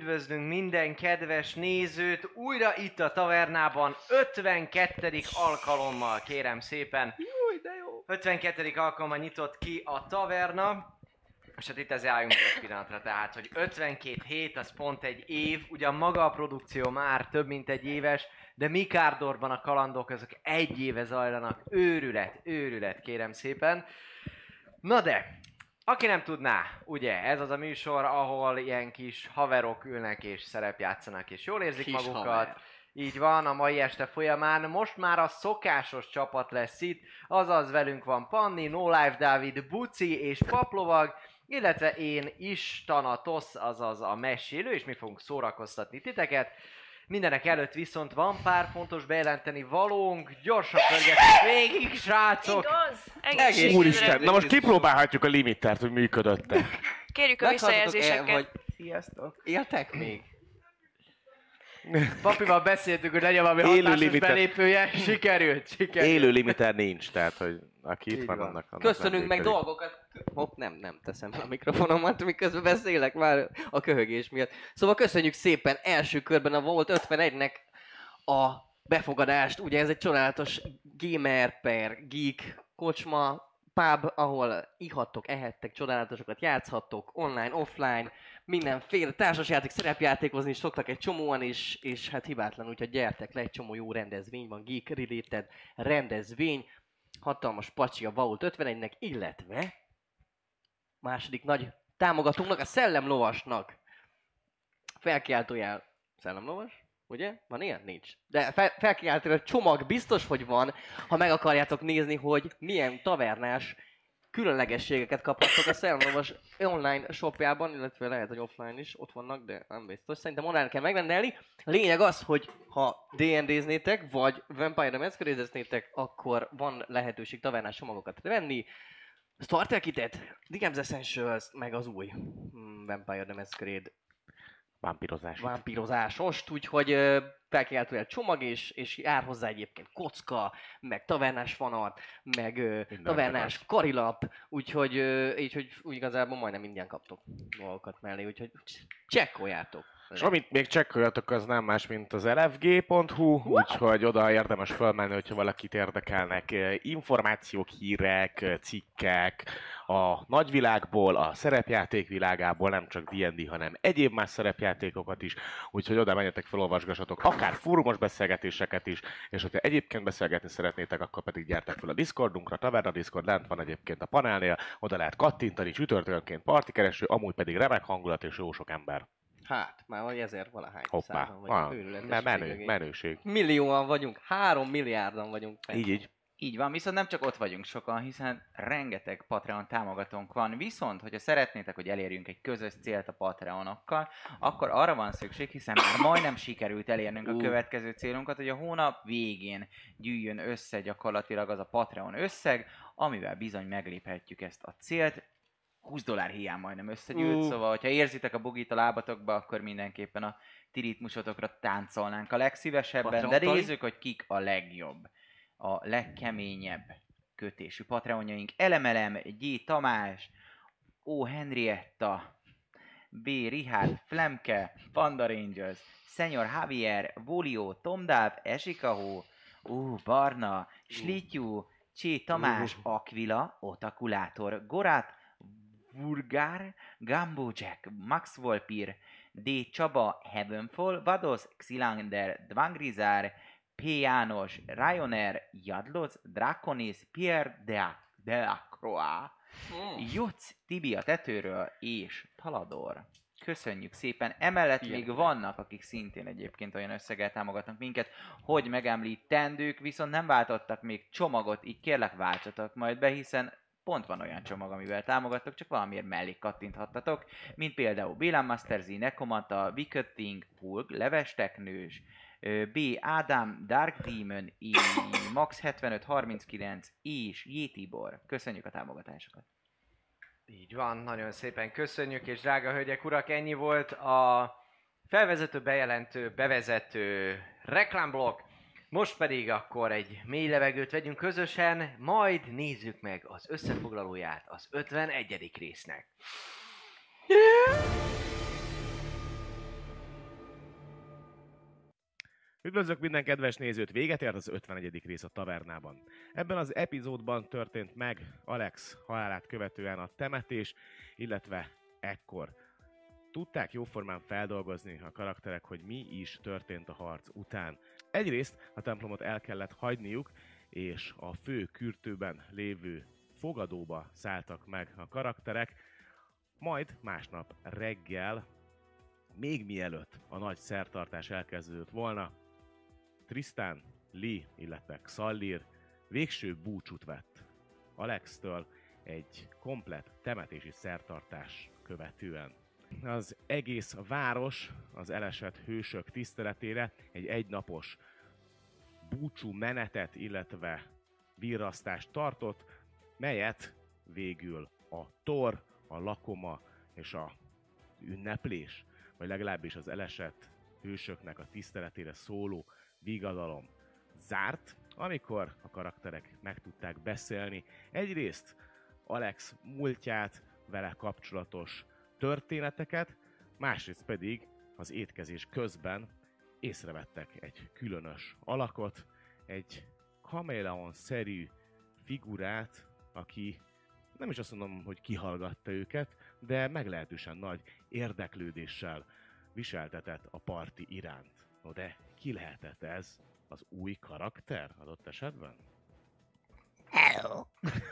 Üdvözlünk minden kedves nézőt, újra itt a tavernában 52. alkalommal, kérem szépen. Júj, de jó. 52. alkalommal nyitott ki a taverna. És hát itt ezzel álljunk egy pillanatra, tehát, hogy 52 hét, az pont egy év, ugyan maga a produkció már több mint egy éves, de Mikárdorban a kalandok azok egy éve zajlanak, őrület, kérem szépen. Na de, aki nem tudná, ugye, ez az a műsor, ahol ilyen kis haverok ülnek és szerepjátszanak és jól érzik kis magukat. Haver. Így van, a mai este folyamán. Most már a szokásos csapat lesz itt, azaz velünk van Panni, No Life Dávid, Buci és Paplovag, illetve én is, Thanatos, azaz a mesélő, és mi fogunk szórakoztatni titeket. Mindenek előtt viszont van pár fontos bejelenteni valónk, gyorsan pörgetünk végig, srácok! Igaz! Úristen, na most kipróbálhatjuk a limitert, hogy működött-e. Kérjük a visszajelzéseket. Sziasztok! Éltek még? Papival beszéltük, hogy legyen valami hatásos belépője, sikerült. Élő limiter nincs, tehát hogy aki itt van, annak köszönünk meg dolgokat. Hopp, nem teszem a mikrofonomat, miközben beszélek már a köhögés miatt. Szóval köszönjük szépen első körben a Vault 51-nek a befogadást. Ugye ez egy csodálatos gamer per geek kocsma, pub, ahol ihattok, ehettek, csodálatosokat játszhattok, online, offline, mindenféle társasjáték, szerepjátékozni is szoktak egy csomóan, és hát hibátlan, úgyhogy gyertek le, egy csomó jó rendezvény van, geek related rendezvény, hatalmas pacsi a Vault 51-nek, illetve második nagy támogatónknak, a Szellemlovasnak. Felkiáltójel Szellemlovas? Ugye? Van ilyen? Nincs. De felkiáltójel csomag biztos, hogy van, ha meg akarjátok nézni, hogy milyen tavernás különlegességeket kaphattok a Szellemlovas online shopjában, illetve lehet, hogy offline is ott vannak, de nem biztos. Szerintem online kell megrendelni. A lényeg az, hogy ha D&D-znétek, vagy Vampire the Masquerade-eznétek, akkor van lehetőség tavernás csomagokat venni. Starter Kitet, DM's Essentials, meg az új Vampire the Masquerade vámpírozásost, úgyhogy felkiáltójel csomag, és jár hozzá egyébként kocka, meg tavernás fanart, meg tavernás karilap, úgyhogy igazából majdnem ingyen kaptok dolgokat mellé, úgyhogy csekkoljátok. És amit még csekkoljatok, az nem más, mint az lfg.hu, úgyhogy oda érdemes felmenni, hogyha valakit érdekelnek információk, hírek, cikkek a nagyvilágból, a szerepjáték világából, nem csak D&D, hanem egyéb más szerepjátékokat is, úgyhogy oda menjetek, felolvasgassatok akár fórumos beszélgetéseket is, és hogyha egyébként beszélgetni szeretnétek, akkor pedig gyertek fel a Discordunkra, Taverna Discord, lent van egyébként a panelnél, oda lehet kattintani, csütörtökönként partikereső, amúgy pedig remek hangulat és jó sok ember. Hát, már vagy 1000-valahány. Hoppá, menőség. Millióan vagyunk, 3 milliárdan vagyunk. Így van, viszont nem csak ott vagyunk sokan, hiszen rengeteg Patreon támogatónk van. Viszont, hogyha szeretnétek, hogy elérjünk egy közös célt a Patreonokkal, akkor arra van szükség, hiszen már majdnem sikerült elérnünk a következő célunkat, hogy a hónap végén gyűjjön össze gyakorlatilag az a Patreon összeg, amivel bizony megléphetjük ezt a célt. $20 hiány majdnem összegyűlt, szóval, hogyha érzitek a bugit a lábatokba, akkor mindenképpen a ti ritmusotokra táncolnánk a legszívesebben, de nézzük, hogy kik a legjobb, a legkeményebb kötésű patreonjaink. Elemelem, G. Tamás, O. Henrietta, B. Richard Flemke, Panda Rangers, Senior Javier, Volio, Tomdáv, Esikahó, Barna, Slityu, Csé Tamás, Aquila, Otakulátor, Gorat, Vurgár, Gambo Jack, Max Volpir, D. Csaba, Heavenfall, Vados, Xilander, Dvangrizár, P. János, Ryoner, Jadloz, Draconis, Pierre Delacroix, Jutz, Tibi a tetőről és Talador. Köszönjük szépen. Emellett még vannak, akik szintén egyébként olyan összeggel támogatnak minket, hogy megemlítendők, viszont nem váltottak még csomagot, így kérlek váltsatok majd be, hiszen pont van olyan csomag, amivel támogattok, csak valamiért mellé kattinthattatok, mint például Bélan Master Z, Nekomata, Wicked Thing, Hulk, Leves Teknős, B. Ádám, Dark Demon, Max 7539 és J. Tibor. Köszönjük a támogatásokat! Így van, nagyon szépen köszönjük, és drága hölgyek, urak, ennyi volt a felvezető, bevezető reklámblokk. Most pedig akkor egy mély levegőt vegyünk közösen, majd nézzük meg az összefoglalóját az 51. résznek. Üdvözlök minden kedves nézőt, véget ért az 51. rész a tavernában. Ebben az epizódban történt meg Alex halálát követően a temetés, illetve ekkor tudták jóformán feldolgozni a karakterek, hogy mi is történt a harc után. Egyrészt a templomot el kellett hagyniuk, és a fő kürtőben lévő fogadóba szálltak meg a karakterek, majd másnap reggel, még mielőtt a nagy szertartás elkezdődött volna, Tristan, Lee, illetve Xallir végső búcsút vett Alextől egy komplett temetési szertartás követően. Az egész város az elesett hősök tiszteletére egy egynapos búcsú menetet, illetve virrasztást tartott, melyet végül a tor, a lakoma és a ünneplés, vagy legalábbis az elesett hősöknek a tiszteletére szóló vigadalom zárt, amikor a karakterek meg tudták beszélni egyrészt Alex múltját, vele kapcsolatos történeteket, másrészt pedig az étkezés közben észrevettek egy különös alakot, egy kameleon-szerű figurát, aki nem is azt mondom, hogy kihallgatta őket, de meglehetősen nagy érdeklődéssel viseltetett a parti iránt. No de ki lehetett ez? Az új karakter adott esetben? Hello!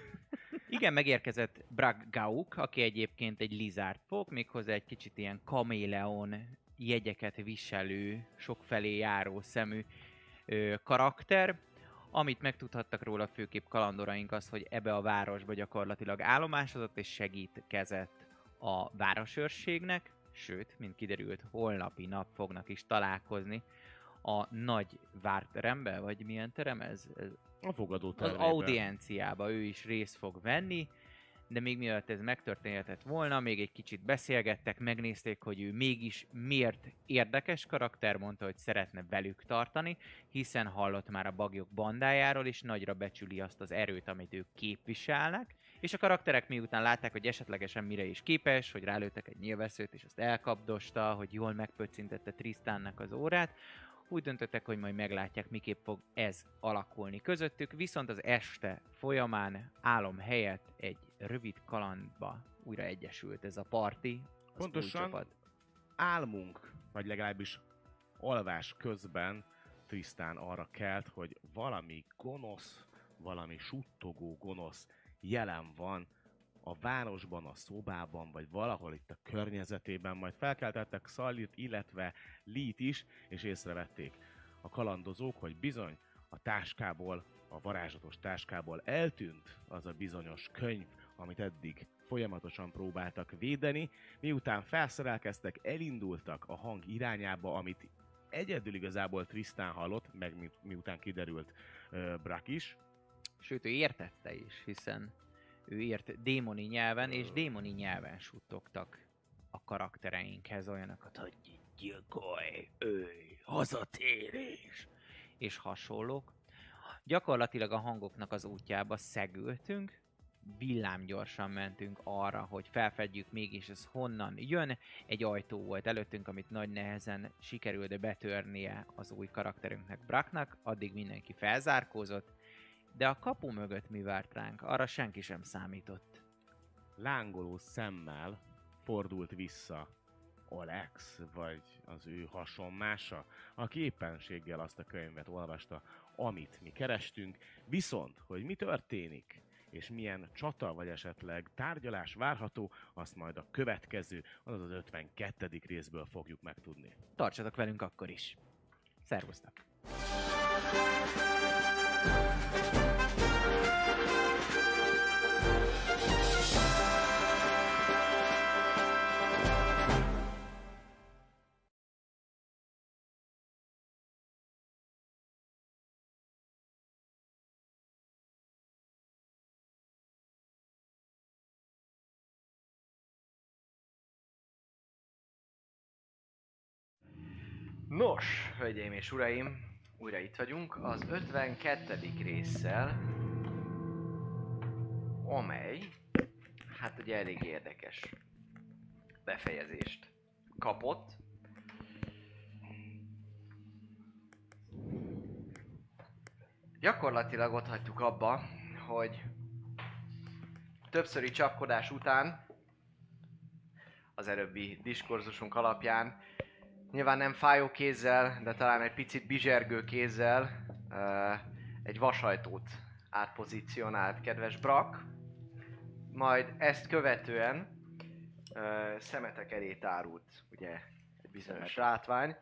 Igen, megérkezett Brag Gauk, aki egyébként egy lizard folk, méghozzá egy kicsit ilyen kaméleon jegyeket viselő, sokfelé járó szemű karakter. Amit megtudhattak róla főképp kalandoraink az, hogy ebbe a városba gyakorlatilag állomásozott és segítkezett a városőrségnek, sőt, mint kiderült, holnapi nap fognak is találkozni a nagy várterembe, vagy milyen terem ez? A fogadó Az termében. audienciába ő is részt fog venni, de még mielőtt ez megtörténhetett volna, még egy kicsit beszélgettek, megnézték, hogy ő mégis miért érdekes karakter, mondta, hogy szeretne velük tartani, hiszen hallott már a bagyok bandájáról, és nagyra becsüli azt az erőt, amit ők képviselnek, és a karakterek miután látták, hogy esetlegesen mire is képes, hogy rálőttek egy nyilvesszőt, és azt elkapdosta, hogy jól megpöccintette Tristannak az órát, úgy döntöttek, hogy majd meglátják, miképp fog ez alakulni közöttük, viszont az este folyamán álom helyett egy rövid kalandba újra egyesült ez a parti, az Pontosan új csapat. álmunk, vagy legalábbis alvás közben Tristan arra kelt, hogy valami gonosz, valami suttogó gonosz jelen van a városban, a szobában, vagy valahol itt a környezetében, majd felkeltettek Xallirt, illetve Lee-t is, és észrevették a kalandozók, hogy bizony a táskából, a varázslatos táskából eltűnt az a bizonyos könyv, amit eddig folyamatosan próbáltak védeni, miután felszerelkeztek, elindultak a hang irányába, amit egyedül igazából Tristan hallott, meg miután kiderült Brak is. Sőt, ő értette is, hiszen ő ért démoni nyelven, és démoni nyelven suttogtak a karaktereinkhez olyanokat, hogy gyilkolj, ölj, hazatérés, és hasonlók. Gyakorlatilag a hangoknak az útjába szegültünk, villámgyorsan mentünk arra, hogy felfedjük mégis ez honnan jön. Egy ajtó volt előttünk, amit nagy nehezen sikerült betörnie az új karakterünknek, Braknak, addig mindenki felzárkózott, de a kapu mögött mi várt ránk, arra senki sem számított. Lángoló szemmel fordult vissza Alex, vagy az ő hasonmása, aki éppenséggel azt a könyvet olvasta, amit mi kerestünk, viszont, hogy mi történik, és milyen csata, vagy esetleg tárgyalás várható, azt majd a következő, azaz az 52. részből fogjuk megtudni. Tartsatok velünk akkor is. Szervusztok! Nos, hölgyeim és uraim, újra itt vagyunk az 52. résszel, amely, hát ugye elég érdekes befejezést kapott. Gyakorlatilag ott hagytuk abba, hogy többszöri csapkodás után, az előbbi diskurzusunk alapján, nyilván nem fájó kézzel, de talán egy picit bizsergő kézzel egy vasajtót átpozícionált kedves Brak, majd ezt követően szemetek elé tárult ugye egy bizonyos rátvány.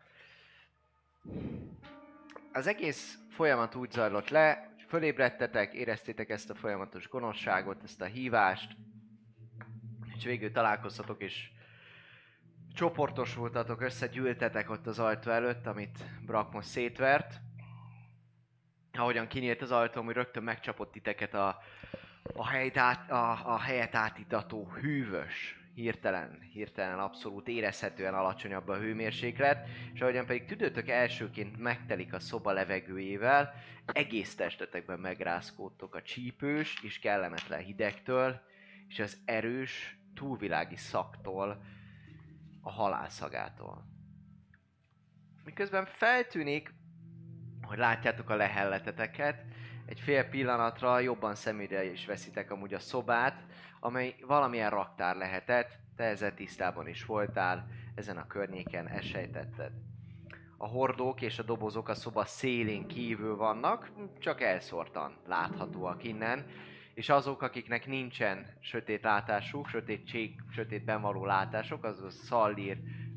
Az egész folyamat úgy zajlott le, hogy fölébredtetek, éreztétek ezt a folyamatos gonoszságot, ezt a hívást, és végül találkoztatok és csoportosultatok, összegyűltetek ott az ajtó előtt, amit Brak most szétvert. Ahogyan kinyílt az ajtó, ami rögtön megcsapott titeket a helyet átítató hűvös, hirtelen abszolút érezhetően alacsonyabb a hőmérséklet, és ahogyan pedig tüdőtök elsőként megtelik a szoba levegőjével, egész testetekben megrázkódtok a csípős és kellemetlen hidegtől, és az erős, túlvilági szaktól, a halálszagától. Miközben feltűnik, hogy látjátok a lehelleteteket, egy fél pillanatra jobban szemügyre is veszitek amúgy a szobát, amely valamilyen raktár lehetett, te ezzel tisztában is voltál, ezen a környéken ezt sejtetted. A hordók és a dobozok a szoba szélén kívül vannak, csak elszórtan láthatóak innen, és azok, akiknek nincsen sötét látásuk, sötétben való látások, azaz Szallír,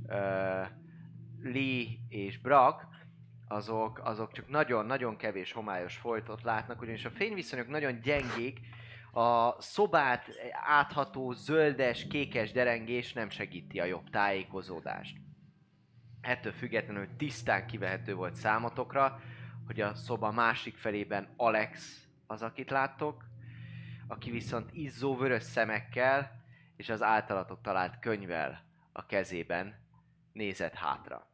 Lee és Brak, azok csak nagyon-nagyon kevés homályos folytot látnak, ugyanis a fényviszonyok nagyon gyengék, a szobát átható zöldes, kékes derengés nem segíti a jobb tájékozódást. Ettől függetlenül tisztán kivehető volt számotokra, hogy a szoba másik felében Alex az, akit láttok, aki viszont izzó vörös szemekkel és az általatok talált könyvvel a kezében nézett hátra.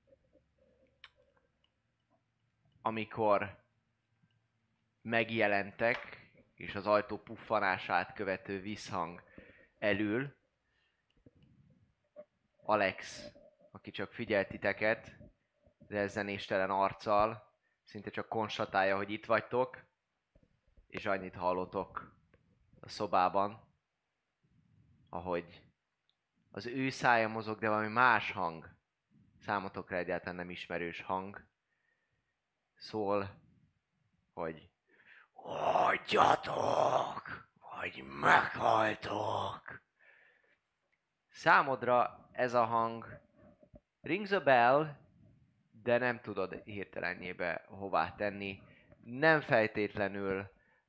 Amikor megjelentek, és az ajtó puffanását követő visszhang elül, Alex, aki csak figyelt titeket, rezzenéstelen arccal, szinte csak konstatálja, hogy itt vagytok, és annyit hallotok a szobában, ahogy az ő szája mozog, de valami más hang, számotokra egyáltalán nem ismerős hang, szól, hogy hagyjatok, vagy meghaltok. Számodra ez a hang rings a bell, de nem tudod hirtelenjébe hová tenni. Nem feltétlenül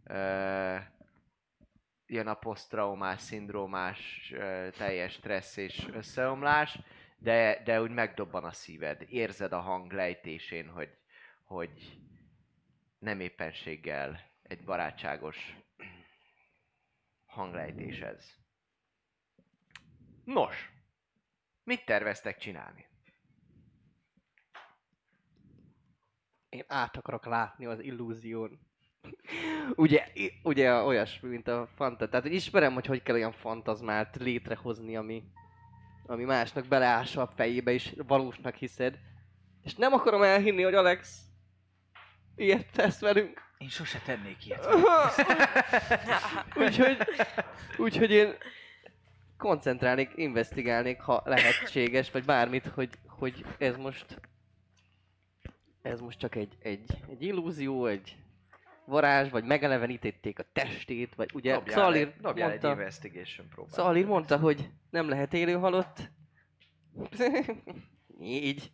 jön a posztraumás, szindrómás, teljes stressz és összeomlás, de úgy megdobban a szíved. Érzed a hang lejtésén, hogy nem éppenséggel egy barátságos hanglejtés ez. Nos, mit terveztek csinálni? Én át akarok látni az illúzión. ugye olyasmi, mint a fantazmát. Tehát ismerem, hogy kell olyan fantazmát létrehozni, ami másnak beleássa a fejébe, és valósnak hiszed. És nem akarom elhinni, hogy Alex ilyet tesz velünk. Én sose tennék ilyet. úgyhogy én koncentrálnék, investigálnék, ha lehetséges, vagy bármit, hogy ez most csak egy illúzió, egy varázs, vagy megelevenítették a testét, vagy ugye Dobjál egy investigation próbát. Szalír mondta, hogy nem lehet élő halott. 4.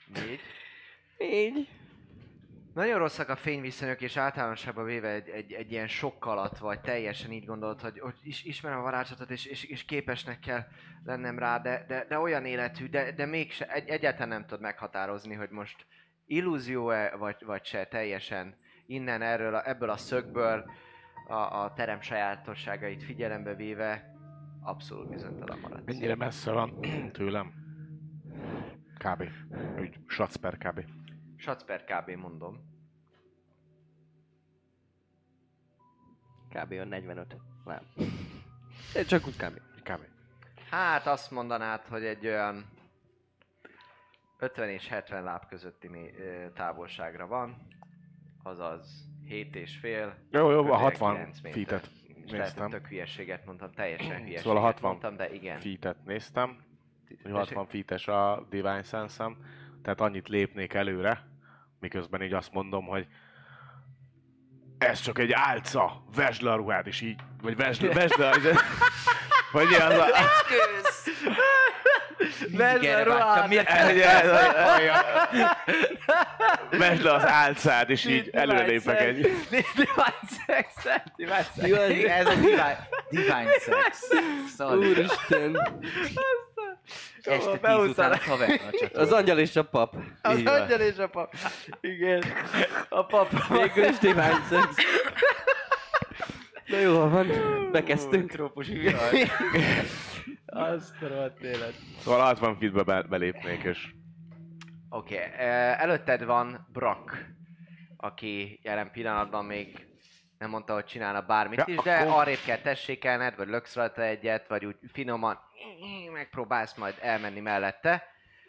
4. Nagyon rosszak a fényviszonyok, és általánosságban véve egy ilyen sokk alatt vagy, teljesen így gondolod, hogy ismerem a varázslatot, és képesnek kell lennem rá, de olyan életű, de mégse, egyáltalán nem tudod meghatározni, hogy most illúzió-e, vagy se, teljesen innen ebből a szögből a terem sajátosságait figyelembe véve abszolút bizonytalan maradsz. Mennyire messze van tőlem? Kb. Úgy satsz per kb. Satsz per kb. Mondom. Kb. 45. Nem. Csak úgy kb. Hát azt mondanád, hogy egy olyan 50 és 70 láb közötti távolságra van, azaz 7,5. Jó, a 60 9 méter. feet-et És lehet, hogy néztem. tök hülyeséget mondtam, teljesen hülyeséget Szóval a 60 mondtam, de igen. feet-et néztem. Hogy 60 feet-es a Divine Sense-em. Tehát annyit lépnék előre, miközben így azt mondom, hogy ez csak egy álca, vesd le a ruhád, és így, vagy vesd le, vagy ilyen az a... Eszköz! Vesd le a ruhád! Vesd le az álcád, és így előlépek egy... Divine sex, Ez a divine sex. Szóval Úristen. este 10 után a taverna csatorna. Az angyal és a pap. Az Így van. angyal és a pap. Igen. A pap. Végül is divine sex. Na jó, van. Bekezdtünk. Trópusi vihar. Azt a rohadt élet. Szóval 60 feetbe belépnék, és... Oké, előtted van Brock, aki jelen pillanatban még nem mondta, hogy csinálna bármit Ja, is, de akkor- arrébb kell tessékelned, vagy löksz rajta egyet, vagy úgy finoman megpróbálsz majd elmenni mellette.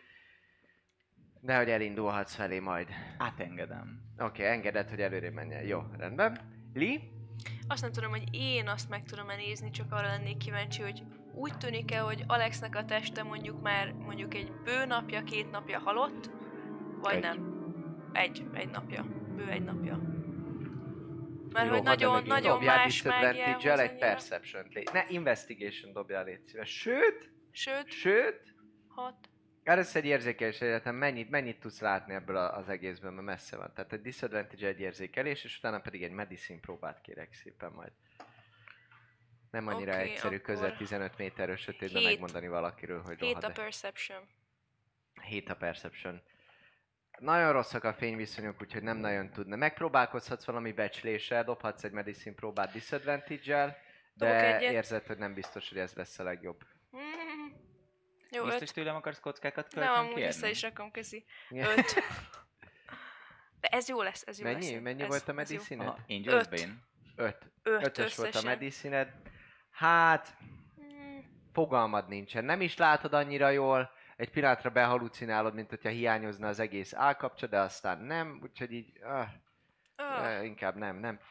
De hogy elindulhatsz felé majd. Átengedem. Oké, engeded, hogy előre menjen. Jó, rendben. Lee? Azt nem tudom, hogy én azt meg tudom-e nézni, csak arra lennék kíváncsi, hogy úgy tűnik-e, hogy Alexnek a teste mondjuk egy bő napja, 2 napja halott, vagy Egy. nem? Egy napja. Bő egy napja. Mert Jó, hogy van, de nagyon, megint nagyon dobjál más mágiához disadvantage-el egy annyira. perception-t. Ne, investigation dobjál, légy szíves. Sőt, 6. először egy érzékelés egyetem, mennyit tudsz látni ebből az egészből, mert messze van. Tehát egy disadvantage egy érzékelés, és utána pedig egy medicine próbát kérek szépen majd. Nem annyira Oké, egyszerű akkor közel 15 méterről sötétben 7. megmondani valakiről, hogy 7 a rohad. perception. 7 a perception. Nagyon rosszak a fényviszonyok, úgyhogy nem nagyon tudna. Megpróbálkozhatsz valami becsléssel, dobhatsz egy medicine próbát disadvantage-el, Dobok de egyet. érzed, hogy nem biztos, hogy ez lesz a legjobb. Mm. Jó, Biztos 5. tőlem akarsz kockákat Nem, kölcsön amúgy kérni? vissza is rakom közi. Igen. 5. De ez jó lesz, ez jó lesz. Mennyi ez, volt a ez jó. medicine-ed? Aha, Angel's Öt. Bane. 5. 5 5-ös volt a összesen. medicine-ed. Hát, Mm. fogalmad nincsen. Nem is látod annyira jól. Egy pillanatra behalucinálod, mint hogyha hiányozna az egész állkapcsa, de aztán nem. Úgyhogy így, inkább nem.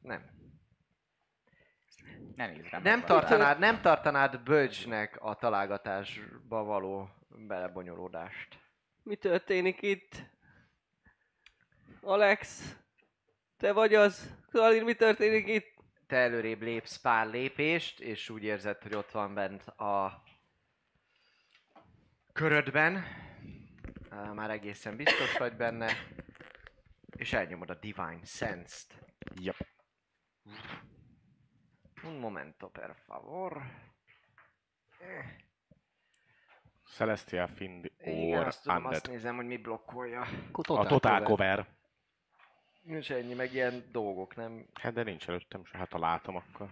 Ne nézd rám. Nem tartanád bölcsnek a találgatásba való belebonyolódást. Mi történik itt? Alex? Te vagy az? Kalir, mi történik itt? Te előrébb lépsz pár lépést, és úgy érzed, hogy ott van bent a körödben. Már egészen biztos vagy benne. És elnyomod a Divine Sense-t. Yep. Un momento, per favor. Celestial Fiend Igen, or azt tudom, Undead. azt nézem, hogy mi blokkolja. A Total Cover. Nincs ennyi, meg ilyen dolgok, nem? Hát de nincs előttem se, hát ha látom akkor.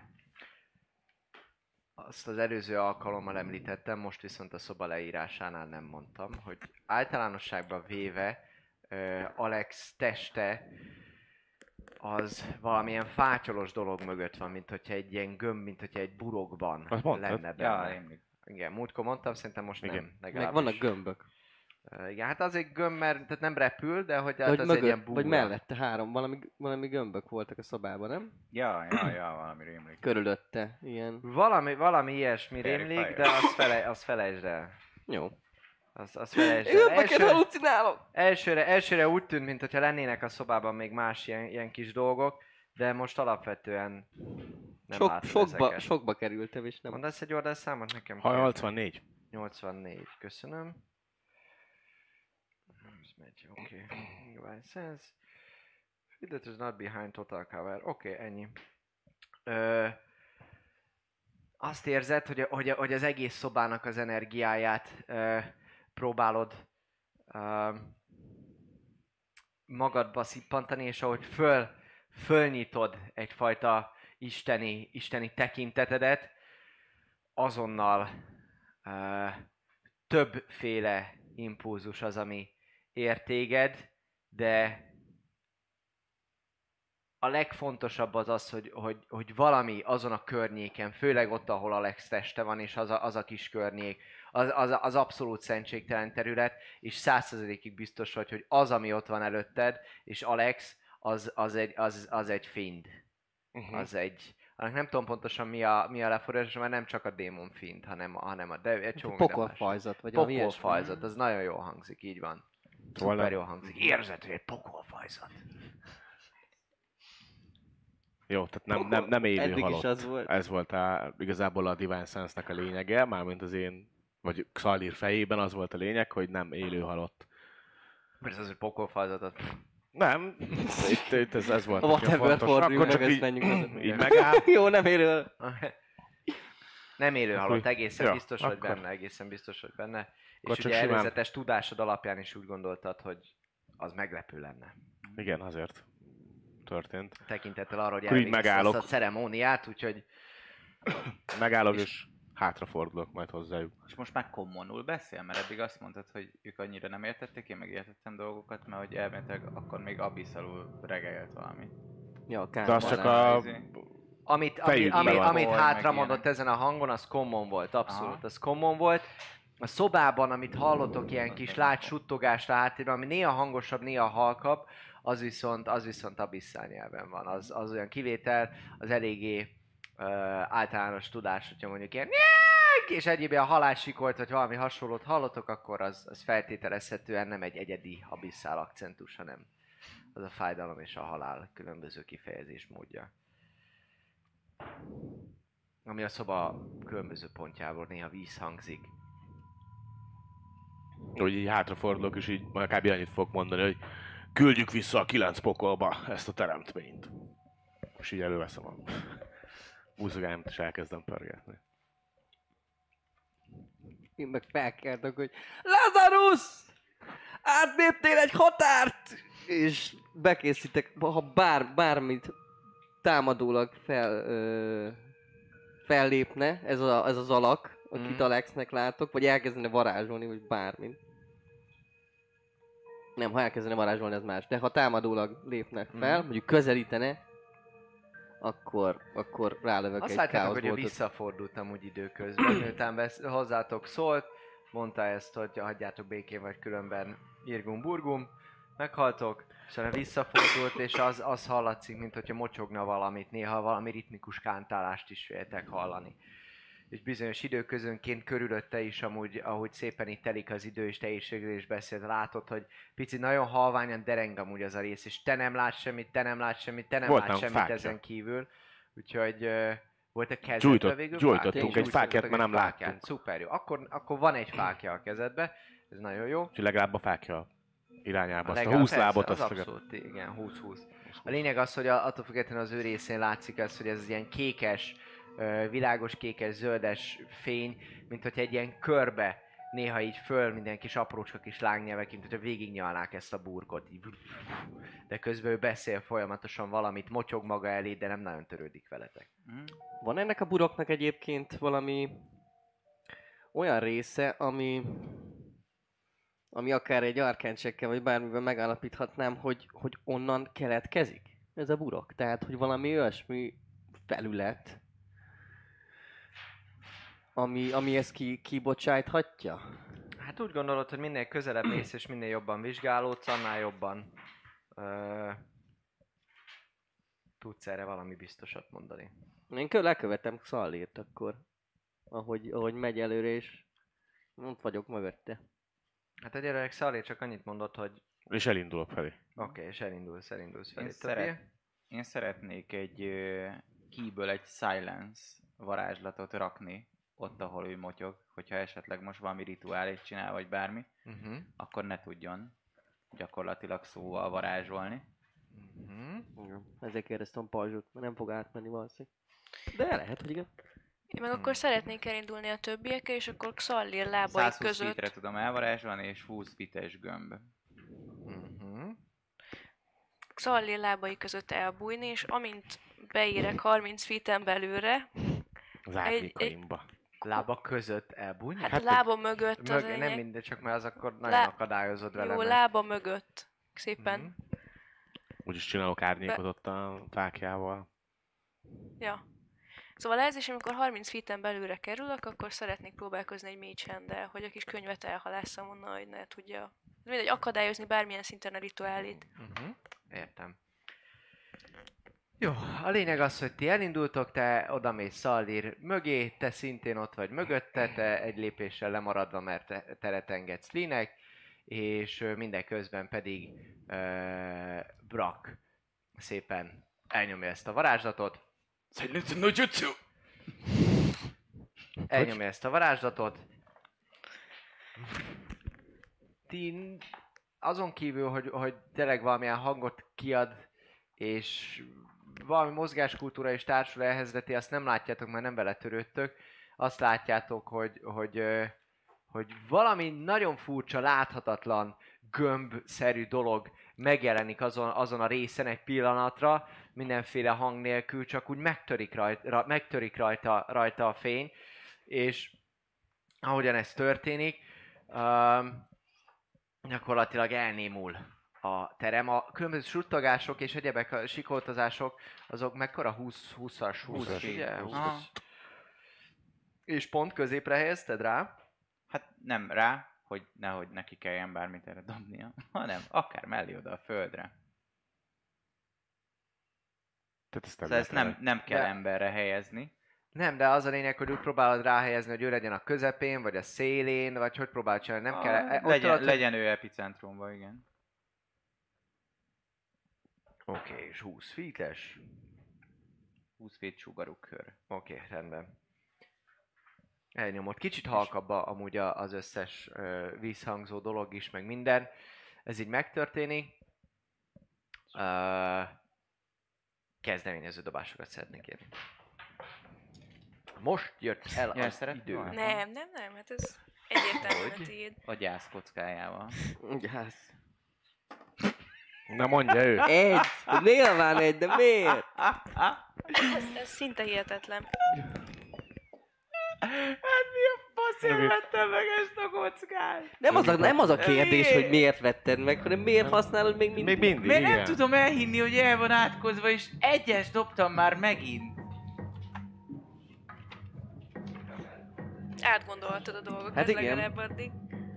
Azt az előző alkalommal említettem, most viszont a szoba leírásánál nem mondtam, hogy általánosságban véve Alex teste az valamilyen fátyolos dolog mögött van, mint hogyha egy ilyen gömb, mint hogyha egy burokban Azt mondtad? lenne Ja, benne. én Igen, múltkor mondtam, szerintem most Igen. nem. Meg legalábbis. vannak gömbök. Igen, hát az egy gömb, mert tehát nem repül, de hogy hát Vagy az egy ilyen mögött, búra. vagy mellette 3. Valami gömbök voltak a szobában, nem? Ja, valami rémlik. Körülötte. Ilyen. Valami ilyesmi Fairy rémlik, fire. de azt felejtsd el. Jó. Azt felejtsd el. Gömböket halucinálok! Elsőre úgy tűnt, mintha lennének a szobában még más ilyen kis dolgok, de most alapvetően nem látod ezeket. Sokba kerültem, és nem. Mondasz egy oldalszámot nekem? 84. 84, köszönöm. Ez megy, oké. Divine Sense. That is not behind total cover. Oké, ennyi. Azt érzed, hogy az egész szobának az energiáját próbálod magadba szippantani, és ahogy fölnyitod egyfajta isteni tekintetedet, azonnal többféle impulzus az, ami ér téged, de a legfontosabb az, hogy valami azon a környéken, főleg ott, ahol Alex teste van, és az a kis környék, az abszolút szentségtelen terület, és 100%-ig biztos vagy, hogy az, ami ott van előtted, és Alex, az egy find. Uh-huh. Az egy... Annak nem tudom pontosan mi a lefordítása, mert nem csak a démon find, hanem a... De egy csomó minden más. Pokolfajzat, vagy valami ilyesmi. Pokolfajzat, az nagyon jól hangzik, így van. Szóval Szuper nem- jól hangzik. Érzed, hogy egy pokolfajzat. Jó, tehát nem élő Eddig is halott. az volt. Ez volt igazából a Divine Sense-nek a lényege, mármint az én, vagy Xalir fejében az volt a lényeg, hogy nem élő halott. Mert az, hogy pokolfajzatot... Nem, itt ez volt A neki a whatever fontos. forduljunk Akkor csak meg, ezt így, menjünk. így megáll. Jó, nem érő. Nem élő halott, Akkor- egészen ja, biztos vagy akkor- benne, egészen biztos vagy benne. Akkor És csak ugye simán- előzetes tudásod alapján is úgy gondoltad, hogy az meglepő lenne. Igen, azért történt. Tekintettel arra, hogy Akkor így elvégezted megállok. azt a ceremóniát, úgyhogy Megállok és hátrafordulok majd hozzájuk. És most már commonul beszél, mert eddig azt mondtad, hogy ők annyira nem értették, én megértettem dolgokat, mert hogy elméletileg akkor még abysszalul regegelt valami. Ja, De az csak a... amit Fejükben van. amit Vagy hátra meg mondott ilyenek. ezen a hangon, az common volt, abszolút, Aha. az common volt. A szobában, amit hallotok, ilyen kis lágy suttogást a háttérben, ami néha hangosabb, néha halkabb, az viszont abisszál nyelven van. Az olyan kivétel, az eléggé általános tudás, hogyha mondjuk ilyen és egyéb ilyen halássikolt, vagy valami hasonlót hallotok, akkor az feltételezhetően nem egy egyedi abisszál akcentus, hanem az a fájdalom és a halál különböző kifejezésmódja. Ami a szoba különböző pontjából néha visszhangzik. Hogy így hátrafordulok, és így majd kb. Annyit fogok mondani, hogy küldjük vissza a 9 pokolba ezt a teremtményt. És így előveszem a buzogályomat, és elkezdem pörgetni. Én meg felkeltek, hogy Lazarus! Átléptél egy határt! És bekészítek, ha bármit támadólag fellépne ez az alak, akit Alexnek látok, vagy elkezdene varázsolni, vagy bármi. Nem, ha elkezdene varázsolni, ez más. De ha támadólag lépnek fel, mondjuk közelítene, akkor rálövök Azt egy látjátok, hogy ő káoszboltot. visszafordult amúgy időközben, miután hozzátok szólt, mondta ezt, hogy hagyjátok békén, vagy különben irgum burgum, meghaltok, és utána visszafordult, és az hallatszik, mint hogyha mocsogna valamit, néha valami ritmikus kántálást is féltek hallani. És bizonyos időközönként körülötte is amúgy, ahogy szépen itt telik az idő, és te is beszélt, látod, hogy picit nagyon halványan dereng amúgy az a rész, és te nem látsz semmit, te nem látsz semmit, te nem Volt látsz nálunk semmit fákja. ezen kívül. Úgyhogy volt a kezedbe végül Gyújtottunk fákja? egy fákját, mert nem Fákját. láttuk. Szuper jó. Akkor van egy fákja a kezedbe, ez nagyon jó. Úgyhogy legalább a fákja irányába. Azt a legalább 20 persze, lábot, az azt abszolút, igen, 20-20. A lényeg az, hogy attól függetlenül az ő részén látszik az, hogy ez az ilyen kékes, világos kékes, zöldes fény, mint hogy egy ilyen körbe néha így föl minden kis aprócska kis lángnyelvek, mint hogyha végignyalnák ezt a burkot. Így. De közben ő beszél folyamatosan valamit, motyog maga elé, de nem nagyon törődik veletek. Van ennek a buroknak egyébként valami olyan része, ami akár egy arkánycsekkel vagy bármivel megállapíthatnám, hogy onnan keletkezik ez a burok. Tehát, hogy valami olyasmi felület, ami ezt kibocsájthatja? Hát úgy gondolod, hogy minél közelebb mész és minél jobban vizsgálódsz, annál jobban tudsz erre valami biztosat mondani. Én lekövetem Xallírt akkor, ahogy megy előre, és ott vagyok mögötte. Hát egyelőre Xalér csak annyit mondott, hogy És elindulok felé. oké, és elindulsz felé. Én szeretnék egy keyből egy silence varázslatot rakni ott, ahol ő motyog, hogyha esetleg most valami rituálét csinál, vagy bármi, akkor ne tudjon gyakorlatilag szóval varázsolni. Ezért kérdeztem Pajzsot, mert nem fog átmenni valószínűleg. De lehet, hogy igen. Én meg akkor szeretnék elindulni a többiekkel, és akkor Xallir lábai 120 között... feet-re tudom elvarázsolni, és 20 feet-es gömb. Xallir lábai között elbújni, és amint beérek 30 feet-en belőle, Az árnyékaimba. Lábak között elbújni? hát lába mögött az nem lényeg. mindegy, csak mert az akkor nagyon akadályozod vele. Jó, mert- lába mögött. Szépen. Úgyis csinálok árnyékot ott a fákjával. Ja. Szóval ez is, amikor 30 feet-en belőle kerülök, akkor szeretnék próbálkozni egy mage hand-del, hogy a kis könyvet elhalásszam onnan, hogy ne tudja mindegy, akadályozni bármilyen szinten a rituálét. Értem. Jó, a lényeg az, hogy ti elindultok, te odamész Szaldír mögé, te szintén ott vagy mögötte, te egy lépéssel lemaradva, mert teret engedsz Linek, és mindeközben pedig Brak szépen elnyomja ezt a varázslatot. Elnyomja ezt a varázslatot. Ti azon kívül, hogy tényleg valamilyen hangot kiad, és valami mozgáskultúra is társul ehhez, de ti azt nem látjátok, mert nem vele törődtök. Azt látjátok, hogy valami nagyon furcsa, láthatatlan, gömbszerű dolog megjelenik azon a részen egy pillanatra, mindenféle hang nélkül, csak úgy megtörik rajta a fény, és ahogyan ez történik, gyakorlatilag elnémul a terem. A különböző suttogások és egyebek a sikoltozások, azok mekkora? 20-as, 20, ugye? 20. Aha. És pont középre helyezted rá? Hát nem rá, hogy nehogy neki kelljen bármit erre dobnia, hanem akár mellé oda a földre. Tehát ezt Szóval ezt nem kell De- emberre helyezni. Nem, de az a lényeg, hogy úgy próbálod ráhelyezni, hogy ő legyen a közepén, vagy a szélén, vagy hogy próbálod csinálni, nem kell... ott Legyen, alatt, hogy- legyen ő epicentrumban, igen. Oké, és 20 feet-es. 20 feet sugarú kör. Oké, rendben. Elnyomott. Kicsit halkabb amúgy az összes vízhangzó dolog is, meg minden. Ez így megtörténik. Kezdeményező dobásokat szeretnék érni. Most jött el Jaj, az szeretnél idő. volna? Nem, hát ez egyértelműen Hogy? tiéd. A gyász kockájával. Gyász. Na mondja ő. Egy! Nyilván egy, de miért? Ez szinte hihetetlen. Hát mi a faszért vettem meg ezt a kockát? Nem az a kérdés, hogy miért vetted meg, hanem miért használod még mindig. Még mindig, Mert igen. nem tudom elhinni, hogy el van átkozva, és egyes dobtam már megint. Átgondoltad a dolgokat Hát igen. legalább addig.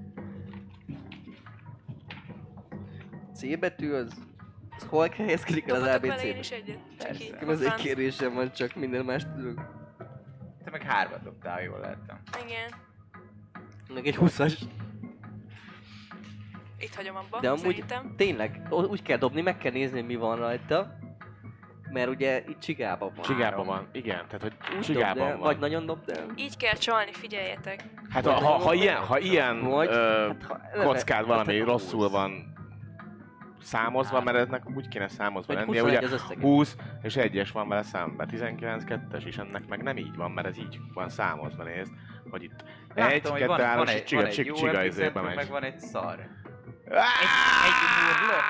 C betű az hol helyezkedik el az Dobhatok vele én ABC-ben? is egyet? Csak Persze. így. Nekem ez egy fán. kérdésem van, csak minden más tudok. Te meg 3-at dobtál, jól láttam. Igen. Meg egy 20-as. Itt hagyom abba, De amúgy szerintem. tényleg, úgy kell dobni, meg kell nézni, mi van rajta. Mert ugye itt csigában van. Csigában van, igen. Tehát, hogy Úgy csigában dobd el, van. vagy nagyon dobd el. Így kell csalni, figyeljetek. Hát Vagy ha ilyen Vagy, hát, ha kockád valami hát, rosszul 20. van számozva, mert ennek úgy kéne számozva Vagy lennie, 21 ugye az összeg. 20 és 1-es van vele számba, 19-2-es is, ennek meg nem így van, mert ez így van számozva, nézd, hogy itt 1, 2, 3, és csiga izébe megy. meg van egy szar. Egy murlok.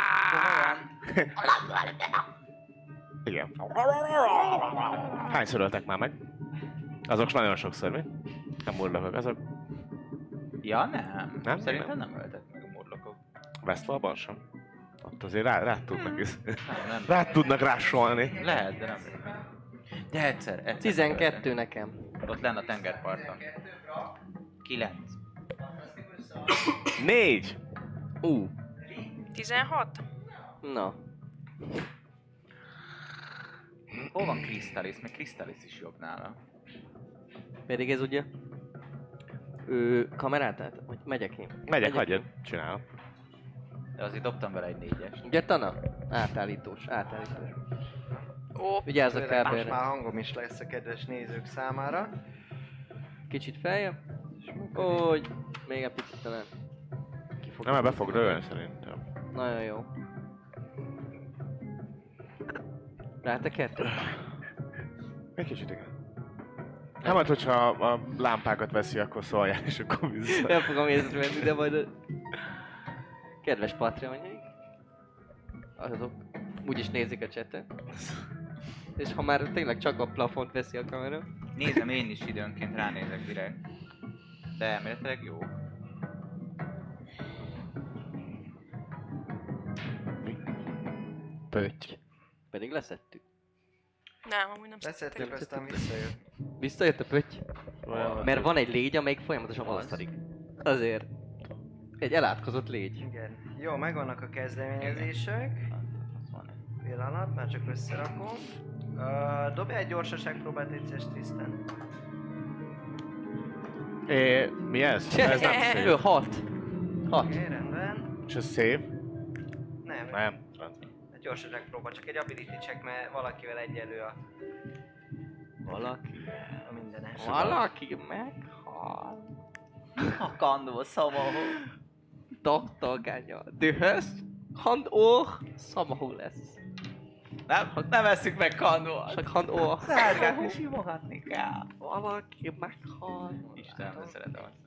Igen. Hányszor öltek már meg? Azok nagyon sokszor, mi? Nem murlokok, azok Ja, nem. Nem? Szerintem nem öltek meg a murlokok. Westfallban sem. Ott azért rá tudnak, Nem. rá tudnak rásolni. Lehet, de nem. De egyszer 12 nekem. Ott lenne a tengerparton. 9. 4! 16? Na. Hol van Krisztalis? Meg Krisztalis is jobb nála. Pedig ez ugye... kamerát át? Vagy megyek én? Megyek, hagyjad, csinálom. De azért dobtam vele egy 4-est. Ugye Tana? Átállítós. Ó, Vigyázz a Most kábelre. már hangom is lesz a kedves nézők számára. Kicsit feljebb. Úgy. Még egy picit talán. Nem, mert be fog dőlni szerintem. Nagyon jó. Rátekerted? Egy kicsit igen. Nem, hát hogyha a lámpákat veszi, akkor szóljál, és akkor vissza. Nem fogom észrevenni, de majd a... Kedves Patreonjaink. Azok úgyis nézik a chatet. És ha már tényleg csak a plafont veszi a kamera. Nézem én is időnként, ránézek direkt. De elméletileg jó. Pötty. Pedig leszettük. nem, amúgy nem Leszettük, szeretek. aztán visszajött. Visszajött a pötty? Mert van egy légy, amelyik folyamatosan valasztadik. Azért. Egy elátkozott légy. Igen. Jó, megvannak a kezdeményezések. Az van. Pillanat, már csak összerakom. Dobj egy gyorsaságpróbát egyszer, Tristan. Mi ez? Ez nem Ő szép. 6. 6. Oké, rendben. És ez szép? Nem, Nem. egy gyorsaságpróba, csak egy ability check, mert valakivel egyenlő Valaki. a mindenes. Valaki meghal. A kandó szomorú. Doktorgánya. Dühös. Hand-ór. Szamahú lesz. Nem veszük meg kandót. Csak hand-ór. Sárgálni, simogatni kell. Valaki meghal. Istenem, szeretem azt.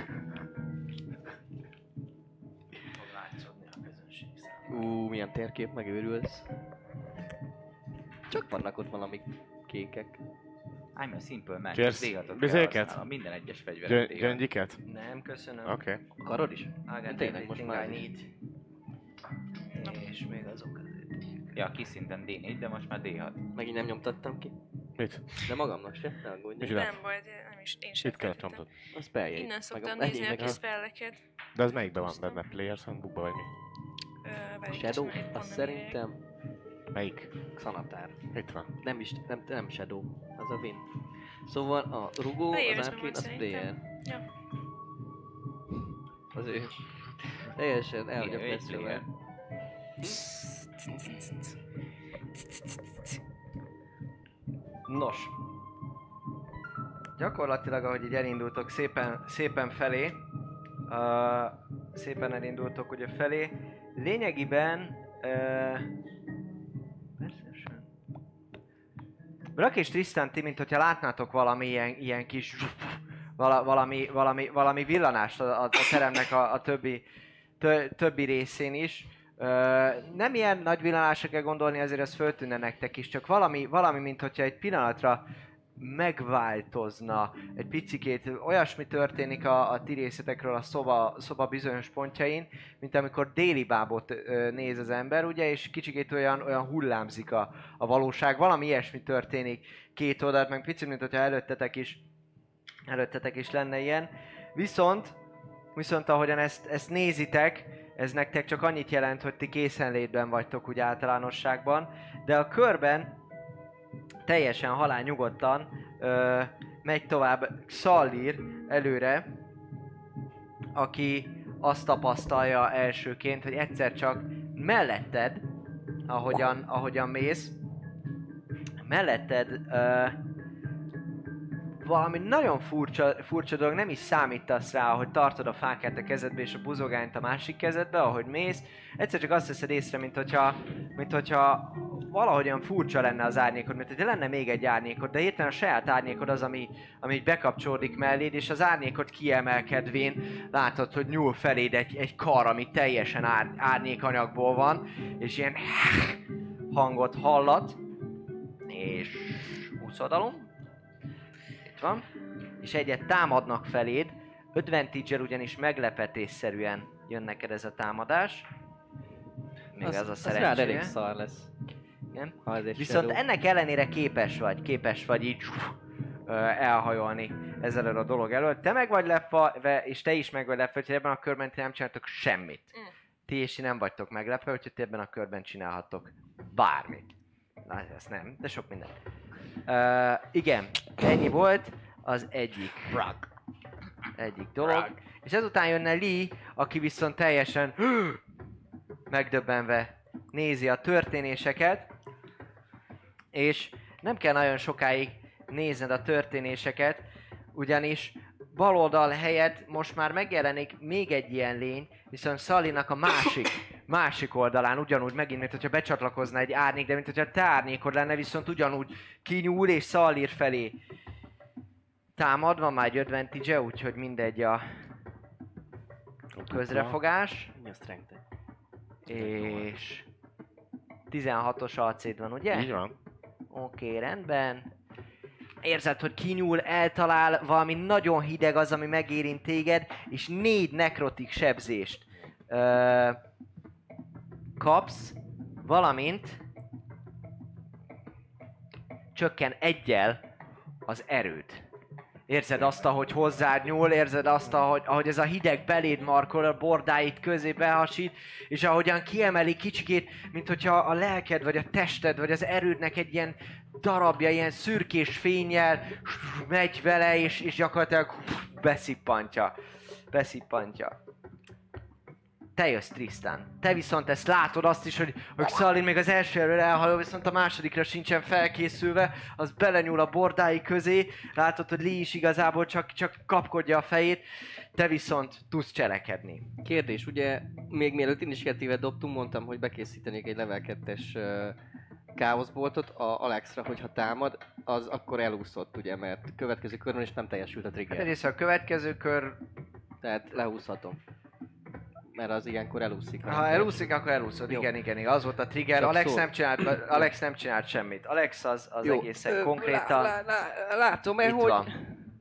Fog látszódni a közönség Milyen térkép, megőrülsz. Csak vannak ott valami kékek. I'm a simple man. Kérsz D6-ot kell bizéket? használnom, minden egyes fegyveren D6. Gyöngyiket? Nem, köszönöm. Oké. Akarod is? I got Tényleg most everything már. I need. És még azok azért. Ja, kis szinten D4, de most már D6. Megint nem nyomtattam ki. Mit? De magamnak se, ne aggódj. Mit csinál? Nem baj, de nem is, én sem Itt kellett feltettem. nyomtad. Az beljegyt. Innen szoktam nézni a kis spelleket. De az melyikben van benne? Players Handbookban vagy mi? Shadow? Azt szerintem Melyik? Xanatár. Itt van. Nem is, nem Shadow. Az a Win. Szóval a rugó, Player az ez Arcane, volt az szerintem. Player. Ja. Az ő. Teljesen el vagyok Igen, beszélve. player. Nos. Gyakorlatilag, ahogy így elindultok szépen felé, szépen elindultok ugye felé, lényegiben perception. Brak és Tristan, ti, mint hogyha látnátok valami ilyen kis valami villanást a teremnek a többi részén is. Nem ilyen nagy villanásra kell gondolni, azért az föltűnne nektek is, csak valami mint hogyha egy pillanatra megváltozna egy picikét, olyasmi történik a ti részetekről a szoba bizonyos pontjain, mint amikor déli bábot néz az ember, ugye, és kicsikét olyan hullámzik a valóság, valami ilyesmi történik két oldalt, meg picit, mint hogyha előttetek is lenne ilyen. Viszont ahogyan ezt nézitek, ez nektek csak annyit jelent, hogy ti készenlétben vagytok úgy általánosságban, de a körben teljesen halálnyugodtan megy tovább Szallír előre, aki azt tapasztalja elsőként, hogy egyszer csak melletted, ahogyan mész, melletted valami nagyon furcsa dolog, nem is számítasz rá, hogy tartod a fákját a kezedbe és a buzogányt a másik kezedbe, ahogy mész. Egyszer csak azt veszed észre, mint hogyha valahogyan furcsa lenne az árnyékod, mint hogyha lenne még egy árnyékod, de hirtelen a saját árnyékod az, ami így bekapcsolódik melléd, és az árnyékod kiemelkedvén látod, hogy nyúl feléd egy kar, ami teljesen árnyékanyagból van, és ilyen hangot hallat, és úszodalom. Van, és egyet támadnak feléd, advantage-el ugyanis meglepetésszerűen jön neked ez a támadás. Még ez a Az rád szerencsére. elég szar lesz. Igen. Ha ez egy Viszont Shadow. ennek ellenére képes vagy így elhajolni ezzel a dolog elől. Te meg vagy lepve, és te is meg vagy lepve, hogy ebben a körben ti nem csináltok semmit. Ti és ti nem vagytok meglepve, úgyhogy ti ebben a körben csinálhattok bármit. Na, ezt nem, de sok minden. Igen, ennyi volt az egyik dolog. És ezután jönne Lee, aki viszont teljesen megdöbbenve nézi a történéseket, és nem kell nagyon sokáig nézned a történéseket, ugyanis bal oldal helyett most már megjelenik még egy ilyen lény, viszont Sullynak a másik oldalán ugyanúgy megint, mint hogyha becsatlakozna egy árnyék, de mint hogyha te árnyékod lenne, viszont ugyanúgy kinyúl és Sully felé támad, van már egy advantage-e, úgyhogy mindegy a közrefogás, Mi a strength? és 16-os AC-d van, ugye? Így van. Oké, rendben. Érzed, hogy kinyúl, eltalál, valami nagyon hideg az, ami megérint téged, és 4 nekrotik sebzést kapsz, valamint csökken 1-jel az erőd. Érzed azt, ahogy hozzád nyúl, érzed azt, ahogy ez a hideg beléd markol, a bordáit közé behasít, és ahogyan kiemeli kicsikét, mint hogyha a lelked, vagy a tested, vagy az erődnek egy ilyen darabja, ilyen szürkés fénnyel megy vele, és gyakorlatilag beszippantja. Te jössz, Tristan. Te viszont ezt látod azt is, hogy Xalin még az első előre elhajol, viszont a másodikra sincsen felkészülve, az belenyúl a bordái közé, látod, hogy Lee is igazából csak kapkodja a fejét, te viszont tudsz cselekedni. Kérdés, ugye még mielőtt initiatívet dobtunk, mondtam, hogy bekészítenék egy level 2-es káoszboltot a Alexra, hogyha támad, az akkor elúszott, ugye, mert következő körben is nem teljesült a trigger. Hát egyrészt a következő kör, Tehát lehúzhatom. Mert az ilyenkor elúszik. ha elúszik, akkor elúszod. Jó. Igen, az volt a trigger. Csak Alex nem csinált semmit. Alex az Jó. egészen konkrétan Látom, itt hogy van.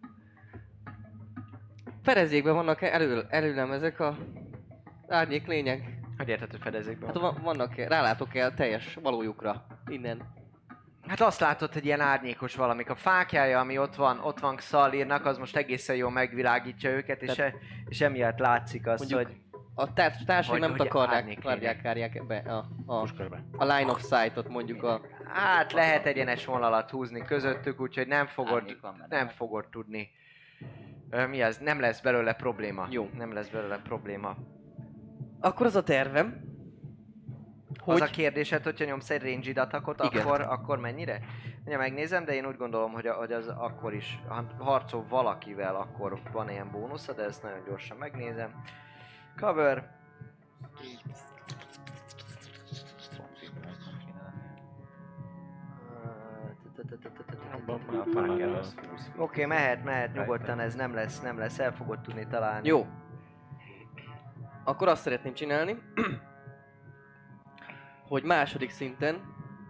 fedezékben vannak előlem ezek a árnyék lények. Hogy érted, hogy fedezékben? Hát vannak, rálátok el teljes valójukra. Innen. Hát azt látod, hogy ilyen árnyékos valamik. A fákjája, ami ott van Xalirnak, az most egészen jól megvilágítja őket, és emiatt látszik az, Mondjuk hogy... A társai Hogy- nem hogy takarják, árnyék várják ebbe Most körbe. a line of sight-ot mondjuk a... Hát lehet egyenes vonalat húzni közöttük, úgyhogy nem Árnyék van benne. fogod tudni. Mi az? Nem lesz belőle probléma. Jó. Nem lesz belőle probléma. Akkor az a tervem, Az a kérdésed, hogyha nyomsz egy ranged attackot, Igen. akkor mennyire? Ja, megnézem, de én úgy gondolom, hogy az akkor is, ha harcol valakivel, akkor van ilyen bónusza, de ezt nagyon gyorsan megnézem. Cover. Oké, mehet, nyugodtan, ez nem lesz, el fogod tudni találni. jó. Akkor azt szeretném csinálni, hogy második szinten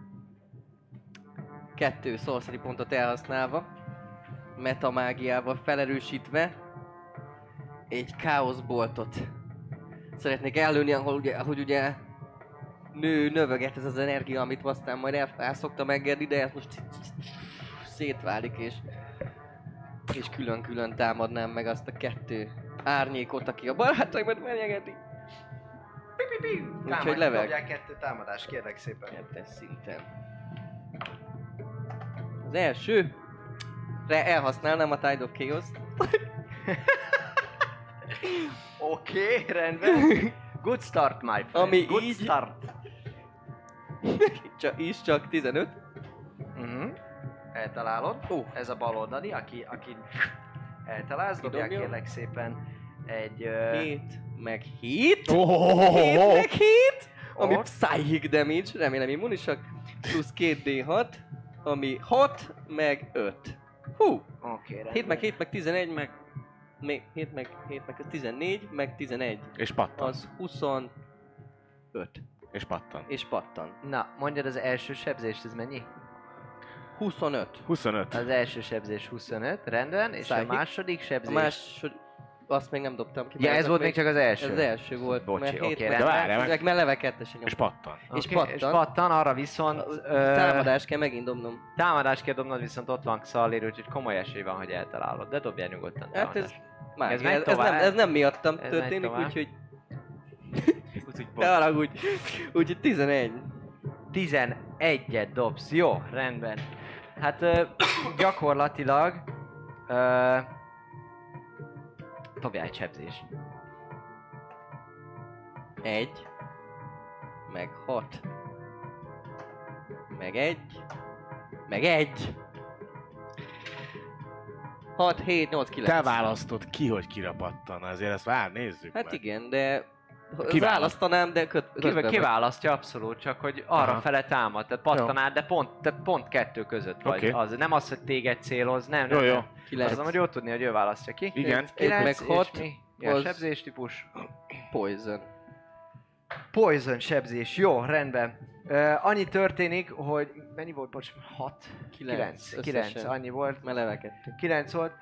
2 sorcery pontot elhasználva, metamágiával felerősítve egy káoszboltot szeretnék ellőni, ahol ugye növeget ez az energia, amit aztán majd el szokta megedni, de ez most szétválik és külön-külön támadnám meg azt a 2 árnyékot, aki a barátaimat menyegeti. Úgyhogy level Dobják 2 támadást, kérlek szépen. 2-es szinten. Az elsőre elhasználnám a Tide of Chaos-t. Oké, rendben. Good start, my friend. Ami Good így- start. Csak 15. Eltalálod. Ez a bal oldali, aki eltalálsz. Dobják Kidobja. kérlek szépen egy... 7 meg 7. 7 Oh, meg 7. Ami Ott. psychic damage, remélem immunisak. Plusz 2d6, ami 6 meg 5. Hú! Oké, rendben. 7 meg 7 meg 11 meg... 7 meg 14 meg 11. és pattan. Az 25. És pattan. És pattan. Na, mondjad az első sebzést, ez mennyi? 25. 25. Az első sebzés 25, rendben, és Psychic. a második A sebzés... második... Azt még nem dobtam ki. Ja, mert ez volt még csak az első. Ez az első volt. Bocsi, mert oké, 7 rendben. De várjál meg. Ezek melleve 2-esen És nyomtam. pattan. És Oké, pattan. És pattan, arra viszont... Támadást kell megint dobnom. Támadást kell dobnod, viszont ott van Xalir, úgyhogy komoly esély van, hogy eltalálod. De dobjál nyugodtan Hát ez... támadást. Mágia. Ez megy Ez tovább. nem miattam Ez megy történik, tovább. úgyhogy... Úgyhogy Ne haragudj. Úgyhogy 11. 11-et dobsz, jó, rendben. Hát gyakorlatilag... Dobjál egy sebzést. 1. Meg 6. Meg 1. Meg 1. 6, 7, 8, 9. Te választod ki, hogy kire pattan, azért ezt nézzük Hát meg. igen, de... Ki Választanám, de Kiválasztja abszolút, csak hogy arra Aha. fele támad, tehát pattanád, de pont 2 között vagy. Oké. Az, nem az, hogy téged céloz, nem. Jó, jó. 9. Az, hogy jól tudni, hogy ő választja ki. Igen. 9 meg és 6 mi? Mi a az- sebzés típus? Poison. Poison sebzés, jó, rendben. Annyi történik, hogy mennyi volt, bocs, 6? 9, összesen. annyi volt. Mert level 2. 9 volt.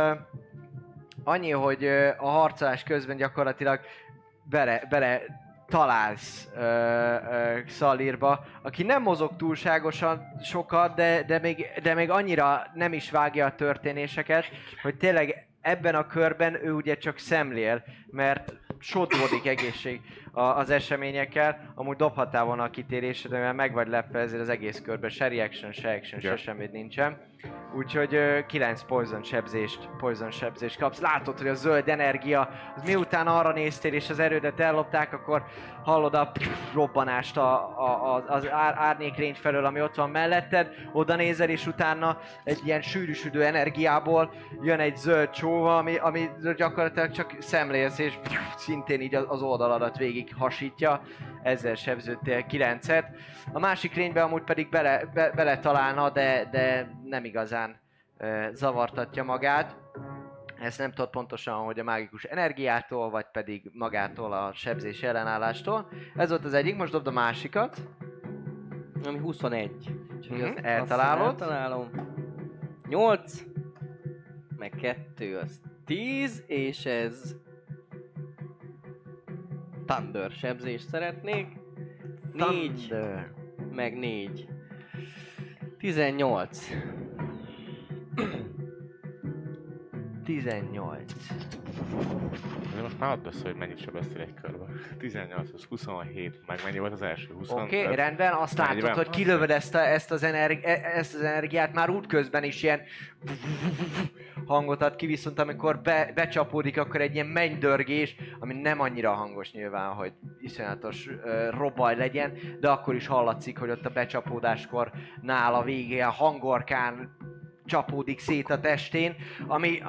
Annyi, hogy a harcolás közben gyakorlatilag bele találsz Szalírba, aki nem mozog túlságosan sokat, de még annyira nem is vágja a történéseket, hogy tényleg ebben a körben ő ugye csak szemlél, mert sodródik egészség az eseményekkel. Amúgy dobhattál volna a kitérésre, de mivel meg vagy lepve ezért az egész körben se reaction, se action, se semmit nincsen. Úgyhogy 9 poison sebzést kapsz. Látod, hogy a zöld energia, az miután arra néztél és az erődet ellopták, akkor hallod a robbanást az árnyékrény felől, ami ott van melletted. Oda nézel és utána egy ilyen sűrűsödő energiából jön egy zöld csóva, ami gyakorlatilag csak szemlélsz és szintén így az oldaladat végig hasítja. Ezzel sebződtél 9-et. A másik lénybe amúgy pedig bele találna, de nem igazán zavartatja magát. Ezt nem tudod pontosan, hogy a mágikus energiától, vagy pedig magától a sebzés ellenállástól. Ez volt az egyik, most dobd a másikat. Ami 21. Úgyhogy azt eltalálod. Eltalálom. 8. Meg 2 az 10, és ez... Thunder sebzést szeretnék. 4. Meg 4. 18. 18. De most már add össze, hogy mennyit sebeztél egy körbe. 18, az 27, meg mennyi volt az első? 20. Oké, rendben, azt látod, hogy kilövöd ezt az energiát, már útközben is ilyen hangot ad ki, viszont amikor becsapódik, akkor egy ilyen mennydörgés, ami nem annyira hangos nyilván, hogy iszonyatos robaj legyen, de akkor is hallatszik, hogy ott a becsapódáskor nála végén a hangorkán csapódik szét a testén, ami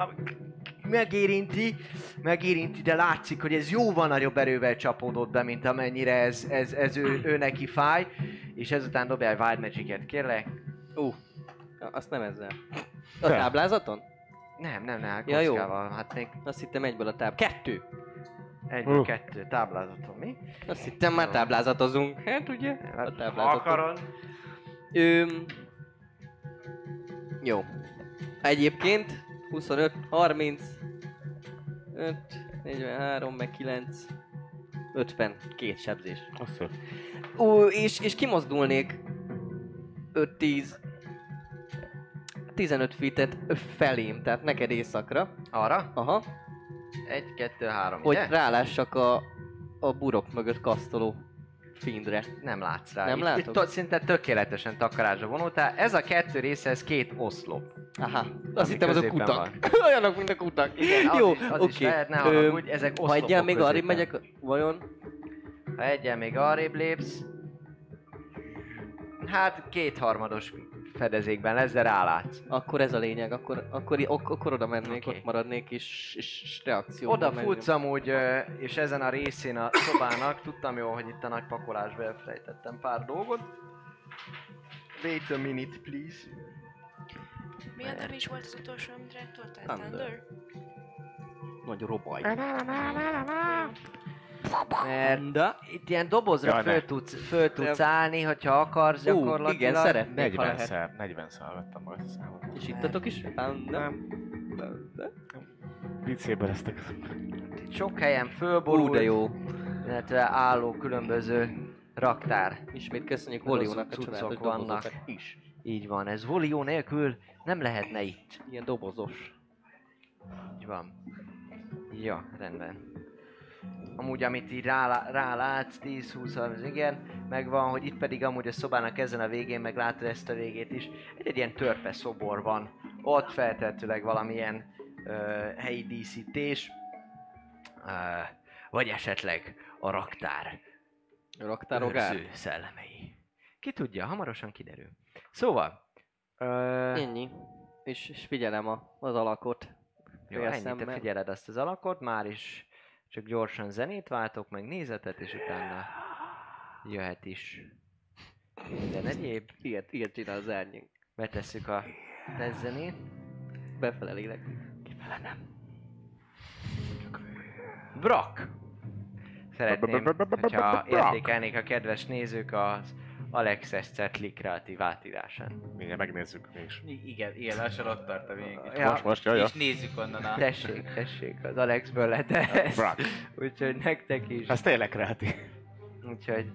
megérinti, de látszik, hogy ez jóval nagyobb erővel csapódott be, mint amennyire ez ő neki fáj, és ezután dobjál Wild Magic-et, kérlek. Azt nem ezzel. A táblázaton? Nem, Ja, jó. kockával, hát még Azt hittem egyből a 2. egy, 2 táblázaton, mi? Azt hittem már táblázatozunk. Hát ugye? A Ha táblázaton. akarod. Jó. Egyébként 25, 30, 5, 43, meg 9, 50, 2 sebzés. Azt jó. És kimozdulnék 5-10, 15 feet-et felém, tehát neked északra. Arra? Aha. 1, 2, 3, Hogy ugye? rálássak a burok mögött kasztoló fiendre. Nem látsz rá. Nem Itt látok? szinte tökéletesen takarásra vonultál. Ez a 2 része, ez 2 oszlop. Aha. Azt hittem azok középen kutak. Olyanok, mint a kutak. Igen, az Jó, is, az is oké. lehet, ne haragudj, ezek Ha oszlopok egyen még arrébb középen. megyek, vajon? Ha egyen még arrébb lépsz, hát 2/3 fedezékben lesz, de rálátsz. Akkor ez a lényeg, akkor oda mennék, Oké. ott maradnék és reakció. Oda futsz amúgy, és ezen a részén a szobának, tudtam jól, hogy itt a nagy pakolásba elfelejtettem pár dolgot. Wait a minute, please. Mi a neve is volt az utolsó, amit ráktoltál? Thunder. Thunder? Nagy robaj. Mert De? itt ilyen dobozra Ja, ne. föl tudsz állni, hogyha akarsz gyakorlatilag. igen, szeretnék, ha lehet. 40-szer vettem meg ezt a számot. És ittatok is? Nem. Viccéből eztek az. Itt sok helyen fölborult, De jó. illetve álló különböző raktár. Ismét köszönjük Voliónak a Cuccok csodálatos vannak. dobozokat is. Így van, ez Volió nélkül nem lehetne itt. Ilyen dobozos. Így van. Ja, rendben. Amúgy, amit így rálátsz, 10-20, igen, megvan, hogy itt pedig amúgy a szobának ezen a végén, meg látod ezt a végét is, egy ilyen törpe szobor van. Ott feltehetőleg valamilyen helyi díszítés, vagy esetleg a raktár Raktárogár. őrző szellemei. Ki tudja, hamarosan kiderül. Szóval, Ennyi. És figyelem az alakot. jó, Fél ennyi, te szemmel. figyeled azt az alakot, már is csak gyorsan zenét váltok, meg nézetet, és utána jöhet is minden egyéb. Ilyet csinál az árnyék. Betesszük a zenét. Befele lélek. Kifele nem. Brock! Szeretném, hogyha értékelnék a kedves nézők az Alexes Cetli kreatív átírásán. Mindjárt megnézzük mi is. Igen, lassan ott tart a végig. Ja, Most, jaj. És nézzük onnan a... tessék, az Alexből lett ez. Brock. Úgyhogy nektek is. Ez tényleg kreatív. Úgyhogy...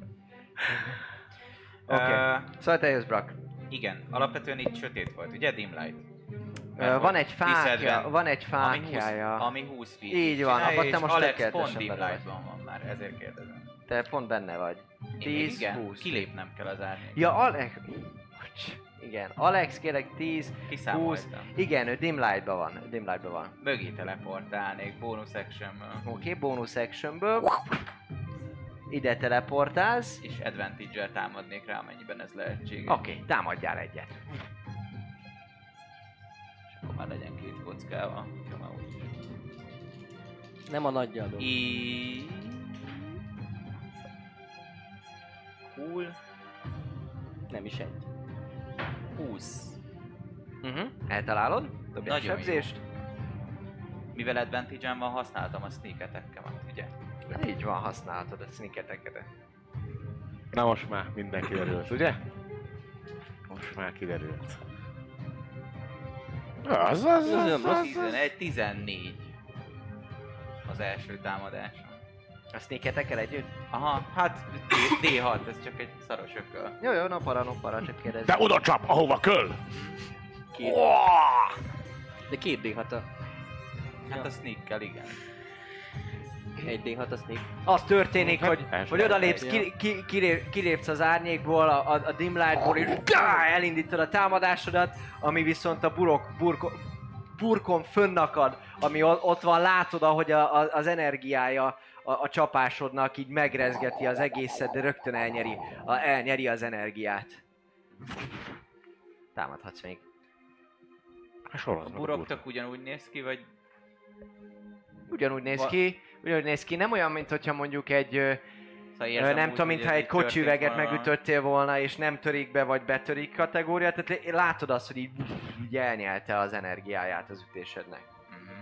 Oké. Szóval te jössz, Brak. Igen, alapvetően itt sötét volt, ugye? Dim light. Van egy fákja, van egy fákjája. Ami 20 feet. Így van, csinálja, akkor te és most Alex tökéletesen pont dim benne vagy. lightban van már, ezért kérdezem. Te pont benne vagy. Igen, 10-20. kilépnem kell az árnyék. Ja, Alex... Igen, Alex kérek 10, 20. Kiszámoltam. Igen, ő dim lightban van. Dim lightban van. Mögé teleportálnék, bonus actionből. Oké, bonus actionből. Ide teleportálsz. És advantage-el támadnék rá, amennyiben ez lehetséges. Oké, támadjál egyet. És akkor már legyen 2 kockával. Ha már úgy. Nem a nagyjal dob. Cool. Nem is egy. 20. Eltalálod? Dobj egy Nagyon sebzést. Mivel advantage-em van, használtam a sneak attack-emet, ugye? Így van, használhatod a sneak attack-edet. Na most már minden kiderült, ugye? Most már kiderült. Az. 11, 14. Az első támadásom. A sneak attack-el együtt? Aha, hát D6, ez csak egy szaros ököl. Jó, no para, csak kérdezz. De oda csap, ahova köl! De 2D6 a... Hát a sneak-kel, igen. 1D6 a sneak. Az történik, Hát, hogy első odalépsz, ja. kilépsz az árnyékból, a dim lightból, és elindítod a támadásodat, ami viszont a burkon fönnakad, ami ott van, látod, ahogy az energiája a csapásodnak így megrezgeti az egészet, de rögtön elnyeri az energiát. Támadhatsz még. A buroktak ugyanúgy néz ki, vagy... Ugyanúgy néz ki, nem olyan, mint hogyha mondjuk egy, Szóval érzem nem úgy, tudom, hogy mintha ez egy így történt kocsiüveget volna. megütöttél volna, és nem törik be, vagy betörik kategória, tehát látod azt, hogy így elnyelte az energiáját az ütésednek. Mhm.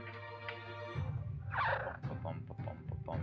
Pom.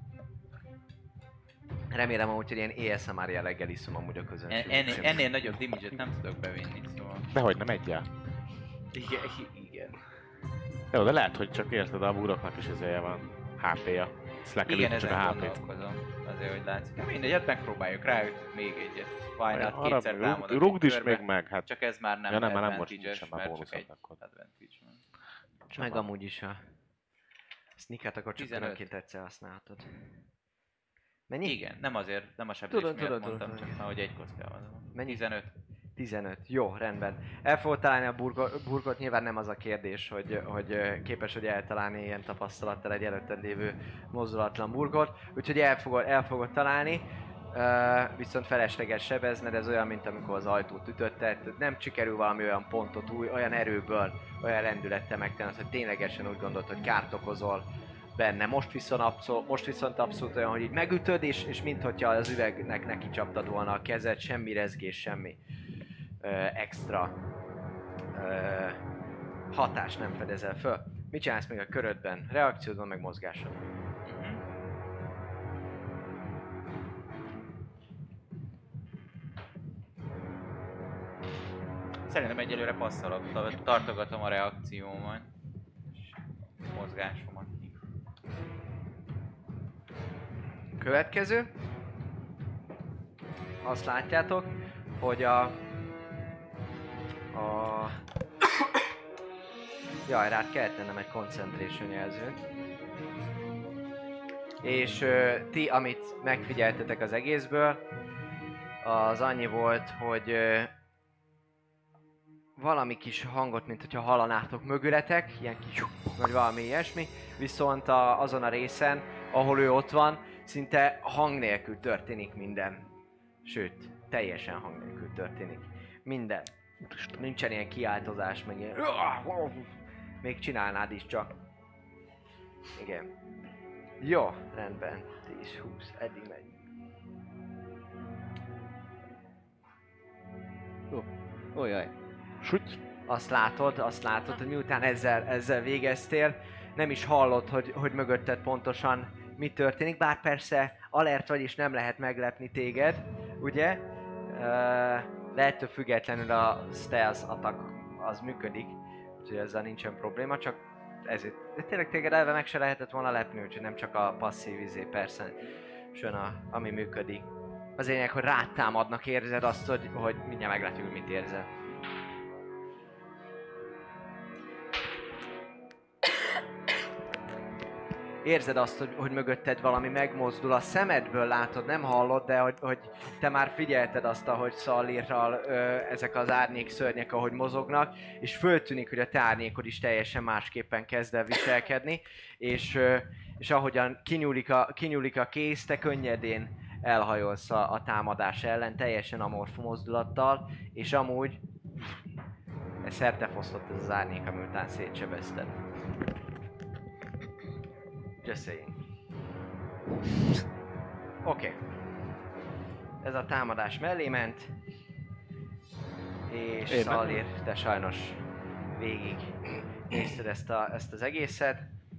Remélem amúgy, hogy ilyen ASMR jelleggel iszom amúgy a közönség. Ennél nagyobb damage-et nem tudok bevinni, szóval... Dehogy nem egyel. Igen. Jó, de lehet, hogy csak érted, a buroknak is ezért van HP-ja. Ezt le kell Igen, ütni csak a ezen HP-t. gondolkozom. Azért, hogy látszik. Na mindegy, hát megpróbáljuk, ráütünk még egyet. Why not? Arra Kétszer támadok egy rugd is körbe. még meg, hát Csak ez már nem Ja, nem, már nem most advantage-es, nincsen már mert bónuszod csak egy akkor. advantage van. Meg amúgy is a sneaket akkor csak 15. különként egyszer használhatod. Mennyi? Igen, nem azért, nem a sebzés Tudom, miatt tudom, mondtam, tudom. csak már, hogy egy kockával van. Mennyi? 15. 15. Jó, rendben. El fogod találni a burkot, nyilván nem az a kérdés, hogy képes vagy eltalálni ilyen tapasztalattal egy előtted lévő mozdulatlan burkot, úgyhogy el fogod találni, viszont felesleges sebezned, ez olyan, mint amikor az ajtót ütötted, nem sikerül valami olyan pontot, olyan erőből, olyan lendülettel megtenni, hogy ténylegesen úgy gondolod, hogy kárt okozol benne. Most viszont abszolút olyan, hogy így megütöd, és minthogyha az üvegnek neki csaptad volna a kezed, semmi rezgés, semmi extra hatást nem fedezel föl. Mit csinálsz még a körödben? Reakciódban, meg mozgásod? Szerintem egyelőre passzolok, tartogatom a reakciómat. És mozgásomat. Következő. Azt látjátok, hogy Jaj, rád kell tennem egy concentration jelzőt. És ti, amit megfigyeltetek az egészből, az annyi volt, hogy valami kis hangot, mint hogyha hallanátok mögületek, ilyen kis vagy valami ilyesmi, viszont azon a részen, ahol ő ott van, szinte hang nélkül történik minden. Sőt, teljesen hang nélkül történik minden. Nincsen ilyen kiáltozás, meg ilyen... Még csinálnád is csak. Igen. Jó, rendben. 10-20, eddig megy. Ójaj. Süty! Azt látod, hogy miután ezzel végeztél, nem is hallod, hogy mögötted pontosan mi történik, bár persze alert vagy és nem lehet meglepni téged, ugye? De ettől függetlenül a stealth attack az működik, úgyhogy ezzel nincsen probléma, csak ezért. De tényleg téged elve meg se lehetett volna lepni, úgyhogy nem csak a passzív persze option, ami működik. Az lényeg, hogy rád támadnak, érzed azt, hogy mindjárt meglátjuk, mit érzel. Érzed azt, hogy mögötted valami megmozdul, a szemedből látod, nem hallod, de hogy te már figyelted azt, ahogy Szallirral ezek az árnyék szörnyek, ahogy mozognak, és föltűnik, hogy a te árnyékod is teljesen másképpen kezd el viselkedni, és ahogyan kinyúlik a kéz, te könnyedén elhajolsz a támadás ellen, teljesen amorf mozdulattal, és amúgy szertefosztott ez az árnyék, ami után szétsebezted. Just saying. Oké. Ez a támadás mellé ment. És Szallir, te sajnos végig nézted ezt az egészet.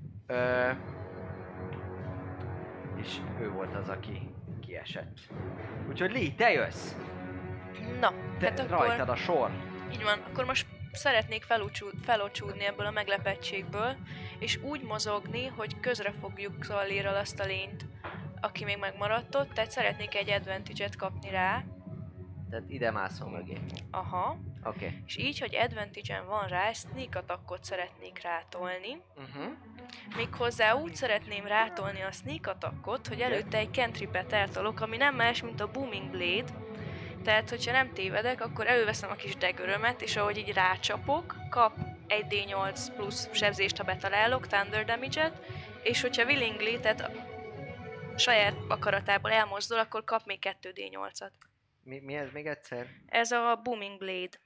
És ő volt az, aki kiesett. Úgyhogy Lee, te jössz! Na, Te hát akkor... rajtad a sor. Így van, akkor most szeretnék felocsúdni ebből a meglepettségből, és úgy mozogni, hogy közre fogjuk Szallirral azt a lényt, aki még megmaradt ott, tehát szeretnék egy advantage-et kapni rá. Tehát ide mászom mögé. Aha. Oké. És így, hogy advantage-en van rá, sneak attackot szeretnék rátolni. Méghozzá úgy szeretném rátolni a sneak attackot, hogy előtte egy cantripet eltolok, ami nem más, mint a Booming Blade. Tehát, hogyha nem tévedek, akkor előveszem a kis daggerömet, és ahogy így rácsapok, kap 1d8 plusz sebzést, ha betalálok, thunder damage-et, és hogyha willingly, tehát saját akaratából elmozdul, akkor kap még 2d8-at. Mi ez még egyszer? Ez a Booming Blade.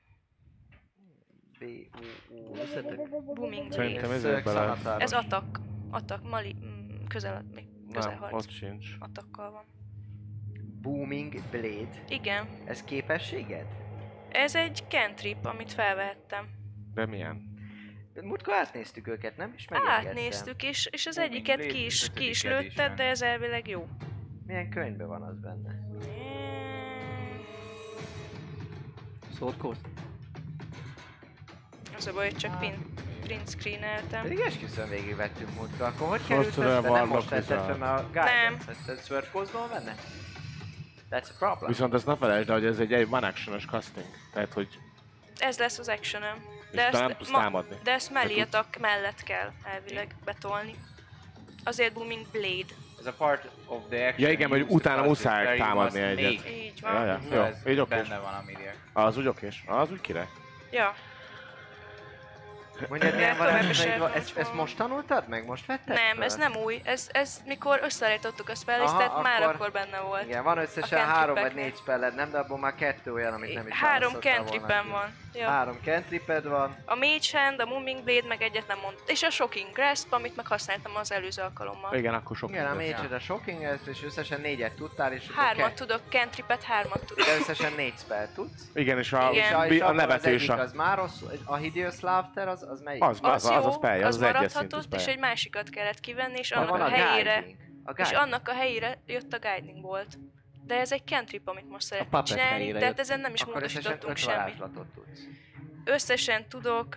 Booming Szerintem Blade. ezért bele... Ez attack, Mali, közel, még közel Nem, harc. ott sincs. Attakkal van. Booming Blade. Igen. Ez képességed? Ez egy cantrip, amit felvehettem. De milyen? Múltkor átnéztük őket, nem? És megengedtem. Átnéztük, és az Booming egyiket Blade, ki is ötödik lőtted, edition. de ez elvileg jó. Milyen könyvben van az benne? Sword Coast. Az a baj, hogy csak print screeneltem. Pedig esküszöm végigvettünk múltkor, akkor hogy Sorcerer került össze? Nem Warlock most vetted Wizard. fel, mert a guidance-et Sword Coast-ban van benne? That's a problem. Viszont ezt ne felejtsd el, hogy ez egy one action-os casting. Tehát, hogy Ez lesz az actionem. és te nem tudsz támadni. De ezt melee tudsz. attack mellett kell elvileg betolni. Azért Booming Blade. Ez a part of the action. Ja igen, hogy use utána the muszáj classes támadni where you egyet. must make. Így van. Ja, ja. Jó, Jó, ez így okés. benne van a miriek. Az úgy okés. Az úgy király. Ja. Mondjad, milyen Akkor varázslaid van? megviseltem Ezt most tanultad meg? Most vetted Nem, fel? ez nem új. Ez mikor összeállítottuk a spelllist, Aha, tehát már akkor- akkor benne volt. Igen, van összesen A 3 vagy cantripeknek. 4 spelled, nem? De abból már 2 olyan, amit nem is 3 választottál cantripen volna ki. van. Ja. 3 cantriped van. A Mage Hand, a Booming Blade, meg egyet nem mondtam. És a Shocking Grasp, amit meg használtam az előző alkalommal. Igen, akkor sok Igen, a minden. mage a shocking és összesen 4-et tudtál, és akkor 3-at tudok, cantripet 3-at tudok. de összesen 4 spell tudsz. Igen, és a, Igen. És a akkor nevetés az egyik az már rossz, a Hideous Laughter az melyik? az jó, a spell, az egyes szintű maradhatott, és spell. egy másikat kellett kivenni, és Van annak a a helyére... guiding. A És guiding. annak a helyére jött a Guiding Bolt. De ez egy cantrip, amit most szeretnék puppet csinálni, helyére tehát jött. ezen nem is Akkor összesen módosítottunk 5 semmit. varázslatot tudsz. Összesen tudok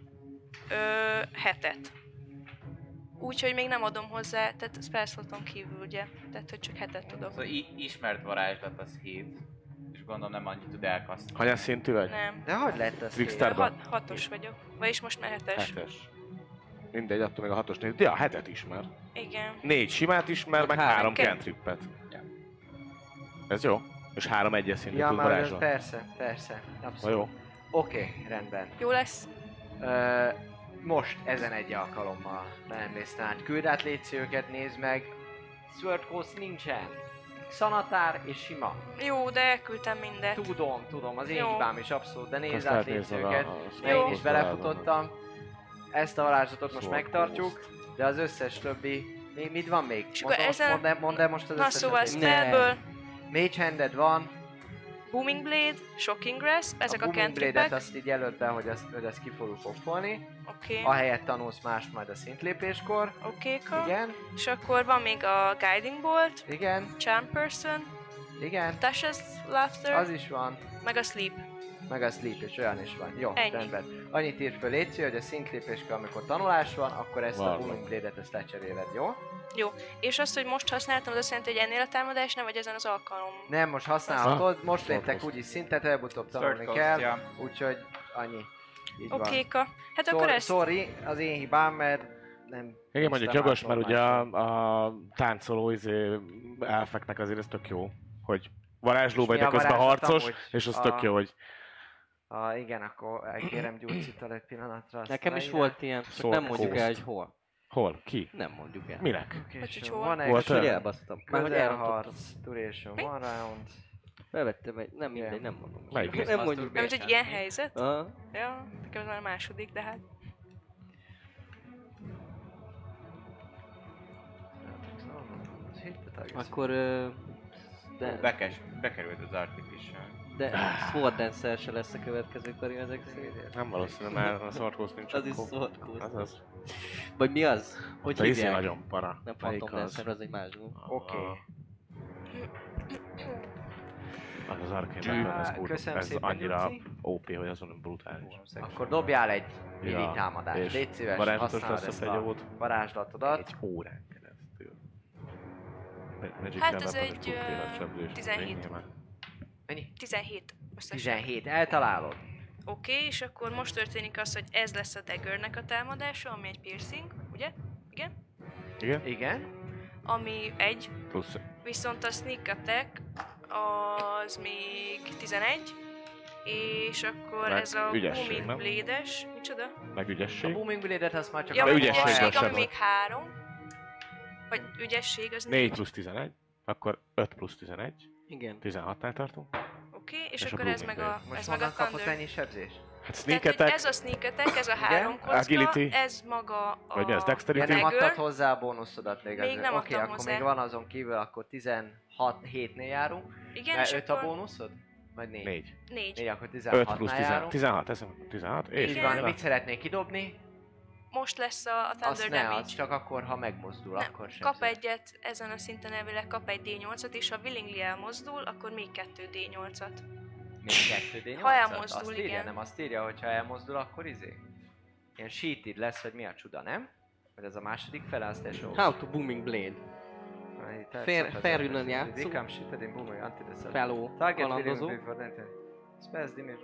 7-et. Úgyhogy még nem adom hozzá, tehát spellsloton kívül ugye, tehát hogy csak 7-et tudok. Szóval ismert varázslat az 7. És gondolom nem annyit tud elkasztani. Hanyas szintű vagy? Nem. De hogy lett ez? Trickster. fél? 6-os vagyok. Vagyis most már 7-es. 7-es. Mindegy, attól még a 6-os néz. Ja, 7-et ismer. Igen. 4 simát ismer, meg 3 Ken- cantrippet. Ja. Ez jó. És 3 egyes szintű Ja, tud már ez varázsolni. persze. Na Abszolút. jó. Oké, rendben. Jó lesz? Most ezen egy alkalommal beemlésztem át. Küld át, légy őket, nézd meg. Sword Coast nincsen. Szanatár és sima. Jó, de elküldtem mindet. Tudom, az én Jó. hibám is abszolút, de nézd Azt át, lehet légy nézned őket. a Én is Sword belefutottam. Ezt a varázslatot most Sword megtartjuk, de az összes többi... Mit van még? És akkor ezen- Mondd el most az Na összes szóval többit. spellből Mage Handed van, Booming Blade, Shocking Grasp, ezek a Booming Blade-et cantripek. azt így jelölt be, hogy azt ki fogjuk poffolni. Oké, Ahelyett tanulsz más majd a szintlépéskor. okéka. Igen, És akkor van még a Guiding Bolt, igen, Charm Person, igen. Tasha's Laughter, Az is van. meg a Sleep. Meg a sleep is, olyan is van. Jó, Ennyi. rendben. Annyit ír föl légy, hogy a szintlépéskor, amikor tanulás van, akkor ezt a Varga. Booming Blade-et ezt lecseréled, jó? És azt, hogy most használtam, az azt jelenti, hogy ennél a támadásnál, vagy ezen az alkalom? Nem, most használhatod, most léptek úgyis szintet, előbb-utóbb tanulni Third kell, cost, ja. úgyhogy annyi. Így van. Okéka. Hát akkor ezt... Sorry, az én hibám, mert nem... Igen, mondjuk nem jogos, látom mert ugye máshol. a táncoló elfeknek azért ez tök jó, hogy varázsló És vagy, mi de a közben varázslat harcos, amúgy? és az A- tök jó, hogy Igen, akkor elkérem gyógycittal egy pillanatra. azt Nekem is leírja. volt ilyen, csak Sword nem mondjuk el, Coast. hogy hol. hol, ki, Nem mondjuk el. minek? Oké, Hogy so hol? van Volt action, Hogy olyan? elbasztam. Már hogy elrontottam. közelharc, duration, Mi? one round. Bevettem egy, nem mindegy, nem mondom. Melyik? Nem mondjuk. Nem, hogy egy ilyen helyzet? Aha. Ja, nekem ez már a második, de hát... Akkor... Bekerült az Artificial. De Sword Dancer se lesz a következő kari ezek szerint. Nem valószínű, mert a Sword Coast nincs Az is akkor. Sword Coast. Az az. Vagy mi az? Hogy De izé hívják? nagyon para. Nem Melyik Phantom az? Dancer, az egy más dolog. Oké. Az Arcane Weapon, ez, Köszönöm ez szépen, annyira Gyuci. OP, hogy azon brutális. Akkor dobjál egy Ja, mini támadást. és Légy szíves, varázslatos használod lesz ezt a a fegyót. varázslatodat. Egy órán keresztül. Hát ez egy, 17. Mennyi? 17 összesen. 17, eltalálod. Oké, és akkor most történik az, hogy ez lesz a daggernek a támadása, ami egy piercing, ugye? Igen? Igen? Igen. Ami egy, Plusz viszont a sneak attack az még 11, és akkor Meg ez a ügyesség, booming nem? blade-es, micsoda? meg A ügyesség. Booming Blade-et azt már csak Ja, De meg ügyesség ügyesség, most ami sem. még 3. Vagy ügyesség, az 4 plusz 11, akkor 5 plusz 11, Igen. 16-nál tartunk. Oké, és És a akkor ez booming meg a, blade. Most ez meg a honnan kapott thunder. ennyi sebzés? Hát sneak Tehát, hogy attack, ez a sneak attack, ez a 3 kocka, agility. ez maga a... vagy mi az, Ja, dexterity? nem Dagger. adtad hozzá a bónuszodat még. Még nem Oké, adtam akkor hozzá. még van azon kívül, akkor 16-7-nél járunk. Igen, Mert és 5 a akkor bónuszod? Vagy 4? 4. 4. 4, akkor 5 plusz 16-nál 10, járunk. 16, ez 16, és Így van, Igen. mit szeretnék kidobni? Most lesz a Thunder Azt ne, Damage. az csak akkor, ha megmozdul, Nem, akkor sem. kap egyet, ezen a szinten elvileg kap egy D8-at, és ha willingly elmozdul, akkor még 2 D8-at. Még 2D8? Ha elmozdul, azt írja, igen. nem azt írja, hogy ha elmozdul, akkor izé. Ilyen sheeted lesz, vagy mi a csuda, nem? Vagy ez a második fele, azt te show. How to Booming Blade. Fairünnön játszunk. Become sheeted in booming anti-desert. Feló Target kalandozó. willing before then. Spells damage.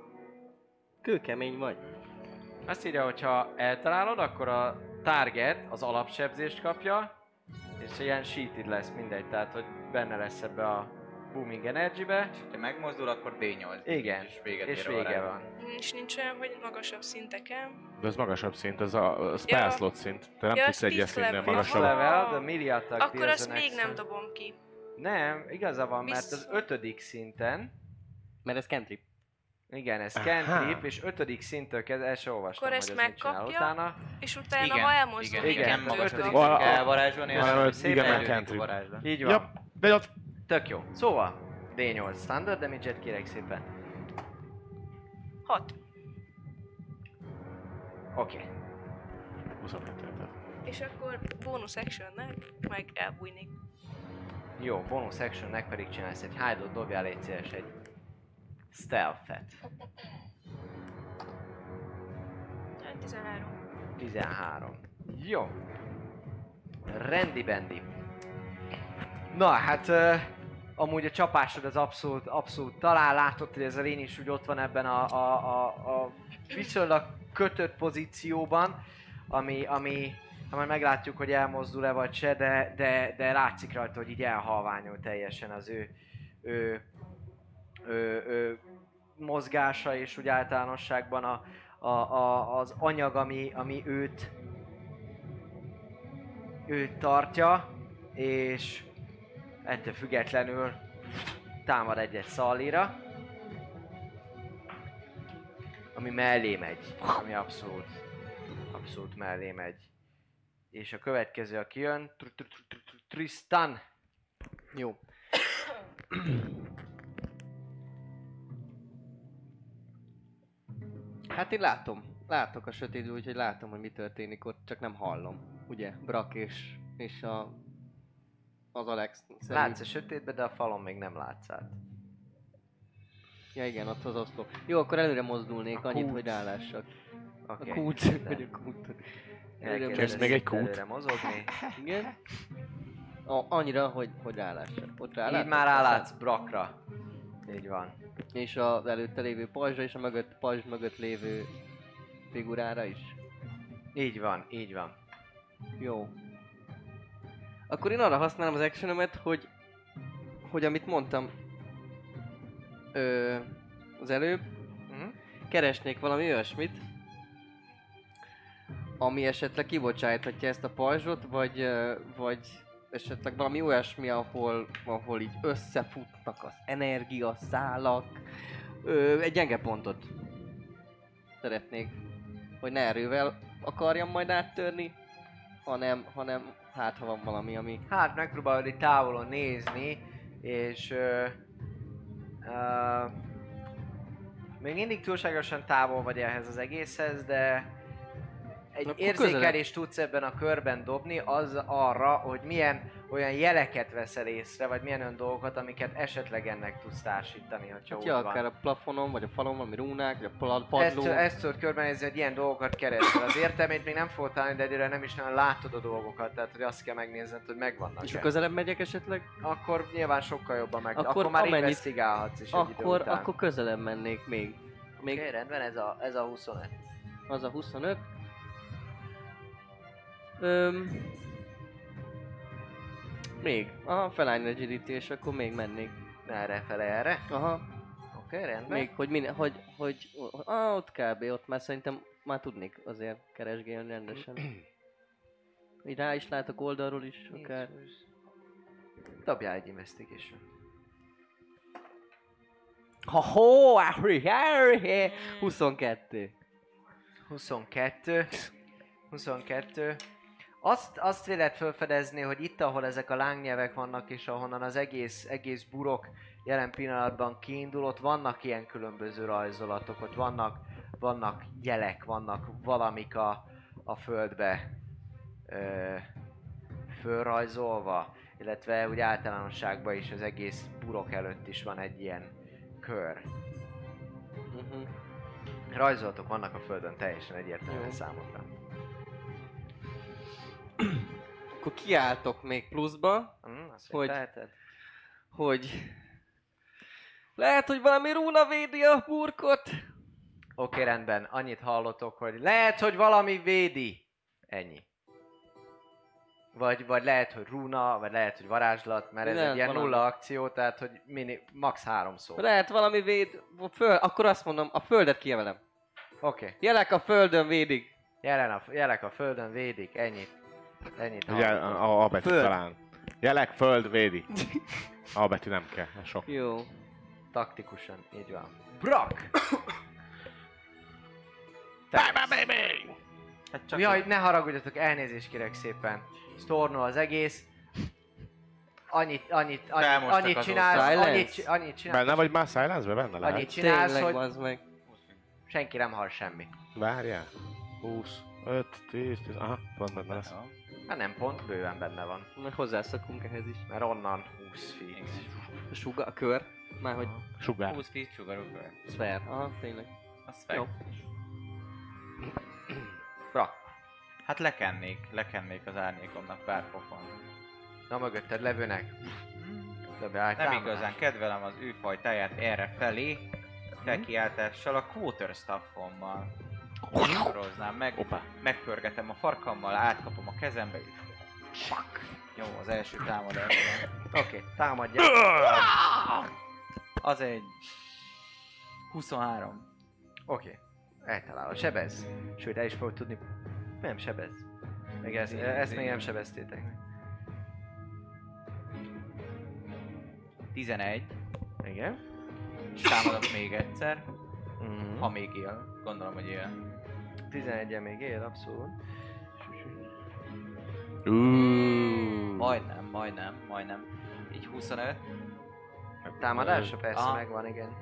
Kőkemény vagy. Azt írja, hogy ha eltalálod, akkor a target az alapsebzést kapja, és ilyen sheeted lesz mindegy, tehát hogy benne lesz ebbe a booming energy-be. Ha megmozdul, akkor D8. Igen, És véget és ér a vége varázs. van. És nincs olyan, hogy magasabb szinteken. De ez magasabb szint, ez a spell Ja. slot szint. Te nem Ja, tudsz az egyes 10 szintnél level. First magasabb. level, the melee attack Akkor deals azt the még next nem one. dobom ki. Nem, igaza van, mert Visz- az 5. szinten, Mert ez cantrip. igen, ez Aha. cantrip, és 5. szinttől kezdve, el sem olvastam, Akkor hogy ezt ez mit csinál megkapja. utána. És utána, Igen, ha elmozdul, igen, még igen, nem kettőt magasabb ötödik kap. Val- szinten kell elvarázsolni, Valami hanem szépen igen, mert fejlődik a cantrip. varázslat. Így van, Ja, de ott tök jó. Szóval, D8 standard damage-et kérek szépen. 6. Oké. 22 És akkor bonus actionnek meg elbújnék. Jó, bonus actionnek pedig csinálsz egy hide-ot, dobjál légy szíves egy stealth-et. 13. 13. Jó. Rendi bendi. Na hát, amúgy a csapásod az abszolút talál, látod, hogy ez a lény is úgy ott van ebben a viszonylag kötött pozícióban, ami meglátjuk, hogy elmozdul-e vagy se, de látszik rajta, hogy így elhalványul teljesen az ő mozgása, és úgy általánosságban az anyag, ami őt tartja, és ettől függetlenül támad egyet Szallira, ami mellé megy, ami abszolút mellé megy. És a következő, aki jön, Tristan. Jó. Hát én látok a sötétből, úgyhogy látom, hogy mi történik ott, csak nem hallom. Ugye, Brak és az Alex. Látsz a sötétbe, de a falon még nem látsz át. Ja igen, ott az oszlop. Jó, akkor előre mozdulnék A annyit, kút. hogy rálássak. Oké. A kút, vagy a kút. Kérsz még egy kút? Előre mozogni. Igen. Annyira, hogy rálássak. Ott rálátsz? Így már rálátsz Brakra. Így van. És az előtte lévő pajzsra és a pajzs mögött lévő figurára is. Így van, így van. Jó. Akkor én arra használom az actionömet, hogy amit mondtam az előbb, keresnék valami olyasmit, ami esetleg kibocsájthatja ezt a pajzsot, vagy esetleg valami olyasmi, ahol így összefutnak az energiaszálak. Egy gyenge pontot szeretnék, hogy ne erővel akarjam majd áttörni, hanem hát ha van valami, ami... Hát megpróbálod itt távolon nézni, és még mindig túlságosan távol vagy ehhez az egészhez, de egy Akkor érzékelést tudsz ebben a körben dobni az arra, hogy milyen olyan jeleket veszel észre, vagy milyen olyan dolgokat, amiket esetleg ennek tudsz társítani, hogyha Hát úgy ja, van. akár a plafonon, vagy a falon valami rúnák, vagy a padló. Ezt tudod körbenézni, hogy ilyen dolgokat keresel. Az értelmét még nem fogod találni, de egyre nem is nagyon látod a dolgokat, tehát hogy azt kell megnézned, hogy megvannak. És ha közelebb megyek esetleg? Akkor nyilván sokkal jobban meg. Akkor Akkor már amennyit- investigálhatsz is egy idő után. Akkor közelebb mennék még. Oké, rendben, ez a 25. Az a 25. Még. Aha, felállni agility, és akkor még mennék. Erre. Aha. Oké, rendben. Még, hogy ott kb. Ott már szerintem már tudnék azért keresgélni rendesen. Így rá is látok oldalról is, akár. Dobjál egy investigation. Ha-ho! Harry! 22. 22. Azt véled felfedezni, hogy itt, ahol ezek a lángnyelvek vannak, és ahonnan az egész burok jelen pillanatban kiindul, ott vannak ilyen különböző rajzolatok, ott vannak jelek, vannak valamik a földbe fölrajzolva, illetve úgy általánosságban is az egész burok előtt is van egy ilyen kör. Rajzolatok vannak a földön teljesen egyértelműen Jó. számomra. Akkor kiálltok még pluszba, Azt Hogy- teheted? hogy... Lehet, hogy valami rúna védi a burkot? Oké, rendben. Annyit hallotok, hogy lehet, hogy valami védi. Ennyi. Vagy lehet, hogy rúna, vagy lehet, hogy varázslat, mert ez Nem, egy ilyen valami. nulla akció, tehát hogy max 3 szó. Lehet valami véd... Akkor azt mondom, a földet kiemelem. Oké. Jelek a földön védik. Jelek a földön védik, ennyit. Ugye hallotok. A betű Föld. talán. Jelek, föld, védi. A betű nem kell, ez sok. Jó. Taktikusan, így van. Brak! Hát csak Jaj, ne haragudjatok, elnézést kérek szépen. Storno az egész. Felmostak Annyit az csinálsz, Silence. annyit csinálsz, Benne vagy már Silence-be? Benne lehet. annyit csinálsz, Tényleg, hogy bazd meg. senki nem hall semmi. Várjál. 20, 5, 10, 10, aha, pont benne lesz. Hát nem pont, bőven benne van. Meg hozzászokunk ehhez is. Mert onnan 20 feet. A suga, a kör. Márhogy Sugár. 20 feet sugarokra. szfér. Aha, tényleg. Az fel. Jó. Brak. Hát lekennék az árnyékomnak pár pofont. Na mögötted levőnek. Nem igazán kedvelem az ő fajtáját erre felé. Felkiáltással a quarterstaffommal soroznám meg. Opa. Megpörgetem a farkammal, átkapom a kezembe és fuck. Jó, az első támadás. Oké, támadja. Az egy 23. Oké. Eltalálod. Sebez. Sőt, el is fogod tudni. Nem sebez. Meg ezt még nem sebeztétek meg. 11. Igen. És támadok még egyszer, Mhm. ha még él. Gondolom, hogy él. 11-en még él, abszolút. Majdnem. Így 25. Támadásra persze Aha. megvan, igen.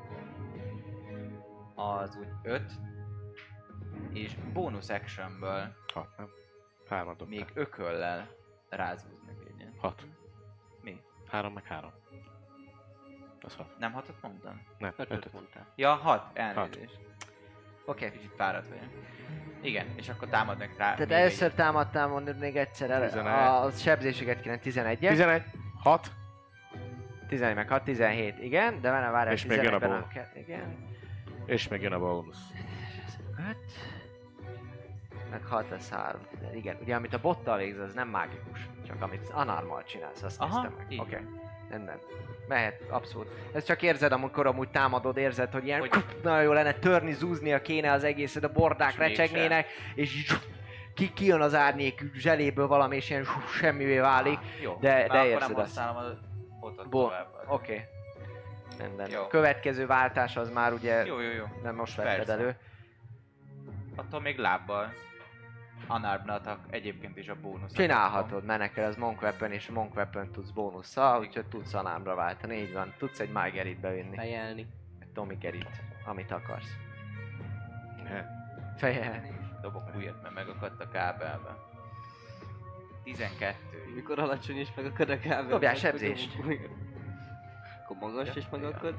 Az úgy 5. És bonus actionből 6, nem? 3 még ököllel rázúznak egyet. 6. Mi? 3 meg 3. Az 6. Nem 6-ot mondtam? Nem, 5 5. mondtál. Ja, 6. Elnézést. Oké. Kicsit fáradt vagyok. Igen, és akkor támadnak rá. Tehát még először támadtál mondani még egyszer 11. a sebzéseket kéne 11-et. 11, 6, 11 meg 6, 17, igen, de várjál, És még jön a 11-ben bónusz. igen. és még jön a bónusz. 5, meg 6, ez 3, igen. Ugye amit a bottal végz, az nem mágikus, csak amit unarmal csinálsz, azt Aha, néztem meg. így. Oké. Rendben. Mehet, abszolút. Ezt csak érzed, amikor amúgy támadod, érzed, hogy ilyen nagyon jó lenne törni, zúznia kéne az egészet, a bordák És recsegnének, és így kijön az árnyék zseléből valami, és ilyen semmivé válik. Jó, de már akkor érzed nem azt. használom a botot Bo- tovább. Oké. Rendben. Jó. Következő váltás az már ugye Jó. nem most vetted Persze. elő. Attól még lábbal. Unarmed attack egyébként is a bónusz. Csinálhatod, mert neked az Monk Weapon és Monk Weapon tudsz bónusszal, úgyhogy tudsz alámra váltani, így van. Tudsz egy Margerit bevinni. Fejelni. Egy Tommy Gerit, amit akarsz. Ne. Fejelni. Dobok újat, mert megakadt a kábelbe. 12. Mikor alacsony is megakad a kábel. Dobjál sebzést. Akkor magas is megakad.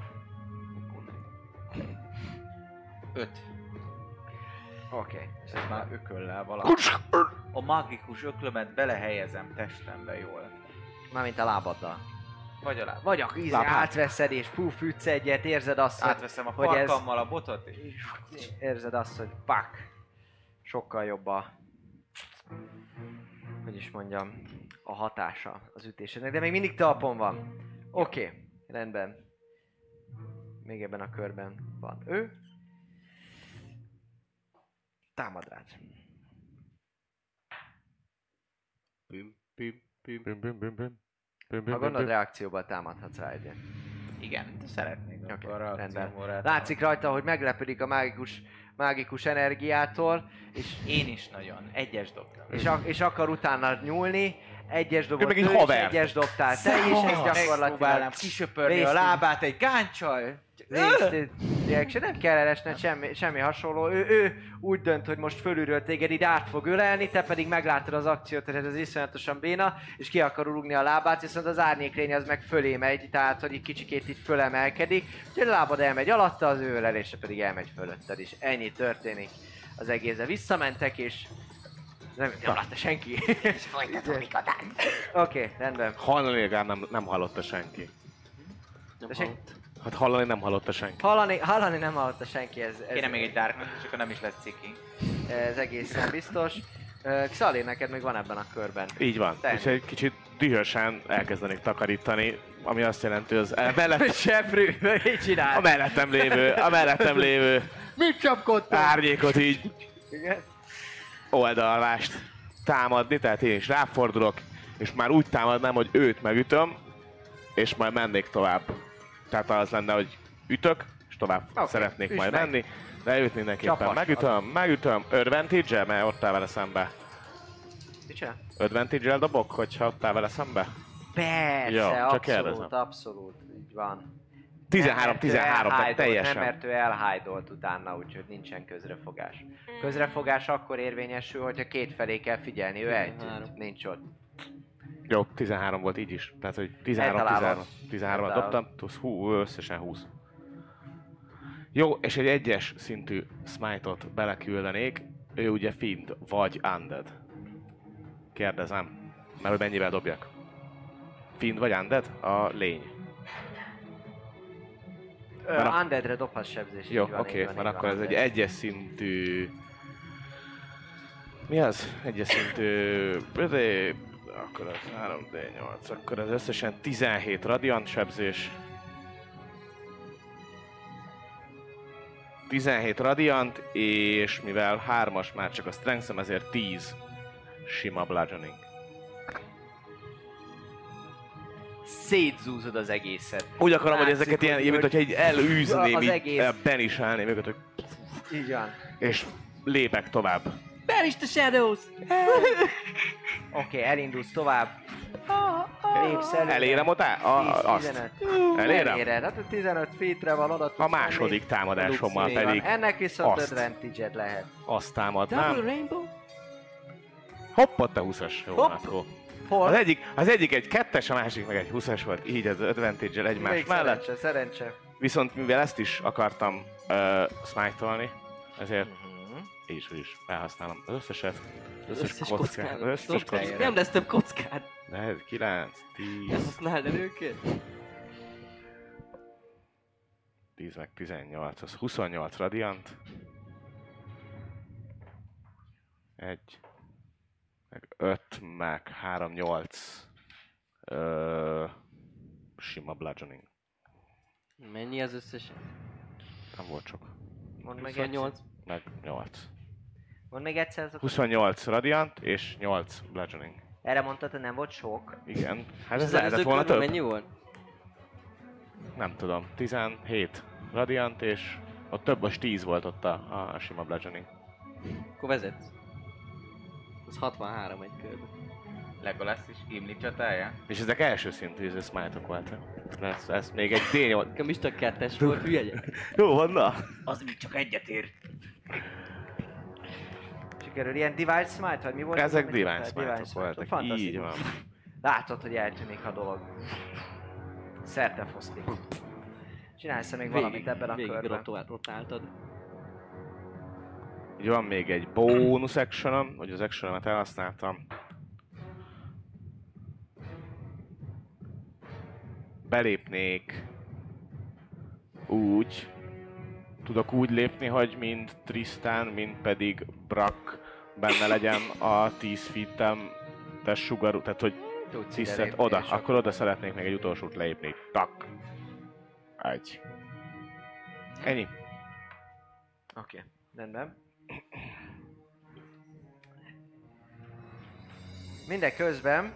5. Oké. És ez már ököllel valami. A magikus öklömet belehelyezem testembe jól. Mármint a lábaddal. Vagy a láb. Vagy a átveszed és puf, ütsz egyet, érzed azt, hogy Átveszem a hogy ez- farkammal a botot, és érzed azt, hogy pak, sokkal jobb a, hogy is mondjam, a hatása az ütésednek, de még mindig talpon van. Oké, rendben. Még ebben a körben van ő. Támad rád. Püm, püm, püm. Büm, büm, büm, büm. Büm, büm, Ha büm, gondolod, büm. reakcióban támadhatsz rá egyet. igen, de szeretnék Oké, akkor a rendben. reakciómról Látszik rajta, hogy meglepedik a mágikus energiától, és Én is nagyon. Egyes dobtam. és akar utána nyúlni, egyes dobott meg egy ő, és haver. egyes dobtál te is, ez gyakorlatilag Megpróbálnám kisöpörni a Wasted. lábát egy gáncsal. wasted reaction, nem kell elesned semmi hasonló, ő úgy dönt, hogy most fölülről téged így át fog ölelni, te pedig meglátod az akciót, tehát ez iszonyatosan béna, és ki akar rúgni a lábát, viszont az árnyéklény az meg fölé megy, tehát hogy egy kicsikét itt fölemelkedik, úgyhogy a lábad elmegy alatta, az ő ölelése pedig elmegy fölötted, és ennyi történik az egészre. Visszamentek, és nem látta senki. És folytatódik a tánc. Oké, rendben. Hallani legalább nem hallotta senki. Nem Tessék? hallott. Hát hallani nem hallotta senki. Hallani nem hallotta senki, ez Kéne még egy Darknot, és akkor nem is lesz ciki. ez egészen biztos. Xali, neked még van ebben a körben. Így van. Tenni. És egy kicsit dühösen elkezdenék takarítani, ami azt jelenti, hogy az Seprű, mit csinál? a mellettem lévő Mit csapkodtál? árnyékot így Igen. oldalvást támadni, tehát én is ráfordulok, és már úgy támadnám, hogy őt megütöm, és majd mennék tovább. Tehát az lenne, hogy ütök, és tovább Oké, szeretnék üsd majd meg. menni, de őt mindenképpen Csapas. megütöm, advantage-el, mert ott áll vele szembe. Mit csinál? Advantage-el dobok, hogyha ott áll vele szembe? Persze, Jó, csak abszolút, kérdezem. abszolút, így van. 13, tehát teljesen. Nem, mert ő elhájdolt utána, úgyhogy nincsen közrefogás. Közrefogás akkor érvényesül, hogyha két felé kell figyelni, ő 13. eltűnt, nincs ott. Jó, 13 volt így is. Tehát, hogy Eltalálod. 13 Eltalálod. dobtam, plusz összesen 20. Jó, és egy egyes szintű smite-ot beleküldenék. Ő ugye fiend, vagy undead. Kérdezem, mert hogy mennyivel dobjak? Fiend vagy undead? A lény. Mert a- Undeadre dobhatsz sebzést. Jó, így van, oké, így van, mert így akkor van, ez egy undead. egyes szintű... Mi az? Egyes szintű... Akkor az 3D8, akkor az összesen 17 radiant sebzés. 17 radiant, és mivel 3-as már csak a strength ezért 10 sima bludgeoning. Szétzúzod az egészet. Úgy akarom, hogy Látszik, ezeket ilyen, hogy- mint hogyha így elűzném, az így egész- benisálném őket, hogy- Így van. és lépek tovább. Banish the shadows! Oké, elindulsz tovább. Lépsz előre. Elérem ott 10, azt. 15. Elérem? Eléred, hát a 15 feetre van, oda tudsz A menni. második támadásommal Így van. pedig Ennek viszont azt. advantage-ed lehet. azt Double támadnám. rainbow? Hopp, ott a 20-as. Jó, Hopp. akkor Hol? Az egyik egy 2-es, a másik meg egy 20-as volt, így az advantage-el egymás Még mellett. szerencse. Viszont mivel ezt is akartam smite-olni, ezért így is felhasználom az összeset. Az összes kockát. Az összes kockát. Nem lesz több kockád. De ez 9, 10, Használd el őket. 10 meg 18, az 28 radiant. 1, meg 5, meg 3, 8. Sima bludgeoning. Mennyi az összes? Nem volt sok. Mondd meg 28. Meg 8. Mondd még egyszer azokat. 28 radiant és 8 bludgeoning. Erre mondtad, hogy nem volt sok? Igen. Hát És ez az lehetett előző volna körben több. mennyi volt? Nem tudom. 17 radiant és ott több, most 10 volt ott a sima bludgeoning. Akkor vezetsz. Az 63 egy körben. Legolas is Gimli csatája? És ezek első szintű smite-ok voltak. Ez még egy D8. Nekem is csak 2-es volt, hülye gyerek. Jó van, na. Az még csak egyet ér. Sikerül ilyen Divine Smite, vagy mi volt? Ezek az, Divine amit Smite-ok Smite. voltak. Fantasztikus. Így van. Látod, hogy eltűnik a dolog. Szerte foszlik. Csinálsz még valamit ebben a körben? Rotáltad. Így van még egy bonus actionom, hogy az actionomat elhasználtam. Belépnék úgy, tudok úgy lépni, hogy mind Tristan, mind pedig Brack benne legyen a 10 feet-em sugarú, tehát hogy Tudsz tisztelt ide lépni, oda, és akkor oda szeretnék még egy utolsót lépni. Tak. Egy. Ennyi. Oké, rendben. Mindeközben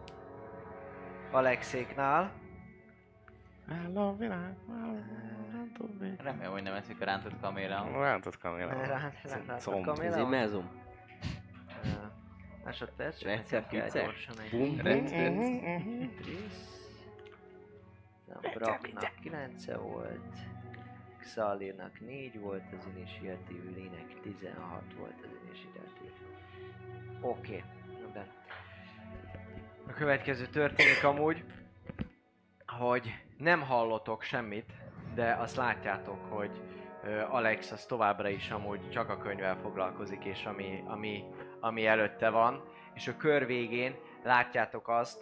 Alexéknál Állom világ, Remélem, hogy nem eszik a rántott kaméra. rántott kamélám. Rántott Comb. kamélám. Ez egy mezum. Másodperc, csak Rendszer nekem kell ficek. gyorsan egy Bum, Rendszer. Brocknak 9 volt, Xalirnak 4 volt, az initiatív, Lének 16 volt az initiatív. Oké, rendben. A következő történik amúgy, hogy nem hallotok semmit, de azt látjátok, hogy Alex az továbbra is amúgy csak a könyvvel foglalkozik, és ami előtte van, és a kör végén látjátok azt,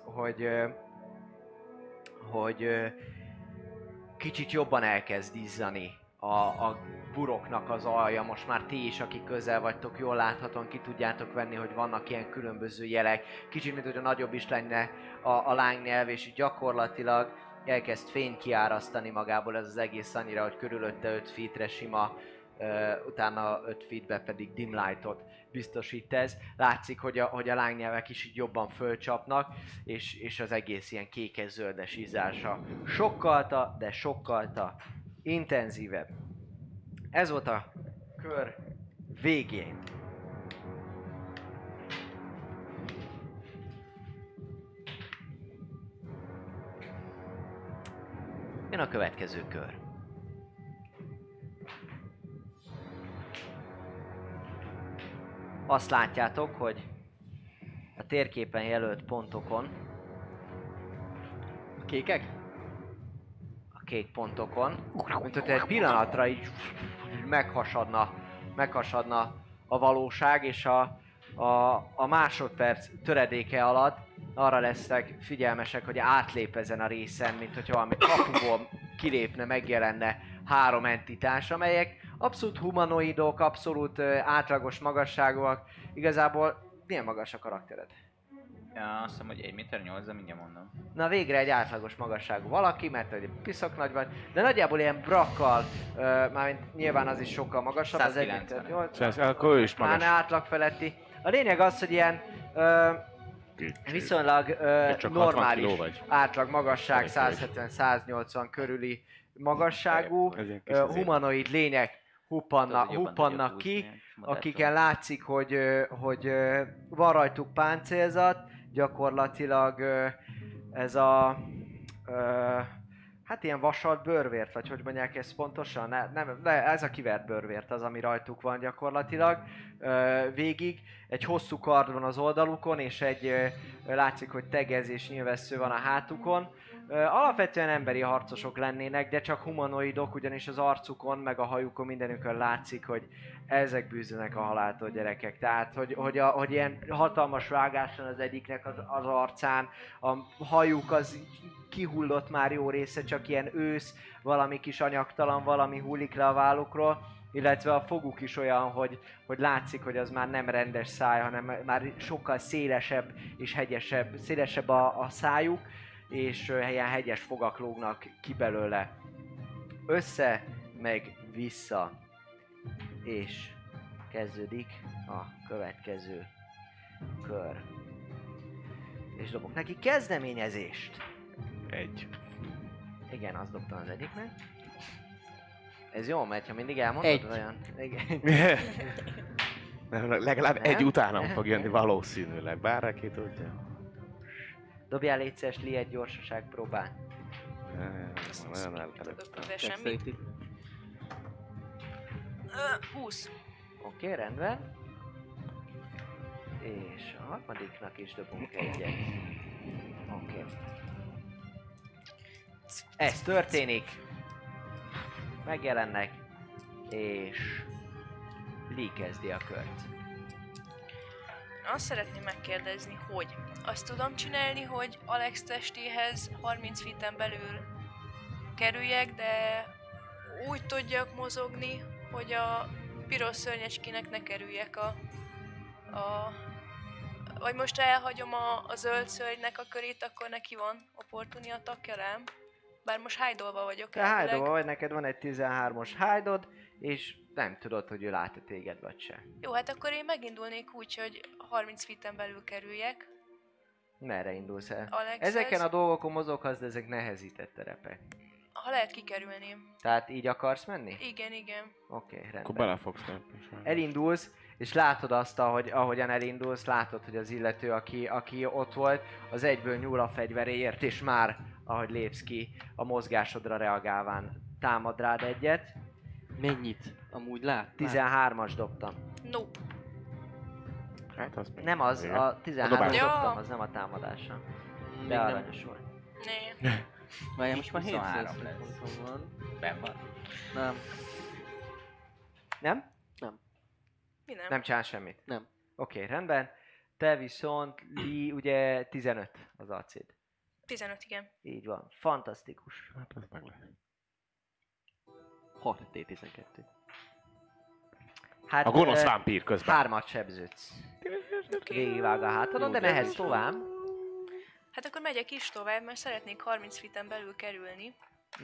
hogy kicsit jobban elkezd izzani a buroknak az alja. Most már ti is, akik közel vagytok, jól láthatóan ki tudjátok venni, hogy vannak ilyen különböző jelek. Kicsit, mint hogy a nagyobb is lenne a lángnyelv, és így gyakorlatilag elkezd fényt kiárasztani magából ez az egész annyira, hogy körülötte 5 feetre sima, utána 5 feetbe pedig dim lightot biztosít ez. Látszik, hogy a lángnyelvek is így jobban fölcsapnak, és az egész ilyen kékes-zöldes ízása sokkalta, de sokkalta intenzívebb. Ez volt a kör végén. Jön a következő kör. Azt látjátok, hogy a térképen jelölt pontokon, A kékek? a kék pontokon, mint hogy egy pillanatra így meghasadna a valóság, és a másodperc töredéke alatt arra lesznek figyelmesek, hogy átlép ezen a részen, mint hogyha valami kapuból kilépne, megjelenne 3 entitás, amelyek abszolút humanoidok, abszolút átlagos magasságúak. Igazából milyen magas a karaktered? Ja, azt hiszem, hogy 1,8 méter, de mindjárt mondom. Na végre egy átlagos magasságú valaki, mert egy piszok nagy vagy, de nagyjából ilyen brakkal, mármint nyilván az is sokkal magasabb, az 1,8 m. Akkor ő is magas. Pláne átlag feletti. A lényeg az, hogy ilyen viszonylag Csak 60 normális kiló vagy. átlag magasság, Elég kevés. 170-180 körüli magasságú, Ez ilyen kis izé. humanoid lények huppannak ki, akiken látszik, hogy van rajtuk páncélzat, gyakorlatilag ez a hát ilyen vasalt bőrvért, vagy hogy mondják ezt pontosan? Nem, ez a kivert bőrvért az, ami rajtuk van gyakorlatilag. Végig egy hosszú kard van az oldalukon, és látszik, hogy tegez és nyilvessző van a hátukon. Alapvetően emberi harcosok lennének, de csak humanoidok, ugyanis az arcukon, meg a hajukon, mindenükön látszik, hogy ezek bűzönek a haláltól, gyerekek. Tehát, hogy ilyen hatalmas vágás van az egyiknek az arcán, a hajuk az kihullott már jó része, csak ilyen ősz, valami kis anyagtalan, valami hullik le a vállukról, illetve a foguk is olyan, hogy látszik, hogy az már nem rendes száj, hanem már sokkal szélesebb és hegyesebb, szélesebb a szájuk, és ilyen hegyes fogak lógnak ki belőle. Össze, meg vissza. És kezdődik a következő kör. És dobok neki kezdeményezést. 1. Igen, azt dobtam az egyiknek. Ez jó megy, ha mindig elmondod Egy. olyan. Igen. Legalább Nem? egy utánam fog jönni valószínűleg, bár ki tudja. Dobjál légy szíves, Lee, egy gyorsaság próbál. Nagyon elfelejtettem. De semmit. 20. Oké, rendben. És a harmadiknak is dobunk egyet. Oké. Ez történik. Megjelennek. És Lee kezdi a kört. Azt szeretném megkérdezni, hogy azt tudom csinálni, hogy Alex testéhez 30 feet-en belül kerüljek, de úgy tudjak mozogni, hogy a piros szörnyecskének ne kerüljek vagy most elhagyom a zöld szörnynek a körét, akkor neki van opportuni attackja rám. Bár most hide-olva vagyok Te elvileg. hide vagy, neked van egy 13-os hide és nem tudod, hogy ő lát-e téged vagy se. Jó, hát akkor én megindulnék úgy, hogy 30 feet-en belül kerüljek. Merre indulsz el? Alexhez. Ezeken a dolgokon mozoghatsz, de ezek nehezített terepek. Ha lehet, kikerülném. Tehát így akarsz menni? Igen. Oké, rendben. Akkor bele fogsz lépni. Elindulsz, és látod azt, ahogyan elindulsz, látod, hogy az illető, aki ott volt, az egyből nyúl a fegyveréért, és már, ahogy lépsz ki, a mozgásodra reagálván támad rád egyet. Mennyit? Amúgy lát? 13-as dobtam. Nope. Hát az még. Nem az, Igen. a 13-as dobás. dobtam, az nem a támadása. De nem. aranyos volt. Né. Várjál, most már 23 700 lesz. pontom van. Ben van. Nem, Nem? Mi nem? Nem csinál semmit. Nem. Oké, rendben. Te viszont, Lee, ugye 15 az AC-d. 15, igen. Így van. Fantasztikus. Hát ez meg lesz. 6D12. Hát, A gonosz vámpír közben. 3-at sebződsz. Végigvág a hátadon, de mehetsz tovább. Hát akkor megyek is tovább, mert szeretnék 30 feet-en belül kerülni.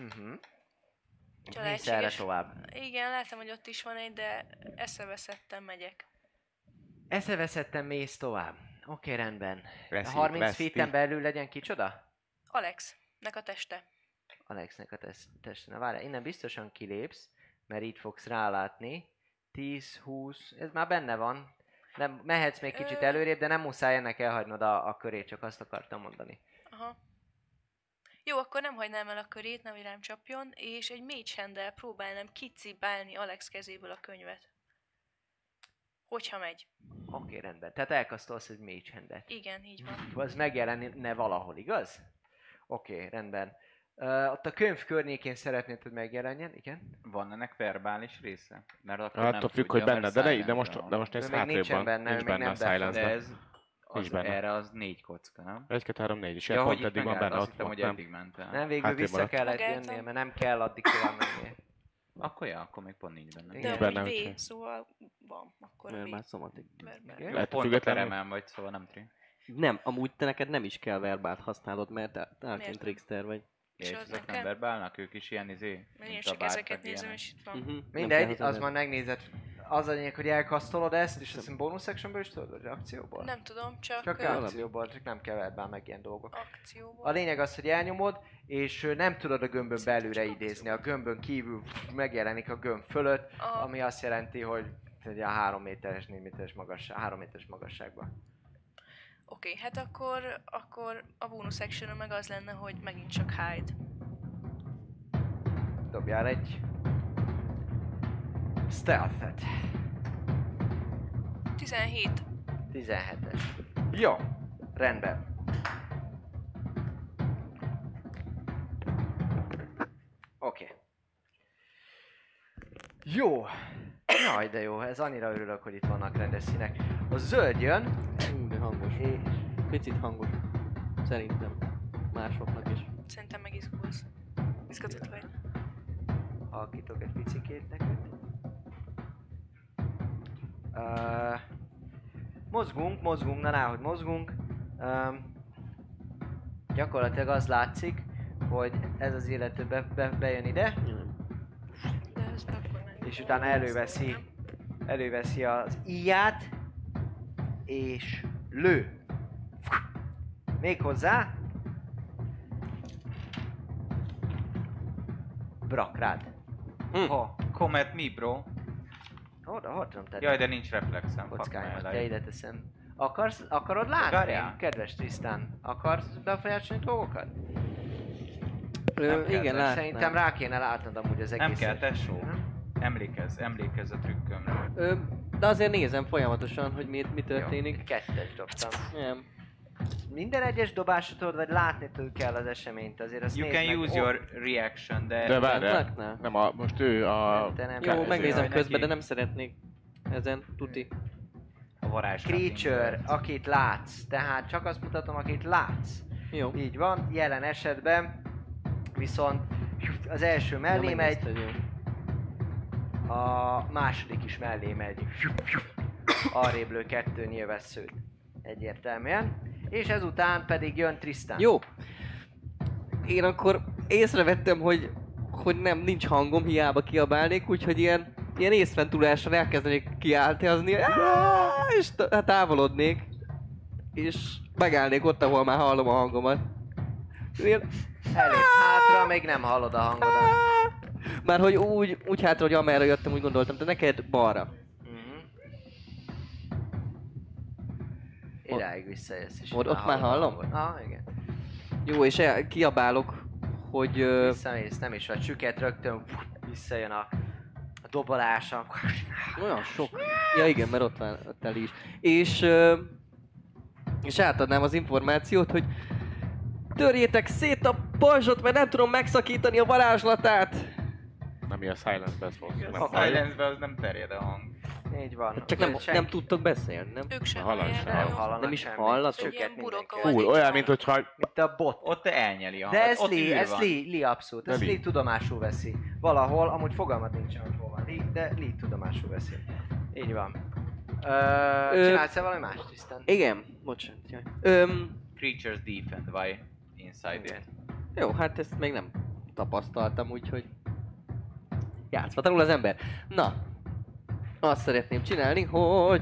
Ha mész erre tovább. Igen, látom, hogy ott is van egy, de eszeveszettem megyek. Eszeveszettem mész tovább. Oké, rendben. Veszi, 30 veszti. feet-en belül legyen kicsoda? Alexnek a teste. Alexnek a teste. Na várjál, innen biztosan kilépsz, mert így fogsz rálátni. 10, 20, ez már benne van. Nem, mehetsz még kicsit előrébb, de nem muszáj ennek elhagynod a körét, csak azt akartam mondani. Aha. Jó, akkor nem hagynám el a körét, nehogy rám csapjon, és egy mage hand-del próbálnám kicibálni Alex kezéből a könyvet. Hogyha megy. Oké, rendben. Tehát elkasztolsz egy mage handet. Igen, így van. Az megjelenne valahol, igaz? Oké, rendben. Ott a könyv környékén szeretnéd, hogy megjelenjen, igen? Van ennek verbális része? Mert akkor Hát nem attól függ, tudja, hogy benne, mert de silence most ez Ő még hátrébb nincsen van. benne, Nincs ő még benne a nem silence De ez Nincs az, benne. erre az 4 kocka, nem? 1, 2, 3, 4 is. Ja, Pont hogy eddig itt van megállt, benne, azt ott hittem, volt, hogy nem. eddig ment el. Nem, végül Hátrébb vissza maradt. kellett Megálltam. jönnie, mert nem kell addig tovább mennie. Akkor ja, akkor még pont nincs benne. Igen. De Nincs benne, amúgy úgyhogy. V, szóval van. Akkor Mert V. már szomatik. Verbál. Igen? Lehet Pont a függetlenül. peremen vagy, szóval nem tri. Nem, amúgy te neked nem is kell verbált használod, mert te Miért Arcane nem? Trickster vagy. És És az ezek nekem? nem verbálnak, ők is ilyen Mert én mint a csak ezeket bárcsak nézem, ilyenek. és itt van. Nem Mindegy, kell az hozzá- már megnézed. Az a lényeg, hogy elkasztolod ezt, és azt hiszem bonus sectionből is tudod, vagy akcióból? Nem tudom, csak Csak ö, akcióból, csak nem kell ebben meg ilyen dolgok. akcióból. A lényeg az, hogy elnyomod, és nem tudod a gömbön belőle idézni. A gömbön kívül megjelenik a gömb fölött, ami azt jelenti, hogy egy 3 méteres, 4 méteres magasság, 3 méteres magasságban. Oké, hát akkor a bonus action meg az lenne, hogy megint csak hide. dobjál egy stealth-et. 17. 17-es. Jó, rendben. Oké. Jó. Jaj, de jó, ez annyira örülök, hogy itt vannak rendes színek. A zöld jön, De hangos. és Picit hangos. Szerintem. Másoknak is. Szerintem megizgulsz. Izgatott vagy. halkítok egy picikét neked. Mozgunk, na hogy mozgunk. Gyakorlatilag az látszik, hogy ez az illető bejön ide, De ez akkor nem. és utána előveszi az íját, és lő. Méghozzá brak rád. Ha, come at me, bro. Hol tudom tenni? Jaj, de nincs reflexem. fuck Kockáimat, my te life. ide teszem. Akarod látni, Várjál. kedves Tristan? Akarsz befolyásolni dolgokat? Nem kell, Igen, de látnám. Szerintem rá kéne látnod amúgy az egészet. Nem kell, tesó. Nem? Emlékezz a trükkömre. De azért nézem folyamatosan, hogy mi történik. Jó, kettes dobtam. Nem. Minden egyes dobásodod, vagy látni kell az eseményt, azért azt You nézd can meg. use your reaction, De de... várjál, Látnál? nem most ő a... Te nem. Jó, Ezért megnézem vagy közben, neki. de nem szeretnék ezen tuti. A varázs. Creature, akit látsz. Tehát csak azt mutatom, akit látsz. Jó. Így van, jelen esetben viszont az első mellé megy, megnézted, jó. a második is mellé megy. Arrébb lő 2 nyilvesszőt. Egyértelműen. És ezután pedig jön Tristan. Jó. Én akkor észrevettem, hogy nincs hangom, hiába kiabálnék, úgyhogy ilyen észreventulásra elkezdenék kiáltázni, és távolodnék, és megállnék ott, ahol már hallom a hangomat. Ilyen, Elépsz hátra, még nem hallod a hangodat. már hogy úgy hátra, hogy amerre jöttem, úgy gondoltam, de neked balra. Idáig visszajössz is. Ott már hallom? Igen. Jó, és kiabálok, hogy... Visszamész, nem is vagy süket, rögtön visszajön a dobolása. Olyan sok. Ja igen, mert ott van ott el is. És átadnám az információt, hogy törjétek szét a pajzsot, mert nem tudom megszakítani a varázslatát. Nem ilyen silence-ben szólsz. nem A halljuk. silence-be az nem terjed a hang. Így van. Csak nem Senki nem tudtok beszélni, nem? Ők sem Hallan hallják. sem. nem jó? hallanak Nem is semmit. hallatok? Süket Ilyen mindenki. buroka hall. vagy. Fú, nincs olyan, hang. mint hogyha... Mint a bot. Ott elnyeli a De hangot. ez Ott Lee, űr ez van. Lee abszolút. Ez De Lee Lee. tudomásul veszi. Valahol, amúgy fogalmat nincsen, hogy hol van Lee, de Lee tudomásul veszi. Így van. Csinálsz-e valami más, Tristan? Igen, bocsánat. Jaj. Creatures defend by inside it. Jó, hát ezt még nem tapasztaltam, úgyhogy... Játszva tanul az ember. Na, azt szeretném csinálni, hogy...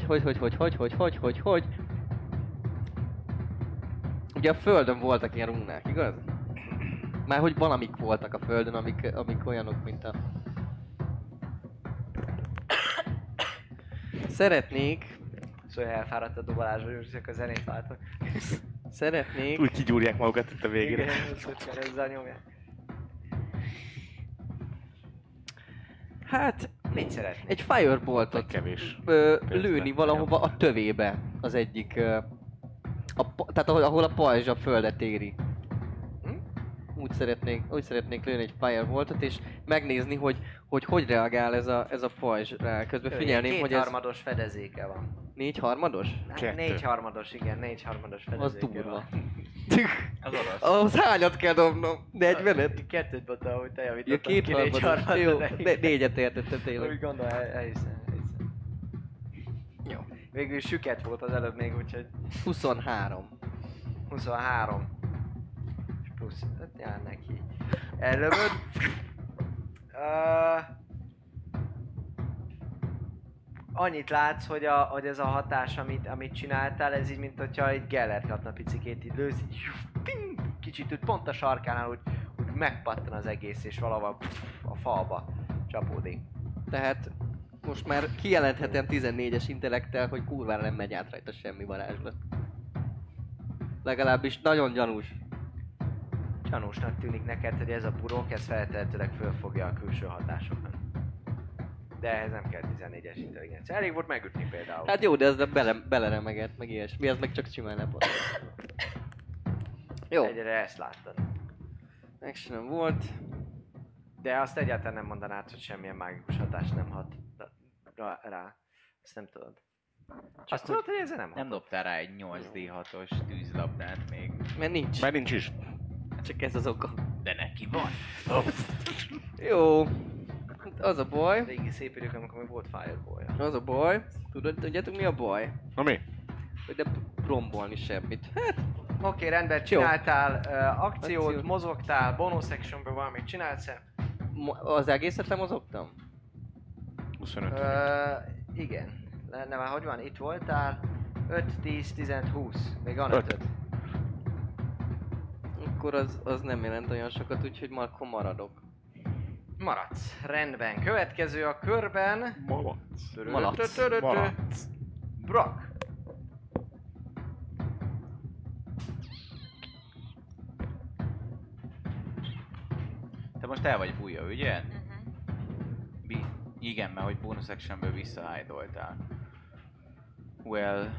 Ugye a földön voltak ilyen rúnák, igaz? Már hogy valamik voltak a földön, amik olyanok, mint a... Szeretnék... Szóval elfáradt a dobolásba, és csak a zenét látom. Szeretnék... Úgy kigyúrják magukat itt a végére. Igen, hogy kell ezzel nyomják. Hát, Mit szeretnél? egy fireboltot Kevés. lőni valahova a tövébe az egyik... tehát ahol a pajzs a földet éri. Hm? Úgy szeretnék lőni egy fireboltot és megnézni, hogy reagál ez a pajzs rá. Közben figyelném, hogy ez Kétharmados fedezéke van. 4/3? Kettő. Négyharmados, igen, négyharmados fedezéke Az durva. van. Az orosz. Ahhoz hányat kell dobnom? 40-et? Kettőt mondta, hogy te Ja, javítottam ki, 2/3. négyharmadot, Jó, de- négyet értettem tényleg. Úgy gondolom, elhiszem. Jó. Végül süket volt az előbb még, úgyhogy 23. 23. És plusz 5 jár neki. Ellövöd. Annyit látsz, hogy ez a hatás, amit csináltál, ez így, mint hogyha egy Gellert kapna picikét, így lősz, így, ping, kicsit úgy pont a sarkánál úgy megpattan az egész, és valahol a falba csapódik. Tehát most már kijelenthetem 14-es intellektel, hogy kurvára nem megy át rajta semmi varázslat. Legalábbis nagyon gyanús. Gyanúsnak tűnik neked, hogy ez a burok, ez feltehetőleg fölfogja a külső hatásokat. De ehhez nem kell 14-es intelligencia. Elég volt megütni például. Hát jó, de ez beleremegett, meg ilyesmi, ez meg csak simán lepott. Jó, Egyre ezt láttad. action volt. De azt egyáltalán nem mondanád, hogy semmilyen mágikus hatás nem hat rá. Ezt nem tudod. Azt tudod, hogy ezzel nem hat. Nem dobtál rá egy 8D6-os tűzlabdát még. Mert nincs. Mert nincs is. Csak ez az oka. De neki van. Jó. Az a baj. Régi szép idők, amikor még volt fireball-ja. Az a baj. Tudjátok mi a baj? Na mi? Hogy nem rombolni semmit. Hát, Oké, rendben, Jó. csináltál akciót, Akciót. mozogtál, bonus actionből valamit csinálsz-e? az egészet lemozogtam? 25. Igen. Lenne már, hogy van? Itt voltál. 5, 10, 15, 20. Még van Öt. 5. Akkor az nem jelent olyan sokat, úgyhogy már akkor maradok. Maradsz. Rendben. Következő a körben. Malac. Brock. Te most el vagy bújja, ugye? Igen, mert hogy bonus actionből visszahájdoltál. Well...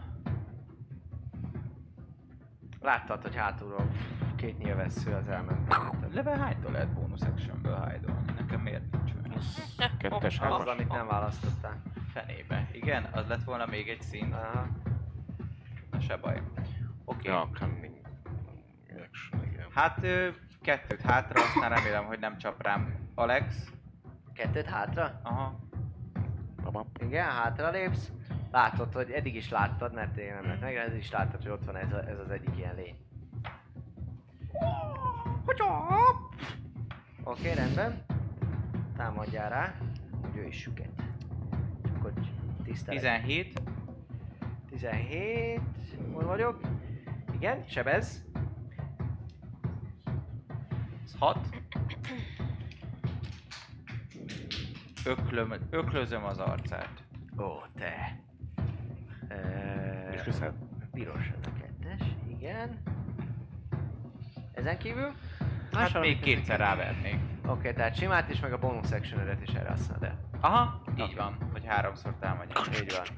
Láttad, hogy hátulról két nyilvessző az elment. Level hánytól lehet bonus actionből hájdolni? Nekem miért nincs olyan? Kettes, Az, hármas. amit nem választottál. Fenébe. Igen, az lett volna még egy szín. Aha. Na se baj. Oké. Ja, cunning. Action, igen. Hát kettőt hátra, aztán remélem, hogy nem csap rám Alex. Kettőt hátra? Aha. Babam. Igen, hátra lépsz. Látod, hogy eddig is láttad, mert én nem lett meg, eddig is láttad, hogy ott van ez az egyik ilyen lény. Oké, rendben. Támadjál rá, hogy ő is süket. Csak hogy tisztelet. 17. 17. Hol vagyok? Igen, sebez. Ez 6. Öklözöm az arcát. Ó, te. És viszed? Piros a kettes, igen. Ezen kívül? Hát még kétszer rávernék. Oké, tehát simát is, meg a bonus actionödet is erre használod el. Aha, így Oké. van, hogy háromszor támadjak. Így van.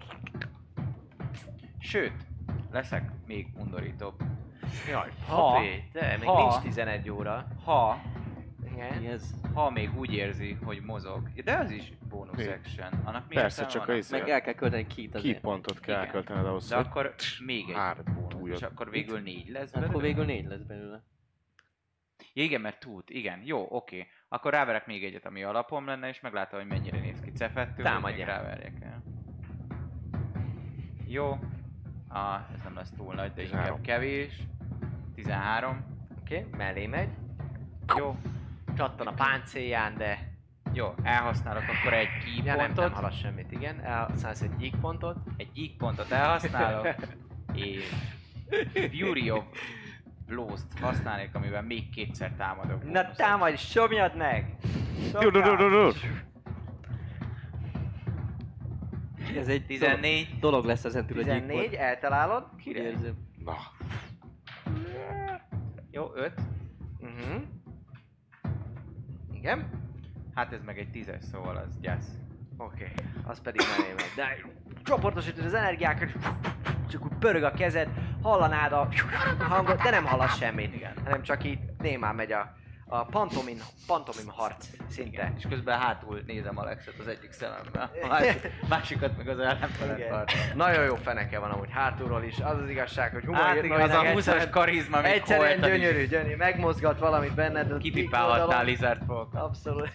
Sőt, leszek még undorítóbb. Jaj, Ha- papi, de még ha- nincs 11 óra. Igen. Mi ez? Ha még úgy érzi, hogy mozog, de az is bonus Mi? action. Annak mi Persze, értelme csak van? a izé- Meg el kell költeni kit Ki azért. pontot kell Igen. elköltened ahhoz, De hogy akkor még egy három bónusz, túljött. és akkor végül 4 lesz belőle? Akkor végül 4 lesz belőle. Ja, igen, mert tud, igen. Jó, oké. Akkor ráverek még egyet, ami alapom lenne, és meglátom, hogy mennyire néz ki cefettől, hogy még Támadjál. ráverjek el. Jó. Ez nem lesz túl nagy, de 13. inkább kevés. 13. Oké, mellé megy. Jó. Csattan a páncélján, de... Jó, elhasználok akkor egy key Ja, nem pontot. halasz semmit, igen. Elszállsz egy geek pontot. Egy geek pontot elhasználok, és Fury of Blows-t használnék, amivel még kétszer támadok. Na bónusz támadj, sobjad meg! Ez egy 14. dolog lesz ezen túl, hogy 14, eltalálod. Érzem. Na, Jó, 5. Igen. Hát ez meg egy 10-es, szóval az gyász. Oké, az pedig mellé megy. De csoportosítod az energiákat, csak úgy pörög a kezed, hallanád a hangot, de nem hallasz semmit. Igen. Hanem csak így némán megy a pantomim harc szinte. És közben hátul nézem Alexet az egyik szememmel, másikat meg az ellenfelet Igen. tartom. Nagyon jó feneke van amúgy hátulról is. Az az igazság, hogy Hát igen, az a 20-as karizma, még egyszerűen holtad is. gyönyörű, megmozgat valamit benned. de Kipipálhattál Lizard Folk. Abszolút.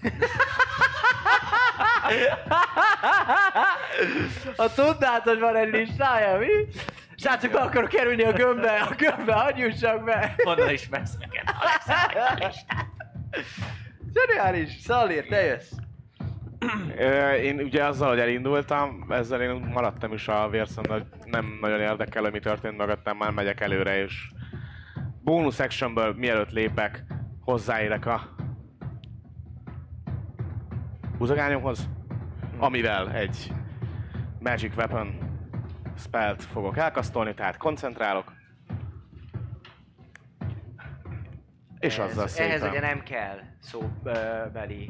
Ha tudnád, hogy van egy listája, mi? Srácok, be akarok kerülni a gömbbe, hagyj jussak be! Honnan ismersz neked, Alex? Zseniális! Szalír, te jössz! Én ugye azzal, hogy elindultam, ezzel én maradtam is a vérszomnak, nem nagyon érdekel, hogy mi történt mögöttem, már megyek előre, és bonus actionből mielőtt lépek, hozzáérek a buzogányomhoz, amivel egy magic weapon spellt fogok elkasztolni, tehát koncentrálok. És azzal szépen. Ehhez ugye nem kell szóbeli.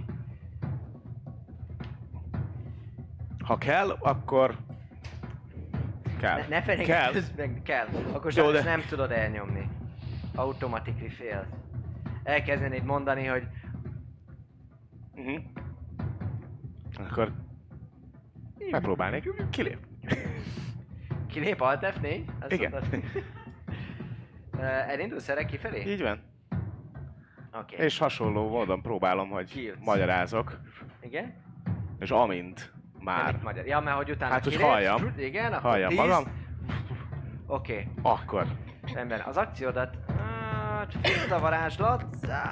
Ha kell, akkor... Kell. Ne felejtsd meg, kell. Akkor Jó, sajnos de- nem tudod elnyomni. Automatically fail. Elkezdenéd mondani, hogy Uh-huh. Akkor... Megpróbálnék. Kilép. kilép Alt F4? Azt Igen. mondtad. Elindulsz erre kifelé? Így van. Oké. És hasonló módon próbálom, hogy Kilc. magyarázok. Igen? És amint már... Nem, magyar. Ja, mert hogy utána Hát, hogy kilépsz, halljam. Igen, akkor Halljam 10. magam, Oké. akkor... Rendben, az akciódat... Fitt a varázslat...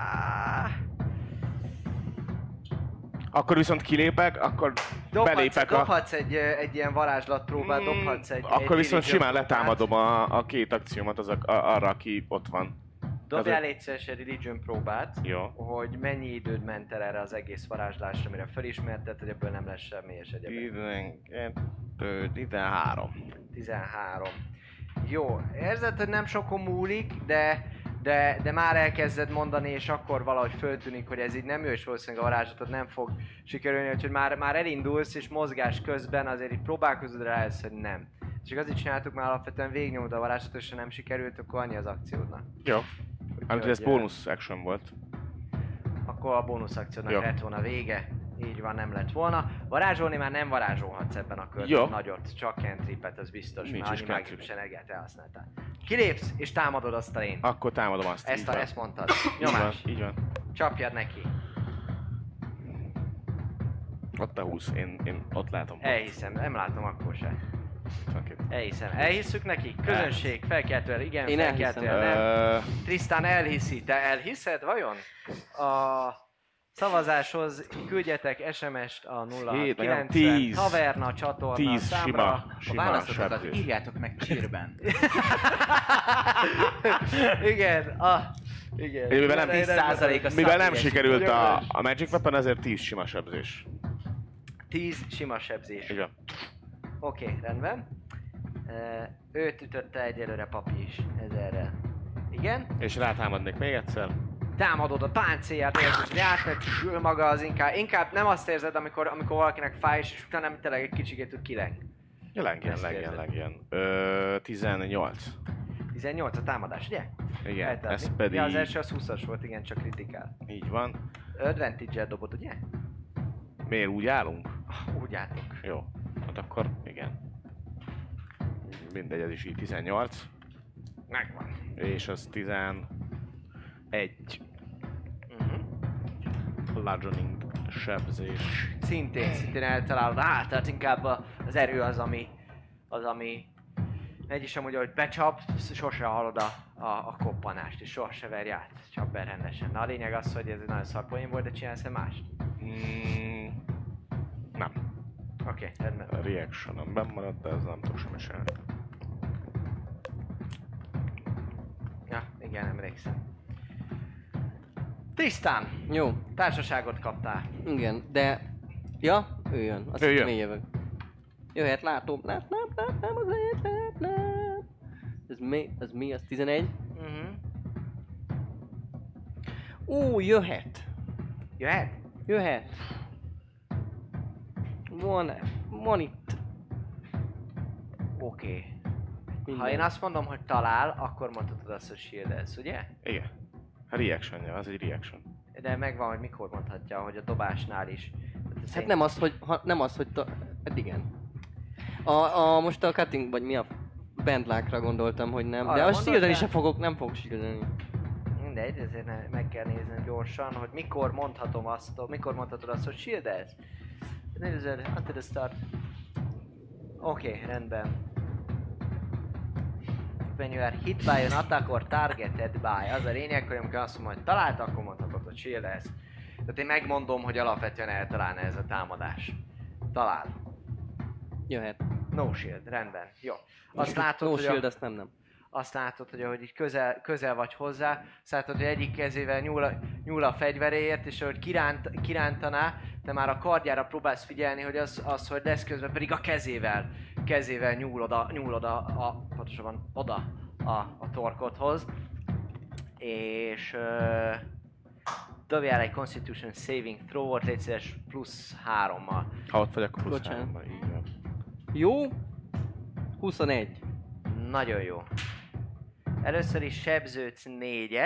Akkor viszont kilépek, akkor belépek a... Dobhatsz egy ilyen varázslatpróbát, dobhatsz egy... Akkor egy viszont religion simán próbát. letámadom a két akciómat arra, aki ott van. Dobjál Ez a- légy szíves egy religion próbát, Jó. hogy mennyi időd ment el erre az egész varázslásra, mire felismerted, hogy ebből nem lesz semmi és egyébként. 12, 13. 13. Jó, érzed, hogy nem sokon múlik, de már elkezded mondani, és akkor valahogy föltűnik, hogy ez így nem jó, és valószínűleg a varázslatod nem fog sikerülni, úgyhogy már elindulsz, és mozgás közben azért így próbálkozod rá, hogy nem. Csak azért csináltuk, már alapvetően végignyomod a varázslatot, és ha nem sikerült, akkor annyi az akciódnak. Jó. Hát ez Úgyhogy, bónusz action volt. akkor a bónusz akciónak Jó. lett volna vége. Így van, nem lett volna. Varázsolni már nem varázsolhatsz ebben a körben Jó. nagyot, csak cantripet, az biztos, Nincs mert is annyi cantrip. mágikus energiát elhasználtál. Kilépsz, és támadod azt a lényt. Akkor támadom azt. így van. Ezt mondtad. Így van, Nyomás. így van. Csapjad neki. Ott a 20, én ott látom. Elhiszem, nem látom akkor se. Oké. Elhiszem. Elhisszük neki? Közönség, felkeltően, igen, Én felkeltően, nem. Tristan elhiszi. Te elhiszed vajon? A szavazáshoz küldjetek SMS-t a 090 10. Taverna csatorna 10 számra. sima A válaszokat sebzés. írjátok meg csírben. Igen, igen. Mivel nem, 10% a mivel nem szakértés. sikerült a Magic Weapon, ezért 10 sima sebzés. 10 sima sebzés. Igen. Oké, rendben. Őt ütötte egyelőre papi is ezerrel. Igen. És rátámadnék még egyszer. Támadod a páncélját, érzed, hogy átmegy, sül maga az inkább nem azt érzed, amikor valakinek fáj, és utána nem tényleg egy kicsikét úgy kileng. Legyen. 18. 18 a támadás, ugye? Igen, Eltállni. ez pedig... Ja, az első az 20-as volt, igen, csak kritikál. Így van. Advantage-el dobod, ugye? Miért úgy állunk? Úgy álltok. Jó. Hát akkor igen. Mindegy, ez is így 18. Megvan. És az 11. Bludgeoning sebzés. Szintén eltalálod, tehát inkább az erő az, ami egy is amúgy, hogy becsap, sose hallod a koppanást, és sose verj át, csap be rendesen. Na a lényeg az, hogy ez egy nagyon szar poén volt, de csinálsz-e mást? Nem. Oké, rendben. A reaction-om benn maradt, de ez nem tudok semmi csinálni. Ja, igen, emlékszem. Tristan! Jó, Társaságot kaptál. igen, de... Ja, ő jön. Azt Ő hittem jön. én jövök. Jöhet, látom. Nem, azért, nem. Ez mi? Az 11? Jöhet. Jöhet? Jöhet. Van itt. Oké. Minden. Ha én azt mondom, hogy talál, akkor mondhatod azt, hogy shieldelsz, ugye? Igen. A reaction-ja, az egy reaction. De megvan, hogy mikor mondhatja, hogy a dobásnál is. Tehát ez Hát én- nem az, hogy... Hát igen. Most a cutting, vagy mi a... Bandlákra gondoltam, hogy nem. Arra De a gondoltál? shieldelni se fogok, nem fogok shieldelni. Mindegy, ezért meg kell nézni gyorsan, hogy mikor mondhatom azt, mikor mondhatod azt, hogy shieldelsz. Nézzed, until the start. Oké, rendben. When you are hit by an attack or targeted by. Az a lényeg, hogy amikor azt mondom, hogy találta, akkor mondhatod, hogy shieldelsz. Tehát én megmondom, hogy alapvetően eltalálna ez a támadás. Talál. Jöhet. No shield, rendben. Jó. Azt látod, No hogy shield, azt nem. azt látod, hogy ahogy így közel vagy hozzá, azt látod, hogy egyik kezével nyúl a fegyveréért, és ahogy kirántaná, te már a kardjára próbálsz figyelni, hogy az hogy lesz, közben pedig a kezével nyúl oda, pontosabban oda a torkodhoz. és dobjál egy Constitution Saving Throw-ot, légy szíves plusz 3-mal. Ha ott vagy, akkor plusz Bocsánat. 3-ban, így van. Jó. 21. Nagyon jó. Először is sebződsz 4-et.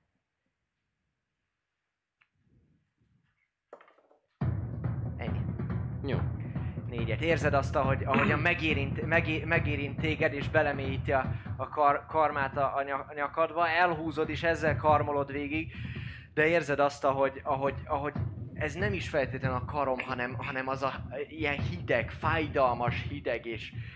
Ennyi. Jó. 4-et. Érzed azt, ahogyan megérint téged és belemélyíti a karmát a nyakadba, elhúzod és ezzel karmolod végig, de érzed azt, ahogy ez nem is feltétlenül a karom, hanem az ilyen hideg, fájdalmas hideg,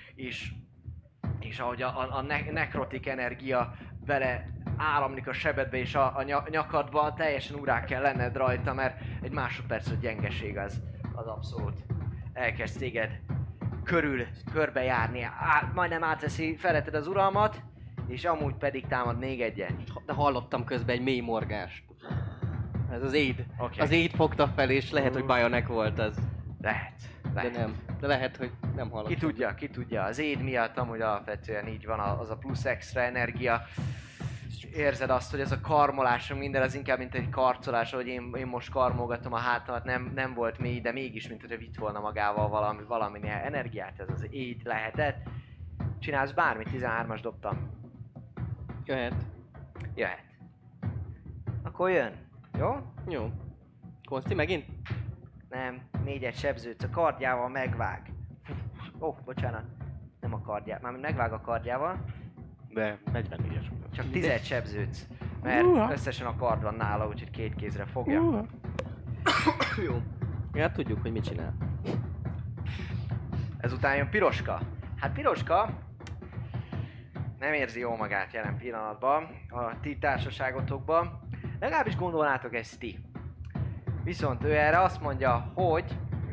és ahogy a nekrotik energia bele áramlik a sebedbe és a nyakadba, teljesen urá kell lenned rajta, mert egy másodperc gyengeség az abszolút. Elkezd téged körbejárni, majdnem átveszi feletted az uralmat, és amúgy pedig támad még egyen. De hallottam közben egy mély morgást. Ez az Aid. Oké. Az Aid fogta fel, és lehet, hogy Bionek volt az. Lehet. De nem. De lehet, hogy nem hallottam. Ki tudja. Az Aid miatt amúgy alapvetően így van az a plusz extra energia. Érzed azt, hogy ez a karmolás, minden az inkább mint egy karcolás, hogy én most karmolgatom a hátamat, nem volt mély, de mégis, mint hogyha vitt volna magával valami energiát, ez az Aid lehetett. Csinálsz bármit, 13-as dobtam. Jöhet. Akkor jön. Jó? Jó. Konsti megint? Nem, 4-et sebződsz, a kardjával megvág. Bocsánat. Nem a kardjával, már megvág a kardjával. De 44-es. Csak 10-et sebződsz, mert összesen a kard van nála, úgyhogy 2 kézre fogja. Jó. Ja, tudjuk, hogy mit csinál. Ezután jön Piroska. Hát Piroska nem érzi jól magát jelen pillanatban a ti társaságotokban. Legalábbis gondolnátok ezt ti. Viszont ő erre azt mondja, hogy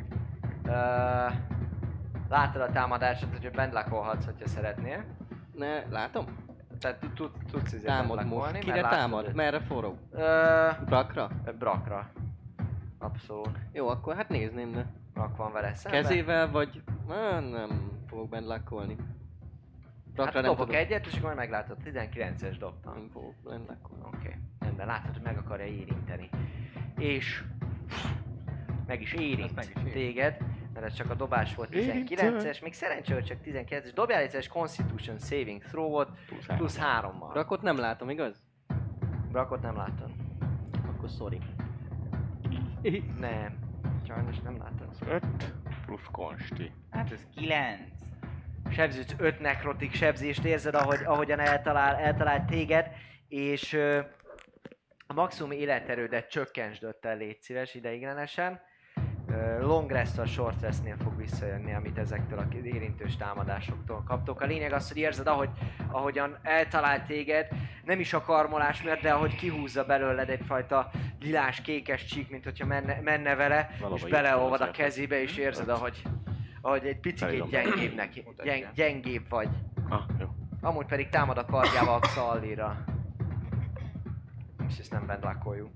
látod a támadását, hogy bent lakolhatsz, hogyha szeretnél. Ne, látom? Tehát tudsz izé Támad bent most. lakolni, Kire mert látod támad? őt. Merre forog? Brakra? Brakra. Abszolút. Jó, akkor hát nézném, de... Brak van vele szemben. Kezével vagy... Nem fogok bent lakolni. Brakra Hát nem dobok tudom. egyet, és akkor majd meglátod. 19-es dobtam. Nem fogok bent lakolni. Oké. Rendben, látod, hogy meg akarja érinteni. És... meg is érint téged, mert ez csak a dobás volt 19-es, még szerencsé, hogy csak 19-es. Dobjál egy Constitution Saving Throw-ot, plusz 3-mal. Brakot nem látom, igaz? Brakot nem látod. Akkor sorry. Nem. Sajnos nem látod. 5 plusz konsti. Hát ez 9. Sebződsz 5 nekrotik sebzést, érzed, ahogyan eltalál téged, és a maximum életerődet csökkentsd 5-tel, légy szíves ideiglenesen. Long rest a short restnél fog visszajönni, amit ezektől az érintős támadásoktól kaptok. A lényeg az, hogy érzed, ahogyan eltalál téged, nem is a karmolás miatt, de ahogy kihúzza belőled egyfajta lilás-kékes csík, mint hogyha menne vele, Valahol és így beleolvad a fel. kezébe, és érzed, ahogy egy picit gyengébb vagy. Jó. Amúgy pedig támad a kardjával a Xallira. És ezt nem bent lakoljuk.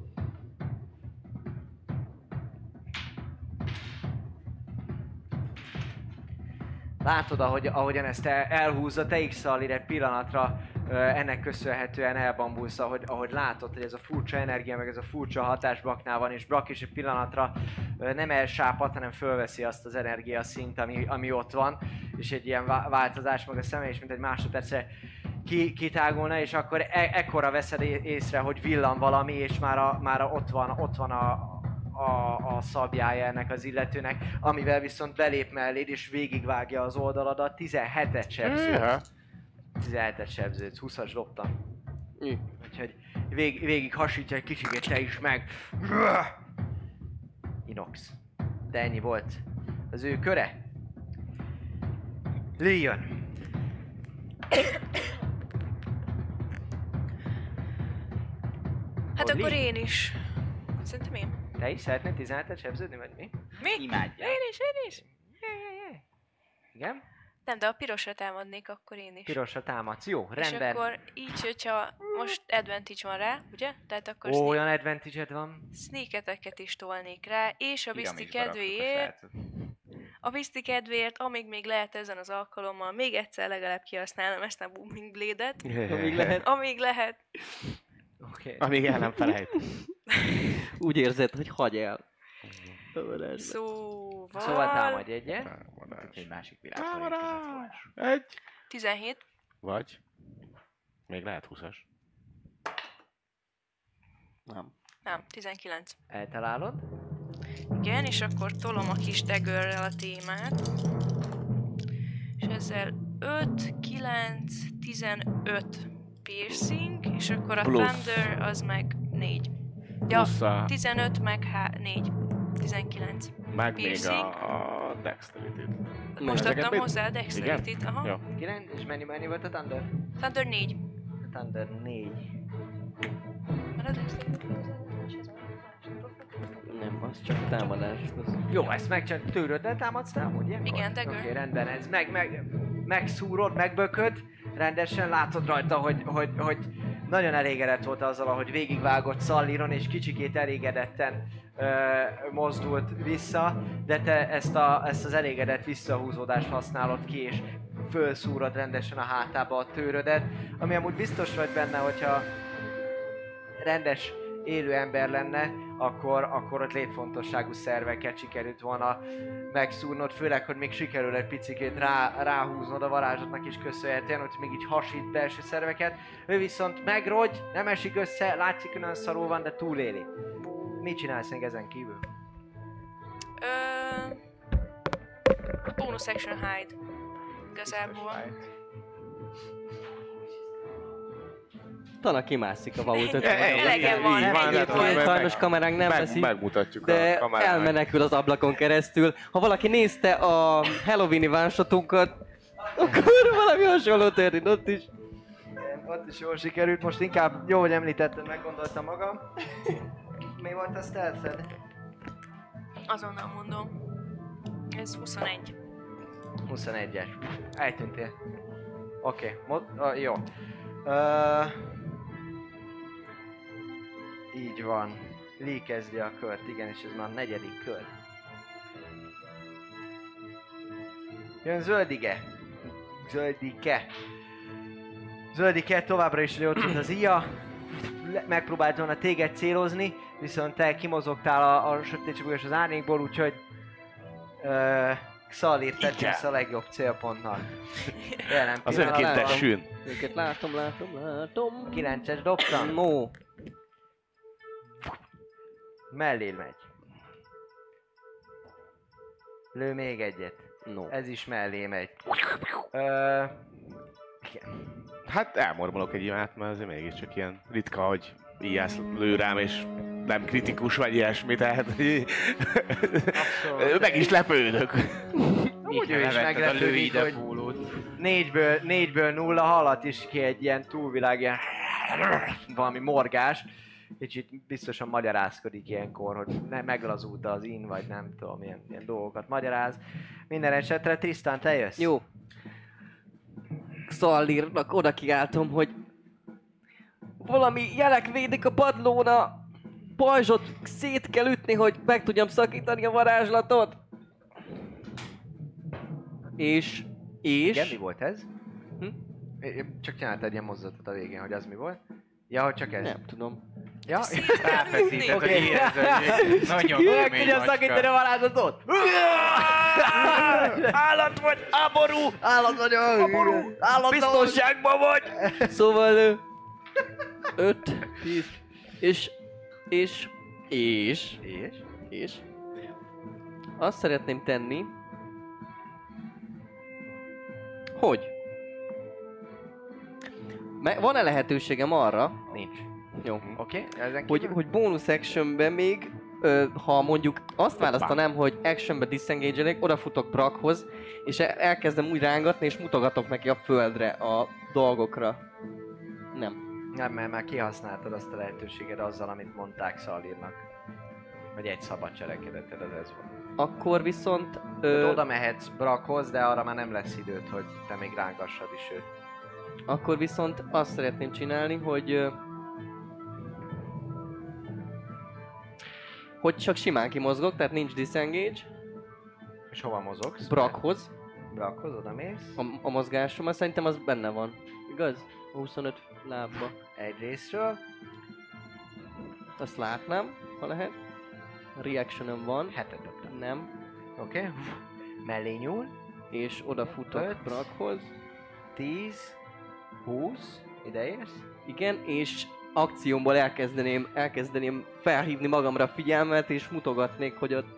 Látod, ahogyan ezt elhúzza, te is Xallir egy pillanatra ennek köszönhetően elbambulsz, ahogy látod, hogy ez a furcsa energia, meg ez a furcsa hatás Braknál van, és Brak is egy pillanatra nem elsápad, hanem fölveszi azt az energiaszint, ami ott van, és egy ilyen változás meg a szeme, és mint egy másodpercre kitágulna, és akkor ekkora veszed észre, hogy villan valami, és már ott van a szabjája ennek az illetőnek, amivel viszont belép melléd, és végigvágja az oldaladat, 17-et sebződsz. 17-et sebződsz, 20-as dobtam. Úgyhogy végig hasítja egy kicsit, te is meg. Inox. De ennyi volt az ő köre. Leon. Hát Oli? akkor én is. Szerintem én. Te is szeretnél 17-et sebződni, vagy mi? Mi? Imádja. Én is. Igen? Nem, de a pirosra támadnék, akkor én is. Pirosra támadsz. Jó, És rendben. akkor így, hogyha most advantage van rá, ugye? Tehát akkor Olyan advantage-ed van. sneak attack-et is tolnék rá, és a Biszti Piramisba raktuk a kedvéért, srácot. a Biszti kedvéért, amíg még lehet ezen az alkalommal, még egyszer legalább kihasználom ezt a Booming Blade-et, Amíg lehet. amíg lehet. Oké. Amíg el nem felejt. Úgy érzed, hogy hagy el. Szóval támadj egyet. Támadás. Egy másik világból érkezett volna. Egy. 17. Vagy. Még lehet 20-as. Nem, 19. Eltalálod. Igen, és akkor tolom a kis daggerrel a témát. És ezzel 5, 9, 15 piercing, és akkor a Plusz. thunder az meg 4. Ja, Plusz a... 15 meg 4. 19. Meg még piercing. a dexterity-t. Most Ezeket adtam mit? hozzá a dexterity-t. Aha. Jó. 9, és mennyi volt a Thunder? Thunder 4. A Thunder 4. Mert a dexterity Nem, az csak támadás. Az... Jó, ezt megcsinálod, tőröddel támadsz támad, ilyenkor? Igen, dagger. Oké, rendben, ez megszúrod, megbököd, rendesen látod rajta, hogy nagyon elégedett volt azzal, ahogy végigvágott Szalliron, és kicsikét elégedetten mozdult vissza, de te ezt az elégedett visszahúzódást használod ki, és fölszúrod rendesen a hátába a tőrödet, ami amúgy biztos vagy benne, hogyha rendes élő ember lenne, akkor ott létfontosságú szerveket sikerült volna megszúrnod, főleg, hogy még sikerül egy picikét ráhúznod a varázslatnak is köszönhetően, hogy még így hasít belső szerveket. Ő viszont megrogy, nem esik össze, látszik, hogy nagyon szarul van, de túléli. Mit csinálsz még ezen kívül? Bonus action hide. Igazából. Tana kimászik a vault 50. Elegem van, ennyi Sajnos kameránk nem veszi, Megmutatjuk de a kamerának. elmenekül az ablakon keresztül. Ha valaki nézte a Halloween-i one-shotunkat, akkor valami hasonló történt ott is. Ott is jól sikerült, most inkább jó, hogy említetted, meggondoltam magam. Mi volt a stealth-ed? Azonnal mondom. Ez 21. 21-es. Eltűntél. Oké, jó. Így van. Lee kezdi a kört, igen, és ez már a 4. kör. Jön Zöldige. Zöldike továbbra is ott volt az ija. Megpróbált volna téged célozni, viszont te kimozogtál a sötétségből és az árnyékból, úgyhogy Xalir tetszesz a legjobb célpontnak. Jelen Az pillanatban. önkéntes sűn. Őket látom. 9-es dobtam. No. Mellé megy. Lő még egyet. No. Ez is mellé megy. Hát elmormolok egy imát, mert azért mégiscsak ilyen ritka, hogy íjász lő rám, és nem kritikus vagy ilyesmi, tehát Abszolút. meg is lepődök. Úgy ő is meglepődik, hogy 4-ből 0 halat is ki egy ilyen túlvilág, ilyen valami morgás. Kicsit biztosan magyarázkodik ilyenkor, hogy meglazult az in, vagy nem tudom, ilyen dolgokat magyaráz. Minden esetre Tristan, te jössz? Jó. Xallirnak oda kiáltom, hogy valami jelek védik a padlón, a pajzsot szét kell ütni, hogy meg tudjam szakítani a varázslatot. És... Igen, mi volt ez? Hm? Csak csináltad egy ilyen mozdulatot a végén, hogy az mi volt? Ja, hogy csak ez? Nem tudom. Ja, Ráfeszített, hogy Oké. érezd, hogy nagyon Meg kemény tudja szakítani macska. a varázslatot? Állat vagy, háború! Állat vagy, háború! Állat Biztonságban vagy! Szóval 5, 10, és azt szeretném tenni, hogy van-e lehetőségem arra, Nincs. jó, Oké, ezen kívül? hogy bonus actionben még, ha mondjuk azt választanám, hogy actionbe disengage-elek, odafutok Brakhoz, és elkezdem úgy rángatni, és mutogatok neki a földre, a dolgokra. Nem. Nem, mert már kihasználtad azt a lehetőséged azzal, amit mondták Szalírnak. Vagy egy szabad cselekedeted, az ez volt. Akkor viszont... Oda mehetsz Brakhoz, de arra már nem lesz időd, hogy te még rángassad is őt. Akkor viszont azt szeretném csinálni, hogy csak simán kimozgok, tehát nincs disengage, És hova mozogsz? Brakhoz, Brakhoz, oda mész. a mozgásom, azt szerintem az benne van, igaz? 25 lábba. Egy részről. Azt látnám, ha lehet. Reactionem van. 7-et dobtam. Nem. Oké. Mellé nyúl. És odafutok Öt. Brakhoz. 10, 20, ide érsz? Igen, és akciómból elkezdeném felhívni magamra a figyelmet, és mutogatnék, hogy ott...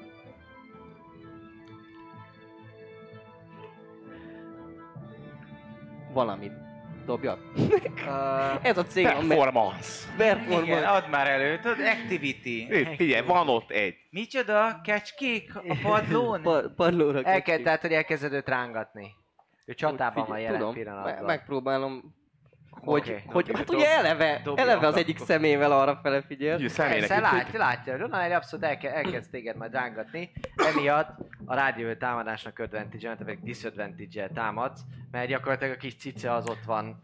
Valamit dobjak. Ez a cél, Performance. Igen, add már elő, tudod, activity. Itt, figyelj, van ott egy. Micsoda? Kecskék a padlón? Padlóra Tehát, hogy elkezded őt rángatni. Ő csatában van jelen tudom, pillanatban. megpróbálom, Oké. hát ugye eleve az egyik szemével arra fele figyel. Persze, látja, Ronald abszolút elkezd téged majd rángatni, emiatt a rádió támadásnak advantage-el, te pedig disadvantage-el támadsz, mert gyakorlatilag a kis cica az ott van.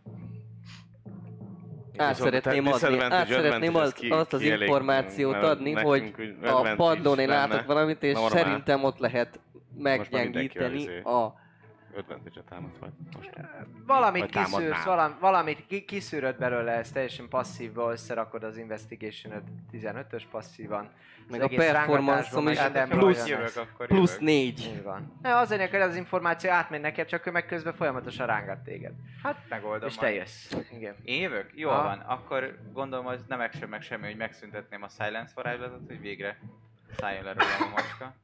Át szeretném azt az információt adni, hogy a padlón én látok valamit, és szerintem ott lehet meggyengíteni a... Advantage-et támadsz majd most. Valamit kiszűrsz, valamit kiszűröd belőle, ez teljesen passzívból összerakod az investigation 15-ös passzívan. Meg a performance-om is plusz 4. Így van. Az lényeg, hogy az információ átmegy neked, csak ő meg közben folyamatosan rángat téged. Hát megoldom. És te jössz. Igen. Én jövök? Jól van. Akkor gondolom, hogy nem action meg semmi, hogy megszüntetném a silence varázslatot, hogy végre szálljon le rólam a macska.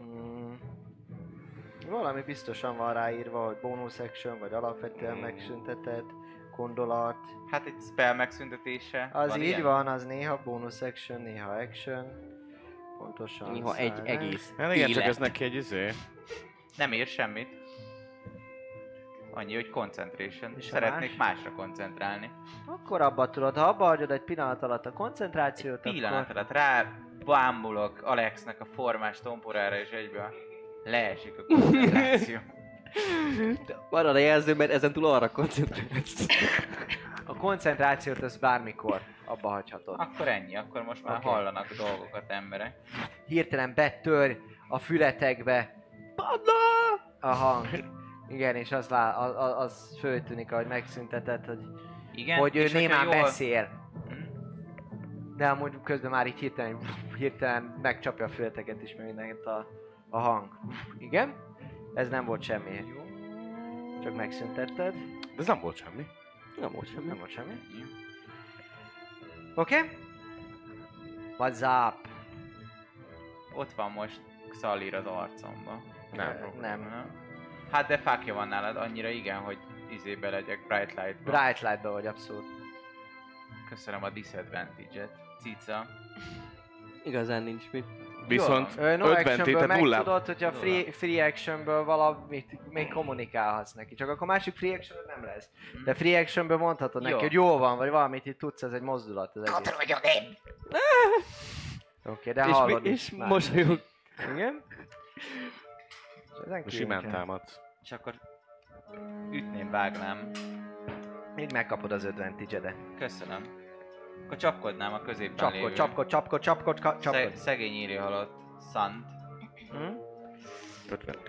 Valami biztosan van ráírva, hogy bonus action, vagy alapvetően megszünteted, gondolat. Hát egy spell megszüntetése. Az van így ilyen? van, az néha bonus action, néha action. Pontosan. Néha egy egész Hát igen, csak élet. ez neki egy Nem ér semmit. Annyi, hogy concentration. És a Szeretnék másra koncentrálni. Akkor abba tudod, ha abba hagyod egy pillanat alatt a koncentrációt, Pillanat alatt rá bámulok Alexnek a formás tomporára, és egyből leesik a koncentráció. Marad a jelző, mert ezen túl arra koncentrálsz. a koncentrációt ezt bármikor abba hagyhatod. Akkor ennyi, akkor most már Oké. hallanak dolgokat emberek. Hirtelen betör a fületekbe a hang. Igen, és az föltűnik, ahogy megszünteted, hogy, Igen? hogy ő és hogyha némán jól- beszél. De amúgy közben már így hirtelen megcsapja a fületeket is, meg mindent a hang. Igen? Ez nem volt semmi. Csak megszüntetted. De ez nem volt semmi. Nem volt semmi. Nem volt semmi. Oké? What's up? Ott van most Xalir az arcomba. Nem. Hát de fákja van nálad, annyira igen, hogy izébe legyek Bright Light-ba. Bright Light-ba vagy abszolút. Köszönöm a disadvantage-et. Cica. Igazán nincs mit. Viszont No 50 actionből tétet meg nullá. tudod, hogyha free actionből valamit még kommunikálhatsz neki. Csak akkor másik free action nem lesz. De free actionből mondhatod neki, Jó. hogy jó van, vagy valamit itt tudsz, ez egy mozdulat. Ez egész. Katronod én! Oké, de hallod És is már. mosolyog. Igen? És ezen kívül Simán kell. támadsz. És akkor ütném, vágnám. Így megkapod az advantage-edet. Köszönöm. Akkor csapkodnám a középen lévő. Csapkod. Szegény írja halott Sant. 50.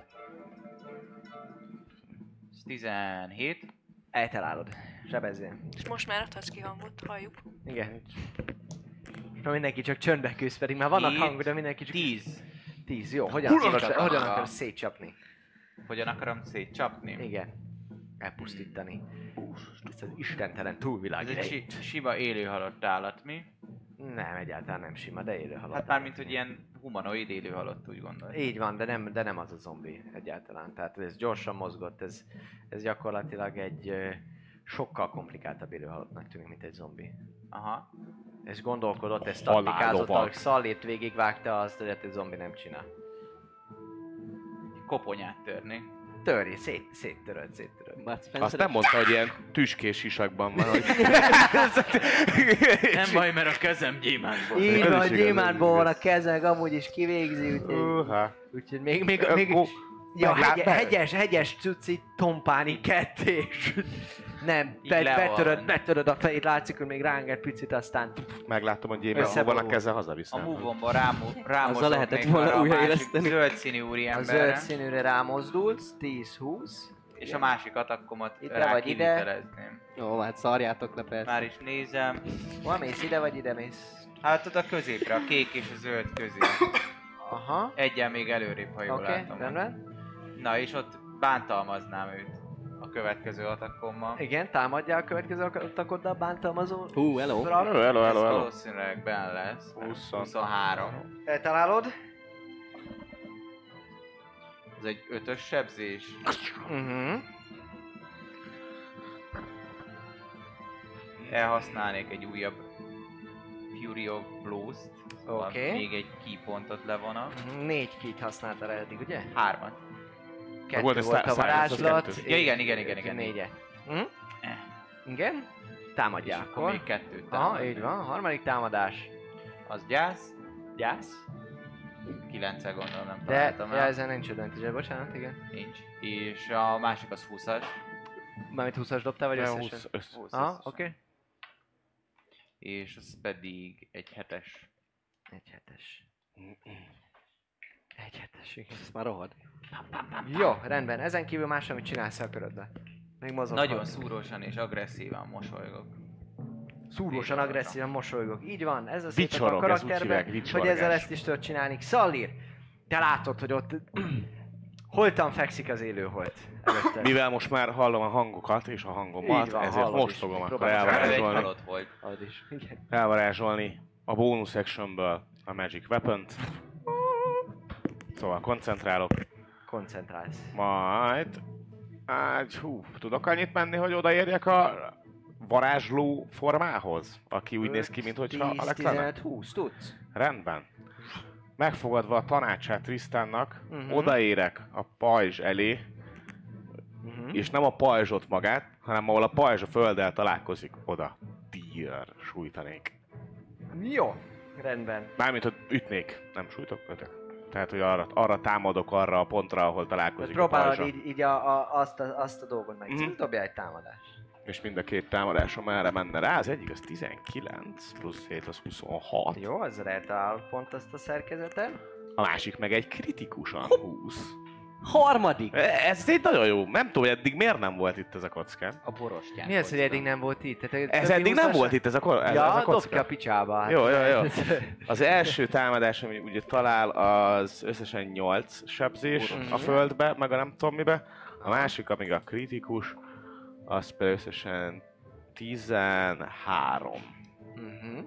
Ez 17. Eltalálod. Sebezzél. És most már adhatsz ki hangot, halljuk. Igen. És már mindenki csak csöndbe küzd, pedig már vannak Hét, hangok, de mindenki csak... 10. 10, jó. Hogyan akarsz szétcsapni? Hogyan akarom szétcsapni? Igen. Elpusztítani. Ezt az istentelen túlvilág. Ez egy sima élő halott állat, mi? Nem, egyáltalán nem sima, de élő halott. Hát mármint, hogy ilyen humanoid élő halott, úgy gondolom. Így van, de nem az a zombi egyáltalán. Tehát ez gyorsan mozgott, ez gyakorlatilag egy sokkal komplikáltabb élő halottnak tűnik, mint egy zombi. Aha. Ez gondolkodott, ez Halállovag. taktikázott, ahogy Szallét végigvágta azt, hogy egy zombi nem csinál. Koponyát törni. Törj, széttöröd. Bud Spencer- Azt nem mondta, hogy ilyen tüskés sisakban van, hogy... Nem baj, mert a kezem gyémántból. Így Ez van, is igaz, gyémántból ez van a igaz. kezeg, amúgy is kivégzi, úgyhogy még ja, meglát- hegyes cuci tompáni kettés. Nem, Így le van. betöröd a fejét, látszik, hogy még ráng egy picit, aztán Meglátom, hogy Jémen hol van a Összeborul. keze, A hazaviszem. move-omba rámozok Azzal lehetett még volna arra a másik újraéleszteni. zöld színű úriemberre. a zöld színűre rámozdulsz, 10-20. És a másik atakkomat Ide rá vagy ide. kivitelezném. Jó, hát szarjátok le persze. Már is nézem. Hol mész, ide vagy ide mész? Hát ott a középre, a kék és a zöld közé. Aha. Egyen még előrébb, ha jól Oké, látom. rendben. Na és ott bántalmaznám őt a következő atakkommal. Igen, támadjál a következő atakoddal bántalmazó. Hello. Hello. Ez valószínűleg benne lesz. 23. Eltalálod? Ez egy 5-ös sebzés. Elhasználnék egy újabb Fury of Blows-t. Szóval Oké. még egy key pontot levonok. 4 kit használtál eddig, ugye? 3-at. 2 volt volt ez a varázslat. kettő. Ja, igen. 4. Eh. Igen? Támadjál És akkor akkor. még 2 Aha, így van. Harmadik támadás. Az gyász. Gyász. 9-el gondolom nem De találtam ja, el. ezen nincs advantage, bocsánat, igen. Nincs. És a másik az 20-as. Mármint 20-as dobtál, vagy összesen? 20 össze. 20 Aha, összesen. oké. És az pedig egy 7-es. 1-7-es. 1-7-es, igen. Ez már rohad. Jó, rendben. Ezen kívül más, amit csinálsz a körödbe. Még mozoghat. Nagyon szúrósan és agresszívan mosolygok. Szúrósan, Vicsorogok. agresszíven mosolygok. Így van, ez a szép a Vicsorog, ez úgy karakterben, hívják, hogy vicsorgás. ezzel ezt is tudod csinálni. Szallír, te látod, hogy ott holtan fekszik az élőholt előtte. Mivel most már hallom a hangokat és a hangomat, Így van, ezért hallod most is. fogom akkor Próbálj meg. Ez egy elvarázsolni, halott volt. Az is. Igen. elvarázsolni a bonus actionből a Magic Weapon-t. Szóval koncentrálok. Koncentrálsz. Majd... Hát, tudok annyit menni, hogy odaérjek a varázsló formához? Aki úgy néz ki, mintha 10, Alex 15, lenne? 20, tudsz? Rendben. Megfogadva a tanácsát Tristannak, Mhm. odaérek a pajzs elé, és nem a pajzsot magát, hanem ahol a pajzs a földdel találkozik, oda sújtanék. Jó, rendben. Mármint, hogy ütnék, nem sújtok, ötök. Tehát, hogy arra támadok, arra a pontra, ahol találkozik a Próbálod pajzsa. így azt a dolgot meg. Mhm. Dobjál egy támadást. És mind a két támadásom erre menne rá. Az egyik az 19, plusz 7 az 26. Jó, azzal eltalálod pont azt a szerkezetet. A másik meg egy kritikusan 20. Harmadik! Ez így nagyon jó. Nem tudom, hogy eddig miért nem volt itt ez a kockám. A borostyán. Mi az, hogy eddig nem volt itt? Tehát, Ez többi eddig nem 20-as volt itt ez a Ja, ez a dobd ki kocka. a picsába. Hát. Jó. Az első támadás, ami ugye talál, az összesen 8 sebzés a földbe, meg a nem tudom mibe. A másik, amíg a kritikus, az pedig összesen 13. Mhm.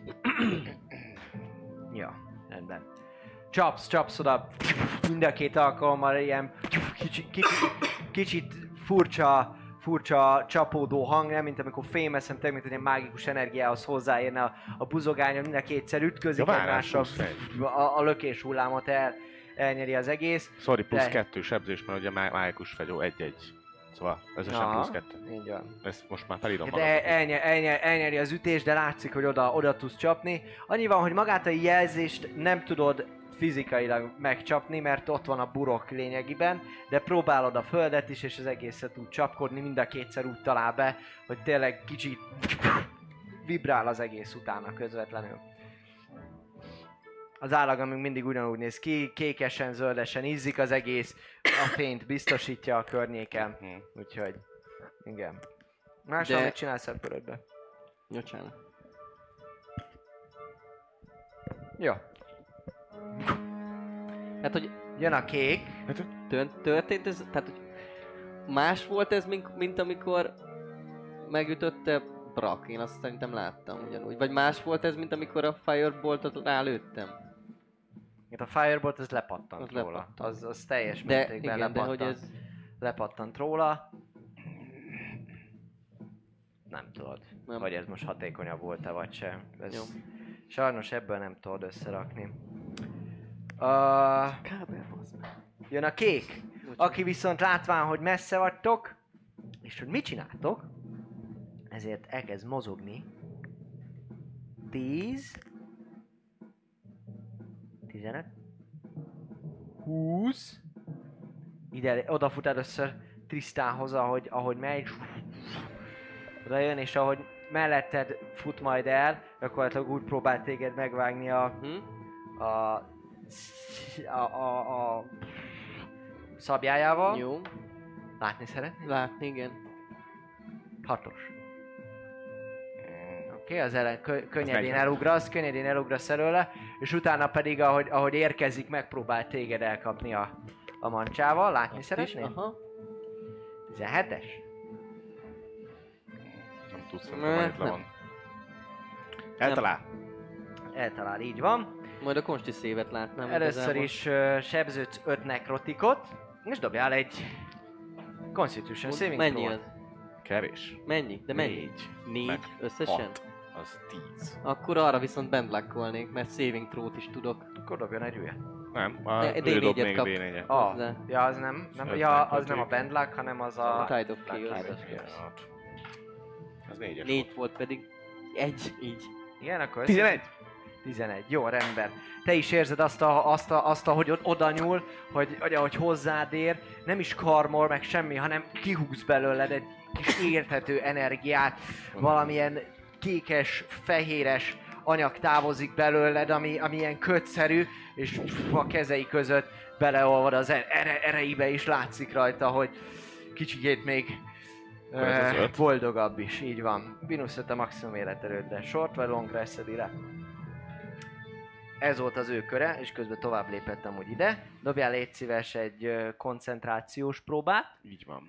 Ja, rendben. Csapsz oda, mind a két alkalommal ilyen kicsit furcsa csapódó hang, nem mint amikor fémeszem, mint hogy egy mágikus energiához hozzáérne a buzogány, mind a kétszer ütközik Ja, várjál, egymással, plusz egy. a lökés hullámot elnyeri az egész. Sorry, plusz De- 2 sebzés, mert ugye mágikus fegyó 1-1. Szóval összesen Aha, plusz 2. így van. Ezt most már felírom De magamnak. elnyeri az ütés, de látszik, hogy oda tudsz csapni. Annyi van, hogy magát a jelzést nem tudod fizikailag megcsapni, mert ott van a burok lényegében, de próbálod a földet is, és az egészet tud csapkodni, mind a kétszer úgy talál be, hogy tényleg kicsit vibrál az egész utána közvetlenül. Az állag még mindig ugyanúgy néz ki, kékesen, zöldesen izzik az egész, a fényt biztosítja a környéken, úgyhogy igen. Más, De- amit csinálsz a körödbe. Jó, csinálom. Jó. Hát, hogy Jön a kék. történt ez, tehát, hogy más volt ez, mint amikor megütötte Brak, én azt szerintem láttam ugyanúgy. Vagy más volt ez, mint amikor a Firebolt-ot rálőttem. Itt a Firebolt az lepattant Az róla. lepattant. Az teljes De mértékben igen, de lepattant. hogy ez... Lepattant róla. Nem tudod, Nem. hogy ez most hatékonyabb volt-e vagy sem. Ez Jó. sajnos ebből nem tudod összerakni. Kábel, bazd meg. Jön a kék, aki viszont látván, hogy messze vagytok, és hogy mit csináltok, ezért elkezd mozogni. 10, 15, 20, ide, odafut először Tristanhoz, ahogy megy, oda jön, és ahogy melletted fut majd el, gyakorlatilag úgy próbál téged megvágni a szabjájával. Jó. Látni szeretnéd? Látni, igen. 6-os. Oké, az ellen könnyedén elugrasz előle, és utána pedig, ahogy érkezik, megpróbál téged elkapni a mancsával. Látni szeretnél? Aha. 17-es? Nem tudsz, hogy le van. Eltalál, Eltalál, így van. Majd a konsti szévet látnám. Először is sebződsz 5 nekrotikot, és dobjál egy Constitution saving Mennyi throw-t. az? Kevés. Mennyi? De mennyi? 4 Meg összesen? 6. Az 10. Akkor arra viszont bendlakkolnék, mert saving throw-t is tudok. Akkor dobjon egy ügyet. Nem, D4-et ő dob még kap. D4-et. Ah, ja, az nem, öt ja, az nekrotik. nem a bad luck, hanem az a... Tide of Chaos. Az 4-es. 4 volt pedig. 1, így. Igen, akkor... 11! 11, jó, rendben. Te is érzed azt, hogy oda nyúl, hogy ahogy hozzád ér, nem is karmol meg semmi, hanem kihúz belőled egy kis érthető energiát, valamilyen kékes, fehéres anyag távozik belőled, ami ilyen kötszerű, és a kezei között beleolvad az ereibe is, látszik rajta, hogy kicsikét még Ez az 5. boldogabb is, így van. Minusz 5 a maximum életerőd, de short vagy long rested ide. Ez volt az ő köre, és közben tovább lépett amúgy ide. Dobjál légy szíves egy koncentrációs próbát. Így van.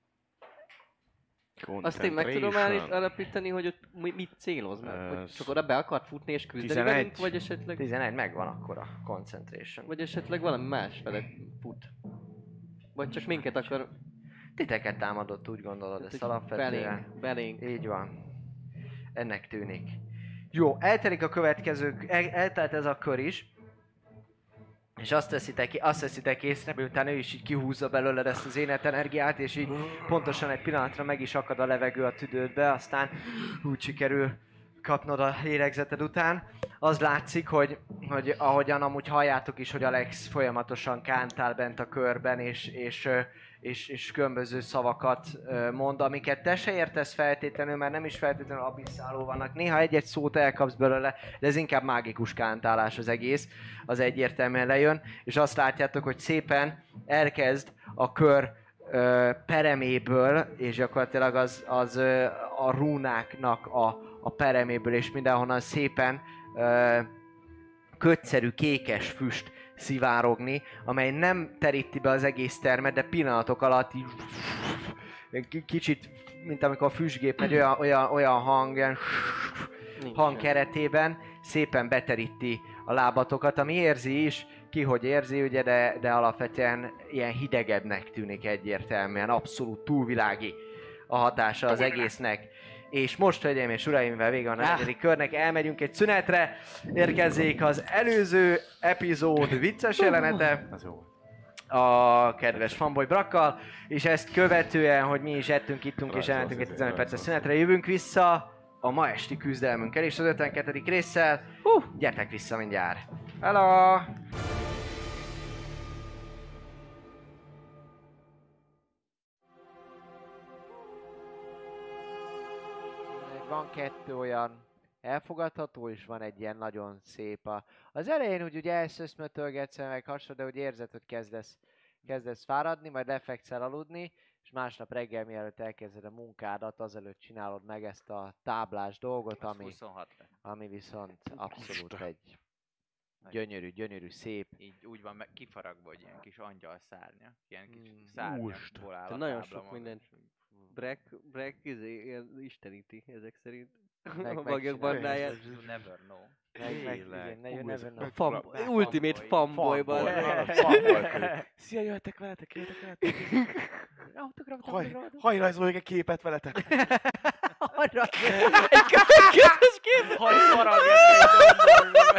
Azt én meg tudom alapítani, hogy ott mit céloz meg? Hogy csak oda be akart futni és küzdeni 11. velünk, vagy esetleg... 11, megvan akkor a concentration. Vagy esetleg valami más felett fut. Vagy csak minket akar... Titeket támadott, úgy gondolod, ezt alapvetően. Belénk. Így van. Ennek tűnik. Jó, eltelik a következő, eltelt ez a kör is. És azt veszitek észre, miután ő is így kihúzza belőled ezt az életenergiát, és így pontosan egy pillanatra meg is akad a levegő a tüdődbe, aztán úgy sikerül kapnod a lélegzeted után. Az látszik, hogy ahogyan amúgy halljátok is, hogy Alex folyamatosan kántál bent a körben, és különböző szavakat mond, amiket te se értesz feltétlenül, mert nem is feltétlenül abisszáló vannak. Néha egy-egy szót elkapsz belőle, de ez inkább mágikus kántálás az egész, az egyértelműen lejön, és azt látjátok, hogy szépen elkezd a kör pereméből, és gyakorlatilag az a rúnáknak a pereméből, és mindenhonnan szépen kötszerű kékes füst szivárogni, amely nem teríti be az egész termet, de pillanatok alatt így kicsit, mint amikor a füstgép megy, olyan hang keretében szépen beteríti a lábatokat, ami érzi is, ki hogy érzi, ugye, de alapvetően ilyen hidegebbnek tűnik egyértelműen, abszolút túlvilági a hatása az egésznek. És most, hölgyeim és uraim, mivel vége van a negyedik körnek, elmegyünk egy szünetre, érkezzék az előző epizód vicces jelenete a kedves Fanboy Brakkal, és ezt követően, hogy mi is ettünk, ittunk és elmentünk egy 15 perces szünetre, jövünk vissza a ma esti küzdelmünkkel és az 52. résszel. Gyertek vissza mindjárt! Hello! Van kettő olyan elfogadható, és van egy ilyen nagyon szép. Az elején úgy ugye elszöszmötölgetsz meg hasonló, de úgy érzed, hogy kezdesz fáradni, majd lefekszel aludni, és másnap reggel mielőtt elkezded a munkádat, azelőtt csinálod meg ezt a táblás dolgot, ami viszont abszolút egy gyönyörű, szép. Így úgy van kifaragva, hogy ilyen kis angyal szárnya. Ilyen kis szárnyakból áll a nagyon tábla sok mindent. Break isteníti ezek szerint. Meg A bagyok bandáját. You never know. Ultimate fanboyban. Szia, jöhetek veletek. Hajrajzoljuk egy képet veletek. Egy közös kép! Hagy faragja egy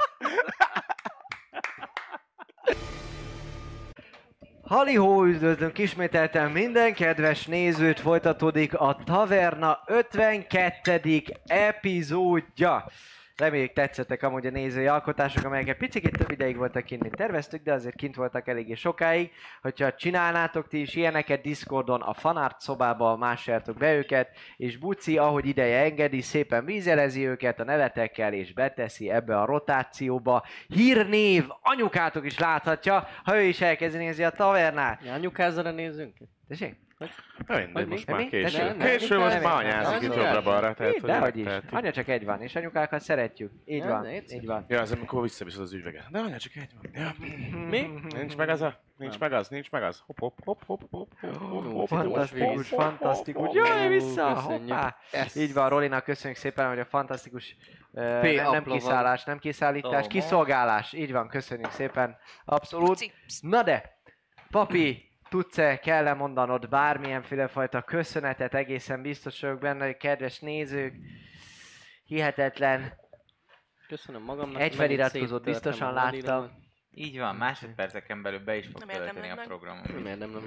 Halihó, üdvözlünk ismételten minden kedves nézőt, folytatódik a Taverna 52. epizódja. Reméljük tetszettek amúgy a nézői alkotások, amelyek picit több ideig voltak kint, mint terveztük, de azért kint voltak eléggé sokáig. Hogyha csinálnátok ti is ilyeneket Discordon, a fanart szobába másoljátok be őket, és Buci, ahogy ideje engedi, szépen vízelezi őket a nevetekkel, és beteszi ebbe a rotációba. Hírnév anyukátok is láthatja, ha ő is elkezdi nézni a tavernát. Anyukázzal nézzünk? Tessék? Mindegy, most már Mi? késő. Nem, Késő, most nem, már nem, anyázik nem, itt nem, jobbra-balra. Dehogy is. Anya csak egy van, és anyukákat szeretjük. Így Nem, van, de egyszer. így van. Ja, az amikor visszaviszed az ügyveget. De anya, csak egy van. Ja. Mi? Nincs meg az a... Nincs meg az, nincs meg az. Hopp, hopp, hopp, hopp, hopp, hopp, hopp, Fantasztikus, hopp, hopp, fantasztikus. hopp, Jöjj vissza, köszönjük. hoppá. Ezt. Így van, Rolinak köszönjük szépen, hogy a fantasztikus nem aplóval. kiszállás, nem kiszállítás, Ó, kiszolgálás. Így van, köszönjük szépen. Abszolút. Cips. Na de, papi, tudsz-e, kell-e mondanod bármilyenféle fajta köszönetet, egészen biztos vagyok benne, hogy kedves nézők, hihetetlen, Köszönöm magamnak. egy feliratkozót biztosan láttam. Így van, másodperceken belül be is fog Nem érdemlem tölteni a meg. programom. Nem érdemlem.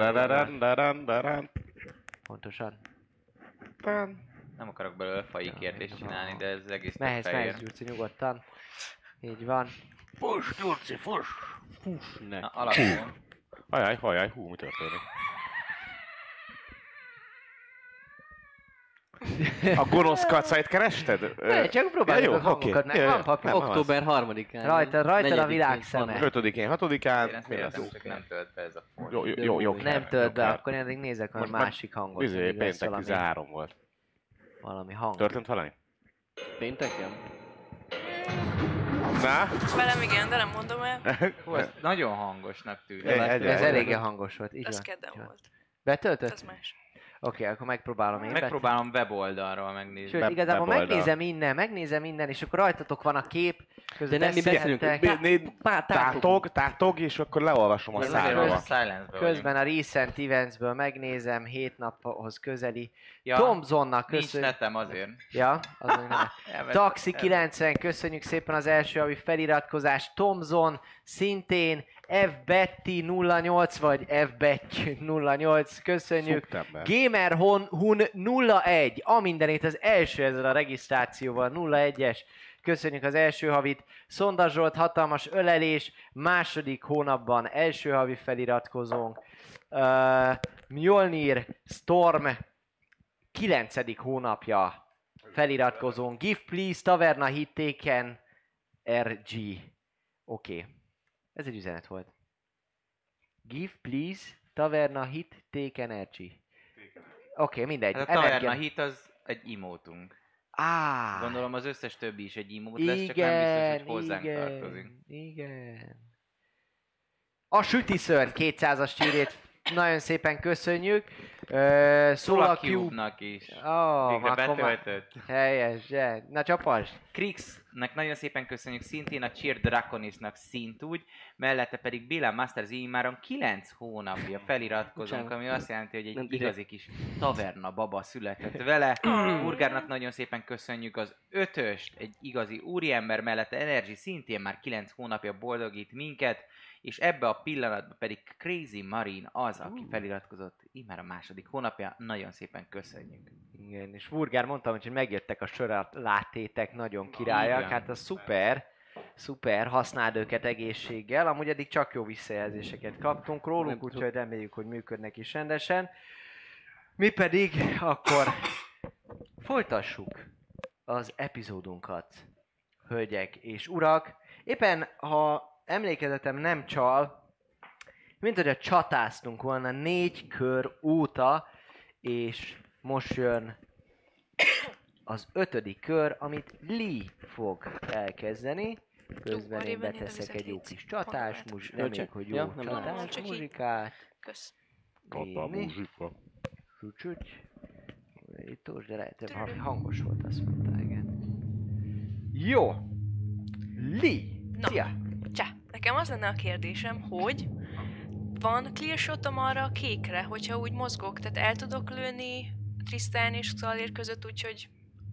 Pontosan. Nem akarok belőle faji kérdést csinálni, de ez egész tök Mehetsz, fehér. Gyurci, nyugodtan. Így van. Fuss, Gyurci, fuss! Na, alapul. Ajaj, hú, mi történik? A gonosz kacait kerested? Ne, csak próbáljuk Ja, a hangokat meg. Van papi. Nem, Október 3-án. Rajtad a Negyedikén világ van. szeme. 5-én, 6-án, Én ezt mi értem, lesz? csak nem tölt be ez a ford. Jó, Nem tölt be, akkor én addig nézek a Most másik hangot. Izé, amíg lesz péntek valami- 13 volt. Valami hang. Történt valami? Pénteken? Na? Velem igen, de nem mondom el. Hú, ez nagyon hangosnak tűnik. Ez eléggé hangos volt, így Ez van. kedden Így van. volt. Betöltött? Ez más. Oké, akkor megpróbálom én. Megpróbálom weboldalról megnézni. Sőt, igazából weboldal. megnézem innen, és akkor rajtatok van a kép. De nem mi beszélünk. Tátog, és akkor leolvasom a Ez azért szájba. a silence-be Közben a Recent Eventsből megnézem, 7 naphoz közeli. Ja, Tomzonnak nincs köszönjük. netem azért. Ja, az még nem. Taxi 90, köszönjük szépen az első havi feliratkozást. Tomzon, szintén F. Betty 08 vagy F. Betty 08, köszönjük. Szeptember. Gamer Hun 01, a mindenét az első ezzel a regisztrációval, 01-es. Köszönjük az első havit. Szonda Zsolt, hatalmas ölelés, második hónapban első havi feliratkozónk. Mjolnir Storm, 9. hónapja feliratkozónk. Give please, Taverna Hittéken RG. Oké. Ez egy üzenet volt. Give please, Taverna Hittéken RG. Oké, mindegy. Ez a taverna Emergen. hit az egy imótunk. Á, Gondolom az összes többi is egy imót lesz, csak nem biztos, hogy hozzánk tartozik. Igen. A sütiszörny 200-as csírét nagyon szépen köszönjük. Solar Cube. Cube-nak is. Végre Végre betöltött. Helyes, na csapasd. Krixnek nagyon szépen köszönjük szintén, a Cheer Draconisnak szintúgy, mellette pedig Béla Masters immáron 9 hónapja feliratkozunk, ami azt jelenti, hogy Nem egy direkt. igazi kis taverna baba született vele. Burgárnak nagyon szépen köszönjük az 5-öst, egy igazi úriember, mellette Energy szintén már 9 hónapja boldogít minket, és ebbe a pillanatban pedig Crazy Marine az, aki feliratkozott immár a második hónapja. Nagyon szépen köszönjük. Igen, és Burgár mondtam, hogy megjöttek a sörlátétek, nagyon királyak, Igen. hát az szuper, használd őket egészséggel, amúgy eddig csak jó visszajelzéseket kaptunk róluk, úgyhogy reméljük, hogy működnek is rendesen. Mi pedig akkor folytassuk az epizódunkat, hölgyek és urak. Éppen, ha emlékezetem nem csal, mint hogy csatáztunk volna 4 kör óta, és most jön az 5. kör, amit Lee fog elkezdeni. Közben én Arrébb beteszek venni egy jó vizet, kis Léci. csatás, Mondd reméljük, hogy jó Ja, nem csatás csak így. muzsikát. Kösz. Vinni. Csúcs. Itt de lehet, hogy valami hangos volt, azt mondta, igen. Jó. Lee. Na. Szia. Csá, nekem az lenne a kérdésem, hogy van clear shotom arra a kékre, hogyha úgy mozgok, tehát el tudok lőni Tristan és Xalir között, úgyhogy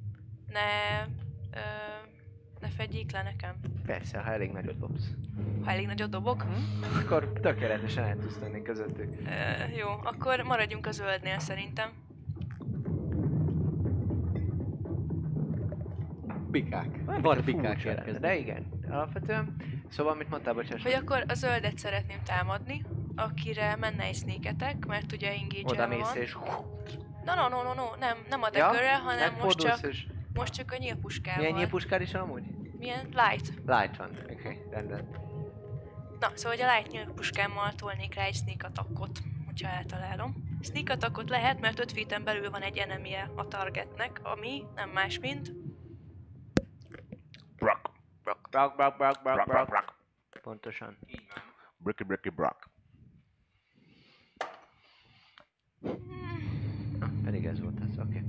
ne fedjék le nekem. Persze, ha elég nagyot dobsz. Ha elég nagyot dobok. Akkor tökéletesen el tudsz tenni közöttük. Jó, akkor maradjunk a zöldnél szerintem. Bikák. Barbikák Furcsa lenne, érkeznek. de igen, alapvetően. Szóval, mit mondtál, bocsáss? Hogy akkor a zöldet szeretném támadni, akire menne egy sneaketek, mert ugye Oda engage-elve mész van. és... No, nem a daggerrel, hanem megfordulsz és... most csak a nyílpuskával. Milyen nyílpuskád is van amúgy? Milyen? Light. Light van. Oké, rendben. Na, szóval hogy a light nyílpuskámmal tolnék rá egy sneak attackot. hogyha eltalálom. Sneak attackot lehet, mert 5 feet-en belül van egy enemie a targetnek, ami nem más, mint... Brock. Brock. Pontosan. Bricky Brock. Pedig ez volt az, oké.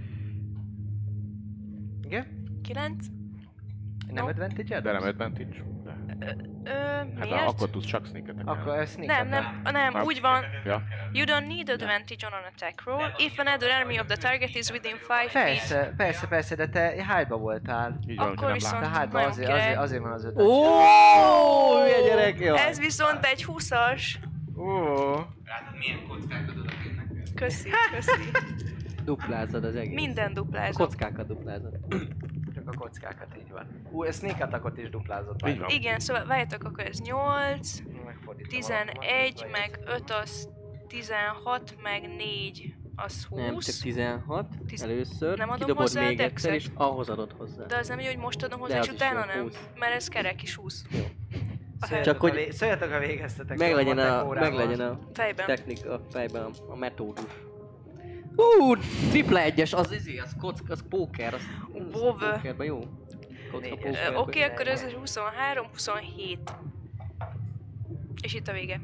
Igen? 9. Nem No. advantage-ed? De nem advantage. Hát Miért? akkor tudsz csak sneak-et. Akkor ez sneak Nem, úgy van. Ja. You don't need advantage on an attack roll if another enemy of the target is within 5 feet. Persze, de te hide-ba voltál. Így van, Akkor nem viszont Te hide-ba nagyon király. azért van az advantage. Ó, hülye gyerek, jó. Ez viszont egy 20-as. Látod, milyen kockákat adok én neked? Köszi. Duplázod az egész. Minden A duplázok. kockákat duplázod. Csak a kockákat, így van. Ez sneak attackot is duplázott. Így van. Igen, szóval várjátok, akkor ez 8, Megfordítom 11, alapomat, meg 5 az 16, meg 4 az Nem, csak 20. 16 Tiz- először, nem adom kidobod hozzá a még egyszer, és dexet? ahhoz adod hozzá. De az nem jó, hogy most adom hozzá, De és az is utána jó, nem, 20. mert ez kerek is 20. Csak hogy Szóljatok, ha végeztetek. meglegyen meglegyen a Fejben. technika, fejben a metódus. Tripla egyes, az kocka, az póker, az Wow. pókerben jó. Kocka Négyes. pókerben. Oké, akkor ez 23, 27. És itt a vége.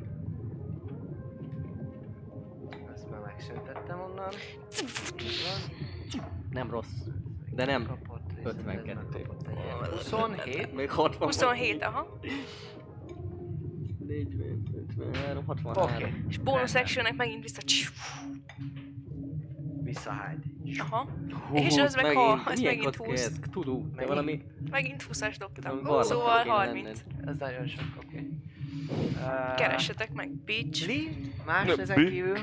Ezt már megszüntettem onnan. Nem rossz. De nem Kapott, 52. kapott egy ilyen 27. még 60. 27, aha. 40, 53, 63. Oké. És bonus actionnek megint vissza. Visszahide. Aha. És az meg az milyen megint kocka 20. ez? Tudó, de Megint? valami... Megint 20-as dobtam. Barna Szóval kéne 30. lenned. Ez nagyon sok, oké. Keressetek meg, bitch. Lee? Más Ne, ezen bi- kívül?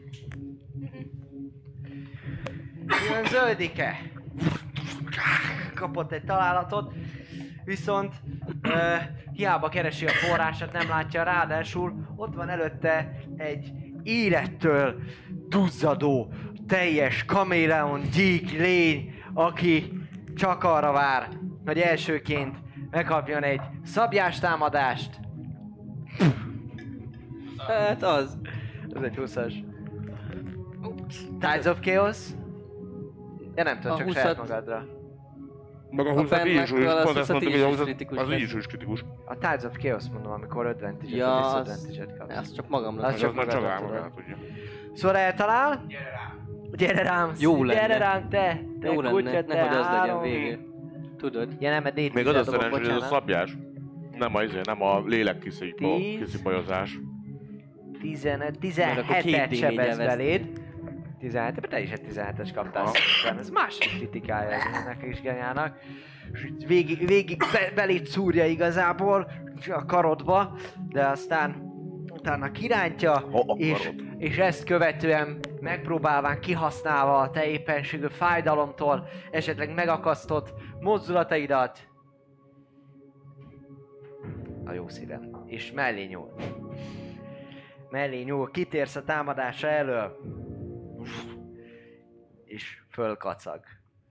Jön Zöldike. Kapott egy találatot, viszont hiába keresi a forrását, nem látja, ráadásul ott van előtte egy élettől duzzadó, teljes kaméleon gyík lény, aki csak arra vár, hogy elsőként megkapjon egy szabjás támadást. Hát az. Ez egy 20-as. Tides of Chaos? Ja nem tudom, A csak 20-at saját magadra. Meg a A 20 így is, Pennacle az pont ezt 20-at mondtuk, így hogy a is 20 kritikus az így lesz. is kritikus. A Tides of Chaos mondom, amikor advantage-et, Ja, vagy az- disadvantage-et kapsz. Azt csak magamra. Az Az csak már csak magadra rá tudod. magát tudja. Szóval eltalál? Gyere rám! Jó Gyere lenne. rám, te! Te Jó kutya, lenne, te nehogy az legyen három. vége. Tudod? Ja nem, mert Még az a dobok, szerencsé, hogy ez a bocsánat. szabjás. Nem a lélek Tíz. kiszipajozás. 15, Mert akkor 17-et 2D4-el sebez vesz. beléd. 17, te is egy 17-es kaptál szerintem. Ez második kritikája ez ennek is genyának. És így végig beléd szúrja igazából a karodba, de aztán utána kirántja, A és, karod. és ezt követően megpróbálván kihasználva a te éppenségű fájdalomtól esetleg megakasztott mozdulataidat a jó szívem, és mellé nyúl. Mellé nyúl, kitérsz a támadása elől, és fölkacag.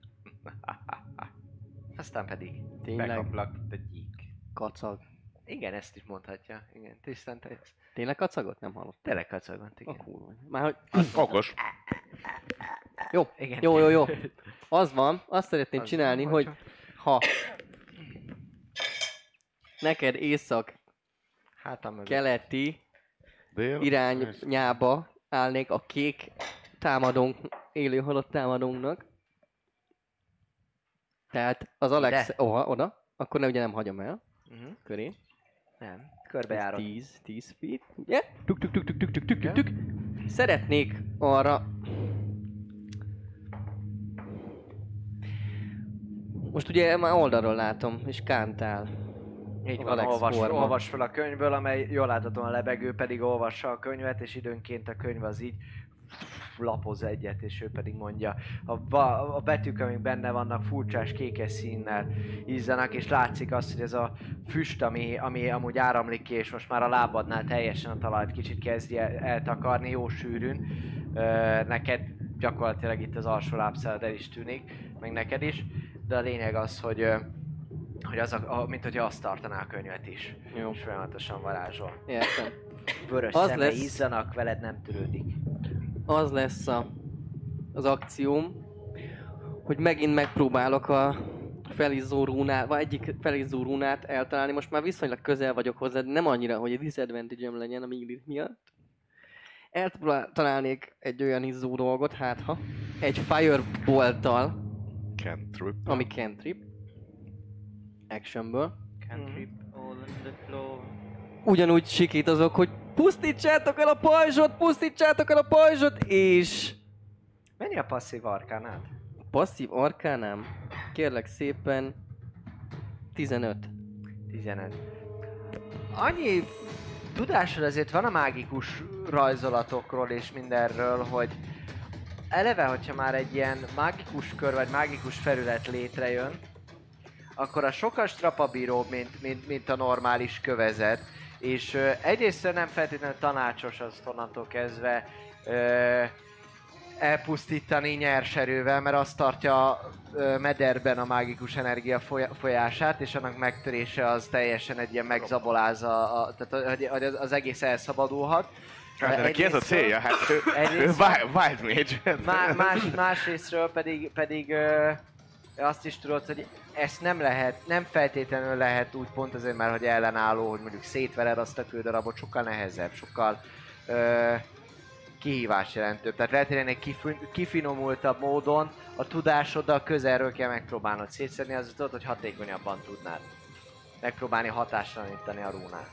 Aztán pedig Tényleg? bekaplak, mint a gyík. Kacag. Igen, ezt is mondhatja. Igen, tisztán te ezt. Tényleg kacagot? Nem hallottam. Tényleg kacagant, igen. A kurva. Már hogy... Okos. Jó, Igen. jó. Az van, azt szeretném Az csinálni, van, hogy csak- ha neked észak Hátam mögött. keleti Dél. irányába állnék a kék támadónk, élő halott támadónknak. Tehát az Alex... Ide? Oda. Akkor ugye nem hagyom el Uh-huh. köré. Nem, körbejárod. 10 feet. Ugye? Tuk. Szeretnék arra... Most ugye már oldalról látom, és kántál. Így Az van, Alex forma. olvas fel a könyvből, amely jól láthatóan lebegő, pedig olvassa a könyvet, és időnként a könyv az így lapoz egyet, és ő pedig mondja. A betűk, amik benne vannak, furcsás kékes színnel ízzanak, és látszik azt, hogy ez a füst, ami amúgy áramlik ki, és most már a lábadnál teljesen a talajt kicsit kezdi eltakarni, jó sűrűn. Neked gyakorlatilag itt az alsó lábszálad el is tűnik, meg neked is, de a lényeg az, hogy az mint hogyha azt tartaná a könyvet is. Jó. És folyamatosan varázsol. Értem. vörös Az szeme lesz. izzanak, veled nem törődik. Az lesz az akcióm, hogy megint megpróbálok a felizzó rúnát, vagy egyik felizzó rúnát eltalálni. Most már viszonylag közel vagyok hozzá, de nem annyira, hogy a disadvantage-em legyen a Miglit miatt. Eltalálnék egy olyan izzó dolgot, hát ha. Egy Firebolt-tal, Cantrip. ami cantrip. Actionből. Cantrip all on the floor. Ugyanúgy sikítozok, hogy pusztítsátok el a pajzsot, pusztítsátok el a pajzsot, és... Mennyi a passzív arkánát? Passzív arkánám, kérlek szépen, 15. 15. Annyi tudásod azért van a mágikus rajzolatokról és mindenről, hogy eleve, hogyha már egy ilyen mágikus kör vagy mágikus felület létrejön, akkor a sokkal strapabíróbb, mint a normális kövezet. És egyrészt nem feltétlenül tanácsos azt onnantól kezdve elpusztítani nyers erővel, mert azt tartja mederben a mágikus energia folyását, és annak megtörése az teljesen egy ilyen megzabolázza, tehát hogy az egész elszabadulhat. Hát de neki ez a célja, hát ő egyrészt- Wild Mage. Másrésztről pedig azt is tudod, hogy ezt nem lehet, nem feltétlenül lehet úgy pont azért már, hogy ellenálló, hogy mondjuk szétvered azt a kődarabot, sokkal nehezebb, sokkal kihívás jelentőbb. Tehát lehet, egy kifinomultabb módon a tudásoddal közelről kell megpróbálnod szétszedni, az tudod, hogy hatékonyabban tudnád megpróbálni hatástalanítani a rúnát.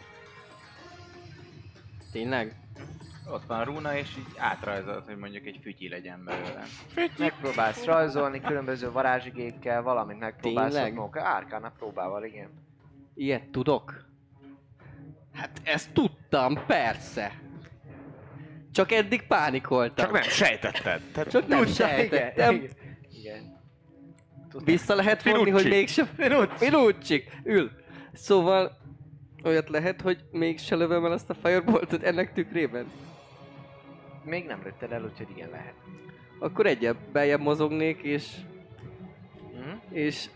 Tényleg? Ott van a rúna, és így átrajzolt, hogy mondjuk egy fütyi legyen belőle. Megpróbálsz rajzolni különböző varázsigékkel, valamint megpróbálsz Tényleg? Árkána próbával, igen. Ilyet tudok? Hát ezt tudtam, persze. Csak eddig pánikoltam. Csak nem sejtetted. Tehát Csak nem Tudtam, sejtettem. Igen. Vissza lehet vonni, hogy mégsem... Finucci! Ül! Szóval... Olyat lehet, hogy mégse lövöm el azt a fireboltot ennek tükrében? Még nem lőtted el, úgyhogy igen lehet. Akkor egyebb beljebb mozognék, és... És...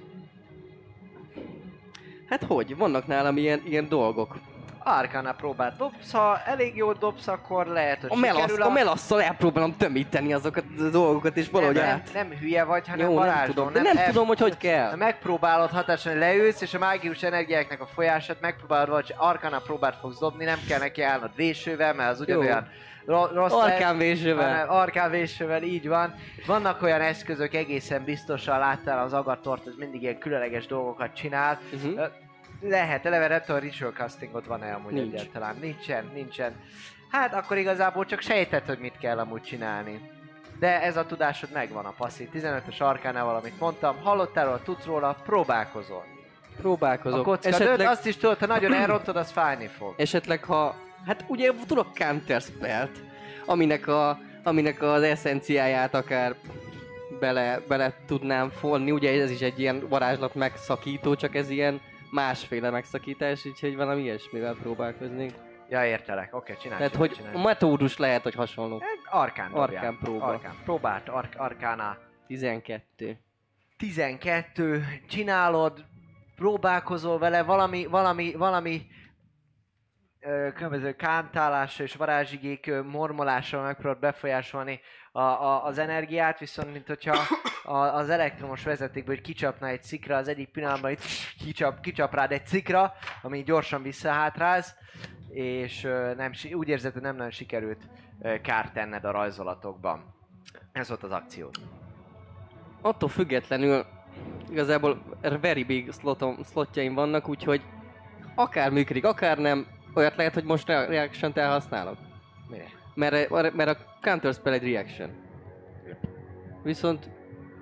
Hát hogy? Vannak nálam ilyen dolgok. Árkána próbált dobsz, ha elég jól dobsz, akkor lehet, hogy sikerül A melasszal elpróbálom tömíteni azokat a dolgokat, és valahogy át. nem hülye vagy, hanem Jó, nem varázsló. tudom, de nem tudom, hogy kell. Megpróbálod hatásosan leülsz, és a mágikus energiáknak a folyását megpróbálod, vagy Arcana próbát fogsz dobni, nem kell neki állnod vésővel, mert az ugyanolyan rossz Arkánvésővel. Arkánvésővel, így van. Vannak olyan eszközök, egészen biztosan láttál az Agatort, hogy mindig ilyen különleges dolgokat csinál. Lehet, eleve nem tudom, ritual castingot van-e amúgy Nincs. egyáltalán? Nincsen. Hát akkor igazából csak sejtett, hogy mit kell amúgy csinálni. De ez a tudásod megvan a passzív 15-ös arkánával, amit mondtam. Hallottál róla, tudsz róla, próbálkozol. Próbálkozok. A kocka dönt, azt is tudod, ha nagyon elrontod, az fájni fog. Esetleg ha... Hát ugye tudok counter spellt, aminek az eszenciáját akár bele tudnám fonni. Ugye ez is egy ilyen varázslat megszakító, csak ez ilyen másféle megszakítás, úgyhogy valami ilyesmivel próbálkoznék. Ja, értelek. Oké, csinálj. Tehát, hogy a metódus lehet, hogy hasonló. Arkán dobjál. Arkán próba. Arkán. Próbált, Arkána. 12. 12. Csinálod, próbálkozol vele, valami különböző kántálásra és varázsigék mormolással megpróbálod befolyásolni az energiát, viszont mint hogyha az elektromos vezetékből hogy kicsapna egy szikra, az egyik pillanatban itt kicsap rád egy szikra, ami gyorsan visszahátrálsz, és úgy érzed, hogy nem nagyon sikerült kárt tenned a rajzolatokban. Ez volt az akció. Attól függetlenül igazából very big slotjaim vannak, úgyhogy akár működik, akár nem, olyat lehet, hogy most reaction-t elhasználok. Mire? Mert a counter spell egy reaction. Viszont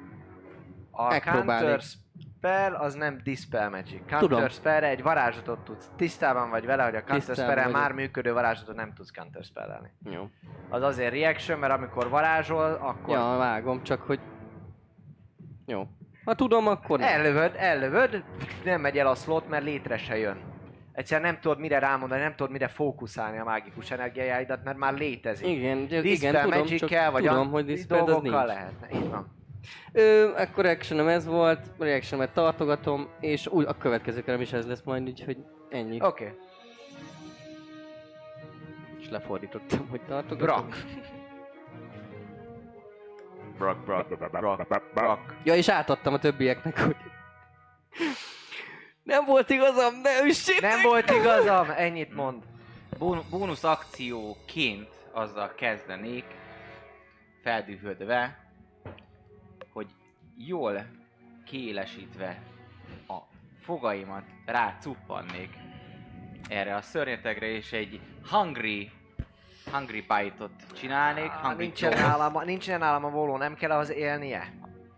A megpróbálni. counter spell az nem dispel magic. Tudom. Counter spellre egy varázslatot tudsz. Tisztában vagy vele, hogy a counter Tisztában spellre vagyok. már működő varázslatot nem tudsz counter spellelni. jó. Az azért reaction, mert amikor varázsol, akkor Ja, vágom, csak hogy... Jó. Ha tudom, akkor nem. ellövöd, nem megy el a slot, mert létre se jön. Egyszerűen nem tudod mire rámondani, nem tudod mire fókuszálni a mágikus energiáidat, mert már létezik. Igen, Dispel tudom, csak magic-kel, vagy tudom, hogy dispel az nincs. dolgokkal lehetne. Így van. Akkor actionem ez volt, reactionemet tartogatom, és úgy a következő köröm is ez lesz majd, úgyhogy ennyi. Oké. És lefordítottam, hogy tartogatom. Brock. Ja, és átadtam a többieknek, hogy... Nem volt igazam, ne üssétek! Nem volt igazam, ennyit mond. Bónusz akcióként azzal kezdenék, feldühödve, hogy jól kiélesítve a fogaimat rácuppannék erre a szörnyetegre, és egy hungry bite-ot csinálnék. Nincsen nálam a voló, nem kell az élnie.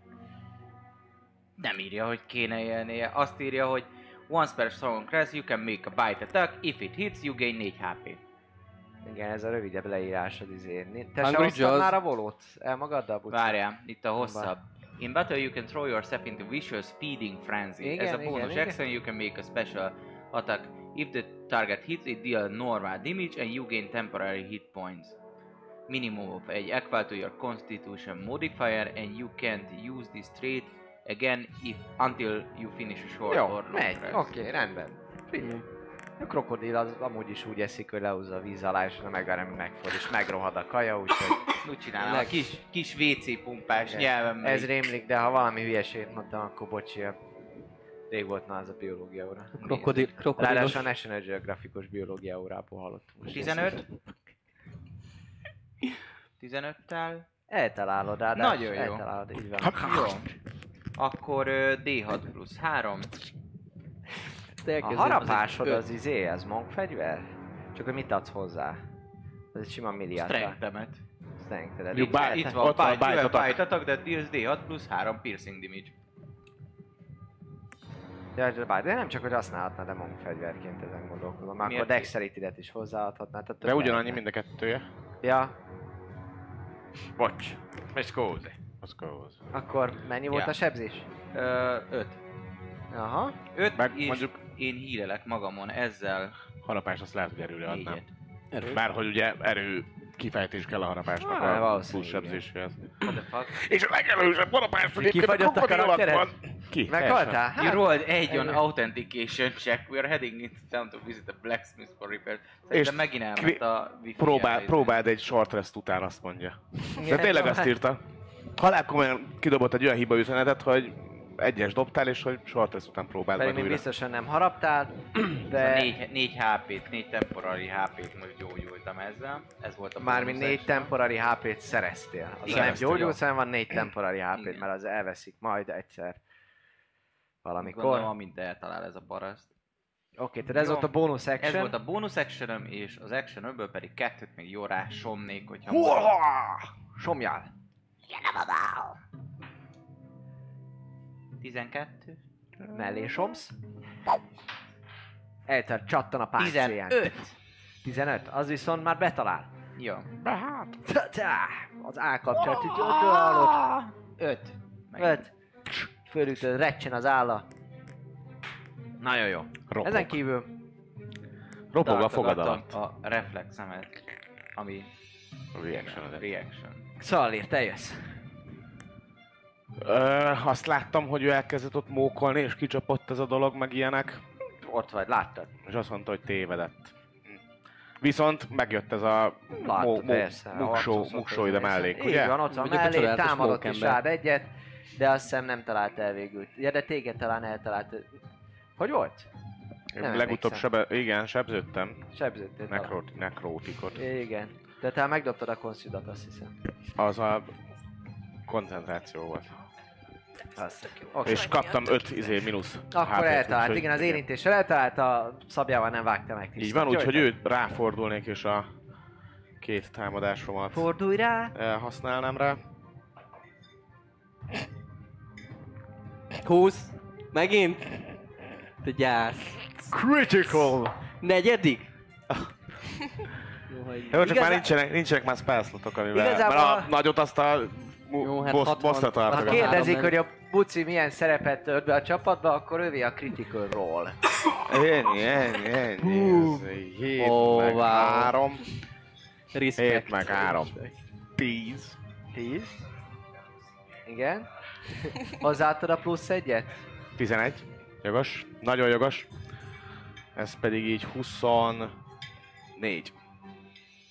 Nem írja, hogy kéne élnie, azt írja, hogy once per strong class you can make a bite attack, if it hits you gain 4 HP. Igen, ez a rövidebb leírás az izén. Te se Hungry hoztad Jaws. már a volót? Elmagaddal, Buci? Várjál, itt a hosszabb. In battle you can throw yourself into vicious feeding frenzy. Igen, As a igen, bonus igen. action you can make a special attack. If the target hits, it deal normal damage and you gain temporary hit points. Minimum of 1 equal to your constitution modifier and you can't use this trait again until you finish a short Jó, or long megy. rest. Oké, rendben. Figyelj. A krokodil az amúgy is úgy eszik, hogy lehúzza a víz alá, és megvárja, amíg megfog, és megrohad a kaja, úgyhogy Úgy csinálom, a kis WC pumpás nyelvem megy. ez rémlik, de ha valami hülyeséget mondtam, akkor bocsi, rég volt már az a biológia óra. Krokodilos. Ráadásul a National Geographic-os biológia órából hallottam. most 15? 15-tel. Eltalálod, ráadásul. Nagyon jó. Eltalálod, így van. Jó. Akkor D6 plusz 3. A harapásod az izé, ez monk fegyver? Csak hogy mit adsz hozzá? Ez egy sima milliárd. Strength-emet. Strength-edet. Jó, bár- Itt ott van, van a bite bite attack. attack, that deals D6 plusz 3 piercing damage. De nem csak, hogy használhatnád a monk fegyverként, ezen gondolkodom. Már Miért? akkor dexterity-et is hozzáadhatnád. tehát De több ugyanannyi lehetne. mind a kettője. Ja, Bocs. Mi scusi. Scusi. akkor mennyi volt Ja. a sebzés? 5. Aha. 5 Meg és mondjuk- én hílelek magamon ezzel Harapás azt lehet, hogy erőre adnám. 4-et. Bárhogy ugye erő kifejtés kell a harapásnak Ah, a valószínű, plusz sebzéséhez. What the fuck? És a legelősebb harapás Kifagyott a karaktered? Ki? Meghaltál? You rolled egy on ennyi. authentication check. We are heading into town to visit a blacksmith for repairs. Szerintem megint elment a wifi. Próbáld egy short rest után, azt mondja. De tényleg azt írta. Halálkomolyan kidobott egy olyan hiba üzenetet, hogy egyes dobtál, és hogy short rest után próbáld Pedig meg még újra. biztosan nem haraptál, de 4 HP-t, 4 temporary HP-t most gyógyultam ezzel. Ez volt a mármint bonus 4 action. temporary HP-t szereztél. Az Igen, nem ezt gyógyulsz, hanem van 4 temporary HP-t, Igen. mert az elveszik majd egyszer. Valamikor. Gondolom, amint eltalál ez a paraszt. Oké, tehát ez Jó. volt a bonus action. Ez volt a bonus actionöm, és az action 5-ből pedig 2-t még jó rásomnék, hogyha... Somjál! 12. Mellé somsz. Eltelt csattan a páncélján. 15. 15, az viszont már betalál. Jó. Az állkapcsolat, így hallod. 5. 5. Fölütöd, recsen az álla. Nagyon jó. Ropog. Ezen kívül Ropog a fogad alatt. A reflexemet, ami A reaction. reaction. Szallir, te jössz. Azt láttam, hogy ő elkezdett ott mókolni, és kicsapott ez a dolog, meg ilyenek. Ott vagy, láttad. És azt mondta, hogy tévedett. Viszont megjött ez a Láttad, persze. muksó ide mellék, Így ugye? van, ott van Vagy a mellé, csodálatos támadott is mókember. rád egyet, de azt hiszem nem talált el végül. Ja, de téged talán eltalált. Hogy volt? Én nem legutóbb emlékszem. igen, sebződtem. Sebződtél talán. Nekrótikot. Igen. De te megdobtad a konszidat, azt hiszem. Az a koncentráció volt. Azt. És kaptam 5 mínusz. Akkor HP-t, eltalált, úgyhogy igen, az érintéssel eltalált, a szabjával nem vágta meg. Így van, úgyhogy ő ráfordulnék, és a 2 támadásomat Fordulj rá! használnám rá. 20. Megint? Te gyász. Critical! Negyedik? Jó, hogy... Jó, csak Igazán- már nincsenek már spellslotok, amivel... Igazából Mert a a- nagyot azt a Jó, hát bossra 60. Ha tartogat. kérdezik, nem. hogy a Buci milyen szerepet tölt be a csapatba, akkor ővé a critical role. Ennyi. 7 Ó, meg wow. 3. Respect. 7 meg 3. 10. 10. Igen. Hozzáadtad a plusz egyet? 11. Jogos. Nagyon jogos. Ez pedig így 24.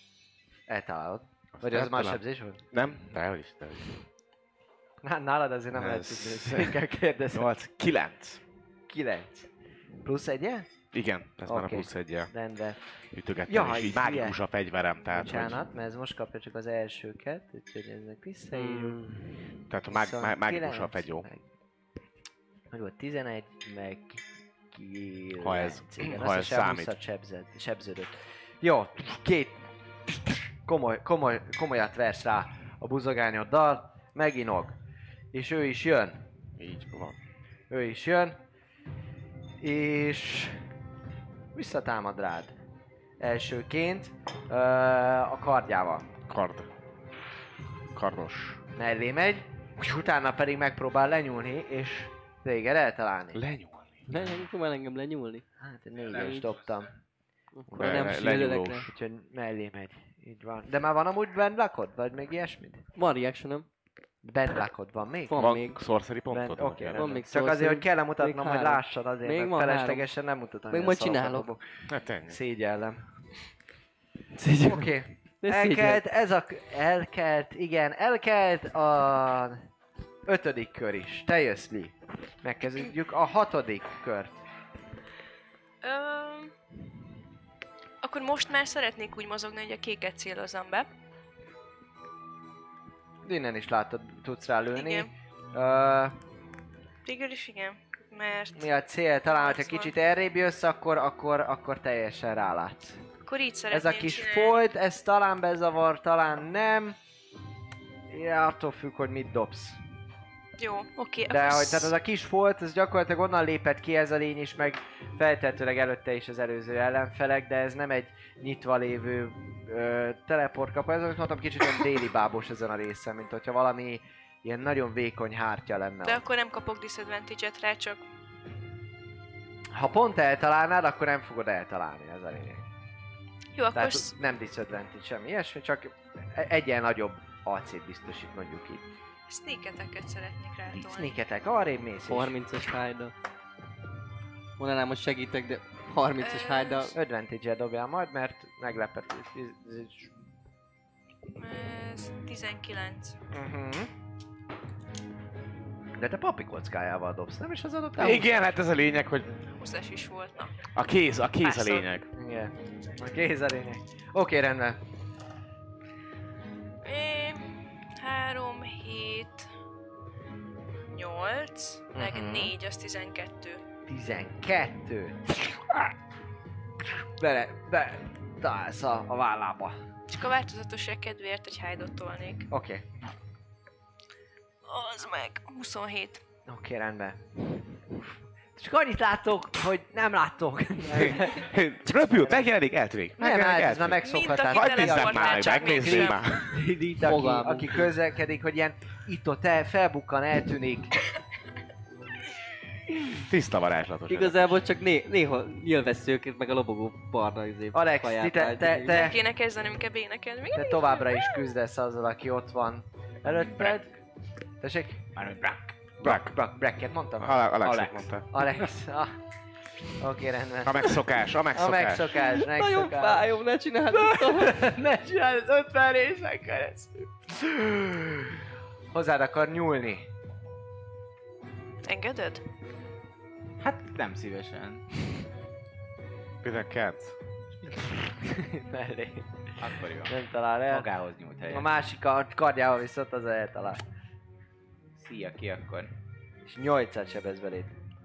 Eltalálod. Vagy az már sebzés volt? Nem? Dehogy is. Nálad azért nem lehet tudni, hogy kell kérdezni. 8, 9. 9. Plusz egye? Igen, ez már a Oké. plusz egyel Rendben. ütögettem, Jaj, és így hülye. mágikus a fegyverem, tehát Bocsánat, mert ez most kapja csak az elsőket, úgyhogy ezek visszaírjuk. Tehát a 29, mágikus a fegyó. Meg volt 11, meg 9. Ha ez- igen, ha azt ez is számít. 20-at sebződött. Jó, komolyat versz rá a buzogányoddal, meginog. És ő is jön. Így van. Ő is jön. És visszatámad rád. Elsőként a kardjával. Kardos. Mellé megy, és utána pedig megpróbál lenyúlni, és téged eltalálni. Lenyúlni. Nem próbál engem lenyúlni. Hát egy 4-es dobtam, Akkor nem sülök lenyúlós. le. úgyhogy mellé megy. Így van. De már van amúgy bandlockod, vagy még ilyesmit? Van reactionem. Bandlockod van még? Van Van még. sorcery pontod? Oké, Van rendben. még Csak sorcery. azért, hogy kell mutatnom, Még hogy három. lássad azért, Még mert van feleslegesen nem mutatom. Még ilyen majd szarokat csinálok. dobok. Hát ennyi. Szégyellem. Szégyellem. Oké. De Elkelt, elkelt a 5. kör is. Te jössz, Lee. Megkezdjük a 6. kört. Akkor most már szeretnék úgy mozogni, hogy a kéket célozzam be. Innen is látod, tudsz rá lőni. Igen. Ö, Végül is igen, mert mi a cél? Talán, hogyha 80. kicsit errébb jössz, akkor teljesen rálátsz. akkor így Ez szeretném a kis csinálni. folt, ez talán bezavar, talán nem. Ja, attól függ, hogy mit dobsz. Jó, oké. De akkor hogy tehát az a kis folt, ez gyakorlatilag onnan lépett ki ez a lény is, meg feltehetőleg előtte is az előző ellenfelek, de ez nem egy nyitva lévő teleport kapu. Ez, amit mondtam, kicsit olyan déli bábos ezen a részen, mint hogyha valami ilyen nagyon vékony hártya lenne. De ott. akkor nem kapok disadvantage-et rá, csak Ha pont eltalálnád, akkor nem fogod eltalálni, ez a lényeg. jó, akkor Tehát nem disadvantage, semmi ilyesmi, csak egy ilyen nagyobb AC-t biztosít, mondjuk így. sneak-eteket szeretnék rátolni. Sneaketek, arrébb mész is. 30-as hide. Mondanám, hogy segítek, de 30-as hide. Advantage-el dobjál majd, mert meglepetés. Ez 19. De te papi kockájával dobsz, nem is az adott? Igen, hát ez a lényeg, hogy 20-es is volt, na. a kéz a Persze. lényeg. Igen. A kéz a lényeg. Oké, rendben. 3, 7, 8, meg Mhm. 4, az 12. 12. Be találsz a vállába. Csak a változatosság kedvéért egy hide-ot tolnék. Oké. Az meg 27. Oké, rendben. Csak annyit látok, hogy nem láttok. Röpül, megjelenik, eltűnik. Nem, hát ez már Mint megszokhatás. aki Hagyd nézzem teleportál, már, csak megnézzük mégsem. már. Itt, Fogalmam. aki közlekedik, hogy ilyen itt-ott felbukkan, eltűnik. Tiszta varázslatos. Igazából csak néha nyilvesszőket, meg a lobogó barna Alex, kaját te- állítani. te- te- Nem kéne kezdenem inkább énekelni. Még Te továbbra is küzdesz azzal, aki ott van előtted. Tessék? Mármint Brack. Bracket mondtam? Alex mondta. Alex. Ah. Oké, rendben. A megszokás, a A megszokás. megszokás, Nagyon megszokás. fájó, ne csináld ezt. Ne csináld, ez 50 részen keresztül. Hozzád akar nyúlni. Engeded? Hát nem szívesen. 19. Mellé. Akkor jó. Nem talál el. Magához nyújt A helyet. másik kardjával viszont az eltalál. Szia ki akkor. És 8-at sebez beléd.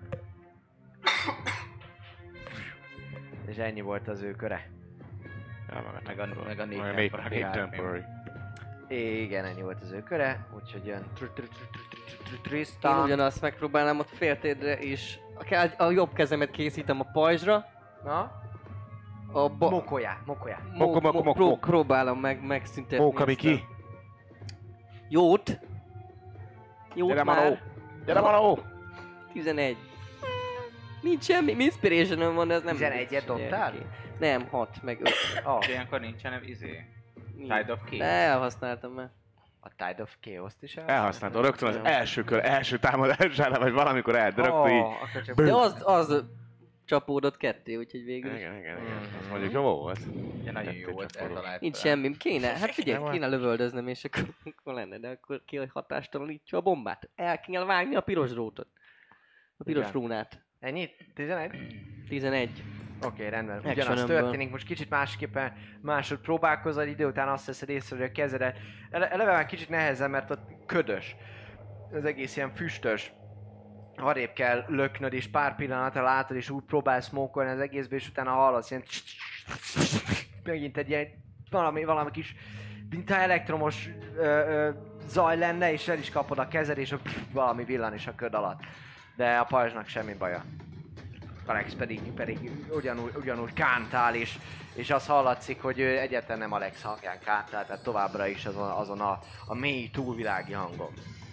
És ennyi volt az ő köre. Ja, Meg a négy még temporary négy HP. temporary. Igen, ennyi volt az ő köre, úgyhogy jön Én Tristan. ugyanazt megpróbálnám ott féltérdre is. A jobb kezemet készítem a pajzsra. Na? A Mokolyá. próbálom megszüntetni. Móka ezt Miki. Jót. Jót Gyere már. Manó. Gyere Manó. 11. Nincs semmi, inspiration van, de ez nem... 11-et dobtál? Nem, 6, meg 5. Oh, De ilyenkor nincsen Tide of Chaos. De elhasználtam már. a Tide of Chaos-t is Elhasználtam rögtön az első kör, első támadására, vagy valamikor eldörögt, így. akkor csak... De az csapódott ketté, úgyhogy végül is. Igen. Az mondjuk jó volt. Ja, nagyon jó Kettő volt, csapódott. eltalált. Nincs semmi, kéne, hát figyelj, Nem kéne lövöldöznem, és akkor lenne, de akkor ki hatástalanítja a bombát. El kell vágni a piros drótot. A piros Igen. rúnát. Ennyit? 11? 11. Oké, rendben. Ugyanaz Actionömből. történik, most kicsit másképpen másod próbálkozol, idő után azt veszed észre, hogy a kezedet eleve már kicsit nehezen, mert ott ködös. Az egész ilyen füstös. Arrébb kell löknöd, és pár pillanatra látod, és úgy próbálsz smókolni az egészbe, és utána hallasz ilyen megint egy ilyen valami kis, mintha elektromos zaj lenne, és el is kapod a kezed, és valami villan is a köd alatt. De a pajzsnak semmi baja. Alex pedig ugyanúgy kántál, és az hallatszik, hogy ő egyáltalán nem Alex hangján kántál, tehát továbbra is azon a mély túlvilági hangon.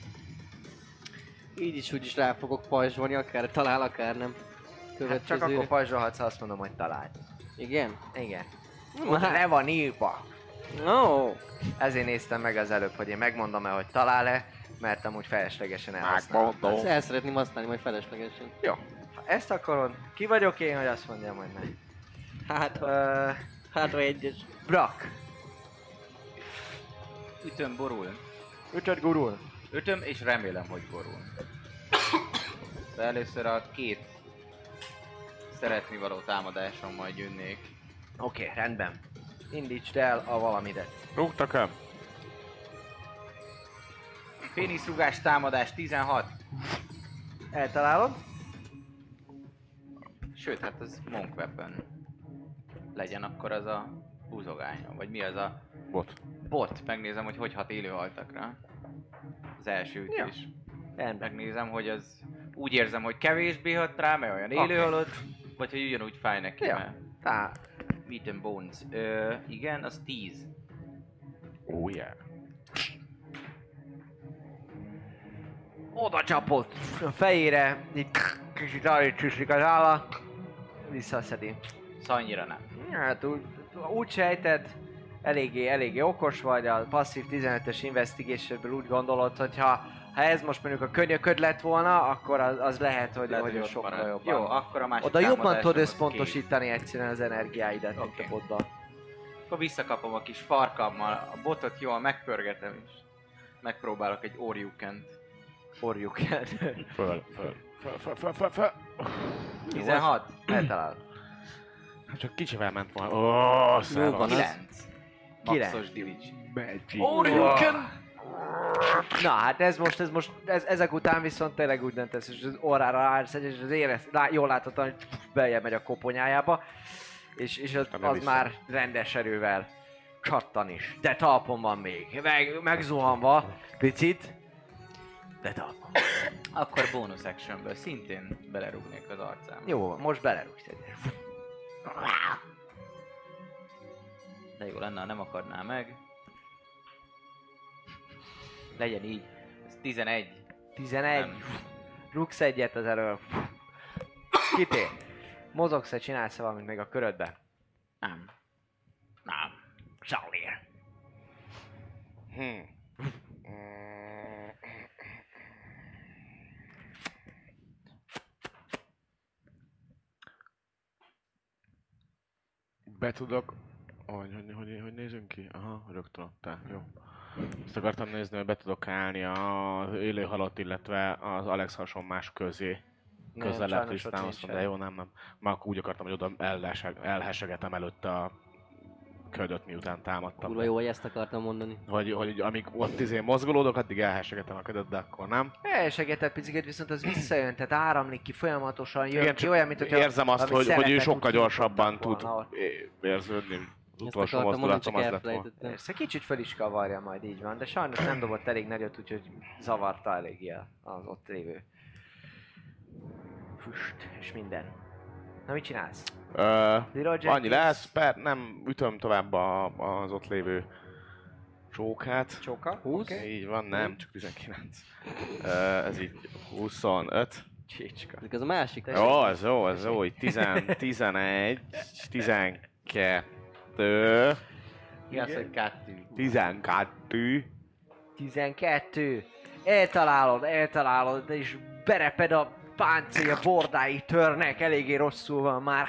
Így is úgy is rá fogok pajzsolni, akár talál, akár nem. Hát csak akkor pajzsolhatsz, ha azt mondom, hogy találd. Igen? Igen. Hát. Le van írva. No. Ezért néztem meg az előbb, hogy én megmondom-e, hogy talál-e, mert amúgy feleslegesen elhasználom. Ezt el szeretném használni, majd feleslegesen. Jó. Ha ezt akarod, ki vagyok én, hogy azt mondjam, hogy nem. Hát, ha egyes. Brak. Ütöm, borul. Ütöd gurul. Ütöm, és remélem, hogy borul. De először a két szeretnivaló támadáson majd jönnék. Oké, rendben. Indítsd el a valamidet. Rúgtak el? Péniszrugás támadás 16. Eltalálod? Sőt, hát az Monk Weapon. Legyen akkor az a búzogány, vagy mi az a bot. Megnézem, hogy hat élőhaltakra. Az első ütés. Rendben. Megnézem, hogy az úgy érzem, hogy kevésbé hat rá, mert olyan élőhalott, vagy hogy ugyanúgy fáj neki, Ja. mert Meat and Bones. Igen, az 10. Oh yeah. Oda csapott a fejére, így kicsit arra csüslik az állat, visszaszedi. Szóval annyira nem. Hát úgy sejted, eléggé okos vagy, a passzív 15-ös investigationből úgy gondolod, hogy ha ez most mondjuk a könyököd lett volna, akkor az lehet, hogy ott sokkal marad. jobban. Jó, akkor a másik Oda jobban támadásom tudod az összpontosítani egyszerűen az energiáidat, mint Oké. a botba. kész. Akkor visszakapom a kis farkammal, a botot jól megpörgetem és megpróbálok egy Oryukent. Forjuk el. Föl. 16. Eltalálod. Csak kicsivel ment volna. Ó, Jó szállam. van. 9. Kilenc. Maxos damage. Magic. Na hát ezek után viszont tényleg úgy döntesz, és az orrára állsz, és az jól láthatóan, hogy beljebb megy a koponyájába, és az vissza. már rendes erővel csattan is. De talpon van még, megzuhanva picit, de talpon. Akkor bonus actionből szintén belerúgnék az arcába. Jó, most belerúgsz egyet. De jó lenne, ha nem akarná meg. Legyen így. Ez 11. 11. Nem. Rúgsz egyet az elől. Kitér. Mozogsz-e, csinálsz-e valamit még a körödbe? Nem. Zsalér. Be tudok... Hogy nézünk ki? Aha, rögtön adtál. Jó. Azt akartam nézni, hogy be tudok állni az élő halott, illetve az Alex hasonmás közé. Közelebb sajnos ott Trisztánhoz, nincs de hely. jó, nem. Már akkor úgy akartam, hogy oda elhessegetem előtte a ködöt, miután támadtam. Kurva jó, hogy ezt akartam mondani. Hogy amíg ott mozgolódok, addig elhessegetem a ködöt, de akkor nem. Elsegetett picit, viszont az visszajön, tehát áramlik ki, folyamatosan jön Igen, ki, csak olyan, mint hogyha érzem azt, valami hogy ő szeletek sokkal úgy gyorsabban kinyitottak tud volna ott. érződni. Az Ezt utolsó akartam mondani, mozdulatom csak az lett volna. elfelejtettem. Persze, kicsit fel is kavarja majd, így van, de sajnos nem dobott elég nagyot, úgyhogy zavarta eléggé az ott lévő füst és minden. Na, mit csinálsz? Little Jack Annyi lesz, nem ütöm tovább az ott lévő csókát. Csóka? 20? Oké. Így van, nem, csak 19. Ez így 25. Csicska. Ez a másik. Jó, ez jó, így 11, 12, Mi az, hogy 2? 12. 12. Eltalálod, és bereped a páncél bordái törnek, eléggé rosszul van már.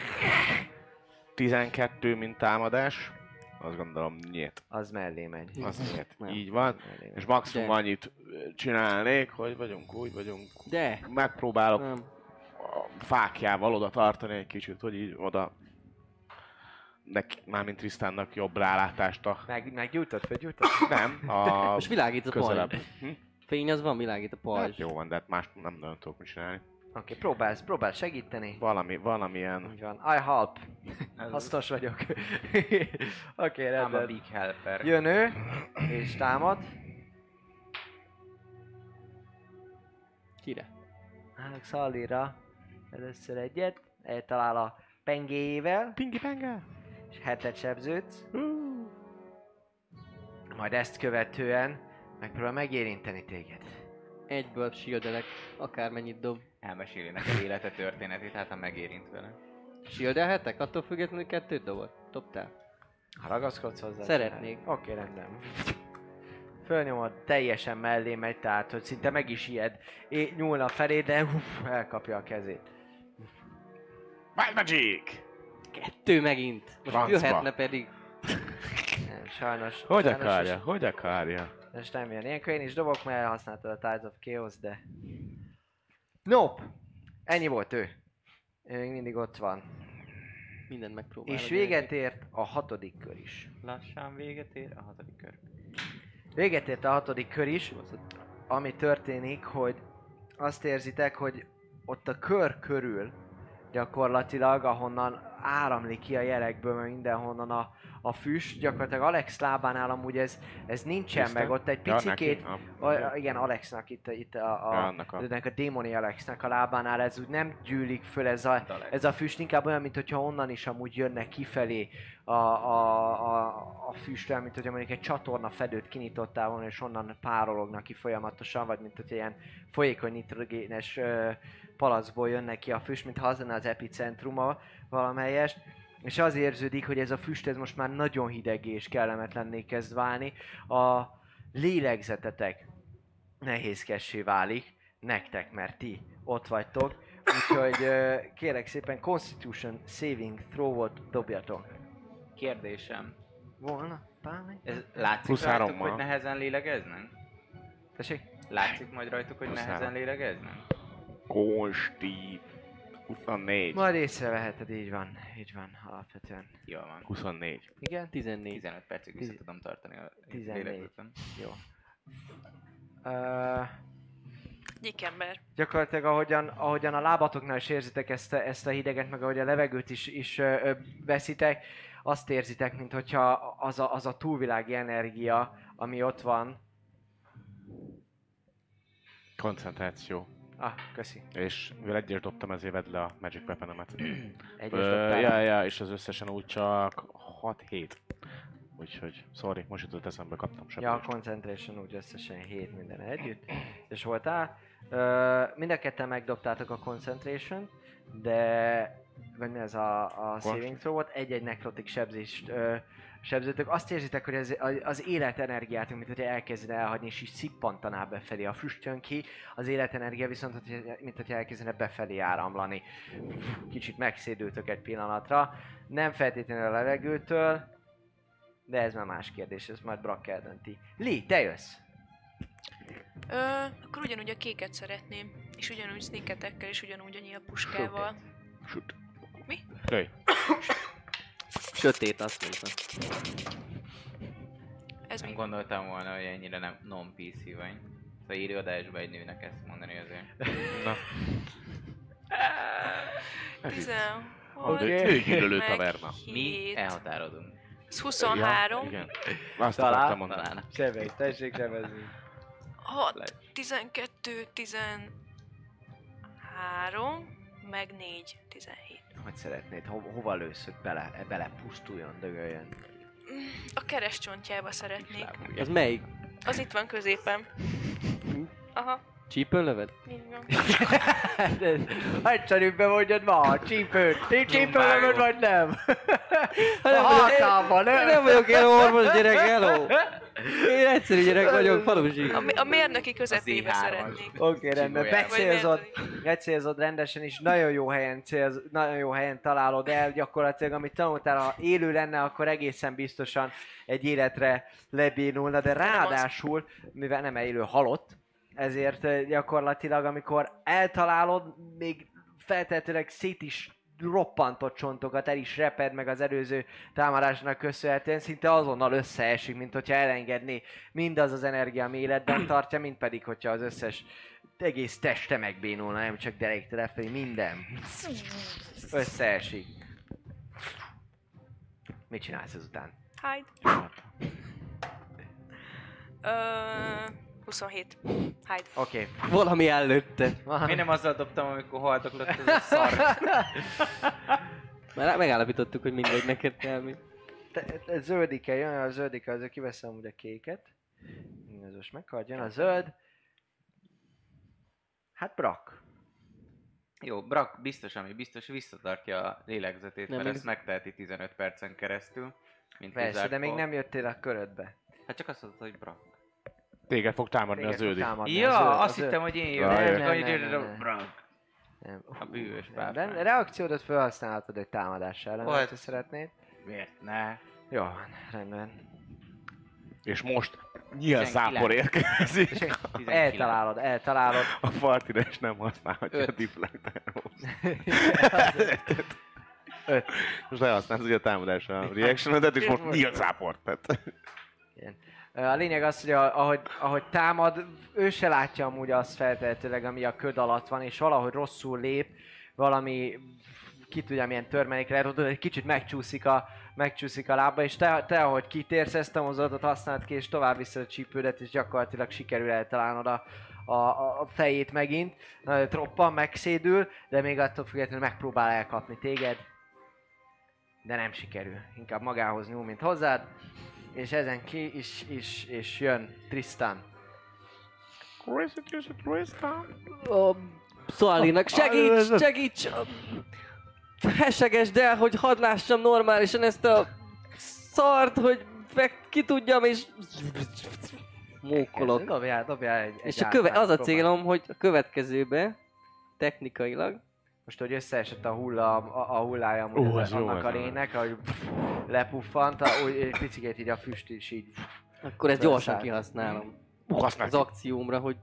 12 mint támadás. Azt gondolom nyílt. Az mellé megy. Az nyílt. Nem. Így van. Mellé megy. És maximum De. annyit csinálnék, hogy vagyunk, úgy vagyunk. De! Megpróbálok Nem. a fákjával oda tartani egy kicsit, hogy így oda neki, mármint Trisztánnak jobb rálátást a... Meggyújtod, felgyújtod? Nem, a Most világít a közelebb. pajzs. Fény az van, világít a pajzs. Hát jó van, de hát más nem nagyon tudok mit csinálni. Oké, próbál segíteni. Valamilyen... Úgy van. I help. Hasznos vagyok. Oké, I'm a rendben. big helper. Jön ő, és támad. Kire? Alex Hallira először egyet, eltalál a pengéjével, Pingi penge! és 7-et sebződsz. Majd ezt követően megpróbál megérinteni téged. Egyből shieldelek, akármennyit dob. Elmeséli neked élete történetét, hát ha megérint vele. Shieldelhetek? Attól függetlenül 2 dobot? Dobtál? Ha ragaszkodsz hozzá... Szeretnék. Oké, rendben. Fölnyomod, teljesen mellé megy, tehát hogy szinte meg is ijed. Nyúlna felé, de elkapja a kezét. Wild Magic! 2 megint! Most Francba. jöhetne pedig. Nem, sajnos. Hogy sajnos akarja? Hogy akarja? És nem jön. Ilyenkor én is dobok, mert elhasználtad a Tides of Chaos, de... Nope! Ennyi volt ő. Ő még mindig ott van. Mindent megpróbálok. És véget ért a 6. kör is. Lassan véget ér a 6. kör. Véget ért a 6. kör is, ami történik, hogy azt érzitek, hogy ott a kör körül gyakorlatilag, ahonnan áramlik ki a jelekből, meg mindenhonnan a füst, gyakorlatilag Alex lábánál amúgy ez nincsen Tisztán? meg, ott egy Ja, picikét, neki? igen, Alexnak itt Ja, annak a démoni Alexnek a lábánál ez úgy nem gyűlik föl ez a füst, inkább olyan, mint hogyha onnan is amúgy jönnek kifelé a füsttel, mint hogyha mondjuk egy csatorna fedőt kinyitottál volna, és onnan párolognak ki folyamatosan, vagy mint hogyha ilyen folyékony nitrogénes palackból jönnek ki a füst, mintha az lenne az epicentruma valamelyest. És az érződik, hogy ez a füst ez most már nagyon hideg és kellemetlenné kezd válni. A lélegzetetek nehézkessé válik, nektek, mert ti ott vagytok. Úgyhogy kérlek szépen Constitution Saving Throw-ot dobjatok. Kérdésem. Volna? Bármi? Ez látszik 23-mal. rajtuk, hogy nehezen lélegeznek? Tessék? Látszik majd rajtuk, hogy 23. nehezen lélegeznek? Konsti. 24. Majd észreveheted, így van, alapvetően. Jól van. 24. Igen? 14. 15 percig vissza tudom tartani a 14. lélegzetem. Jó. Gyikember. Gyakorlatilag ahogyan a lábatoknál is érzitek ezt a hideget, meg ahogy a levegőt is veszitek, azt érzitek, mint hogyha az a túlvilági energia, ami ott van. Koncentráció. Köszi. És mivel egyes dobtam, ezért vedd le a Magic Weapon-emet. Egyes dobtál. Ja, és az összesen úgy csak 6-7. Úgyhogy, sorry, most jutott eszembe, kaptam Ja, a sebzést. concentration úgy összesen 7 minden együtt. És voltál. Mind a ketten megdobtátok a concentration, de... Vagy mi ez a saving throw volt? Egy-egy nekrotik sebzést sebzőtök. Azt érzitek, hogy az életenergiát, mint hogyha elkezdene elhagyni, és is szippantaná befelé. A füst jön ki, az életenergia viszont, mint hogyha elkezdene befelé áramlani. Kicsit megszédültök egy pillanatra. Nem feltétlenül a levegőtől, de ez már más kérdés, ez majd Brack eldönti. Lee, te jössz! Akkor ugyanúgy a kéket szeretném, és ugyanúgy sneaketekkel, és ugyanúgy a nyílpuskával. Shoot. Mi? Lőj. Sötét, azt mondta. Ez Nem mi? gondoltam volna, hogy ennyire nem non-PC vagy. Szóval írj adásba egy nőnek ezt mondani azért. Na. 16. Ő gyűlölő meg taverna. Mi 7. elhatározunk. Ez 23. Ja, igen. Azt Talán. akartam mondani. Talán. Sebez, tessék sebezni. 6, 12, 13, meg 4, 17. Hogy szeretnéd? Hova lősz, hogy bele pusztuljon, dögöljön? A keresztcsontjába szeretnék. Az melyik? Az itt van középen. Aha, Csípőn löved? így van. Egyszerűbben mondjad ma a csípőt. Csípőn vagy nem? Hát A halkában, Én nem vagyok ilyen orvos gyerek, hello! Én egyszerű gyerek vagyok, falusi. A mérnöki közepébe Z3-as. szeretnék. Oké, rendben. Csigójában. Becélzod rendesen, és nagyon jó helyen találod el. Gyakorlatilag, amit tanultál, ha élő lenne, akkor egészen biztosan egy életre lebénulna, de ráadásul, mivel nem élő, halott, ezért gyakorlatilag, amikor eltalálod, még feltehetőleg szét is roppantott csontokat, el is reped meg az előző támadásnak köszönhetően, szinte azonnal összeesik, mint hogyha elengedné mindaz az energia, ami életben tartja, mint pedig, hogyha az összes egész teste megbénulna, nem csak deréktől lefelé, minden összeesik. Mit csinálsz ezután? Hide. 27. Hide. Oké. Valami előtte. Miért nem azzal dobtam, amikor haldoklott ez a szar? Mert megállapítottuk, hogy mindegy neked kell mi. Zöldike, jön a zöldike, azért kiveszem úgy a kéket. Ez most meghalt, jön a zöld. Hát Brak. Jó, Brak biztos, ami biztos visszatartja a lélegzetét, Nem, mert még- ezt megteheti 15 percen keresztül. Mint Persze, Wizard de még Paul. nem jöttél a körödbe. Hát csak azt mondod, hogy Brak. Téged fog támadni Téged az fog ődi. támadni Ja, a zöld, a azt zöld. hittem, hogy én Ja, jövök, nem, hogy nem. Brak. Nem. A bűvös Nem, pápán. de reakciódat felhasználhatod egy támadás ellen, Volt. ha szeretnéd. Miért ne? Jó, van, rendben. És most nyílzápor 19. érkezik. 19. Eltalálod. A partires nem használhatja a 5. deflectáról. 5. Most elhasználsz ugye a támadásra a reactionodat, és most nyílzápor. Tehát... A lényeg az, hogy ahogy támad, ő se látja amúgy azt feltehetőleg, ami a köd alatt van, és valahogy rosszul lép, valami, ki tudja milyen törmelék lehet, egy kicsit megcsúszik a lába, és te ahogy kitérsz, ezt a mozdulatot használod ki, és tovább viszed a csípődet, és gyakorlatilag sikerül eltalálnod a fejét megint. Troppan, megszédül, de még attól függetlenül megpróbál elkapni téged. De nem sikerül. Inkább magához nyúl, mint hozzád. És ezen ki is jön Tristan. A Szalinak, segíts! Hesegesd el, hogy hadd lássam normálisan ezt a szart, hogy ki tudjam, és mókolok. Dobjál egy És az a próbál. célom, hogy a következőbe, technikailag, Most, hogy összeesett a hullája amúgy ez jó, annak ez a jó. lének, ahogy lepuffant, úgy egy picit így a füst is így. akkor ezt gyorsan kihasználom. Használj Az akciómra, hogy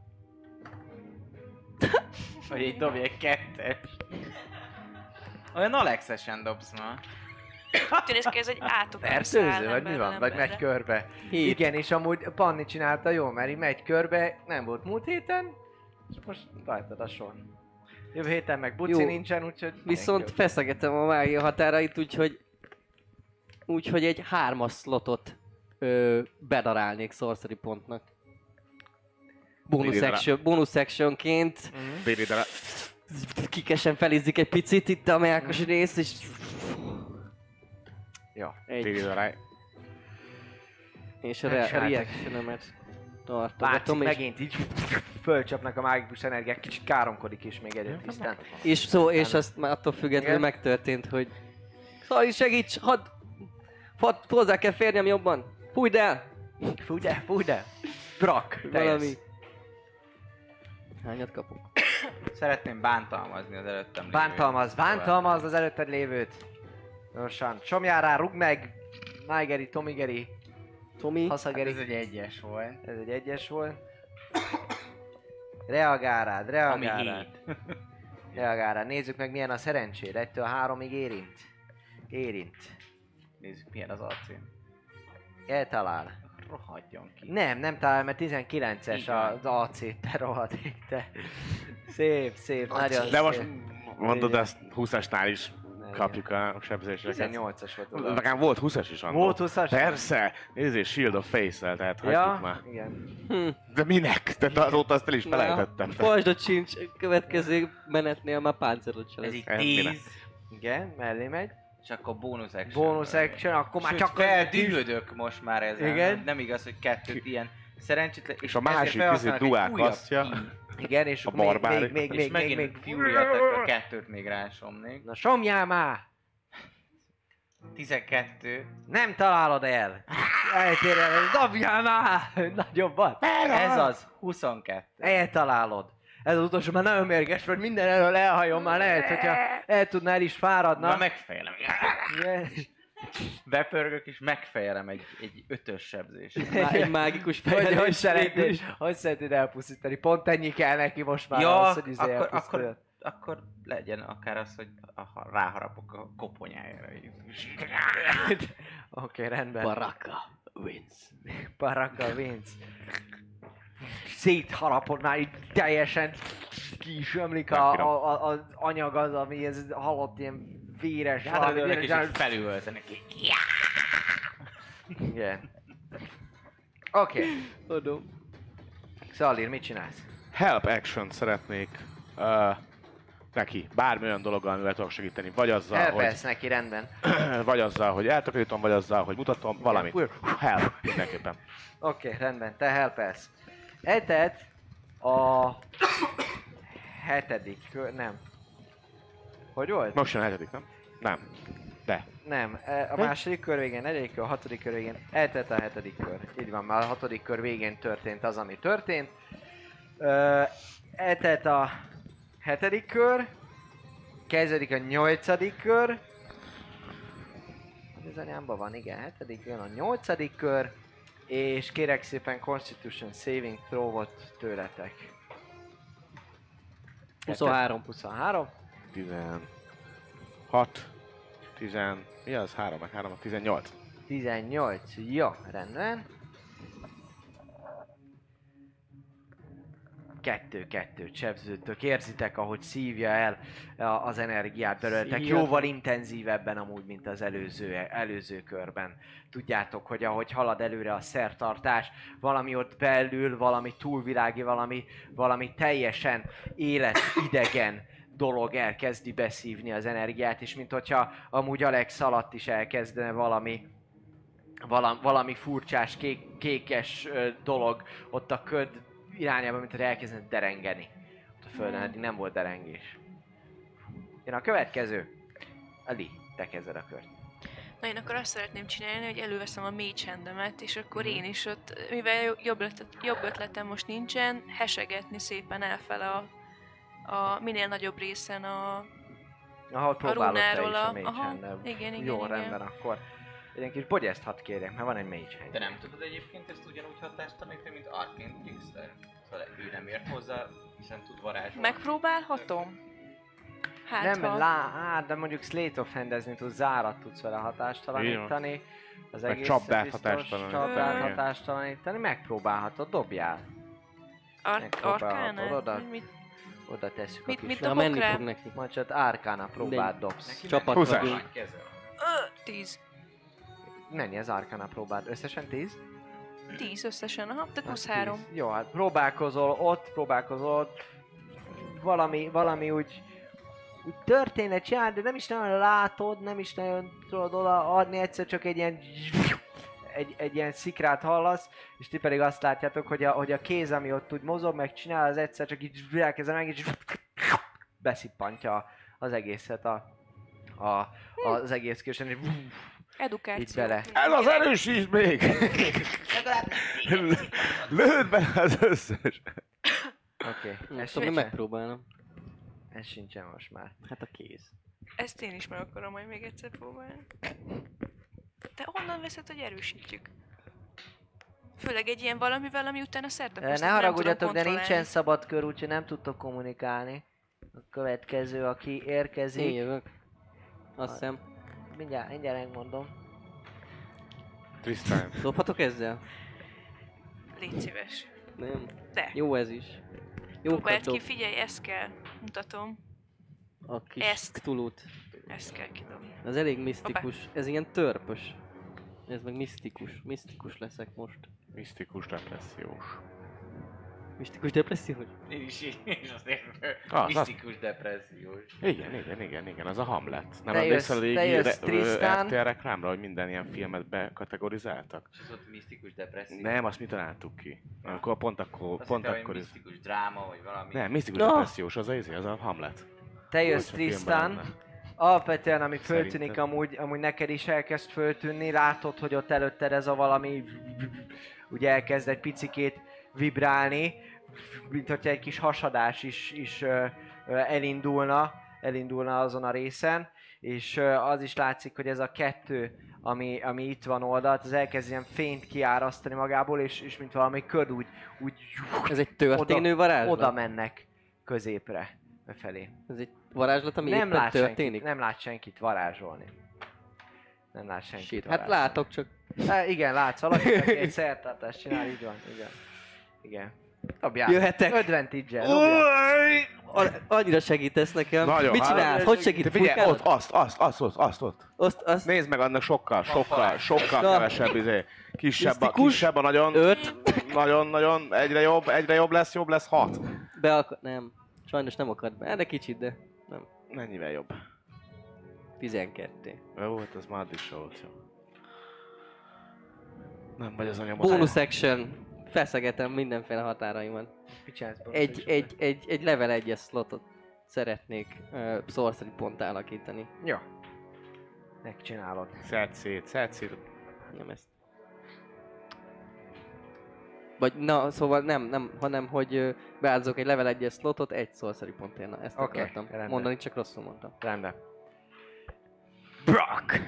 Hogy így dobj egy 2-es. Olyan Alexesen dobsz ma. Úgy tűnik ki, ez egy átugrása. Fertőző, vagy mi van? Vagy megy körbe. 7. Igen, és amúgy Panni csinálta jó, mert így megy körbe, nem volt múlt héten, és most rajtad a sor. Jövő héten meg buci Jó. nincsen, úgyhogy... Viszont feszegetem a mágia határait, úgyhogy egy 3-as slotot bedarálnék sorcery pontnak. Bonus actionként Bélédre. kikesen felizzik egy picit itt a melkos rész, és Ja. egy, és a Megcsináltak. reactionemet Látszik tartogatom, és, megint így fölcsapnak a mágikus energiák, kicsit káromkodik is még egyet tisztán. és azt már attól függetlenül Igen. megtörtént, hogy Szali, segíts, hadd hozzá kell férjem jobban, fújd el! Fúj de! Brak, te Valami. jössz. Hányat kapok? Szeretném bántalmazni az előttem lévőt. Bántalmazd az előtted lévőt. Gyorsan, csomjál rá, rugd meg! Májgeri, Tomigeri, Tomi? Hát Haszageri. ez egy 1-es volt. Ez egy egyes volt. Reagál rád. Ami 7. Reagál rád. Nézzük meg milyen a szerencséd. 1-től 3-ig érint. Nézzük milyen az AC. Eltalál. Rohadjon ki. Nem talál, mert 19-es Így van. az AC, te rohadék, te. Szép, nagyon De most szép. mondod, ezt 20-asnál is kapjuk a sebzéseket. 18-as volt. Nekem volt 20-as is annól. Volt 20-as? Persze! Nézzél, Shield of Face-el, tehát hagyjuk Ja, már. igen. De minek? Tehát azóta azt el is felejtettem. Fajsdot sincs, következő menetnél már páncélod se Ez lesz. így Ez 10. Igen, mellé megy. És akkor bonus action. Bonus action, akkor már Sőt, csak feldühödök most már ezen. Igen. Nem igaz, hogy 2 ilyen szerencsétlen. És a másik dual kasztja. Igen, és A barbári. És megint Fury Attack-a 2-t még rásomnék. Na somjál már! 12. Nem találod el! Eltérjen, dobjál már! Nagyobbat! Ez az, 22. Eltalálod. Ez az utolsó már nagyon mérges, vagy minden elől elhajom, már lehet, hogyha el tudnál is fáradna. Na megfejelem. Igen. Bepörgök és megfejelem egy 5-ös sebzés. Egy mágikus Hogy fejlődés. szeretnéd elpusztítani? Pont ennyi kell neki most már Ja, az, hogy izé elpusztítod. akkor legyen akár az, hogy ráharapok a koponyájára. Oké, rendben. Baraka wins. Baraka wins. Szétharapod már így teljesen ki is ömlik az anyag az, ami ez halott ilyen véres Hátradőlnek és így felüvöltenek. Igen. Oké. Adom. Szalir, mit csinálsz? Help action szeretnék neki bármi olyan dologgal, amivel tudok segíteni. Vagy azzal, Elpersz neki, rendben. vagy azzal, hogy eltakarítom, vagy azzal, hogy mutatom, valamit. Help, mindenképpen. Oké, rendben, te helpelsz. Eted a 7. kör, nem. Hogy volt? Most jön a 7., nem? Nem. De. Nem, a második kör végén, 4. kör, a 6. kör végén, eltelt a 7. kör. Így van, már a 6. kör végén történt az, ami történt. Eltelt a 7. kör, kezdődik a 8. kör. Ez anyámban van, igen, 7. jön a 8. kör. És kérek szépen Constitution Saving Throw-ot tőletek. 23. 23. 16. 10... Mi az? 3 meg 3, 18. 18. Jó, rendben. 2-2 csepződtök. Érzitek, ahogy szívja el az energiát belőletek. Szívja. Jóval intenzívebben amúgy, mint az előző körben. Tudjátok, hogy ahogy halad előre a szertartás, valami ott belül, valami túlvilági, valami teljesen életidegen dolog elkezdi beszívni az energiát, és mint hogyha amúgy Alex alatt is elkezdene valami furcsás, kékes dolog ott a köd irányában, mint hogy elkezdene derengeni. Ott a földön eddig nem volt derengés. Jön a következő. Ali, te kezded a kört. Na én akkor azt szeretném csinálni, hogy előveszem a mage handemet, és akkor én is ott, mivel jobb ötletem most nincsen, hesegetni szépen elfele a minél nagyobb részen Ahol próbálod te is runáról a a- mage aha, hand-del. igen, Jó, igen. rendben, akkor egy kis bogyeszt hadd kérjek, mert van egy mage hand. De nem tudod egyébként ezt ugyanúgy hatástalanítani, mint Arcane Trickster? Szóval ő nem ért hozzá, hiszen tud varázsolni. Megpróbálhatom? Hát, Nem, de mondjuk Slate of Hand-ezni tudsz, zárat tudsz vele hatástalanítani. Az Meg egész csapdát biztos, hatástalanítani. Csapdát Igen. hatástalanítani, megpróbálhatod, dobjál. Arkána? oda. Vagy mit? Oda tesszük a Mit kis... Na, dobok menni rá? fog neki. Majd csak Arcana próbát De- dobsz. Csapat Húszás. vagyunk. Nagy keze. 10. Mennyi az Arcana próbád? Összesen 10? 10 összesen, aha, tehát plusz Hát 3. 10. Jó, hát próbálkozol ott, valami úgy történet csinál, de nem is nagyon látod, nem is nagyon tudod odaadni, egyszer csak egy ilyen szikrát hallasz, és ti pedig azt látjátok, hogy a kéz, ami ott úgy mozog, meg csinál, az egyszer csak így elkezd meg, és beszippantja az egészet az egész kősen, és Edukáció. Itt bele. Ez az erősítsd még! Lőd be az összes! Oké, ez Tudom, sincsen. megpróbálom. Ez sincsen most már. Hát a kéz. Ezt én is meg akarom majd még egyszer próbálni. De honnan veszed, hogy erősítjük? Főleg egy ilyen valamivel, ami utána szertefosztat Ne haragudjatok, de kontrollálni. nincsen szabad kör, úgyhogy nem tudtok kommunikálni. A következő, aki érkezik. Én jövök. Azt hiszem. Mindjárt megmondom. Tristan. Dobhatok ezzel? Légy szíves. Nem. De. Jó ez is. Jókat Próbáld dob. ki, figyelj, ezt kell. Mutatom. A kis Ezt. Cthulhu-t. Ezt kell kidobni. Ez elég misztikus. Ez ilyen törpös. Ez meg misztikus. Misztikus leszek most. Misztikus depressziós. Misztikus depressziós? Én is azért Az, misztikus depressziós. Igen, az a Hamlet. Nem Te emlékszel a jössz, régi Tristan. RTL reklámra, hogy minden ilyen filmet bekategorizáltak? És az ott misztikus depressziós. Nem, azt mi találtuk ki. Amikor pont Azt pont hittem, akkor hogy is. misztikus dráma, vagy valami. Nem, misztikus No. depressziós, az a Hamlet. Te jössz, Hogyha filmben Tristan. lenne. Alapvetően, ami föltűnik, Szerinted? amúgy neked is elkezd föltűnni, látod, hogy ott előtted ez a valami, ugye elkezd egy picikét vibrálni, mint hogyha egy kis hasadás is elindulna azon a részen, és az is látszik, hogy ez a kettő, ami itt van oldalt, az elkezd ilyen fényt kiárasztani magából, és mint valami köd úgy Ez egy történő varázslat? oda mennek középre, befelé. Ez egy varázslat, ami Nem éppen lát, történik? senkit, nem lát senkit varázsolni. Nem lát senkit Shit, hát varázsolni. látok csak. Igen, látsz valakit, aki egy szertartást csinál, így van, igen. Dobjál. Jöhetek. Advantage-el, dobjál. Annyira segítesz nekem. Nagyon, Mit hát- csinálsz? Hogy segít? Te figyelj, Furkálod? azt. Nézd meg, annak sokkal Na. kevesebb, Misztikus. kisebb a nagyon, 5. nagyon, egyre jobb lesz 6. Nem. Sajnos nem akad be. De kicsit, de nem. Mennyivel jobb? 12. Jó, hát az már is volt jó. Nem vagy az a nyomozás. Bonus action. Feszegetem mindenféle határaimat. Mit csinálsz, Bob? Egy level 1-es slotot szeretnék sorcery ponttá alakítani. Jó. Megcsinálod. Szedd szét. Nem ezt. Vagy na, szóval nem, hanem hogy beállzok egy level 1-es slotot egy sorcery pontért. Na, ezt Oké, akartam rendben. mondani, csak rosszul mondtam. Rendben. Brock!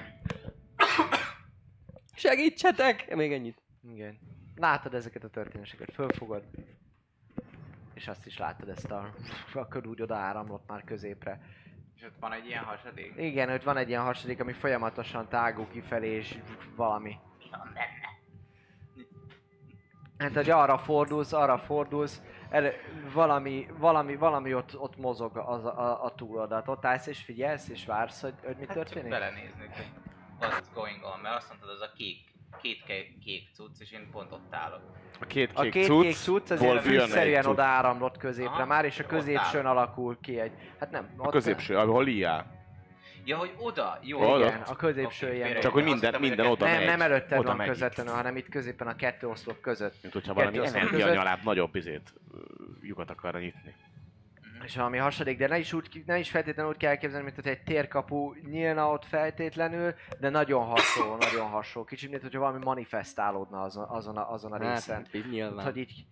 Segítsetek! Még ennyit. Igen. Látod ezeket a történéseket, fölfogod. És azt is látod, ezt a köd úgy oda áramlott már középre. És ott van egy ilyen hasadék. Igen, ott van egy ilyen hasadék, ami folyamatosan tágul kifelé, és valami. Mi van benne? Hát, hogy arra fordulsz, valami ott mozog a túloldalt. Ott állsz és figyelsz, és vársz, hogy mi Hát csak történik? belenézni, hogy what's going on, mert azt mondtad, az a két cucc, és én pont ott állok. A két A kék két kék cucc, cucc ból azért jön egy vízszerűen cucc. odaáramlott középre Aha, már, és a ott középsőn áll. alakul ki egy... Hát nem, A középső, ahol ilyál. Ja, hogy oda? Jó, Oda? Igen, a középső Oké, ilyen. félre- Csak hogy Azt hittem, minden hogy oda Nem, megy. nem előtted Oda van megy. közvetlenül, hanem itt középen a kettő oszlop között. Mint hogyha valami Kettő oszlop energianyaláb nagyobb lyukat akarna nyitni. És valami hasonlók, de ne is feltétlenül úgy kell elképzelni, mint hogy egy térkapu nyílna ott feltétlenül, de nagyon hasonló. Kicsit, mint hogyha valami manifestálódna azon a részen. Hát, nyilván. Hogy így,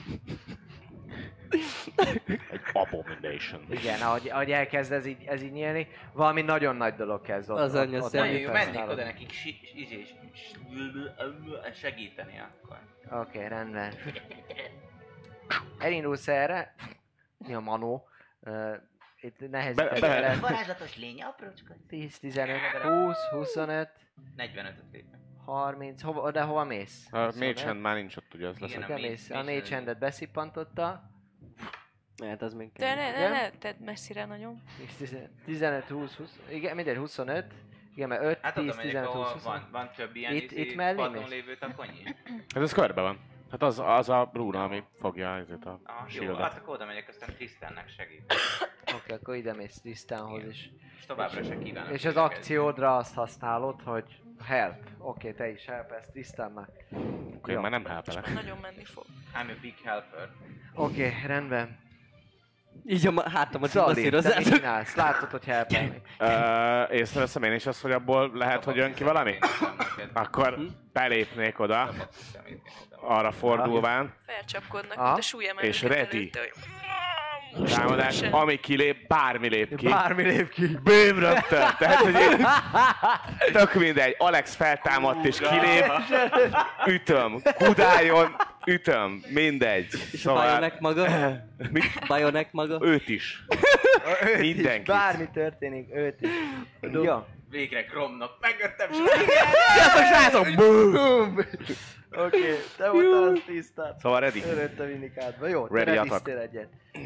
Egy abomination. igen, ahogy elkezd ez így nyílni, valami nagyon nagy dolog kezd ott. Az anyja ott szem. Nagyon jó, mennék manifestálódni. oda nekik segíteni akkor. Oké, rendben. Elindulsz erre, mi a manó, itt nehezíteni lehet. Varázslatos lény, aprócska. 10, 15, 20, 25, 45-öt lépek. 30, de hova mész? A Mage Hand már nincs ott, ugye az lesz. Igen, De mész, a Mage Mage Hand-et beszippantotta, Hát az még De kell. ne tedd messzire nagyon. 15, 20, 20, igen, mindegy, 25, igen, mert 5, Hát 10, oda megyek, 15, 20, ahol 20. van több ilyen Itt mellé padlón mész? lévő takony is. Hát ez körbe van. Hát az a rúna, ami fogja ezért a Ah, jó, shieldet. hát akkor oda megyek, aztán Tristannek segít. Oké, akkor ide mész Tristanhoz is. És továbbra se kívánok. És az segíteni. akciódra azt használod, hogy help. Oké, te is helpelsz Tristannak. Akkor én már nem helpelek. Nagyon menni fog. I'm a big helper. Oké, rendben. Így a hátamat Szali, te mit masszírozzátok. csinálsz? Látod, hogy helpelni. Észreveszem én is azt, hogy abból lehet, hogy jön ki valami? Akkor belépnék oda, arra fordulván. Felcsapkodnak, Aha. mint a súlyemelőket És ready. előtte, hogy... Támadás, Most ami kilép, bármi lép ki. Bármi lép ki. Bőm rögtön! Tehát, hogy én... Tök mindegy, Alex feltámadt és kilép, ütöm, kudáljon, ütöm, mindegy. És a Bajonek maga? Mi? Bajonek maga? Őt is. Őt is, Mindenkit. bármi történik, őt is. Jó. Végre Gromnak megöttem, Sziasztok, srácok! Boom! Oké, te voltál az tisztán. Szóval ready? Örötte Vinikádba. Jó, te Ready attack. rediztél egyet.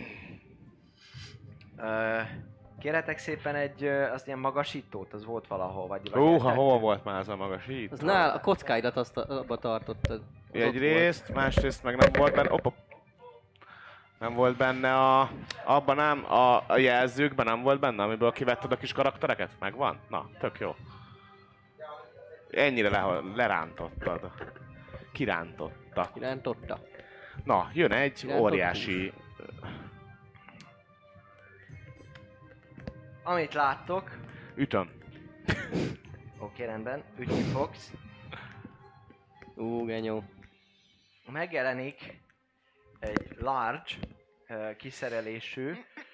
Kérhetek szépen azt ilyen magasítót, az volt valahol, vagy Hova volt már az a magas itt? Az nál a kockáidat azt abba tartottad. Az ott Egyrészt, másrészt meg nem volt benne, nem volt benne abban nem, a jelzőkben nem volt benne, amiből kivetted a kis karaktereket? Megvan? Na, tök jó. Ennyire lerántottad. Kirántotta. volt. Irántotta. Na, jön egy Irántott óriási... Amit láttok, Ütöm. Oké, rendben. Ütni fogsz. Genyó. Megjelenik egy large, kiszerelésű,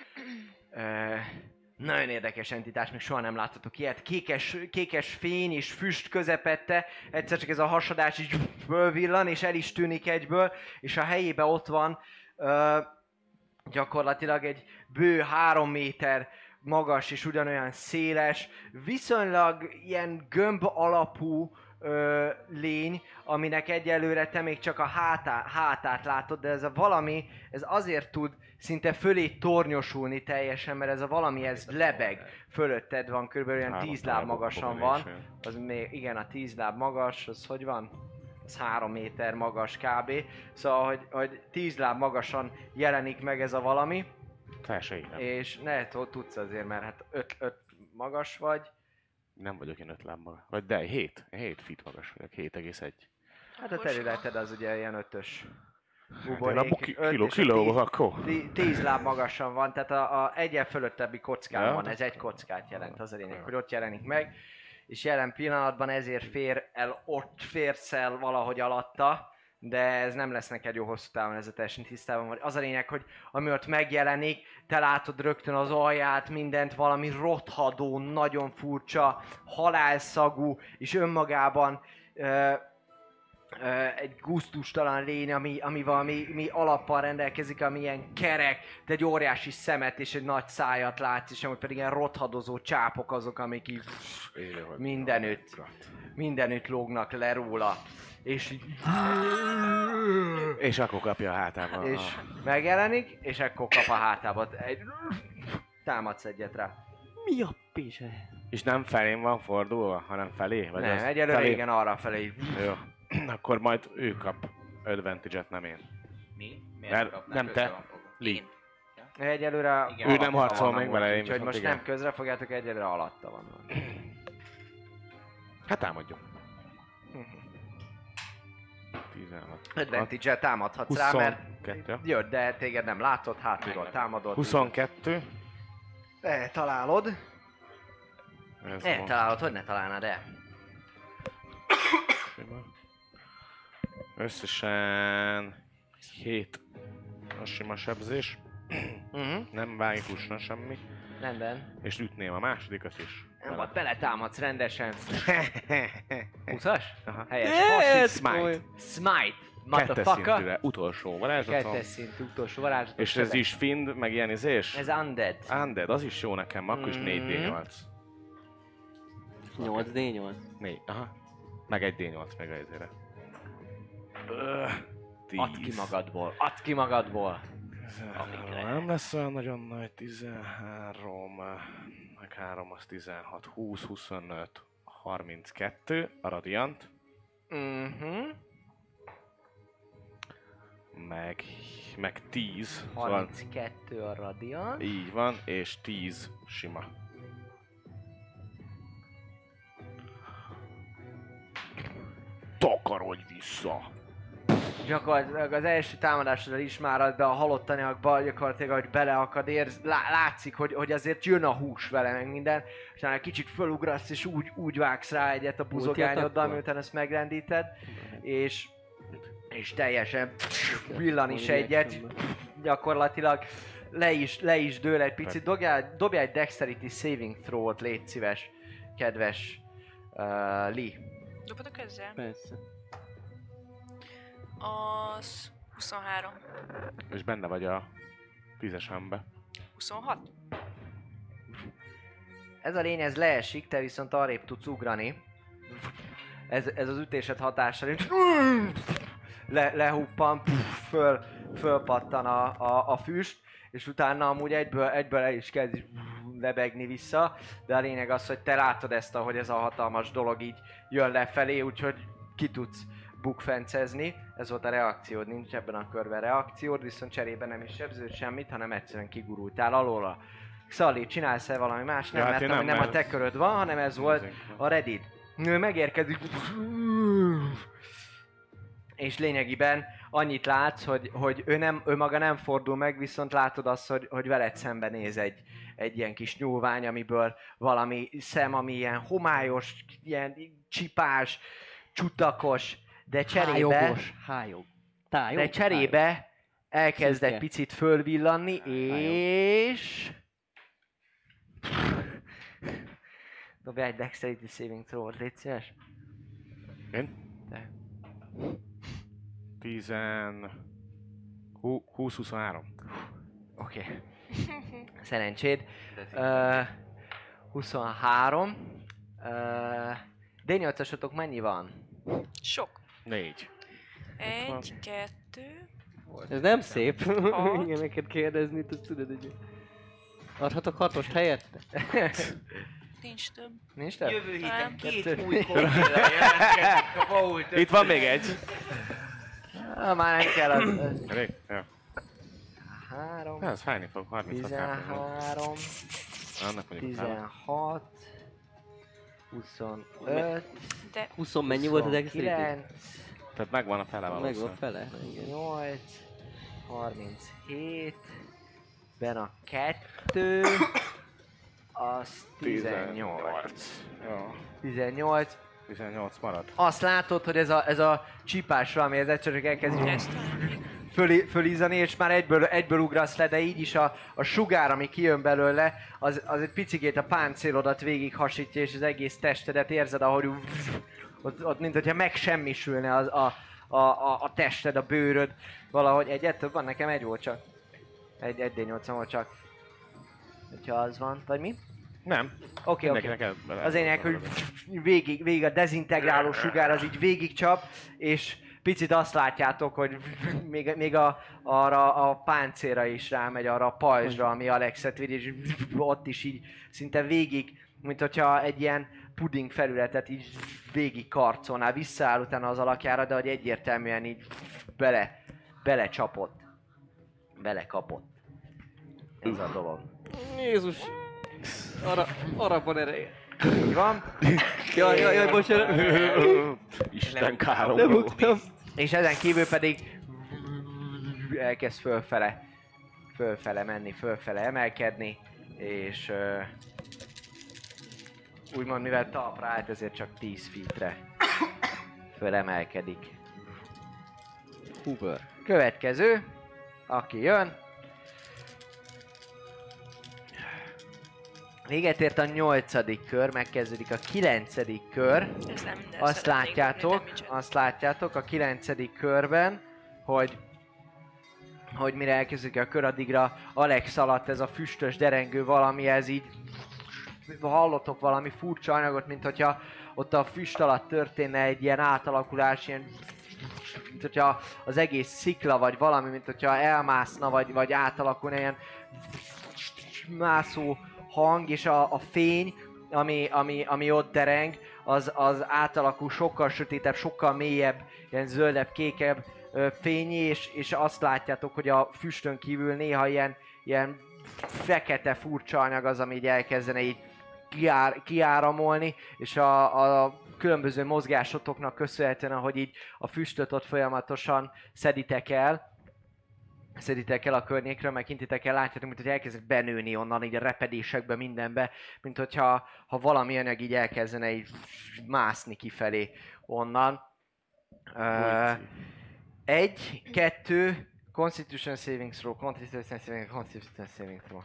nagyon érdekes entitás, még soha nem láttatok ilyet. Kékes fény és füst közepette, egyszer csak ez a hasadás így fölvillan, és el is tűnik egyből, és a helyébe ott van gyakorlatilag egy bő 3 méter magas és ugyanolyan széles, viszonylag ilyen gömb alapú lény, aminek egyelőre te még csak a hátát látod, de ez a valami, ez azért tud szinte fölé tornyosulni teljesen, mert ez a valami, ez lebeg fölötted van, körülbelül olyan 10 láb magasan van. Az még, igen, a 10 láb magas, az hogy van? Az 3 méter magas kb. Szóval, hogy 10 láb magasan jelenik meg ez a valami. Teljesen így nem. És ne tudsz azért, mert hát 5 magas vagy. Nem vagyok én 5 láb magas. Vagy de 7 feet magas vagyok, 7,1. Hát a területed az ugye ilyen 5-ös Hát én kilógok akkor. 10 láb magasan van, tehát a egyen fölöttebbi kockán van, ez egy kockát jelent, az a lényeg, hogy ott jelenik meg. És jelen pillanatban ezért férsz el valahogy alatta, de ez nem lesz neked jó hosszú távon, ez a teljesen tisztában vagy. Az a lényeg, hogy ami ott megjelenik, te látod rögtön az alját, mindent, valami rothadó, nagyon furcsa, halálszagú, és önmagában egy gusztustalan lény, ami valami alappal rendelkezik, ami ilyen kerek, de egy óriási szemet és egy nagy szájat látsz, és amúgy pedig ilyen rothadozó csápok azok, amik így mindenütt lógnak le róla. És így... És akkor kapja a hátába. És megjelenik, és akkor kap a hátába. Támadsz egyet rá. Mi a pése? És nem felém van fordulva, hanem felé? Vagy Nem, egyelőre felé? igen, arra felé. Jó. Akkor majd ő kap advantage-et, nem én. Mi? Mert nem te. Lee. Egyelőre Igen, ő nem harcol van meg amúgy, vele, én úgyhogy viszont most igen. nem közre fogjátok, egyelőre alatta van. Hát támadjon. 16. Advantage-el támadhatsz rá, mert 22. jött, de téged nem látott, hátulról támadott. 22. Találod. Ez Találod, hogy ne találnád el? Összesen 7 a sima sebzés. Nem vágikusna semmi. Rendben. És ütném a másodikat is. Nem volt, beletámadsz rendesen. 20-as? Aha. Helyes. Smite. Smite. Kettes Motherfucker. szintűre. Utolsó varázslatom. 2-es szintű utolsó varázslatot. És ez is find, meg ilyen izés? Ez undead. Undead, az is jó nekem, akkor is 4D8. 8D8. 4, aha. Meg egy D8 meg a izére. 10. Add ki magadból. Nem lesz olyan nagyon nagy, 13, meg 3 az 16, 20, 25, 32 a radiant. Meg 10. 32 a radiant. Így van, és 10 sima. Takarodj vissza! Gyakorlatilag az első támadásoddal is már be a halott anyagba, gyakorlatilag ahogy beleakad, látszik, hogy azért jön a hús vele meg minden, és talán egy kicsit fölugrasz és úgy vágsz rá egyet a buzogányoddal, miután ezt megrendíted, és teljesen villan is egyet, gyakorlatilag le is dől egy picit. Dobjál egy Dexterity Saving Throw-ot, légy szíves, kedves Lee. Dobhatok ezzel? Persze. Az 23. És benne vagy a 10-esembe. 26. Ez a lény, ez leesik, te viszont arrébb tudsz ugrani. Ez az ütésed hatással, és lehuppan, fölpattan a füst, és utána amúgy egyből el is kezd lebegni vissza, de a lényeg az, hogy te látod ezt, ahogy ez a hatalmas dolog így jön lefelé, úgyhogy ki tudsz bukfencezni. Ez volt a reakciód, nincs ebben a körben reakciód, viszont cserében nem is sebződ semmit, hanem egyszerűen kigurultál alóla. Szali, csinálsz-e valami más? Nem, Ja, hát mert nem a te köröd van, hanem ez volt a Reddit. Megérkezik, és lényegében annyit látsz, hogy ő maga nem fordul meg, viszont látod azt, hogy veled szemben néz egy ilyen kis nyúlvány, amiből valami szem, ami ilyen homályos, ilyen csipás, csutakos, de cserébe... Hájog. De cserébe elkezd Szürke. egy picit fölvillanni, és... Dobj egy Dexterity Saving Throw-ot, légy szíves. Én? Te. 20-23. Oké. Szerencséd. 23. D8-asotok mennyi van? Sok. 4. 1, 2, Ez nem szép. Hat. Ilyeneket kérdezni, tudod, hogy... Adhatok 6-ost helyette? nincs több. Nincs több? Jövő héten Nem. 2 új kockilla jelentkezik a Vault. Itt van még egy. Már nem kell az. Elég? Ja. 3, Ez fájni fog, 36 HP. 13, Annak mondjuk utána. 16, 25, De 20 mennyi volt a Dexterity? 29, Tehát megvan a fele Meg valószínűleg. van fele. Igen. 8, 37, ben a 2, az 18. Jó. 18. 18 marad. Azt látod, hogy ez a csipás valami, ez egyszerűen elkezd ezt talán fölízani, és már egyből ugrasz le, de így is a sugár, ami kijön belőle, az egy picikét a páncélodat végig hasítja, és az egész testedet érzed, ahogy ott mint hogyha megsemmisülne a tested, a bőröd, valahogy egyet több van, nekem egy volt csak. Egy D8 volt csak. Hogyha az van, vagy mi? Nem. Oké. Neked bele. Az lényeg, hogy végig a dezintegráló sugár az így végigcsap, és picit azt látjátok, hogy még arra a páncélra is rámegy, arra a pajzsra, ami Alexet véd, és ott is így szinte végig, mint hogyha egy ilyen puding felületet így végig karcolnál, visszaáll utána az alakjára, de hogy egyértelműen így belecsapott. Belekapott. Ez a dolog. Jézus! Arra van ereje. Így van. Jaj, bocsánat. Isten Nem káromló. uttam. És ezen kívül pedig elkezd fölfele menni, fölfele emelkedni, és úgymond mivel talpra állt, ezért csak 10 feetre fölemelkedik. Hoover. Következő, aki jön. Véget ért a 8. kör, megkezdődik a 9. kör. ez nem minden Azt szeretnék látjátok a 9. körben, hogy mire elkezdődik a kör, addigra Alex alatt ez a füstös, derengő valami, ez így hallottok valami furcsa anyagot, mint hogyha ott a füst alatt történne egy ilyen átalakulás, ilyen mint hogyha az egész szikla vagy valami, mint hogyha elmászna vagy átalakulna, ilyen mászó hang, és a fény, ami ott dereng, az átalakul sokkal sötétebb, sokkal mélyebb, ilyen zöldebb, kékebb fényé, és azt látjátok, hogy a füstön kívül néha ilyen fekete furcsa anyag az, ami így elkezdene így kiáramolni, és a különböző mozgásotoknak köszönhetően, ahogy így a füstöt ott folyamatosan szeditek el a környékről, meg kintitek el, látjátok, mint hogy elkezdek benőni onnan, így a repedésekbe, mindenbe, mint hogyha valami anyag így elkezdene így mászni kifelé onnan. 1, 2, Constitution Saving Throw, Constitution Saving Throw.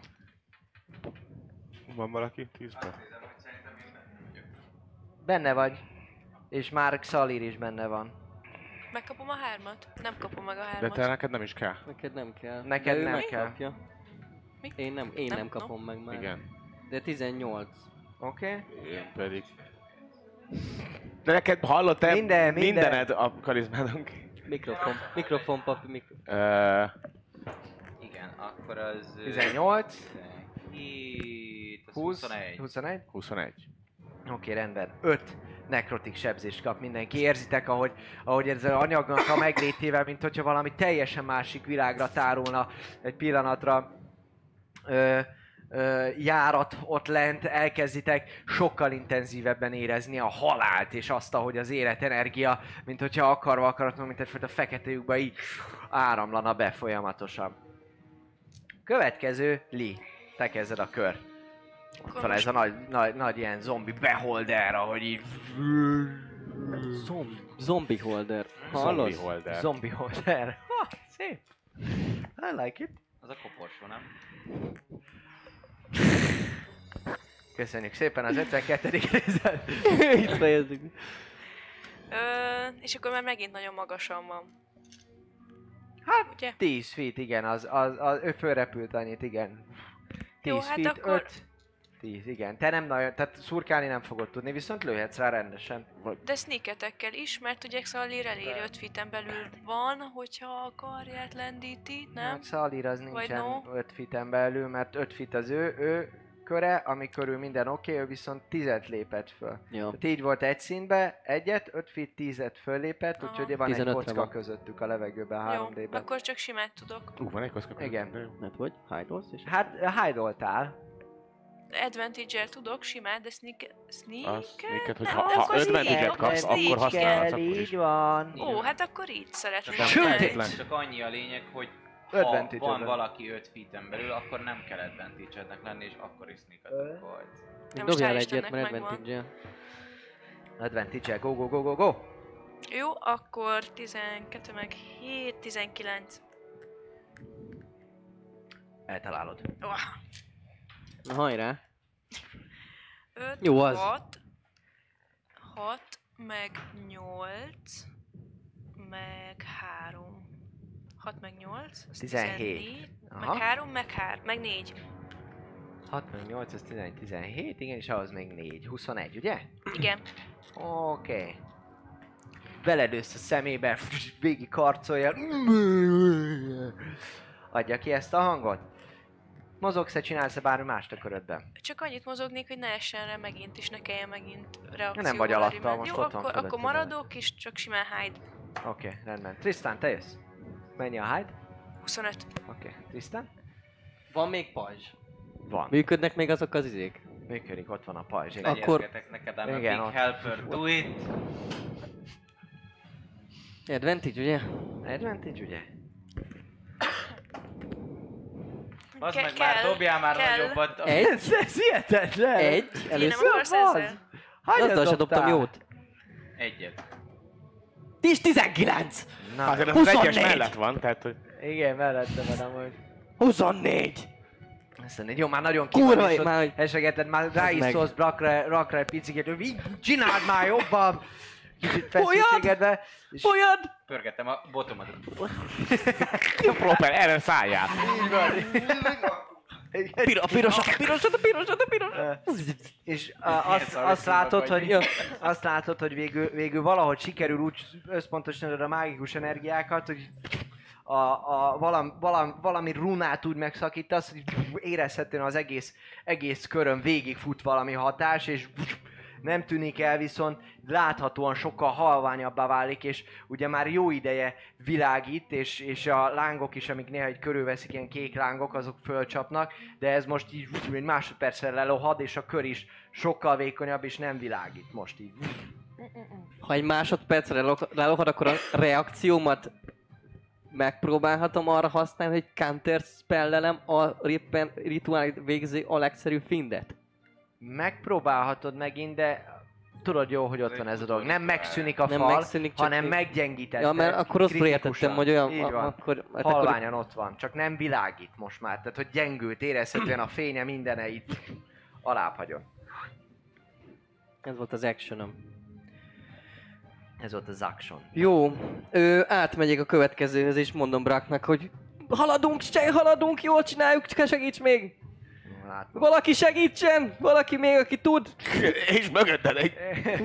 Van valaki? 10-ben? Benne vagy. És már Xalir is benne van. Megkapom a 3-at? Nem kapom meg a De 3-at. te neked nem is kell. Neked nem kell. Neked De ő nem megkapja. Mi? Én nem Nem, kapom meg már. Igen. De 18. Oké? Én pedig. De neked hallott te Minden. mindened a karizmádon. Mikrofon, papi, mikrofon. Igen, akkor az... 18, 17, az 20, 21. 21. 21. Oké, rendben. 5 nekrotik sebzést kap mindenki. Érzitek, ahogy ez az anyagnak a meglétével, mint hogyha valami teljesen másik világra tárulna egy pillanatra járat ott lent, elkezditek sokkal intenzívebben érezni a halált, és azt, ahogy az életenergia, mint hogyha akarva akaratlan, mint egyfajta fekete lyukba így áramlana be folyamatosan. Következő, Lee, te kezded a kör. Ott van ez a nagy ilyen zombi beholder, ahogy így... Zombie holder. Zombie holder. Zombi holder. Ha, szép. I like it. Az a koporsó, nem? Köszönjük szépen az 52. részet. Itt fejezzük. És akkor már megint nagyon magasan van. Hát, Ugye? 10 feet, igen, ő fölrepült annyit, igen. 10 Jó, hát feet, akkor- 5, 10, igen. Te nem nagyon, tehát szurkálni nem fogod tudni, viszont lőhetsz rá rendesen. De sneak attack-kel is, mert ugye Xalir eléri 5 feet-en belül van, hogyha a karját lendíti, nem? Hát Szalír az Vagy nincsen no? 5 feet-en belül, mert 5 feet az ő köre, ami körül minden oké, ő viszont 10-et lépett föl. Jó. Tehát így volt egy színbe, 5 feet 10-et föllépett, Aha. úgyhogy van egy 15-re kocka van. közöttük a levegőben, Jó, 3D-ben. akkor csak simát tudok. Van egy kocka? Igen. Hát vagy, hide-olsz és... Hát hide-oltál. Advantage-el tudok simát, de sneak... A sneaket, hogy Nem, ha akkor advantage-et sneak, kapsz, akkor akkor sneak használhatsz kell, akkor is. így van. Ó, hát akkor így szeretném. Csak, Sőt! csak annyi a lényeg, hogy ha Advantage van advantage. valaki 5 feet-en belül, akkor nem kell advantage-ednek lenni, és akkor is sneak attack vagy. De most Dobjál hál' egyet, Istennek mert megvan. advantage-el. Advantage-el, go, go, go, go, go! Jó, akkor 12 meg 7, 19. Eltalálod. Na hajrá. 5, Jó az. 6, meg 8, meg 3. 6 meg 8, az 17. 14, Aha. meg 3, meg 4. 6 meg 8, az 17, igen, és ahhoz még 4. 21, ugye? Igen. Oké. Beledősz a szemébe, végig karcolja. Adja ki ezt a hangot. Mozogsz-e, csinálsz-e bármi mást a körödben? Csak annyit mozognék, hogy ne essen rá megint, és ne kelljen megint reakcióval Nem vagy alattal, rimmelni. most jó, ott van akkor fölötted. maradok, és csak simán hide. Oké, rendben. Tristan, te jössz. Mennyi a hide? 25. Oké, Tristan? Van még pajzs. Van. Működnek még azok az izék? Működik, ott van a pajzs. Igen. Akkor- Egyezgetek neked, I'm a Igen, big ott. helper, do it! Advantage, ugye? Advantage, ugye? Az Ke- meg már kell, dobjál már kell. nagyobbat. Egy, Ez hihetetlen! egy, Ti nem először. akarsz az? ezzel? Hányat Azzal se dobtam jót. Egyet. 19! Na, Azért az 24. egyes mellett van, tehát hogy... igen, mellette van amúgy. 24! Azt mondja, jó, már nagyon Kurva, kivan, már hogy- esegeted, már rá is meg. szólsz rakra egy picit, hogy így csináld már jobban! Kicsit Folyad! feszültségedbe. És Folyad! Pörgettem a botomat. Proper, erre szálljál. így van. Pirosat! És azt látod, hogy, végül valahogy sikerül úgy összpontosítanod a mágikus energiákat, hogy valami runát úgy megszakítasz, hogy érezhetően az egész körön végigfut valami hatás, és nem tűnik el, viszont láthatóan sokkal halványabbá válik, és ugye már jó ideje világít, és a lángok is, amik néha egy körülveszik, ilyen kék lángok, azok fölcsapnak, de ez most így egy másodpercre lelohad, és a kör is sokkal vékonyabb, és nem világít most így. Ha egy másodpercre lelohad, akkor a reakciómat megpróbálhatom arra használni, hogy counter spellelem a rituális végző a legszerűbb findet. Megpróbálhatod megint, de tudod jó, hogy ott van ez a dolog. Nem megszűnik a Nem fal, megszűnik, csak hanem még- meggyengített. Ja, mert akkor azt kritikusan. értettem, hogy olyan... Így van. Akkor, Halványan ott van, csak nem világít most már. Tehát, hogy gyengült, érezhetően a fénye mindene itt alább hagyott. Ez volt az actionom. Ez volt az action. Jó, átmegyek a következőhöz, és mondom Bracknak, hogy haladunk, jól csináljuk, csak segíts még! Hát, Valaki segítsen! Valaki még, aki tud! És mögötted egy...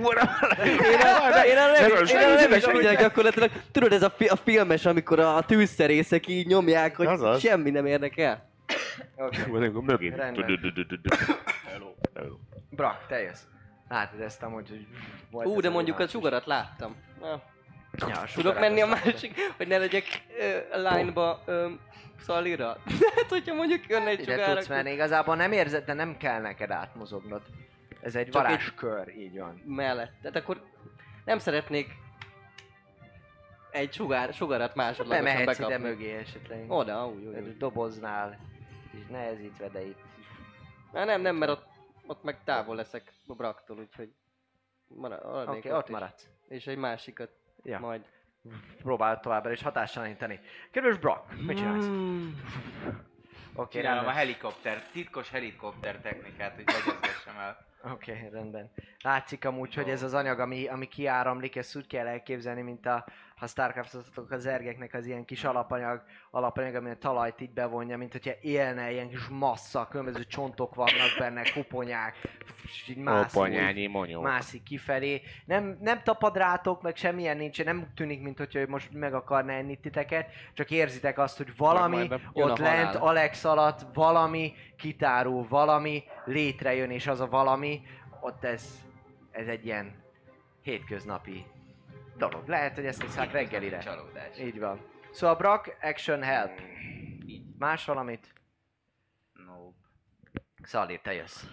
Én a leves figyelek gyakorlatilag. Tudod, ez a filmes, amikor a tűzszerészek így nyomják, hogy Azaz. semmi nem érdekel. Mögé. Rendben. Hello. Brak, te jössz. Látod ezt amúgy, hogy... volt De ez mondjuk a ruhás is. sugarat láttam. Na, Ja, Tudok menni a másik, hogy ne legyek line-ba Szalira? Hát, hogyha mondjuk jönne egy Ide sugár, tudsz menni, igazából nem érzed, de nem kell neked átmozognod. Ez egy Csak varázskör, így van. mellett. Tehát akkor nem szeretnék egy sugarat másodlagosan Bemehetsz ide bekapni. mögé esetleg. Oda, úgy. Egy doboznál. És nehezítve, de itt. Nem, mert ott meg távol leszek a braktól, úgyhogy maradnék Oké, ott is. maradsz. És egy másikat Ja. majd. Próbálod továbbra is hatástalanítani. Kedves Brock, mit csinálsz? Oké, Csinálom a rendben. titkos helikopter technikát, hogy legyezgessem el. Oké, rendben. Látszik amúgy, hogy ez az anyag, ami kiáramlik, ezt úgy kell elképzelni, mint ha Starcraft-ozatok az zergeknek az ilyen kis alapanyag, ami a talajt így bevonja, mint hogyha élne, ilyen kis massza, különböző csontok vannak benne, koponyák, és így Koponyányi monyó. mászik kifelé. Nem tapad rátok, meg semmilyen nincs, nem tűnik, mint hogyha ő most meg akarna enni titeket, csak érzitek azt, hogy valami Majd jön ott a lent, halál. Alex alatt, valami kitárul, valami létrejön, és az a valami, ott ez egy ilyen hétköznapi dolog. Lehet, hogy ezt hiszák reggelire. Csalódás. Így van. Szóval Brock, action help. Így. Más valamit? Nope. Szalír, te jössz.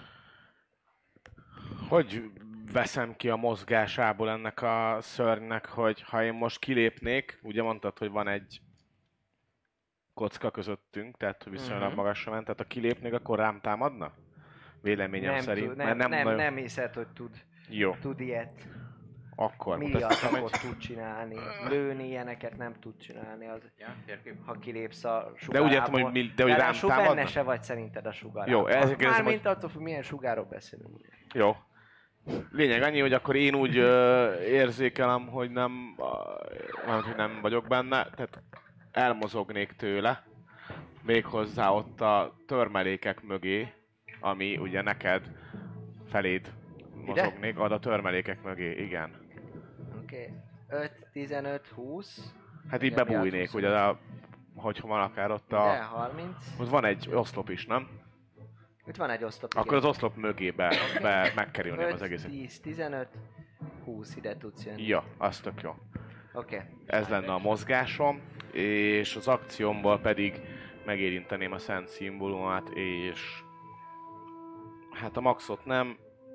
Hogy veszem ki a mozgásából ennek a szörnynek, hogy ha én most kilépnék, ugye mondtad, hogy van egy kocka közöttünk, tehát hogy viszonylag magasra ment, tehát ha kilépnék, akkor rám támadna? Véleményem szerint. Nem, mert nem, nagyon- nem hiszed, hogy Jó, tud ilyet. akkor. Milliárdakot tud csinálni. Lőni ilyeneket nem tud csinálni, az, Ja, térkép. ha kilépsz a De sugárából. úgy értem, hogy, de hogy rám Ráadásul benne támadna? se vagy szerinted a sugár. Jó, ezért kérdezem, Mármint attól, hogy milyen sugárról beszélünk. Jó. Lényeg annyi, hogy akkor én úgy érzékelem, hogy hogy nem vagyok benne, tehát elmozognék tőle, méghozzá ott a törmelékek mögé, ami ugye neked feléd mozognék, ad a törmelékek mögé, igen. Oké. 5, 15, 20. Hát így Igen, bebújnék, miatt ugye, hogyha van akár ott De a... 30. Ott van egy oszlop is, nem? Itt van egy oszlop. Akkor az oszlop mögé megkerülném az 5, egészet. 10, 15, 20 ide tudsz jönni. Ja, az tök jó. Oké. Ez lenne a mozgásom, és az akciómból pedig megérinteném a szent szimbólumát, és hát a maxot nem,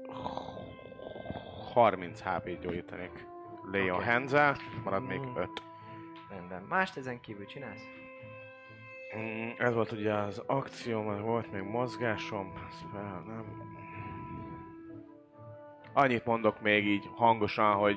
30 HP-t gyógyítanék Leon Oké. Hands-el, marad még 5. Rendben. Mást ezen kívül csinálsz? Ez volt ugye az akció, volt még mozgásom, spell, nem. Annyit mondok még így hangosan, hogy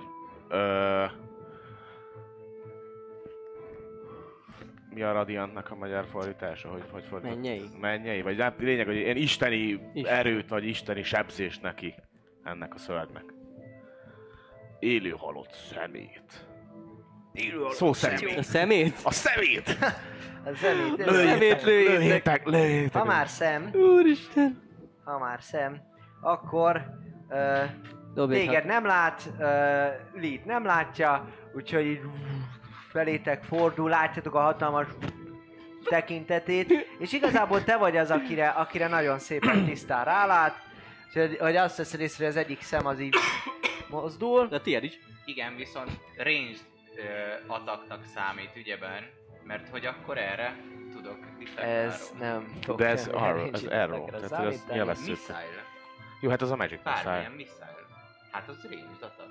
mi a Radiantnak a magyar fordítása, hogy fordított? Mennyei. Mennyei, vagy hát lényeg, hogy ilyen isteni Isten. erőt, vagy isteni sebzés neki, ennek a szörnynek. Élő halott szemét. Élő halott szó szerint. A szemét? A szemét! A zenét. Szemét Lőjétek! Ha már szem, Úristen! akkor Dobj egy téged nem lát, Lee-t nem látja, úgyhogy így felétek fordul, látjátok a hatalmas tekintetét, és igazából te vagy az, akire nagyon szépen tisztán rálát, úgyhogy hogy azt veszed észre, hogy az egyik szem az így mozdul. De tiéd is. Igen, viszont ranged ataknak számít ügyeben, mert hogy akkor erre tudok Ez defektálni. nem fog De ez semmi arrow, range ez attack-re arrow, tehát hogy az számítani. nyilvessző. Missile. Jó, hát az a Magic Bármilyen Missile. missile. Hát az ranged atak.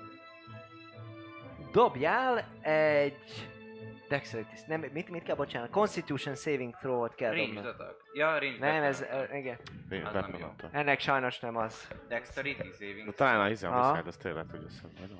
Dobjál egy... Dexterity, nem, mit kell bocsánat? Constitution saving throw-ot kell Ranged dobnod. atak. Ja, ranged Nem, attack. ez, igen. Az Weapon nem jó. attack. Ennek sajnos nem az. Dexterity saving. De talán a hiszem, Aha. viszont azt tényleg tudja szedni.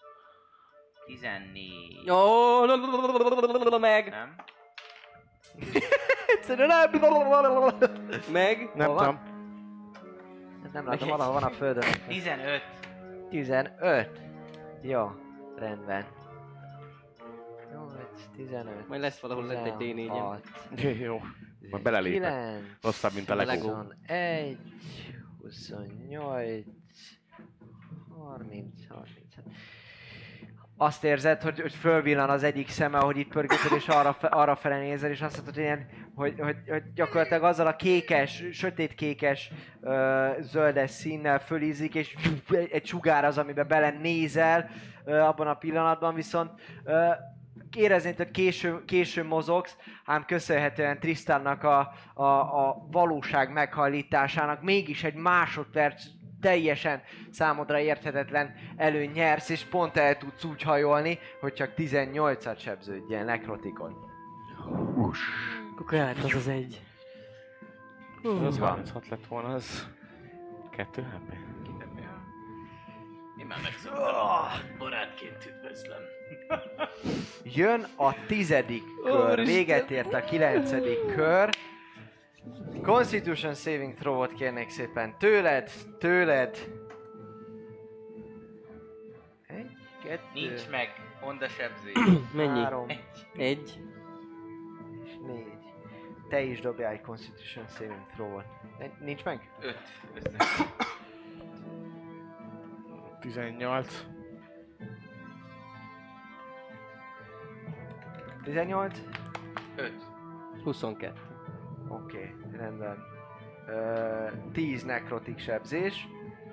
14. Ó, meg! Nem? Egyszerűen nem... Meg! Nem Hol van? tudom. Ez nem látom, valahol van a földön. 15. 15. Jó, rendben. 8, 15. Majd lesz valahol lent egy D4-en. 16, Jó, majd belelépek. 9, Rosszabb, mint a Lego. 21, 28, 30, 30. azt érzed, hogy fölvillan az egyik szeme, ahogy itt pörgeted, és arra fele nézel, és azt mondod, hogy, ilyen, hogy gyakorlatilag azzal a kékes, sötétkékes, zöldes színnel fölízik, és egy sugár az, amiben bele nézel abban a pillanatban, viszont érezni, hogy későn mozogsz, ám köszönhetően Tristannak a valóság meghajlításának mégis egy másodperc teljesen számodra érthetetlen előny nyersz, és pont el tudsz úgy hajolni, hogy csak 18-at sebződjél nekrotikon. Akkor hát az egy. Az 36 lett volna, az 2 HP. Én már megszóltam. Barátként üdvözlöm. Jön a 10. kör, véget ért a 9. kör. Constitution Saving Throw-ot kérnék szépen tőled. 1, 2, Nincs meg. Honda sebzés. Mennyi? 3 Egy. és 4. Te is dobjál egy Constitution Saving Throw-ot. Nincs meg? 5 összesen. 18. 18? 5. 22. Oké, rendben. 10 nekrotik sebzés.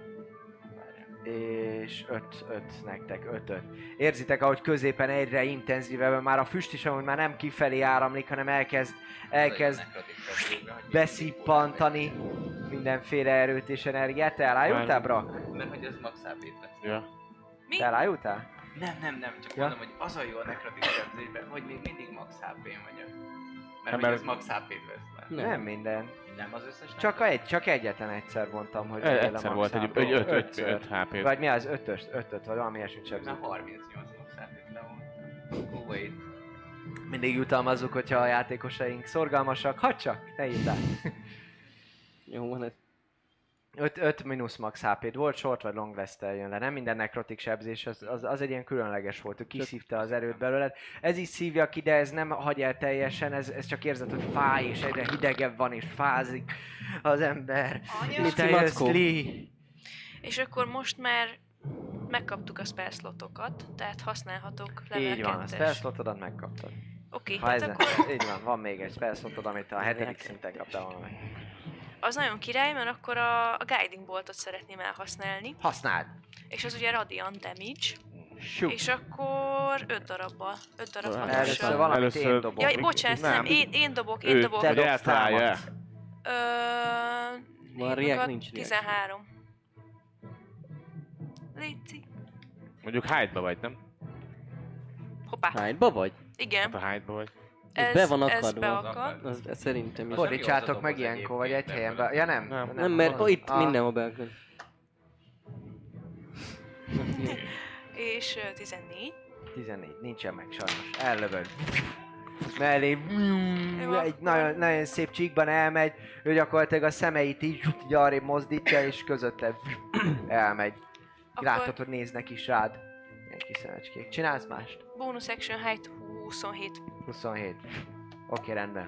És 5 nektek, 5. Érzitek, ahogy középen egyre intenzívebben, már a füst is amúgy már nem kifelé áramlik, hanem elkezd beszippantani mindenféle erőt és energiát. Te elájultál, Brak? Mert hogy az max HP-t vesz. Ja. Mi? Te elájultál? Nem, csak Ja. mondom, hogy az a jó a nekrotik sebzésben, hogy még mindig max HP-n vagyok. Mert Hát, hogy mert- az max HP-t vesz le. Nem minden. Nem az összes Csak egyetlen egyszer mondtam, hogy Egyszer volt egy 5 ötször. HP-t. Vagy mi az 5-öst, vagy valami ilyesmit Már sebzett. 38 max HP-t le volt. Go wait. Mindig jutalmazzuk, hogyha a játékosaink szorgalmasak, ha csak, ne írd át. Jó, van ez. 5 mínusz max HP-d volt, short vagy long rest-tel jön le. Nem minden nekrotik sebzés, az egy ilyen különleges volt, ő kiszívta az erőt belőled. Ez is szívja ki, de ez nem hagy el teljesen, ez csak érzed, hogy fáj, és egyre hidegebb van, és fázik az ember. Anya? És te Pici jössz, mackó. Lee. És akkor most már megkaptuk a spell slotokat, tehát használhatok level Így van, a 2-es. spell slotodat megkaptad. Oké, Ha hát ezen, akkor így van, van még egy spell slotod, amit a 7. szinten kaptál volna meg. az nagyon király, mert akkor a Guiding Boltot szeretném elhasználni, Használd! és az ugye Radiant Damage, Shoot! és akkor 5 darabbal, 5 darab Először hatással. valamit Először- én dobok. Jaj, bocsánat, nem, én dobok, én dobok. Te Hogy dobsz eltalálja. támadsz. Van én react, magad nincs react. 13. Léci. Mondjuk hide-ba vagy, nem? Hoppá, Hányba vagy? igen, Hát a hide-ba vagy. Ez be van ez akadva. beakad. Az szerintem is. Fordítsátok meg ilyenkor, vagy egy helyen be... Ja nem. Nem, mert itt A- mindenhol beakad. És 14. 14, nincsen meg sajnos. Ellövöd. Mellé Jó, egy akkor- nagyon, nagyon szép csíkban elmegy, ő gyakorlatilag a szemeit így arrébb mozdítja, és közötted elmegy. Látod, Akkor hogy néznek is rád. Ilyen kis szemecskék. Csinálsz mást? bonus action height 27. 27. Oké, rendben.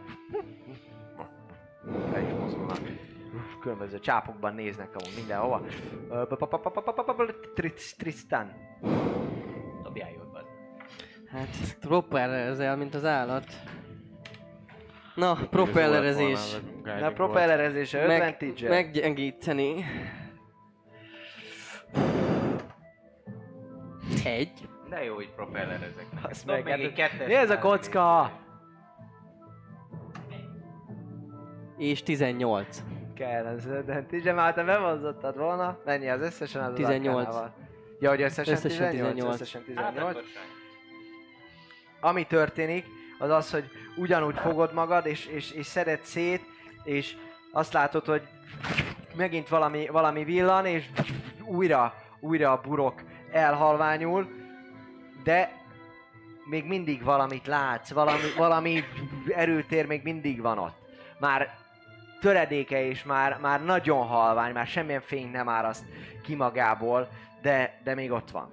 El is mozulnak. Különböző csápokban néznek amúgy mindenhova. Tristan. Dobjál jót, bazd. Hát, propellerezel, mint az állat. Na, propellerezés. Na, propellerezése, advantage-e. Meggyengíteni. Egy. De jó, hogy propellerezek. Azt Dob meg, még egy hát, kettes mi ez a már. kocka? És 18. Kell az advantage, már te bevonzottad volna. Mennyi az összesen az 18. arkánával? Ja, hogy összesen Összesen 18? 18. Összesen Hát 18. akkor sem. Ami történik, az az, hogy ugyanúgy fogod magad, és szeded szét, és azt látod, hogy megint valami villan, és újra a burok elhalványul, de még mindig valamit látsz, valami erőtér még mindig van ott. Már töredéke és már nagyon halvány, már semmilyen fény nem áraszt ki magából, de még ott van.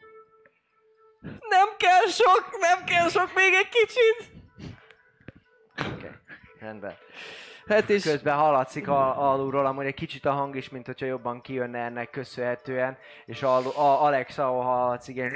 Nem kell sok, még egy kicsit! Oké, rendben. Hát és Közben hallatszik alulról, amúgy egy kicsit a hang is, mint hogyha jobban kijönne ennek köszönhetően, és Alex ahol hallatszik ilyen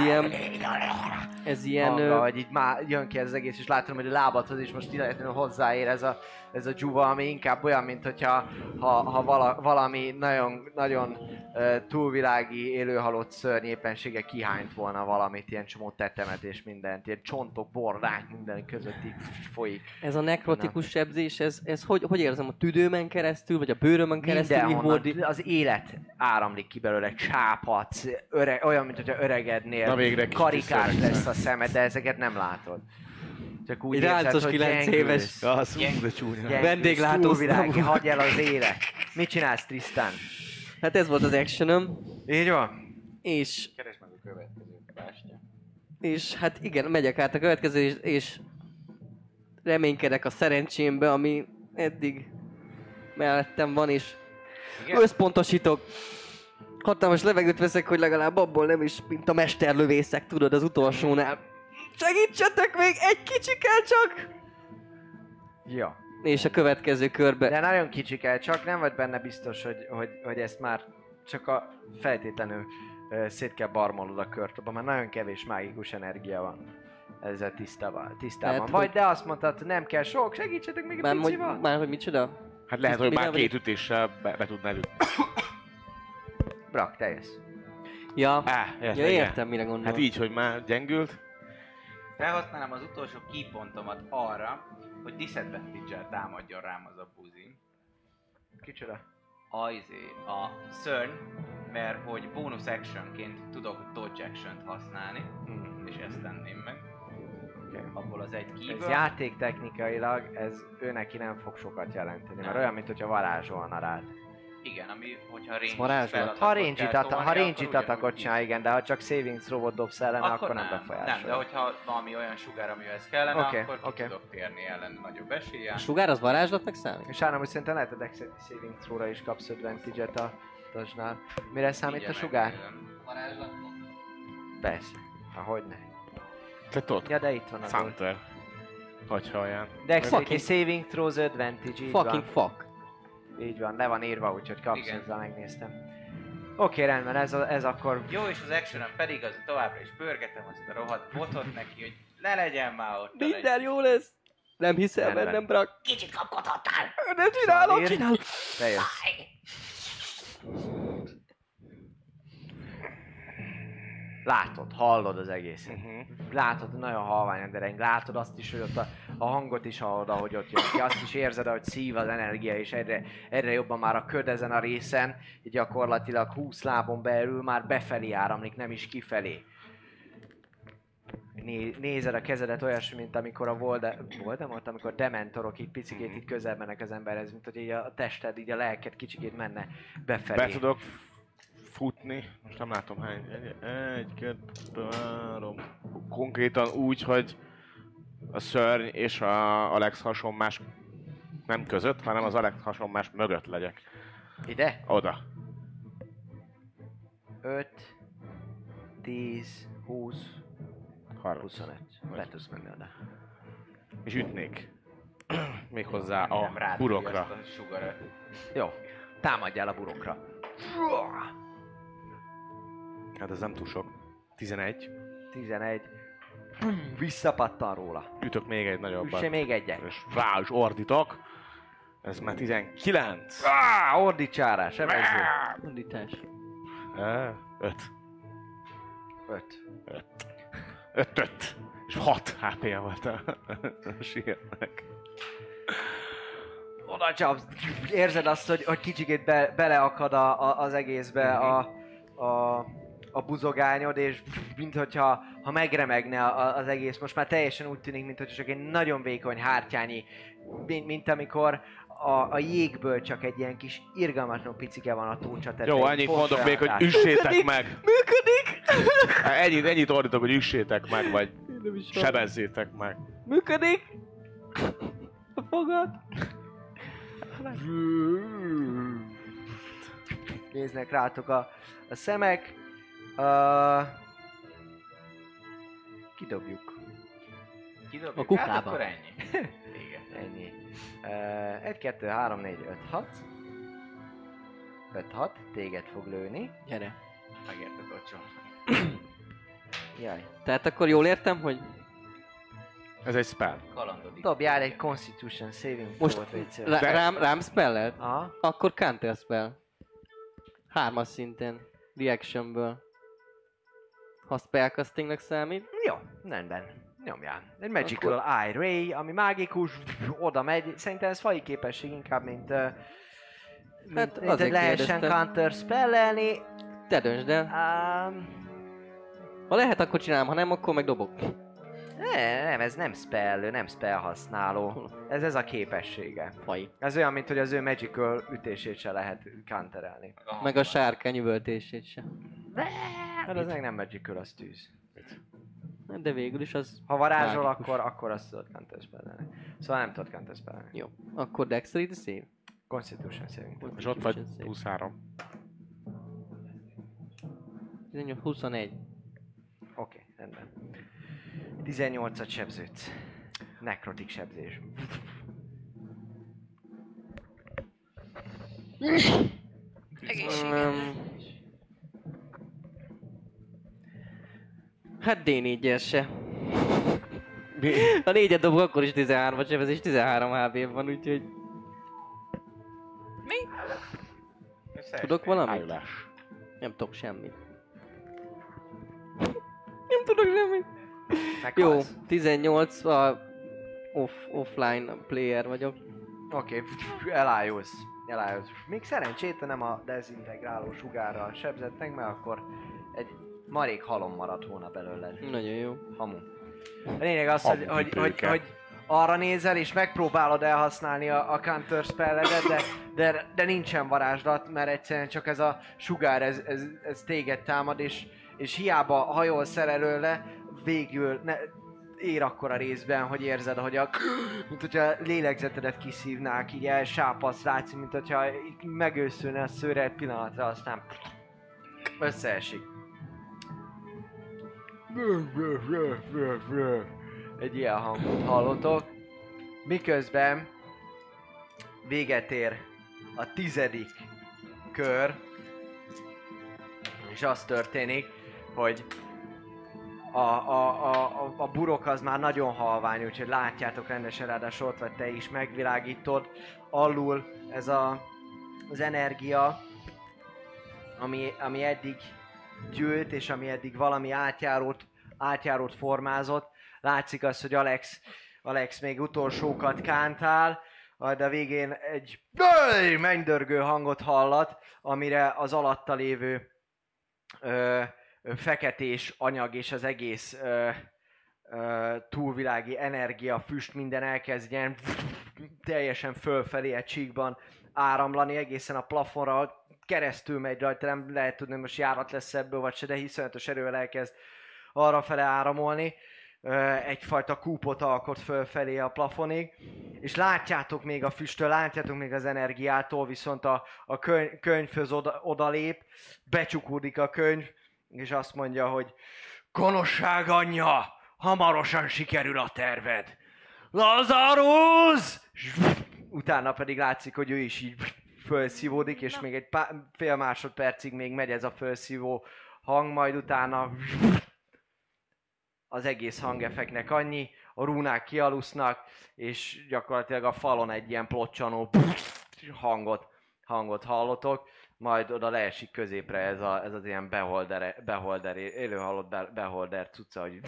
ez ilyen hanga, hogy így már jön ki ez az egész, és látom, hogy a lábadhoz is most illetlenül hozzáér ez a dzsuva, ami inkább olyan, mint hogyha valami nagyon túlvilági élőhalott szörny éppensége kihányt volna valamit, ilyen csomó tetemet és mindent, ilyen csontok, bordák, minden között így folyik. ez a nekrotikus sebzés, ez hogy érzem, a tüdőmen keresztül, vagy a bőrömön keresztül Mindenhonnan az élet áramlik ki belőle, csápadsz, olyan, mint hogyha öregednél, Na végre kis karikás tisztelet. lesz a szemed, de ezeket nem látod. Csak úgy Egy érzed, ráncos hogy 9 gyengülsz. éves Ja, az de csúnya. Gyengülsz, vendéglátóztam. túlvilági, hagyj el az élet. Mit csinálsz, Tristan? Hát ez volt az actionom, Így van? és Keresd meg a következő bástyát. és hát igen, megyek át a következő, és reménykedek a szerencsémbe, ami eddig mellettem van, és Igen? összpontosítok. Hatalmas levegőt veszek, hogy legalább abból nem is, mint a mesterlövészek, tudod, az utolsónál. Segítsetek még egy kicsikel csak! Ja. És a következő körbe. De nagyon kicsike, csak nem vagy benne biztos, hogy ezt már csak feltétlenül szét kell barmolod a kört, abban már nagyon kevés mágikus energia van. Ezzel tisztában Tehát, vagy, hogy- de azt mondtad, nem kell sok, segítsetek még egy pici van. Már hogy micsoda? Hát lehet, hogy már Mire- 2 ütéssel be tudná ütni. Brak, te jössz. Ja, Értem, ja igen. értem, mire gondol. Hát így, hogy már gyengült. Felhasználom az utolsó keypontomat arra, hogy disadvantage-el támadjon rám az a buzi. Kicsoda? A szörny, mert hogy bonus actionként tudok dodge action-t használni, és ezt tenném meg. Abból az egy Ez keyből. játéktechnikailag, ő neki nem fog sokat jelenteni, mert Nem. olyan, mint hogyha varázsolna rád. Igen, ami, hogyha range varázslat? spell-attackot Ha kell range-it tolni, akkor attackot csinál, igen, de ha csak saving throw-ot dobsz ellene, akkor nem befolyásolja. Nem, de hogyha valami olyan sugár, amihez kellene, Oké, akkor ki oké. tudok térni ellen nagyobb eséllyel. A sugár az varázslatnak számít? És Áram, hogy szerintem lehet a dex saving throw-ra is kapsz advantage-et a tasnál. Mire számít a Mindjárt sugár? megnézem. Varázslatnak? Persze. Ahogyne. Te tudod, Ja, de itt van a gól. Counter. Hogyha olyan. Dexterity saving throws advantage, így Fucking van. fuck. Így van, le van írva, úgyhogy kapsz Igen. hozzá, megnéztem. Oké, rendben, ez akkor... Jó, és az actionem pedig az továbbra is pörgetem azt a rohadt botot neki, hogy ne legyen már ott. Minden jó lesz. Nem hiszel Rendben. bennem, Brak. Kicsit kapkodhattál. Nem csinálom, Szalír. csinálom. Bejössz. Látod, hallod az egészet. Látod, nagyon halvány, de reng. Látod azt is, hogy ott a hangot is hallod, ahogy ott jön ki. Azt is érzed, hogy szív az energia, és egyre jobban már a köd ezen a részen, így gyakorlatilag 20 lábon belül már befelé áramlik, nem is kifelé. Nézed a kezedet olyasmi, mint amikor a Voldemort, amikor dementorok így picikét itt közel mennek az emberhez, mint hogy így a tested, így a lelked kicsikét menne befelé. Be tudok futni, most nem látom hány. Egy, kettő, három. Konkrétan úgy, hogy a szörny és a Alex hasonmás nem között, hanem az Alex hasonmás mögött legyek. Ide? Oda. 5, 10, 20, 30. 25. Le tudsz menni oda. És ütnék. Méghozzá Nem a rád burokra. azt a sugarat. Jó, támadjál a burokra. Hát ez nem túl sok. 11. 11. Visszapattan róla. Ütök még egy nagyobbat. Üsse még egyet. És rá is ordítok. Ez már 19. Ordítsárás, emezző. Undítás. 5. 5. 5. És 6 HP volt a sírnek. Oda csapsz. Érzed azt, hogy kicsikét beleakad az egészbe a buzogányod, és minthogyha megremegne az egész. Most már teljesen úgy tűnik, mintha csak egy nagyon vékony hártyányi, mint amikor a jégből csak egy ilyen kis irgalmatlan picike van a túlcsa tetején. Jó, annyit Pont mondok olyan még, hogy hatás. üssétek meg! Működik! Ennyit ordítok, hogy üssétek meg, vagy Nem is sebezzétek meg. Működik! A fogad! Néznek rátok a szemek. Kidobjuk. Kidobjuk A kukába. át, akkor ennyi. Igen. Ennyi. 1, 2, 3, 4, 5, 6. 5-6, téged fog lőni. Gyere. Megérted, Ocsó. Jaj. Tehát akkor jól értem, hogy Ez egy spell. Kalandodik. Dobjál egy Constitution saving most throw-ot, légy szíves. rám spellelt? Aha. Akkor counter spell. 3-as szinten. Reactionből. Ha spellcastingnak számít. Jó, rendben. Nyomjál. Egy Magical Eye Ray, ami mágikus, oda megy. Szerintem ez fai képesség inkább, mint Hát mint azért lehessen kérdeztem. counter spellelni. Te döntsd el. Ha lehet, akkor csinálom, ha nem, akkor meg dobok. Nem, ez nem spell, ő nem spell használó. Ez a képessége. Faj. Ez olyan, mint hogy az ő magical ütését se lehet counterelni. Meg a sárkány üvöltését se. Hát az meg nem magical, az tűz. De végül is az... Ha varázsol, mágikus. akkor azt tudod counter spellelni. Szóval nem tudod counter spellelni. Jó. Akkor Dexterity save. Constitution saving. És ott vagy 23. 21. Oké, rendben. 18-at sebződsz. Nekrotik sebzés. Egészségedre. Hát D4-el se. Ha 4-et dobok, akkor is 13-at sebzés, 13 HP van, úgyhogy... Mi? Tudok valamit? Ájulás. Nem tudok semmit. Nem tudok semmit. Jó, Meghalsz. 18 a offline player vagyok. Oké, elájulsz. Még szerencsétlen nem a dezintegráló sugárral sebzettek, mert akkor egy marék halom maradt volna belőled. Nagyon jó. Hamu. A lényeg az, Hamu hogy pipőke. arra nézel és megpróbálod elhasználni a counter spelledet, de nincsen varázslat, mert egyszerűen csak ez a sugár, ez téged támad, és hiába hajolsz el előle, végül ér akkor a részben, hogy érzed, hogy mint hogyha lélegzetedet kiszívnák, így elsápadsz, látszik, mint hogyha megőszülne a szőre egy pillanatra, aztán összeesik. Egy ilyen hangot hallotok, miközben véget ér a 10. kör, és az történik, hogy a burok az már nagyon halvány, úgyhogy látjátok rendesen, ráadásul ott vagy te is, megvilágítod, alul ez az energia, ami eddig gyűlt, és ami eddig valami átjárót formázott. Látszik az, hogy Alex még utolsókat kántál, de a végén egy mennydörgő hangot hallat, amire az alatta lévő feketés anyag és az egész túlvilági energia, füst, minden elkezd ilyen teljesen fölfelé egy csíkban áramlani, egészen a plafonra keresztül megy rajta, nem lehet tudni, hogy most járat lesz ebből vagy se, de iszonyatos erővel elkezd arrafele áramolni. Egyfajta kúpot alkot fölfelé a plafonig, és látjátok még a füsttől, látjátok még az energiától, viszont a könyvhöz odalép, becsukódik a könyv, és azt mondja, hogy gonoszság anyja, hamarosan sikerül a terved. Lazarus! Utána pedig látszik, hogy ő is így fölszívódik, és még egy fél másodpercig még megy ez a fölszívó hang, majd utána az egész hangeffektnek annyi, a rúnák kialusznak, és gyakorlatilag a falon egy ilyen plocsanó hangot hallotok, majd oda leesik középre ez az ilyen beholder, élőhalott beholder cucca, hogy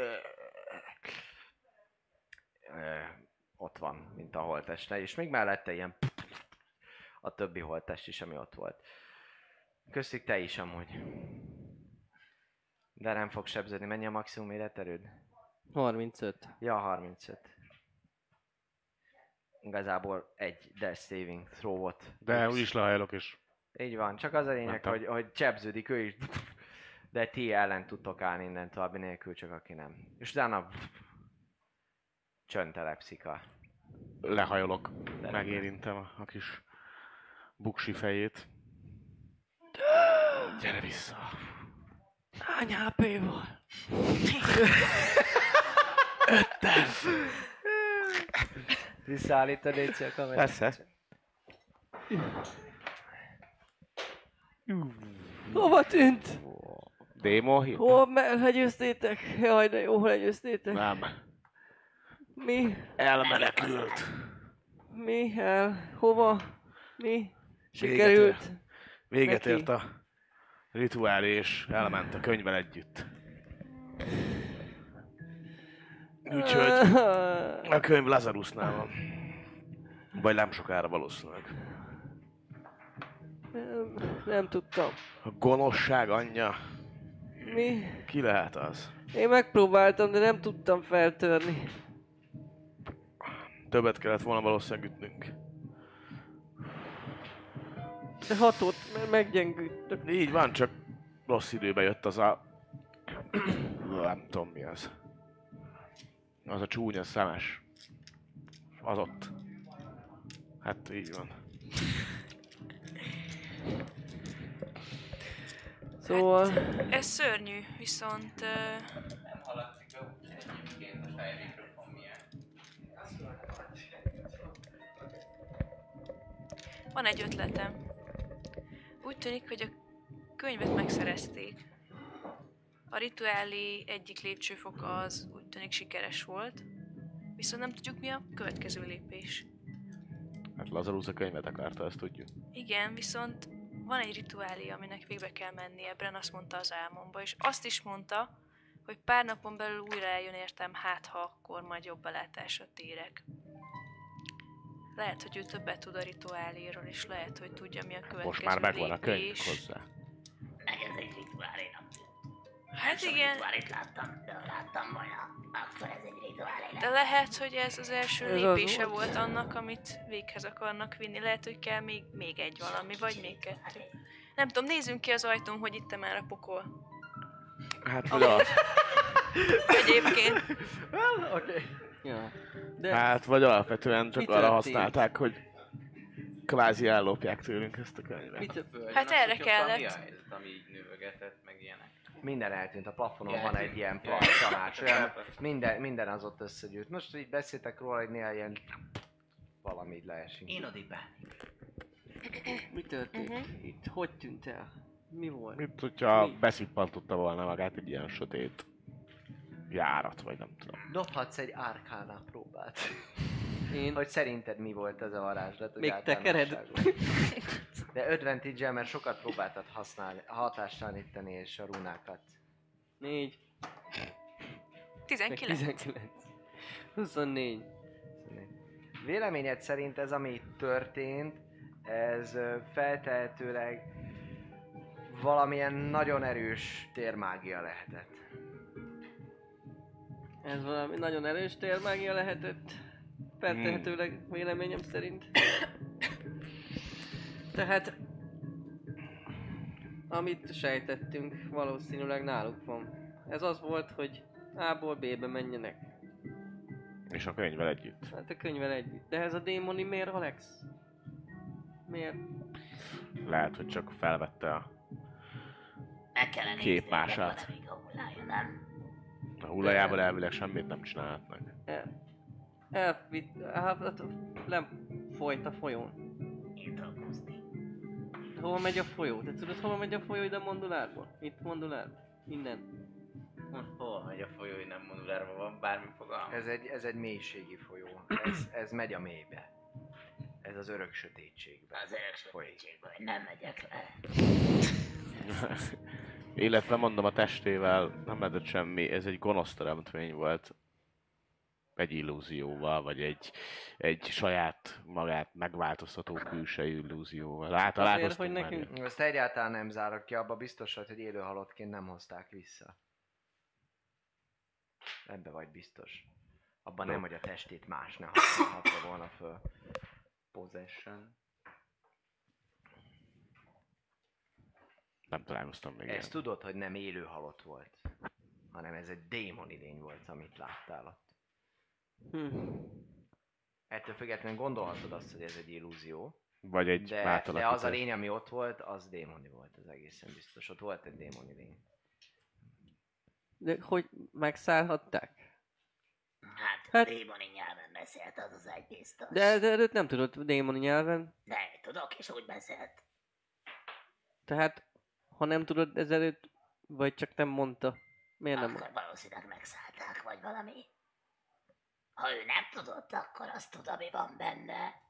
ott van, mint a holtteste, és még mellette ilyen a többi holttest is, ami ott volt. Köztük te is amúgy. De nem fog sebződni. Mennyi a maximum életerőd? 35. Ja, 35. Igazából egy death saving throw-ot. De úgyis lehajlok és... Így van, csak az a lényeg, hogy csebződik ő is. De ti ellen tudtok állni innen további nélkül, csak aki nem. És utána csönd telepszik a... Lehajolok. Megérintem a kis buksi fejét. Gyere vissza. Hány HP-val? 5. Visszaállítani a kamerát. Persze. Hova tűnt? Démon hit? Hol legyőztétek? Jaj, de jó, legyőztétek. Nem. Mi? Elmenekült. Mi? Hova? Mi? Sikerült? Véget Neki? ért a rituál és elment a könyvvel együtt. Úgyhogy a könyv Lazarusnál van. Vagy nem sokára valószínűleg. Nem tudtam. A gonoszság anyja. Mi? Ki lehet az? Én megpróbáltam, de nem tudtam feltörni. Többet kellett volna valószínűleg ütnünk. De hatott, mert meggyengültök. Így van, csak rossz időben jött az a... nem tudom mi az. Az a csúnya szemes. Az ott. Hát így van. Szóval... Ez szörnyű, viszont... Nem hallatszik be, úgyhogy egyébként a fejmikrofon milyen. Van egy ötletem. Úgy tűnik, hogy a könyvet megszerezték. A rituálé egyik lépcsőfoka az úgy tűnik sikeres volt. Viszont nem tudjuk, mi a következő lépés. Hát Lazarus a könyvet akarta, ezt tudjuk. Igen, viszont van egy rituálé, aminek végbe kell mennie, Bren azt mondta az álmomba, és azt is mondta, hogy pár napon belül újra eljön értem, hát ha akkor majd jobb belátásra térek. Lehet, hogy ő többet tud a rituáléről, és lehet, hogy tudja, mi a következő Most már megvan a könyv lépés. hozzá. Meg ez egy rituálénak. Hát Sok igen, rituálét láttam, de ha láttam volna, akkor ez egy rituálé. de lehet, hogy ez az első Ez az lépése volt. volt annak, amit véghez akarnak vinni. Lehet, hogy kell még egy valami, vagy még kettő. Nem tudom, nézzünk ki az ajtón, hogy itt már a pokol. Hát vagy az. Egyébként. Ja. De Hát vagy alapvetően csak Mi arra történt? használták, hogy kvázi ellopják tőlünk ezt a könyvet. mit a föld? Hát erre Mi kellett. a helyzet, ami így nővegetett, meg ilyenek? Minden eltűnt, a plafonon Ja, van hát egy így- ilyen ja, plak tanács, olyan, ja. minden az ott összegyűlt. Most így beszéltek róla, hogy néha ilyen valami így leesik. Én odibálni. Mi történt itt? Hogy tűnt el? Mi volt? Mint hogyha Mi? beszippantotta volna magát egy ilyen sötét járat, vagy nem tudom. Dobhatsz egy Arcana próbát. Én... Hogy szerinted mi volt ez a varázslat? hogy Még tekered? általánosságban. De advantage-el, mert sokat próbáltad használni, hatástalanítani és a runákat. 4. 19. 19. 24. Véleményed szerint ez, ami itt történt, ez feltehetőleg valamilyen nagyon erős térmágia lehetett. Ez valami nagyon erős térmágia lehetett. Feltehetőleg véleményem szerint. Tehát... Amit sejtettünk, valószínűleg náluk van. Ez az volt, hogy A-ból B-be menjenek. És a könyvvel együtt. Hát a könyvvel együtt. De ez a démoni miért, Alex? Miért? Lehet, hogy csak felvette a Meg kellene Képmását. nézni, hogy a hullája, nem? A hullajában elvileg semmit nem csinálhatnak. Hát nem folyt a folyón. Én dolgozni. Hova megy a folyó? Te tudod, hova megy a folyó ide Mondulárból? Itt Mondulárból? Innen. Most hol megy a folyó, hogy nem modulárban van bármi fogalma? Ez egy mélységi folyó. Ez megy a mélybe. Ez az örök sötétségbe. Az örök folyik. sötétségből nem megyek le. Illetve mondom, a testével nem lehetett semmi, ez egy gonosz teremtmény volt. Egy illúzióval, vagy egy saját magát megváltoztató külső illúzióval. Azért, hogy nekünk... Ezt egyáltalán nem zárok ki, abba biztos vagy, hogy élő halottként nem hozták vissza. Ebbe vagy biztos. Abban nem, hogy a testét más ne használhatta volna föl. Possession. Nem találkoztam még Ezt tudod, hogy nem élő halott volt, hanem ez egy démoni lény volt, amit láttál ott. Ettől függetlenül gondolhatod azt, hogy ez egy illúzió, Vagy egy de az átalakítás. a lény, ami ott volt, az démoni volt, az egészen biztos. Ott volt egy démoni lény. De hogy megszállhatták? Hát Hát- Démoni nyelven beszélt, az az egy biztos. De előtt nem tudott démoni nyelven. De tudok, és úgy beszélt. Tehát, ha nem tudod ezelőtt, vagy csak nem mondta. Miért nem? Akkor valószínűleg megszállták, vagy valami. Ha ő nem tudott, akkor azt tud, ami van benne.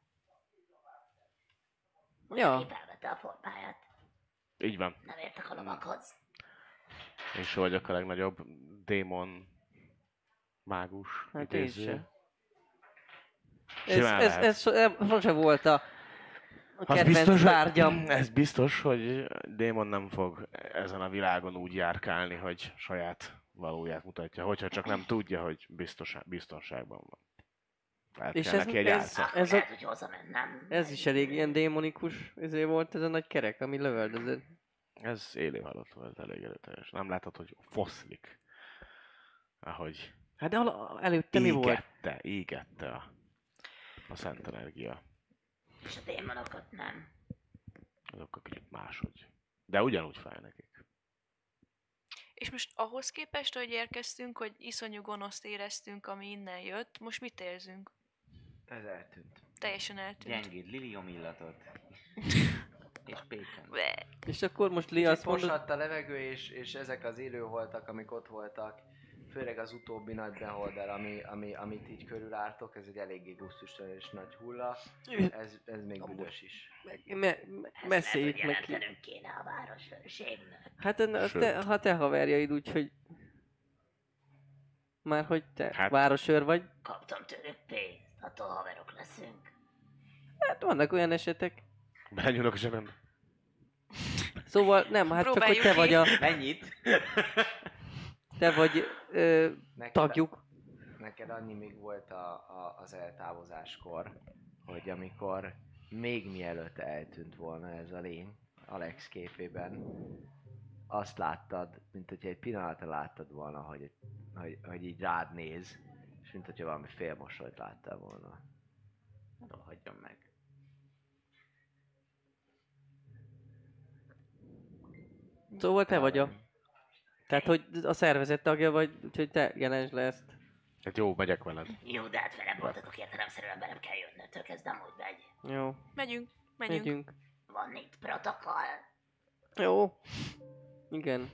Ja. Úgy felvette a formáját. Így van. Nem értek a lovakhoz. Én sem vagyok a legnagyobb démon mágus. Hát én idéző. sem. Simán lehet. Ez sose volt a Az kedvenc biztos, tárgyam. ez biztos, hogy démon nem fog ezen a világon úgy járkálni, hogy saját valóját mutatja, hogyha csak nem tudja, hogy biztonságban van. Hát És kell ez- neki egy ez- álca. Akkor Ez a- lehet, hogy hazamennem. Ez is elég ilyen démonikus volt ez a nagy kerek, ami lövöldözött. Ez élő halott volt, elég erőteljes. Nem látod, hogy foszlik. Ahogy Hát de előtte mi volt? égette a szent energia. És a démonokat nem. Azokkal kicsit máshogy. De ugyanúgy fáj nekik. És most ahhoz képest, hogy érkeztünk, hogy iszonyú gonoszt éreztünk, ami innen jött, most mit érzünk? Ez eltűnt. Teljesen eltűnt. Gyengéd lilium illatot. És péken. Be. És akkor most Lia azt mondod, Mosadt a levegő, és ezek az élőholtak, amik ott voltak, főleg az utóbbi nagy beholder, amit így körülálltok, ez egy eléggé gusztustalan és nagy hulla, ez még büdös is. beszéljük Ezt meg lehet, ki. hogy jelentenünk kéne a városőrségnek. Hát ha te haverjaid, úgyhogy... Már hogy te Hát- városőr vagy. Kaptam tőlük pénzt, attól haverok leszünk. Hát vannak olyan esetek. Belenyúlok a zsebembe. Szóval nem, hát csak hogy Próbáljuk te ki. vagy a... Mennyit? Te vagy tagjuk. Neked annyi még volt az eltávozáskor, hogy amikor még mielőtt eltűnt volna ez a lény, Alex képében, azt láttad, mint hogyha egy pillanatra láttad volna, hogy így rád néz, és mint hogyha valami félmosolyt láttál volna. Hagyjam meg. Szóval te vagy a... Tehát, hogy a szervezet tagja vagy, úgyhogy te jelensd le ezt. Hát jó, megyek veled. Jó, de hát velem voltatok értelemszerűen velem kell jönnötök, ez nem úgy megy. Jó, Megyünk. megyünk. Van itt protokoll. Jó. Igen.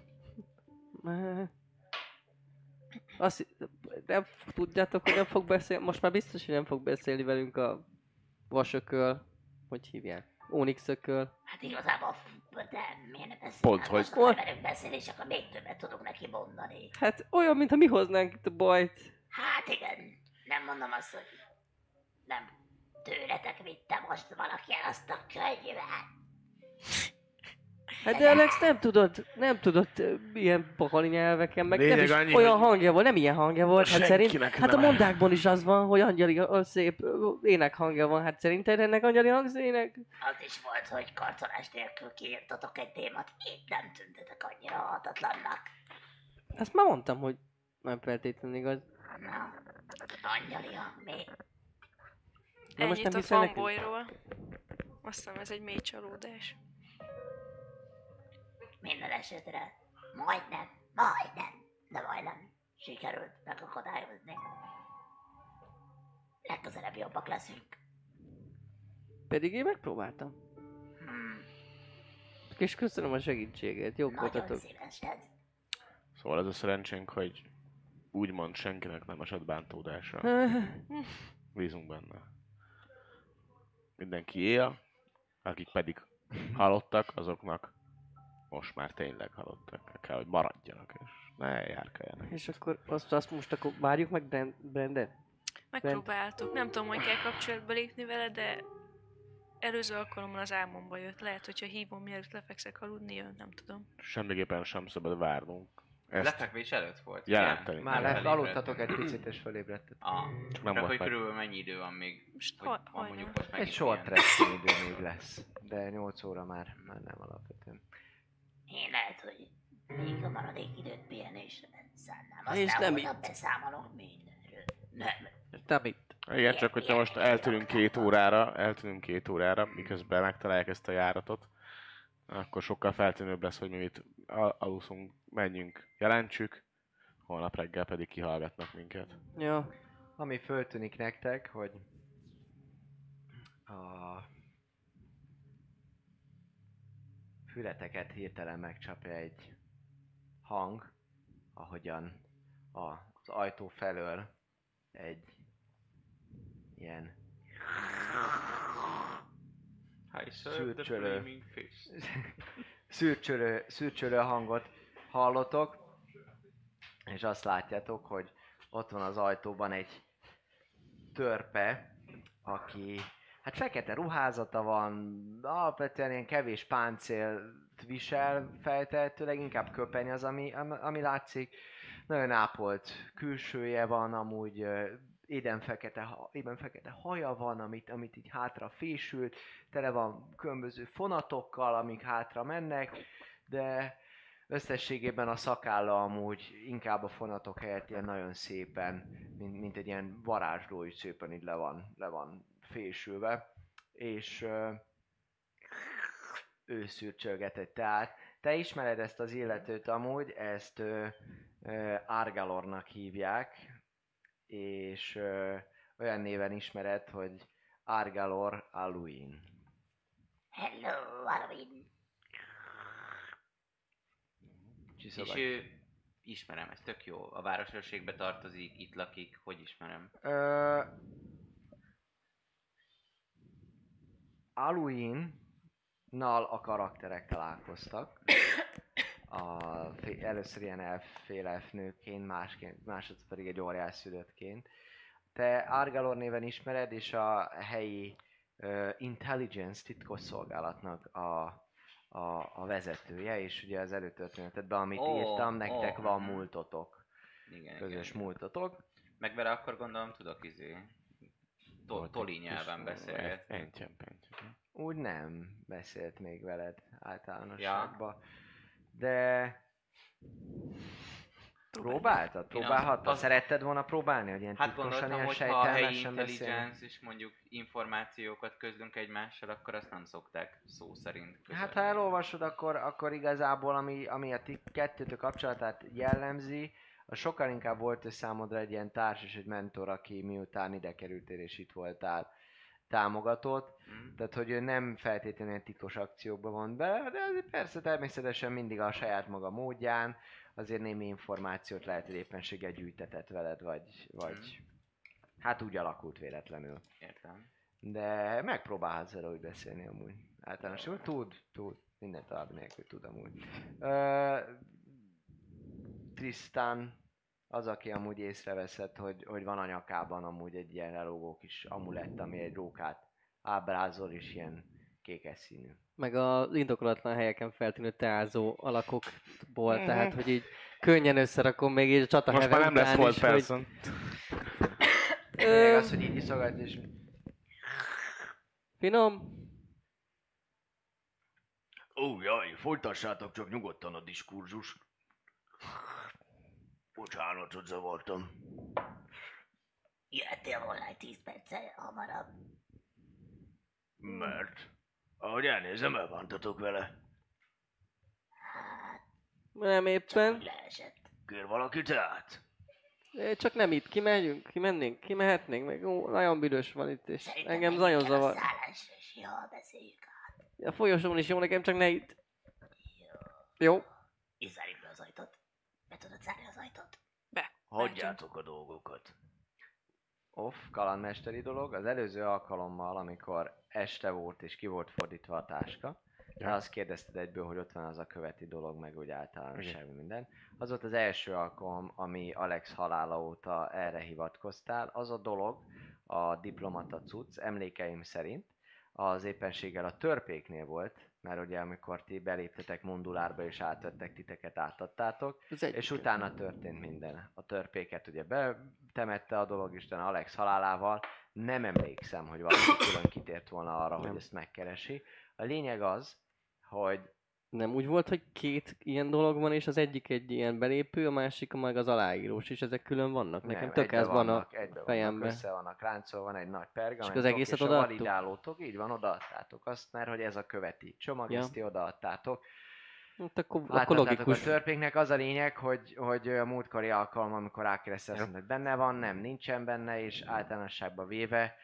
Azt nem tudjátok, hogy nem fog beszélni, most már biztos, hogy nem fog beszélni velünk a vasököl. Hogy hívják? Onyxököl. Hát igazából, de miért ne beszélnek? Pont, hogy- Most akar velünk beszélni, és akkor még többet tudunk neki mondani. Hát olyan, mintha mi hoznánk itt a bajt. Hát igen, nem mondom azt, hogy nem tőletek vitte most valaki el azt a könyvet. Hát de Alex nem tudott ilyen pokoli nyelveken, meg nem Lényeg is annyi, olyan hogy hangja volt, nem ilyen hangja volt, hát senkinek szerint, hát a nem- mondákban is az van, hogy angyali, a szép ének hangja van, hát szerinted ennek angyali hangzének? Az is volt, hogy karcolás nélkül kiírtatok egy témat, így nem tűntetek annyira hatatlannak. Azt már mondtam, hogy nem feltétlenül igaz. Na, angyali hang mi? Na most Ennyit nem a hiszel nekünk? fanboyról. Azt hiszem ez egy mély csalódás. Minden esetre majdnem, de majdnem sikerült megakadályozni. Legközelebb jobbak leszünk. Pedig én megpróbáltam. És köszönöm a segítséget, jók Nagyon voltatok. szívesen. Szóval az a szerencsénk, hogy úgymond senkinek nem esett bántódása. Bízunk benne. Mindenki él, akik pedig halottak, azoknak most már tényleg halottak. Kell, hogy maradjanak, és ne járkáljanak. És akkor azt most akkor várjuk meg Brendet? Megpróbáltuk. Nem tudom, hogy kell kapcsolatba lépni vele, de előző alkalommal az álmomba jött. Lehet, hogyha hívom, mielőtt lefekszek aludni, jön, nem tudom. Semmiképpen sem szabad várnunk. Ezt Lefekvés előtt volt. jelenteni. Már Felébredtünk. aludtatok egy picit és fölébredtetek. Csak nem Csak volt hogy meg. körülbelül mennyi idő van még, Most hogy hajnal. mondjuk most Egy megint short ilyen- resting idő még lesz, de 8 óra már nem alapvetően. Én lehet, hogy még a maradék időt pihenésre szánnám. És Aztán nem holnap beszámolok mindenről. Nem. Nem itt. Igen, csak hogyha most eltűnünk 2 órára, miközben megtalálják ezt a járatot, akkor sokkal feltűnőbb lesz, hogy mi itt aluszunk, menjünk, jelentsük, holnap reggel pedig kihallgatnak minket. Ja. Ami föltűnik nektek, hogy a fületeket hirtelen megcsapja egy hang, ahogyan az ajtó felől egy ilyen szürcsölő hangot hallotok, és azt látjátok, hogy ott van az ajtóban egy törpe, aki hát fekete ruházata van, alapvetően ilyen kevés páncélt visel feltehetőleg, inkább köpeny az, ami látszik. Nagyon ápolt külsője van, amúgy éden fekete haja van, amit így hátra fésült, tele van különböző fonatokkal, amik hátra mennek, de összességében a szakálla amúgy inkább a fonatok helyett ilyen nagyon szépen, mint egy ilyen varázsló is szépen így le van fésülve, és ő szürcsölget egy teát. Te ismered ezt az illetőt amúgy, ezt Argalornak hívják, és olyan néven ismered, hogy Argalor Alduin. Hello, Alduin. És ő ismerem, ez tök jó. A városőrségbe tartozik, itt lakik, hogy ismerem? Alduinnal a karakterek találkoztak. Először ilyen elfféle elfnőként, másodszor pedig egy óriásszülöttként. Te Argalor néven ismered, és a helyi Intelligence titkosszolgálatnak a vezetője, és ugye az előtörténetedben, amit írtam, nektek van múltotok. Igen, közös igen. múltotok. Meg vele akkor gondolom tudok Toli nyelven beszélgetni. Úgy nem beszélt még veled általánosságban. Ja. De próbálhattad? Szeretted volna próbálni, hogy ilyen titkosan, ilyen sejtelmesen beszélni? Intelligence és mondjuk információkat közlünk egymással, akkor azt nem szokták szó szerint közölni. Hát ha elolvasod, akkor igazából ami a kettőtök kapcsolatát jellemzi, az sokkal inkább volt ő számodra egy ilyen társ és egy mentor, aki miután ide kerültél és itt voltál, támogatott. Tehát, hogy ő nem feltétlenül ilyen titkos akciókba van bele, de azért persze természetesen mindig a saját maga módján, azért némi információt lehet, hogy éppenséggel gyűjtetett veled, vagy hát úgy alakult véletlenül. Értem. De megpróbálhatsz vele úgy beszélni amúgy. Általánosan tud, minden további nélkül tud amúgy. Tristan az, aki amúgy észreveszed, hogy van a nyakában amúgy egy ilyen relógó kis amulett, ami egy rókát ábrázol, és ilyen kékes színű. Meg az indokolatlan helyeken feltűnő teázó alakokból, tehát hogy így könnyen összerakom még így a csataheven után is. Most már nem lesz volt person. Az, hogy így iszogat és... Finom? Jaj, folytassátok csak nyugodtan a diskurzus. Bocsánat, hogy zavartam. Jöttél volna egy 10 perccel hamarabb. Mert? Ahogy elnézem, elbántatok vele. Hát... Nem éppen. Csak leesett. Kér valaki teát? Csak nem itt, kimehetnénk, meg nagyon büdös van itt, és Szerintem engem nagyon zavar. A szállásra is jól beszéljük át. A folyosón is jó, nekem csak ne itt. Jó. Zárjuk be az ajtót. Be tudod zárni az ajtót? Hagyjátok a dolgokat. Kalandmesteri dolog. Az előző alkalommal, amikor este volt és ki volt fordítva a táska, de azt kérdezted egyből, hogy ott van az a követi dolog, meg úgy általán semmi minden. Az volt az első alkalom, ami Alex halála óta erre hivatkoztál. Az a dolog, a diplomata cucc, emlékeim szerint, az éppenséggel a törpéknél volt, mert ugye amikor ti beléptetek Mundulárba és átvettek, titeket átadtátok, és utána történt minden. A törpéket ugye betemette a dolog, Isten Alex halálával, nem emlékszem, hogy valaki külön kitért volna arra, hogy ezt megkeresi. A lényeg az, hogy... Nem úgy volt, hogy két ilyen dolog van, és az egyik egy ilyen belépő, a másik meg az aláírós, és ezek külön vannak? Nekem tök ez van a fejemben. Össze vannak ráncolva, van egy nagy pergamentok, és az egészet és a validálótok, így van, odaadtátok azt, mert hogy ez a követi csomag, ezt ti odaadtátok. Hát akkor Láttátok logikus. a törpéknek az a lényeg, hogy a múltkori alkalom, amikor rákérdezte, azt mondta, hogy benne van, nem, nincsen benne, és általánosságban véve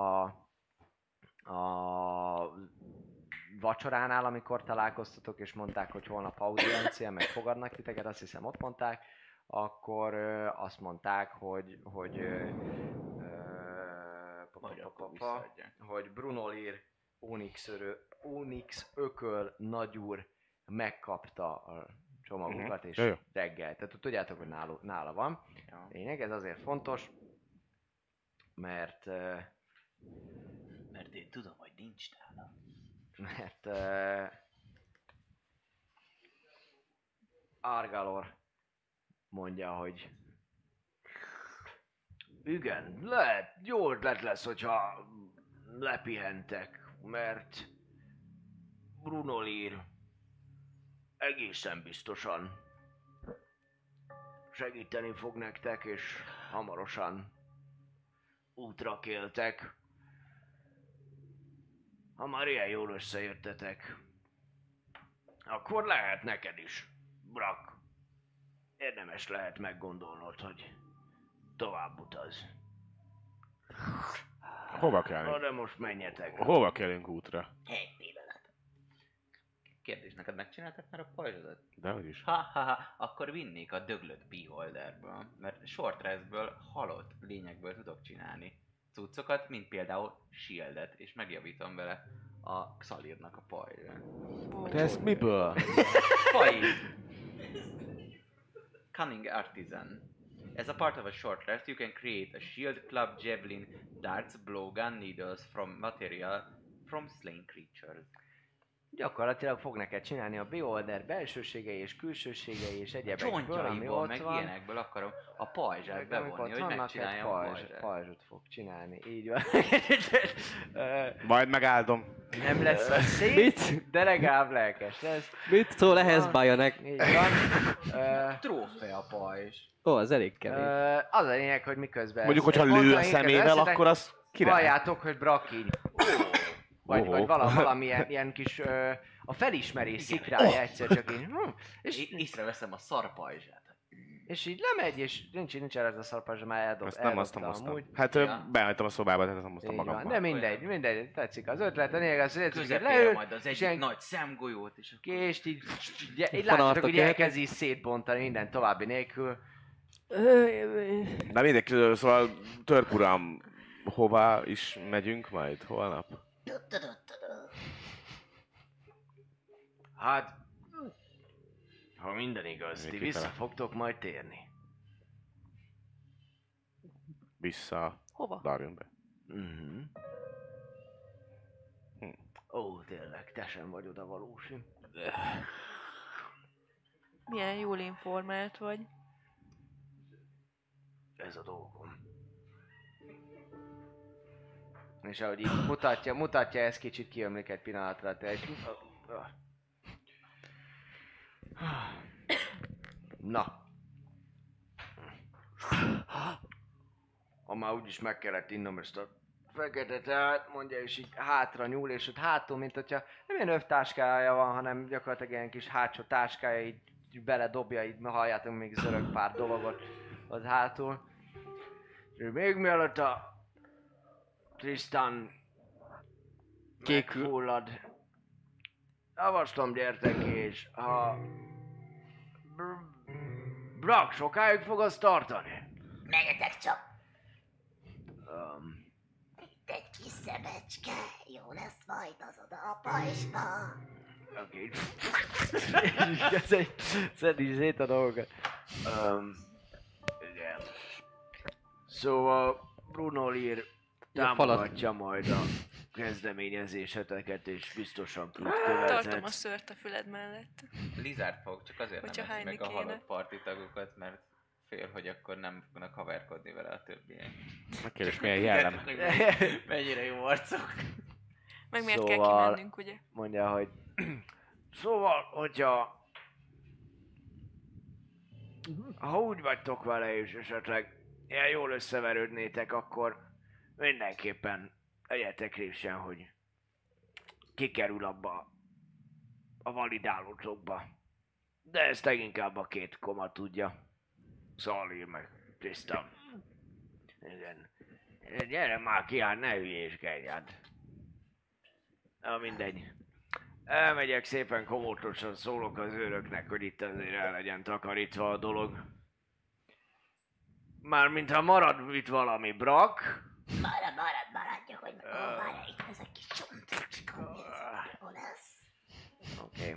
a vacsoránál, amikor találkoztatok, és mondták, hogy holnap audiencia, meg fogadnak titeket, azt hiszem ott mondták, akkor azt mondták, hogy Brunolir, Onyx Ököl nagyúr megkapta a csomagokat, és Jó. reggel. Tehát tudjátok, hogy nála van. Lényeg, ez azért fontos, mert Mert én tudom, hogy nincs nála. Argalor mondja, hogy igen, lehet, jó ötlet lesz, hogyha lepihentek, mert Brunolir egészen biztosan segíteni fog nektek, és hamarosan útra kéltek. Ha már ilyen jól összejöttetek, akkor lehet neked is, Brak. Érdemes lehet meggondolnod, hogy tovább utaz. Hova kell? Na de most menjetek. Hova kellünk útra? Egy pillanat. Kérdés, neked megcsináltak már a pajzsodat? Dehogy is. Ha, akkor vinnék a döglött beholderből, mert short restből, halott lényekből tudok csinálni cuccokat, mint például shieldet, és megjavítom vele a Xalirnak a pajzsát. De ez miből? Fajt! Cunning Artisan. As a part of a short rest, you can create a shield, club, javelin, darts, blowgun, needles from material from slain creatures. Gyakorlatilag fog neked csinálni a Beholder belsőségei és külsőségei és egyebekből, ami Csontjaiból, ott meg van. ilyenekből akarom a pajzsát Meg amik bevonni, ott hogy vannak, megcsináljam a egy pajzsát. pajzsot fog csinálni, így van. Majd megáldom. Nem lesz szép, Mit? de legalább lelkes lesz. Mit szól ehhez Bajonek? Így van. Trófea pajzs. Ó, az elég kemény. Az a lényeg, hogy miközben... Mondjuk, hogyha lő a szemével, akkor az király. Halljátok, hogy Brak így... Vagy Ohó. valamilyen ilyen kis... a felismerés szikrája egyszer csak így... És Észreveszem a szarpajzsát. És így lemegy, és nincs erre ez a szarpazsa, már Ezt nem azt eldobta hoztam. amúgy. Hát Ja. behagytam a szobába, tehát ezt nem hoztam Így van. magammal. De mindegy, tetszik az ötlet, a lényeg az, hogy Közepére leül, majd az és egyik ilyen nagy szemgolyót, és akkor... kést így látjátok, Fanaltak hogy el. elkezd így szétbontani minden további nélkül. Na mindegy, szóval törpuram, hova is megyünk majd holnap? Hát, ha minden igaz, ti Kifele. vissza fogtok majd térni. Vissza Hova? Darwinbe. Mhm. Ó, tényleg, te sem vagy oda valósi. Milyen jól informált vagy. Ez a dolgom. És ahogy így mutatja, ez kicsit kiömlik egy pillanatra, te egy... Na. Ha már úgyis meg kellett innom ezt a fekete teát, mondja, és így hátra nyúl, és ott hátul, mint hogyha nem ilyen övtáskája van, hanem gyakorlatilag ilyen kis hátsó táskája, így beledobja, így halljátok, még zörög pár dologot az hátul. És még mielőtt a Tristan megfullad, javaslom, gyertek, és ha Brak, sokáig fog azt tartani? Menjetek csak. Um, Itt egy kis szemecske. Jó lesz majd az oda a pajzsba. Oké. Ez egy szedi szét a dolgokat. Igen. Szóval Bruno Lir támogatja majd a kezdeményezéseteket, és biztosan tud Tartom a követni. szőrt a füled mellett. Lizard fog, csak azért Hogyha nem eszi meg a hányni kéne. halott parti tagokat, mert fél, hogy akkor nem fognak haverkodni vele a többiek. Megkérdés, milyen jellem. Mennyire jó arcok. Meg miért kell Szóval- kimennünk, ugye? Mondja, hogy szóval, hogyha ha úgy vagytok vele, és esetleg ilyen jól összeverődnétek, akkor mindenképpen legyetek részen, hogy kikerül abba a validálótokba. De ezt leginkább a két koma tudja. Szalír meg Tristan. Igen. Gyere már ki, hát ne hülyéskedj, hát. Na mindegy. Elmegyek szépen komótosan, szólok az őröknek, hogy itt azért el legyen takarítva a dolog. Mármint ha marad itt valami brak. Maradjak, hogy várj, itt ez a kis csontocska. Hol lesz? Oké.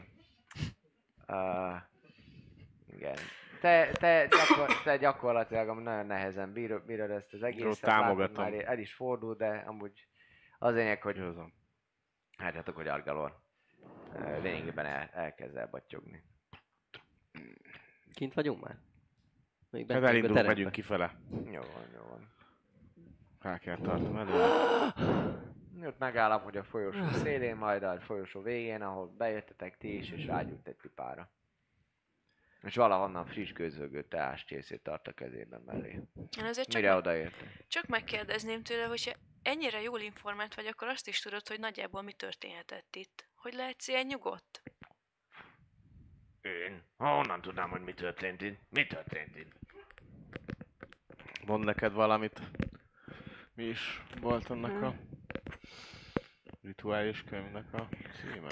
Igen. Te gyakorlatilag nagyon nehezen bírod ezt az egészet. támogatom. Látod, már el is fordul, de amúgy az lényeg, hogy hát hogy Argalor lényegében elkezd elbattyogni. Kint vagyunk már? Még Hát bent vagyunk a elindulunk, teremben. megyünk kifele. Jó van. Fel kell tartom elő. Ott megállap, hogy a folyosó szélén, majd a folyosó végén, ahol bejöttetek ti is, és rágyújt egy pipára. És valahonnan friss gőzölgő teáscsészét tart a kezében mellé. Én azért Mire odaértek? csak megkérdezném tőle, hogyha ennyire jól informált vagy, akkor azt is tudod, hogy nagyjából mi történhetett itt. Hogy lehetsz ilyen nyugodt? Én? Honnan tudnám, hogy mi történt itt? Mi történt itt? Mond neked valamit. Mi is volt annak a rituális könyvnek a címe?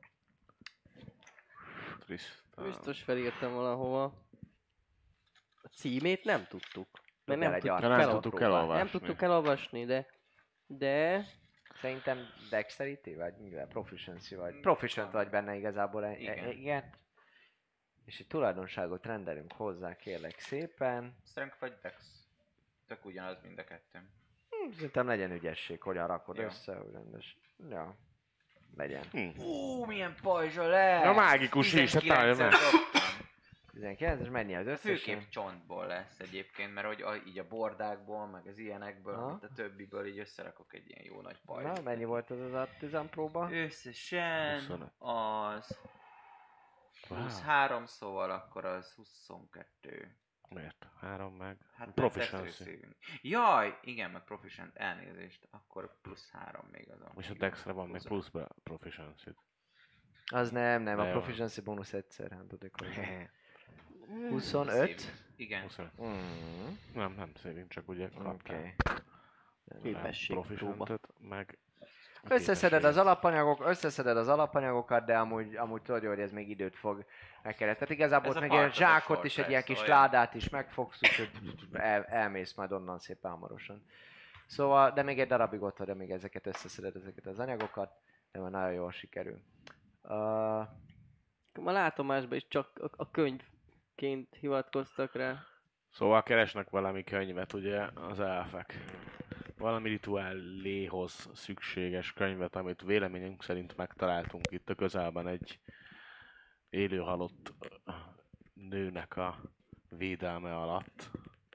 Tristan. Biztos felírtam valahova. A címét nem tudtuk. Mert Tudjál nem egy tudtuk, arcát nem tudtuk próbálni. elolvasni. nem tudtuk elolvasni, de Szerintem dexterity vagy mivel? Proficiency vagy? Proficient vagy benne igazából. Igen. És egy tulajdonságot rendelünk hozzá, kérlek szépen. Strength vagy Dex? Tök ugyanaz mind a kettő. Szerintem legyen ügyesség, hogyan rakod Jó. össze, hogy rendes. Ja. Legyen. Milyen pajzsa lesz! Ja, mágikus is, hát nagyon 19-et meg. dobtam. 19, és mennyi az összes? Főképp csontból lesz egyébként, mert hogy így a bordákból, meg az ilyenekből, Aha. mint a többiből így összerakok egy ilyen jó nagy Na, pajzsot. mennyi volt az artisan próba? Összesen 25. az 23, szóval akkor az 22. Miért? 3 meg. Hát Proficiency. Proficiency. Jaj, igen, meg Proficient, elnézést, akkor plusz 3 még azon. És a Dexre van még pluszba proficiency. Az nem, De a jó. proficiency bónusz egyszer, hát tudod, hogy 25? Igen. 25. Mm. Nem szélünk, csak ugye Oké. Képesség proficientet, meg a Összeszeded az képességet. alapanyagokat, de amúgy tudod, hogy ez még időt fog megkerülni. Tehát igazából Ez ott a meg egy harcos zsákot sor, is, egy ilyen kis persze, olyan. ládát is megfogsz, úgyhogy elmész majd onnan szépen hamarosan. Szóval, de még egy darabig ott vagy, de még ezeket összeszeded, ezeket az anyagokat, de már nagyon jól sikerül. a látomásban is csak a könyvként hivatkoztak rá. Szóval keresnek valami könyvet, ugye, az elfek. Valami rituáléhoz szükséges könyvet, amit véleményünk szerint megtaláltunk itt a közelben egy élő halott nőnek a védelme alatt.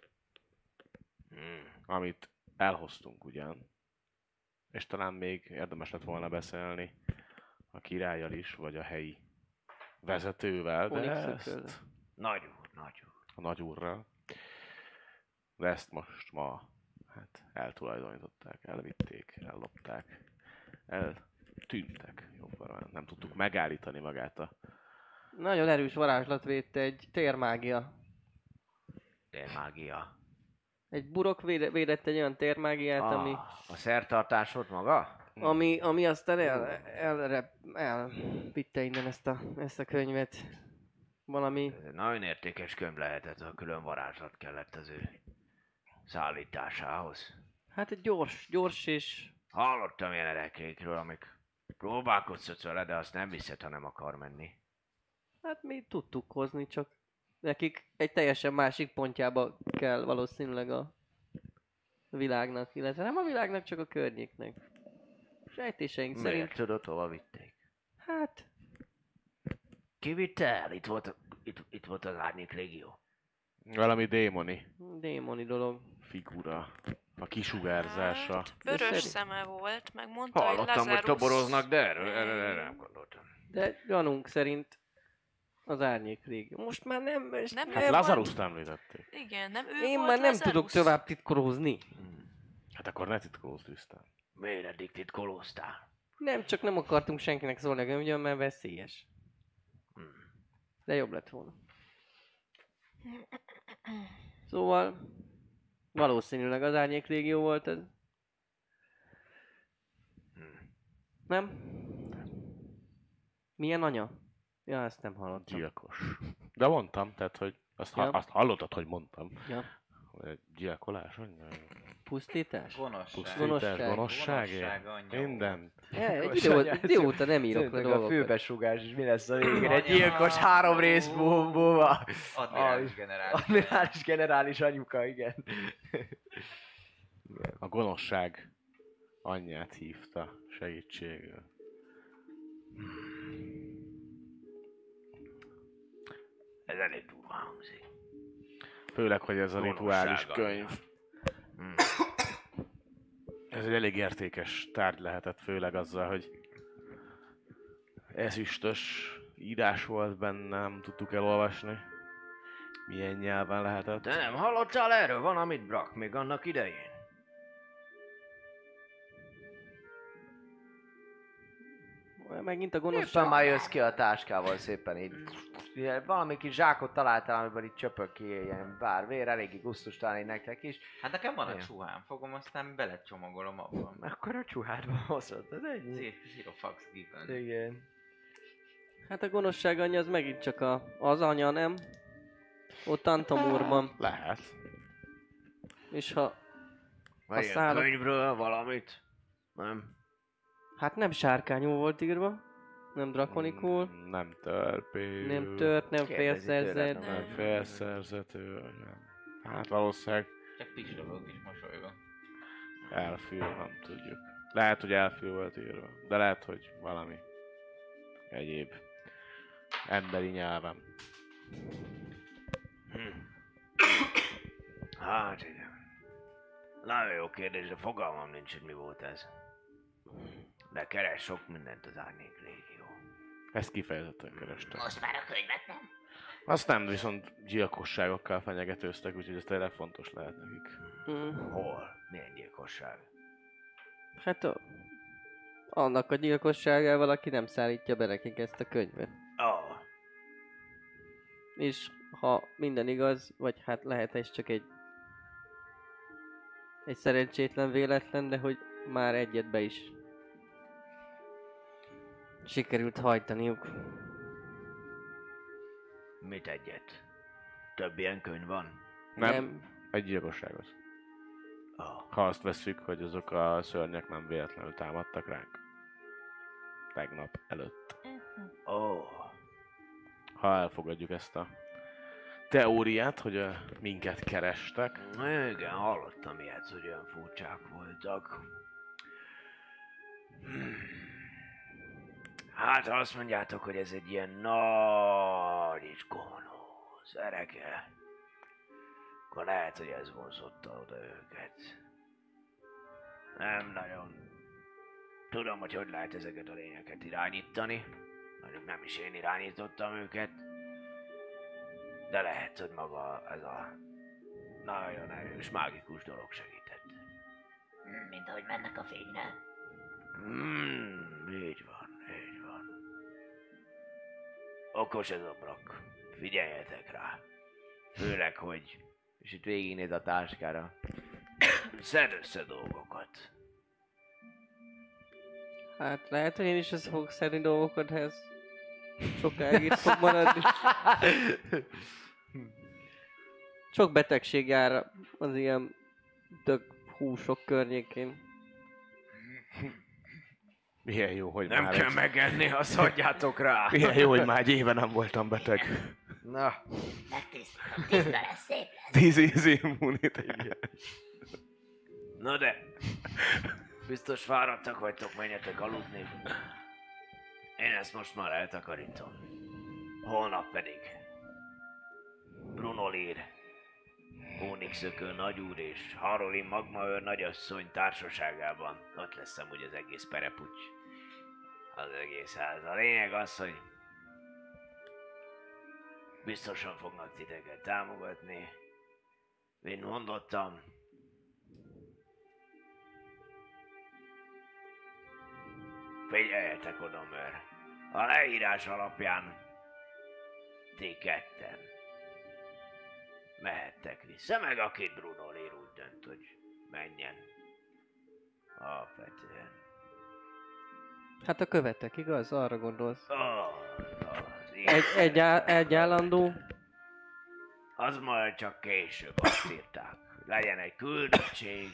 Amit elhoztunk ugyan. És talán még érdemes lett volna beszélni a királlyal is, vagy a helyi vezetővel, de Onyx-ökkel. ezt Nagy úr. a nagyúrral. De ezt most ma hát eltulajdonították, elvitték, ellopták, eltűntek jóformán. Nem tudtuk megállítani magát a... Nagyon erős varázslat védte egy térmágia. De mágia. Egy burok védett egy olyan térmágiát, A szertartás volt maga? ami aztán elvitte innen ezt a könyvet. Valami... Ez egy nagyon értékes könyv lehetett, ha külön varázslat kellett az ő szállításához. Hát egy gyors és... Hallottam ilyen erekékről, amik próbálkoztat vele, de azt nem viszed, ha nem akar menni. Hát mi tudtuk hozni, csak nekik egy teljesen másik pontjába kell valószínűleg a világnak, illetve nem a világnak, csak a környéknek. Sejtéseink szerint... Miért tudod, hova vitték? Hát... Ki vitte el? Itt volt az Árnyék Légió. Valami démoni Démoni dolog. figura. A kisugárzása. Hát, vörös szerint- szeme volt, meg mondta, hogy Hallottam, hogy Lazarus... toboroznak, de erre nem gondoltam. De gyanunk szerint az árnyék régió. Most már nem... Nem, Hát Lazarust említették. Igen, nem ő Én volt már nem Lazarus? tudok tovább titkolózni. Hát akkor ne titkolózz, Tristan. Miért eddig titkolóztál? Nem, csak nem akartunk senkinek szólni, ugye, mert veszélyes. De jobb lett volna. Szóval valószínűleg az Árnyék Légió volt ez. Nem? Milyen anya? Ja, ezt nem hallottam. Gyilkos. De mondtam, tehát, hogy Ja. azt hallottad, hogy mondtam. Ja. Gyilkolás, vagy? Pusztítás? Gonoszság. Gonoszság. Gonoszság, anyja. minden. Egy idő óta nem írok le Szerintem a dolgokat. főbesugás is mi lesz a végén? Egy Anya. gyilkos 3 részből. Admirális generális. Admirális generális anyuka, igen. A gonoszság anyját hívta segítségül. Ez elég durva hangzik. Főleg, hogy ez a rituális Gonoszság könyv. Ez egy elég értékes tárgy lehetett, főleg azzal, hogy ezüstös írás volt benne, nem tudtuk elolvasni. Milyen nyelven lehetett. Te nem hallottál erről valamit, Brak, még annak idején? Megint a Éppen gonoszság. már jössz ki a táskával szépen így. Ilyen valami kis zsákot találtál, amiből így csöpög ki ilyen bár vér, eléggé gusztustalan így nektek is. Hát nekem van a Igen. csuhám, fogom, aztán belecsomagolom abban. Akkor a csuhádba hozod, ez egy... Zero fucks given. Igen. Hát a gonoszság anyja az megint csak az anya, nem? Ott Antamurban. Lehet. És ha... Vagy Aztán- ilyen könyvről valamit? Nem? Hát nem sárkányú volt írva. Nem drakonikul. Nem törpő. Nem tört, nem Kérdezi tőled, félszerzett. nem? Nem felszerzető. Nem. Hát valószínűleg Csak pislogok is mosolygok. elfű, nem tudjuk. Lehet, hogy elfű volt írva. De lehet, hogy valami egyéb emberi nyelven. Hát igen. Nagyon jó kérdés, de fogalmam nincs, hogy mi volt ez. De keres sok mindent az Árnyék Légió. Ezt kifejezetten kerestem. Most már a könyvet nem? Azt nem, viszont gyilkosságokkal fenyegetőztek, úgyhogy ez tényleg fontos lehet nekik. Hol? Milyen gyilkosság? Hát annak a gyilkosságával, aki nem szállítja be nekik ezt a könyvet. Oh, És ha minden igaz, vagy hát lehet ez csak egy szerencsétlen véletlen, de hogy már egyet be is sikerült hajtaniuk. mit egyet? Több ilyen könyv van? Nem, egy gyilkosságot. Oh. Ha azt vesszük, hogy azok a szörnyek nem véletlenül támadtak ránk. Tegnap előtt. Oh. Ha elfogadjuk ezt a teóriát, hogy minket kerestek. Igen, hallottam ilyet, hogy olyan furcsák voltak. Hát, ha azt mondjátok, hogy ez egy ilyen nagy és gonosz ereke, akkor lehet, hogy ez vonzotta oda őket. Nem nagyon tudom, hogy lehet ezeket a lényeket irányítani. Mondjuk nem is én irányítottam őket. De lehet, hogy maga ez a nagyon erős, mágikus dolog segített. Mint ahogy mennek a fényre. Így van, így van. Okos ez a Brak. Figyeljetek rá. Főleg, hogy... És itt végignéz a táskára. Szed össze dolgokat. Hát lehet, hogy én is ezt fogok szedni dolgokat, ha ez sokáig itt fog maradni. Sok betegség jár az ilyen tök húsok környékén. Milyen jó, hogy Nem már kell megenni, azt hagyjátok rá. Milyen jó, hogy már egy éve nem voltam beteg. Na, Megtisztítom, tiszta lesz, szép lesz. 10 immunitás. Na de... Biztos fáradtak vagytok, menjetek aludni. Én ezt most már eltakarítom. Holnap pedig Bruno Lír, Ónixökő nagyúr és Harolin Magmaőr nagyasszony társaságában ott lesz amúgy az egész perepucs. Az egész ház. A lényeg az, hogy biztosan fognak titeket támogatni. Mint mondottam, figyeljetek oda, mert a leírás alapján ti ketten mehettek vissza, meg a két Bruno Lér úgy dönt, hogy menjen. Alapvetően. Hát a követek, igaz? Arra gondolsz. Egy állandó. Az majd csak később azt írták. Legyen egy küldöttség,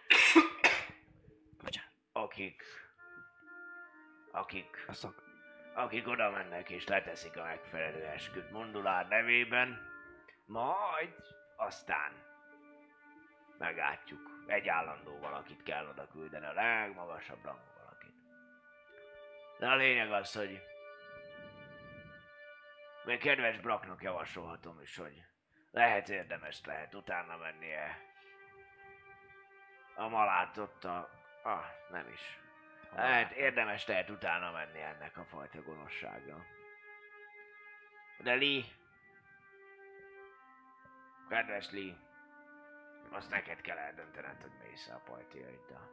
akik oda mennek és leteszik a megfelelő esküt Mondulár nevében, majd aztán meglátjuk. Egy állandó valakit kell oda küldeni, a legmagasabb rangú valakit. De a lényeg az, hogy még kedves Braknak javasolhatom is, hogy érdemes lehet utána mennie. A malát nem is. Érdemes lehet utána menni ennek a fajta gonoszságnak. De Lee, kedves Lee, azt neked kell eldöntened, hogy mész a pajtiaiddal.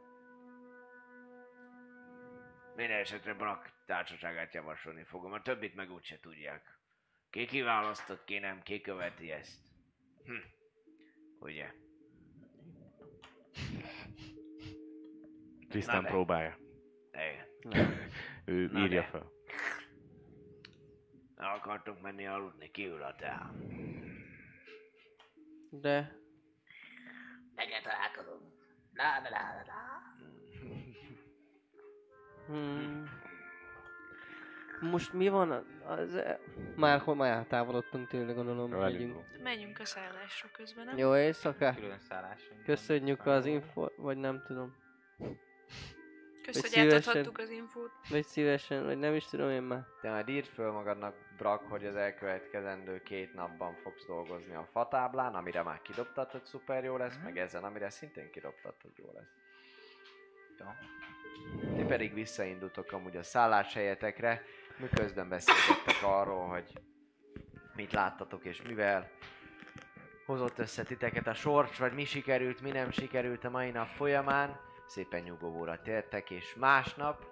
Minden esetre Brak társaságát javasolni fogom, a többit meg úgyse tudják. Ki kiválasztott, ki nem, ki követi ezt. Ugye? Krisztán próbálja. Igen. Ő írja fel. El akartunk menni aludni, kiül a teá. De... Megint találkozunk. La. Most mi van? Már eltávolodtunk tőle, gondolom, megyünk. Menjünk a szállásra közben, nem? Jó éjszakát. Külön szállásunk. Köszönjük az info, vagy nem tudom. Köszönjük, Vagy hogy szívesen. átadtuk az infót. Vagy szívesen, vagy nem is tudom én már. Te majd írd föl magadnak, Brak, hogy az elkövetkezendő 2 napban fogsz dolgozni a fatáblán, amire már kidobtad, hogy szuper jó lesz, meg ezen, amire szintén kidobtad, hogy jó lesz. Ja. Ti pedig visszaindultok amúgy a szálláshelyetekre, miközben beszélgettek arról, hogy mit láttatok és mivel hozott össze titeket a sors, vagy mi sikerült, mi nem sikerült a mai nap folyamán. Szépen nyugovóra tértek, és másnap...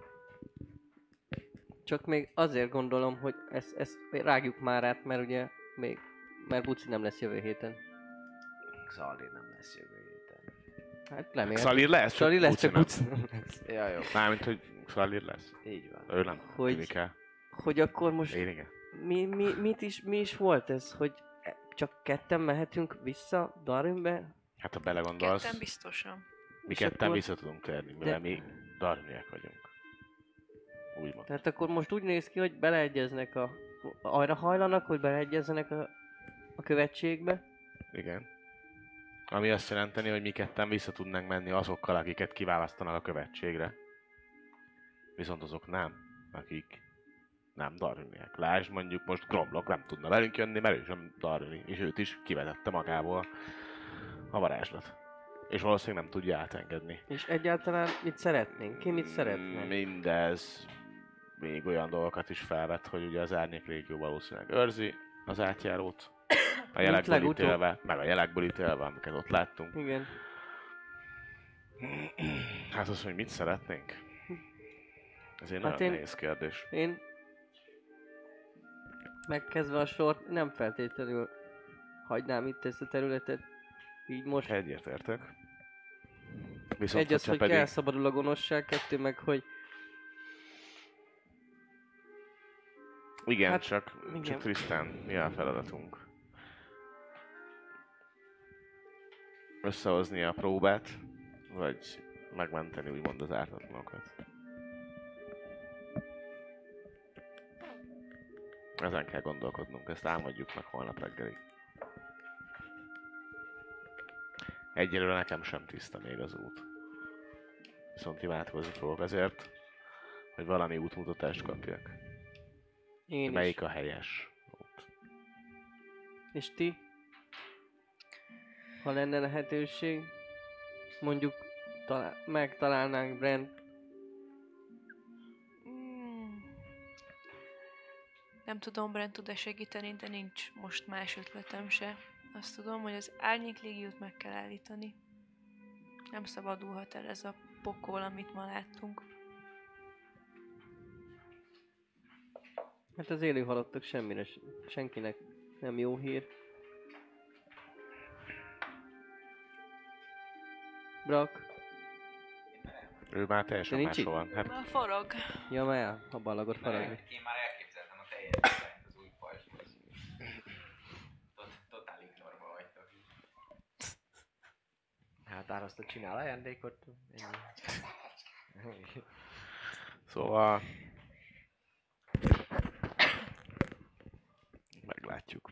Csak még azért gondolom, hogy ezt rágjuk már át, mert ugye mert Buci nem lesz jövő héten. Szalli nem lesz jövő héten. Hát remélem. Szalír lesz? Szalír lesz, csak Buci Buci nem lesz. Ja, jó. Mármint, hogy Szalír lesz. Így van. Ő nem. Hogy- El. Hogy akkor most Én igen. mi is volt ez, hogy csak ketten mehetünk vissza Darwinbe? Hát ha belegondolsz, Ketten biztosan. mi és ketten akkor- vissza tudunk térni, mivel mi darniak vagyunk. Úgymond. Tehát akkor most úgy néz ki, hogy beleegyeznek arra hajlanak, hogy beleegyezzenek a követségbe? Igen. Ami azt jelenteni, hogy mi ketten vissza tudnánk menni azokkal, akiket kiválasztanak a követségre. Viszont azok nem, akik nem darwiniek. Lásd, mondjuk most Gromlok nem tudna velünk jönni, mert ő sem darwini, és őt is kivetette magából a varázslat. És valószínűleg nem tudja átengedni. És egyáltalán mit szeretnénk? Ki mit szeretne? Mindez még olyan dolgokat is felvet, hogy ugye az Árnyék Régió valószínűleg őrzi az átjárót, a jelekből legutóbb. ítélve, meg a jelekből ítélve, amiket ott láttunk. Igen. Hát az, hogy mit szeretnénk? Ez egy Hát nagyon nehéz kérdés. Én megkezdve a sort nem feltétlenül hagynám itt ezt a területet. Így most Egyetértek. Viszont, egy az, hogyha hogy pedig... elszabadul a gonoszság, kettő meg, hogy Igen, Hát, csak igen. Trisztán, mi a feladatunk? Összehozni a próbát, vagy megmenteni úgymond az ártatlanokat? Ezen kell gondolkodnunk, ezt álmodjuk meg holnap reggelig. Egyelőre nekem sem tiszta még az út. Viszont imádkozni fogok azért, hogy valami útmutatást kapjak. én Melyik is. a helyes út? És ti? Ha lenne lehetőség, mondjuk megtalálnánk Brent. Nem tudom, Brent tud-e segíteni, de nincs most más ötletem se. Azt tudom, hogy az Árnyék Légiót meg kell állítani. Nem szabadulhat el ez a pokol, amit ma láttunk. Hát az élő halottak semmire, senkinek nem jó hír. Brak. Ő már teljesen De nincs máshol van. Hát Na, forog. Ja, már a ballagod faragni. Én már elképzeltem a teljes dizájnt az új pajzshoz. Totál ignorba vagytok. Hát Árasztó csinál ajándékot. Ennyi. szóval... Meglátjuk.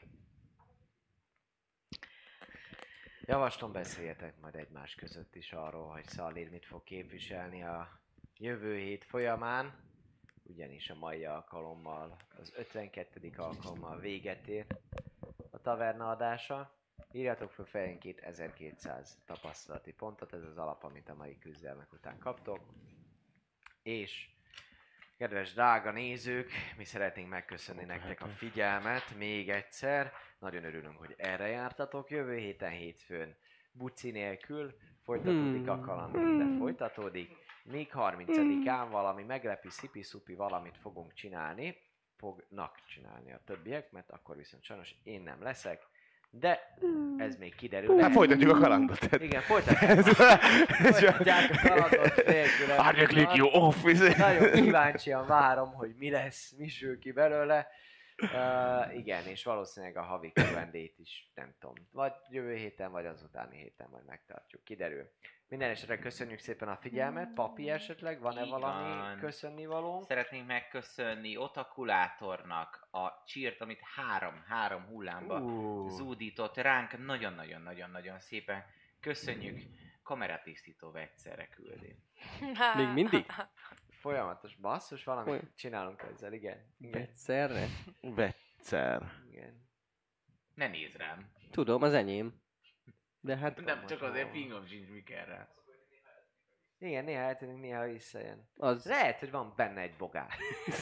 Javaslom, beszéljetek majd egymás között is arról, hogy Szalír mit fog képviselni a jövő hét folyamán. Ugyanis a mai alkalommal, az 52. alkalommal véget ér a taverna adása. Írjatok fel fejenként 1200 tapasztalati pontot, ez az alap, amit a mai küzdelmek után kaptok. És kedves drága nézők, mi szeretnénk megköszönni nektek a figyelmet még egyszer. Nagyon örülünk, hogy erre jártatok. Jövő héten hétfőn buci nélkül folytatódik a kaland, de folytatódik. Még 30-án valami meglepi szipi-szupi valamit fogunk csinálni. Fognak csinálni a többiek, mert akkor viszont sajnos én nem leszek. De ez még kiderül. Hát folytatjuk a kalandot. Igen, folytatják a kalandot nélkül. Árnyak Légió Office. Nagyon kíváncsian várom, hogy mi lesz, mi sül ki belőle. Igen, és valószínűleg a havi Q&A-t is, nem tudom, vagy jövő héten, vagy az utáni héten majd megtartjuk, kiderül. Minden esetre köszönjük szépen a figyelmet. Papi, esetleg van-e Így valami van. köszönnivalónk? Szeretnénk megköszönni Otakulátornak a csírt, amit három hullámba zúdított ránk. Nagyon-nagyon-nagyon-nagyon szépen köszönjük. Kameratisztító vegyszerre küldi. Még mindig? Folyamatos basszus, valamit csinálunk ezzel, igen. Egyszerre? Vegyszer. Igen. Ne nézd rám. Tudom, az enyém. De hát... Nem csak azért fingom sincs mi kell rá. Igen, néha eltűnünk, néha visszajön. Az... Lehet, hogy van benne egy bogár.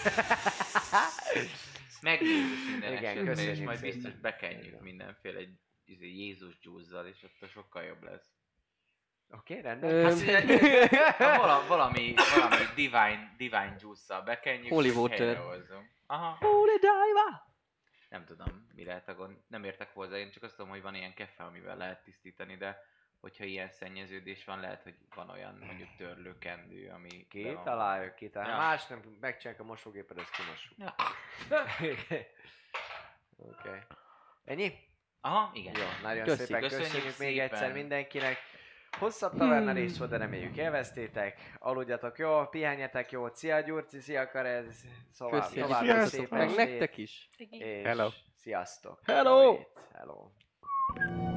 Megnézzük minden Igen, esetben, és köszönjük majd szépen. biztos bekenjük mindenféle egy Jézus juice-zal, és ott sokkal jobb lesz. Oké, rendben. Hát, valami divine juice-szal bekenjük, Holy és water. helyrehozzunk. Aha. Holy diva! Nem tudom, mi lehet a gond. Nem értek hozzá, én csak azt tudom, hogy van ilyen keffe, amivel lehet tisztítani, de hogyha ilyen szennyeződés van, lehet, hogy van olyan mondjuk törlőkendő, ami... Kitaláljuk. Ja. Más nem megcsináljuk a mosógépet, ezt kimossuk. Ja. Oké. Ennyi? Aha, igen. Jó, nagyon Köszi. szépen Köszönjük köszönjük még szépen. egyszer mindenkinek. Hosszabb taverna rész volt, de reméljük élveztétek. Aludjatok jól, pihenjetek jól. Szia Gyurci, szia Karez. Szóval Köszi. további Sziasztok. szép Meg estét, nektek is. és Hello. sziasztok. Hello. Hello.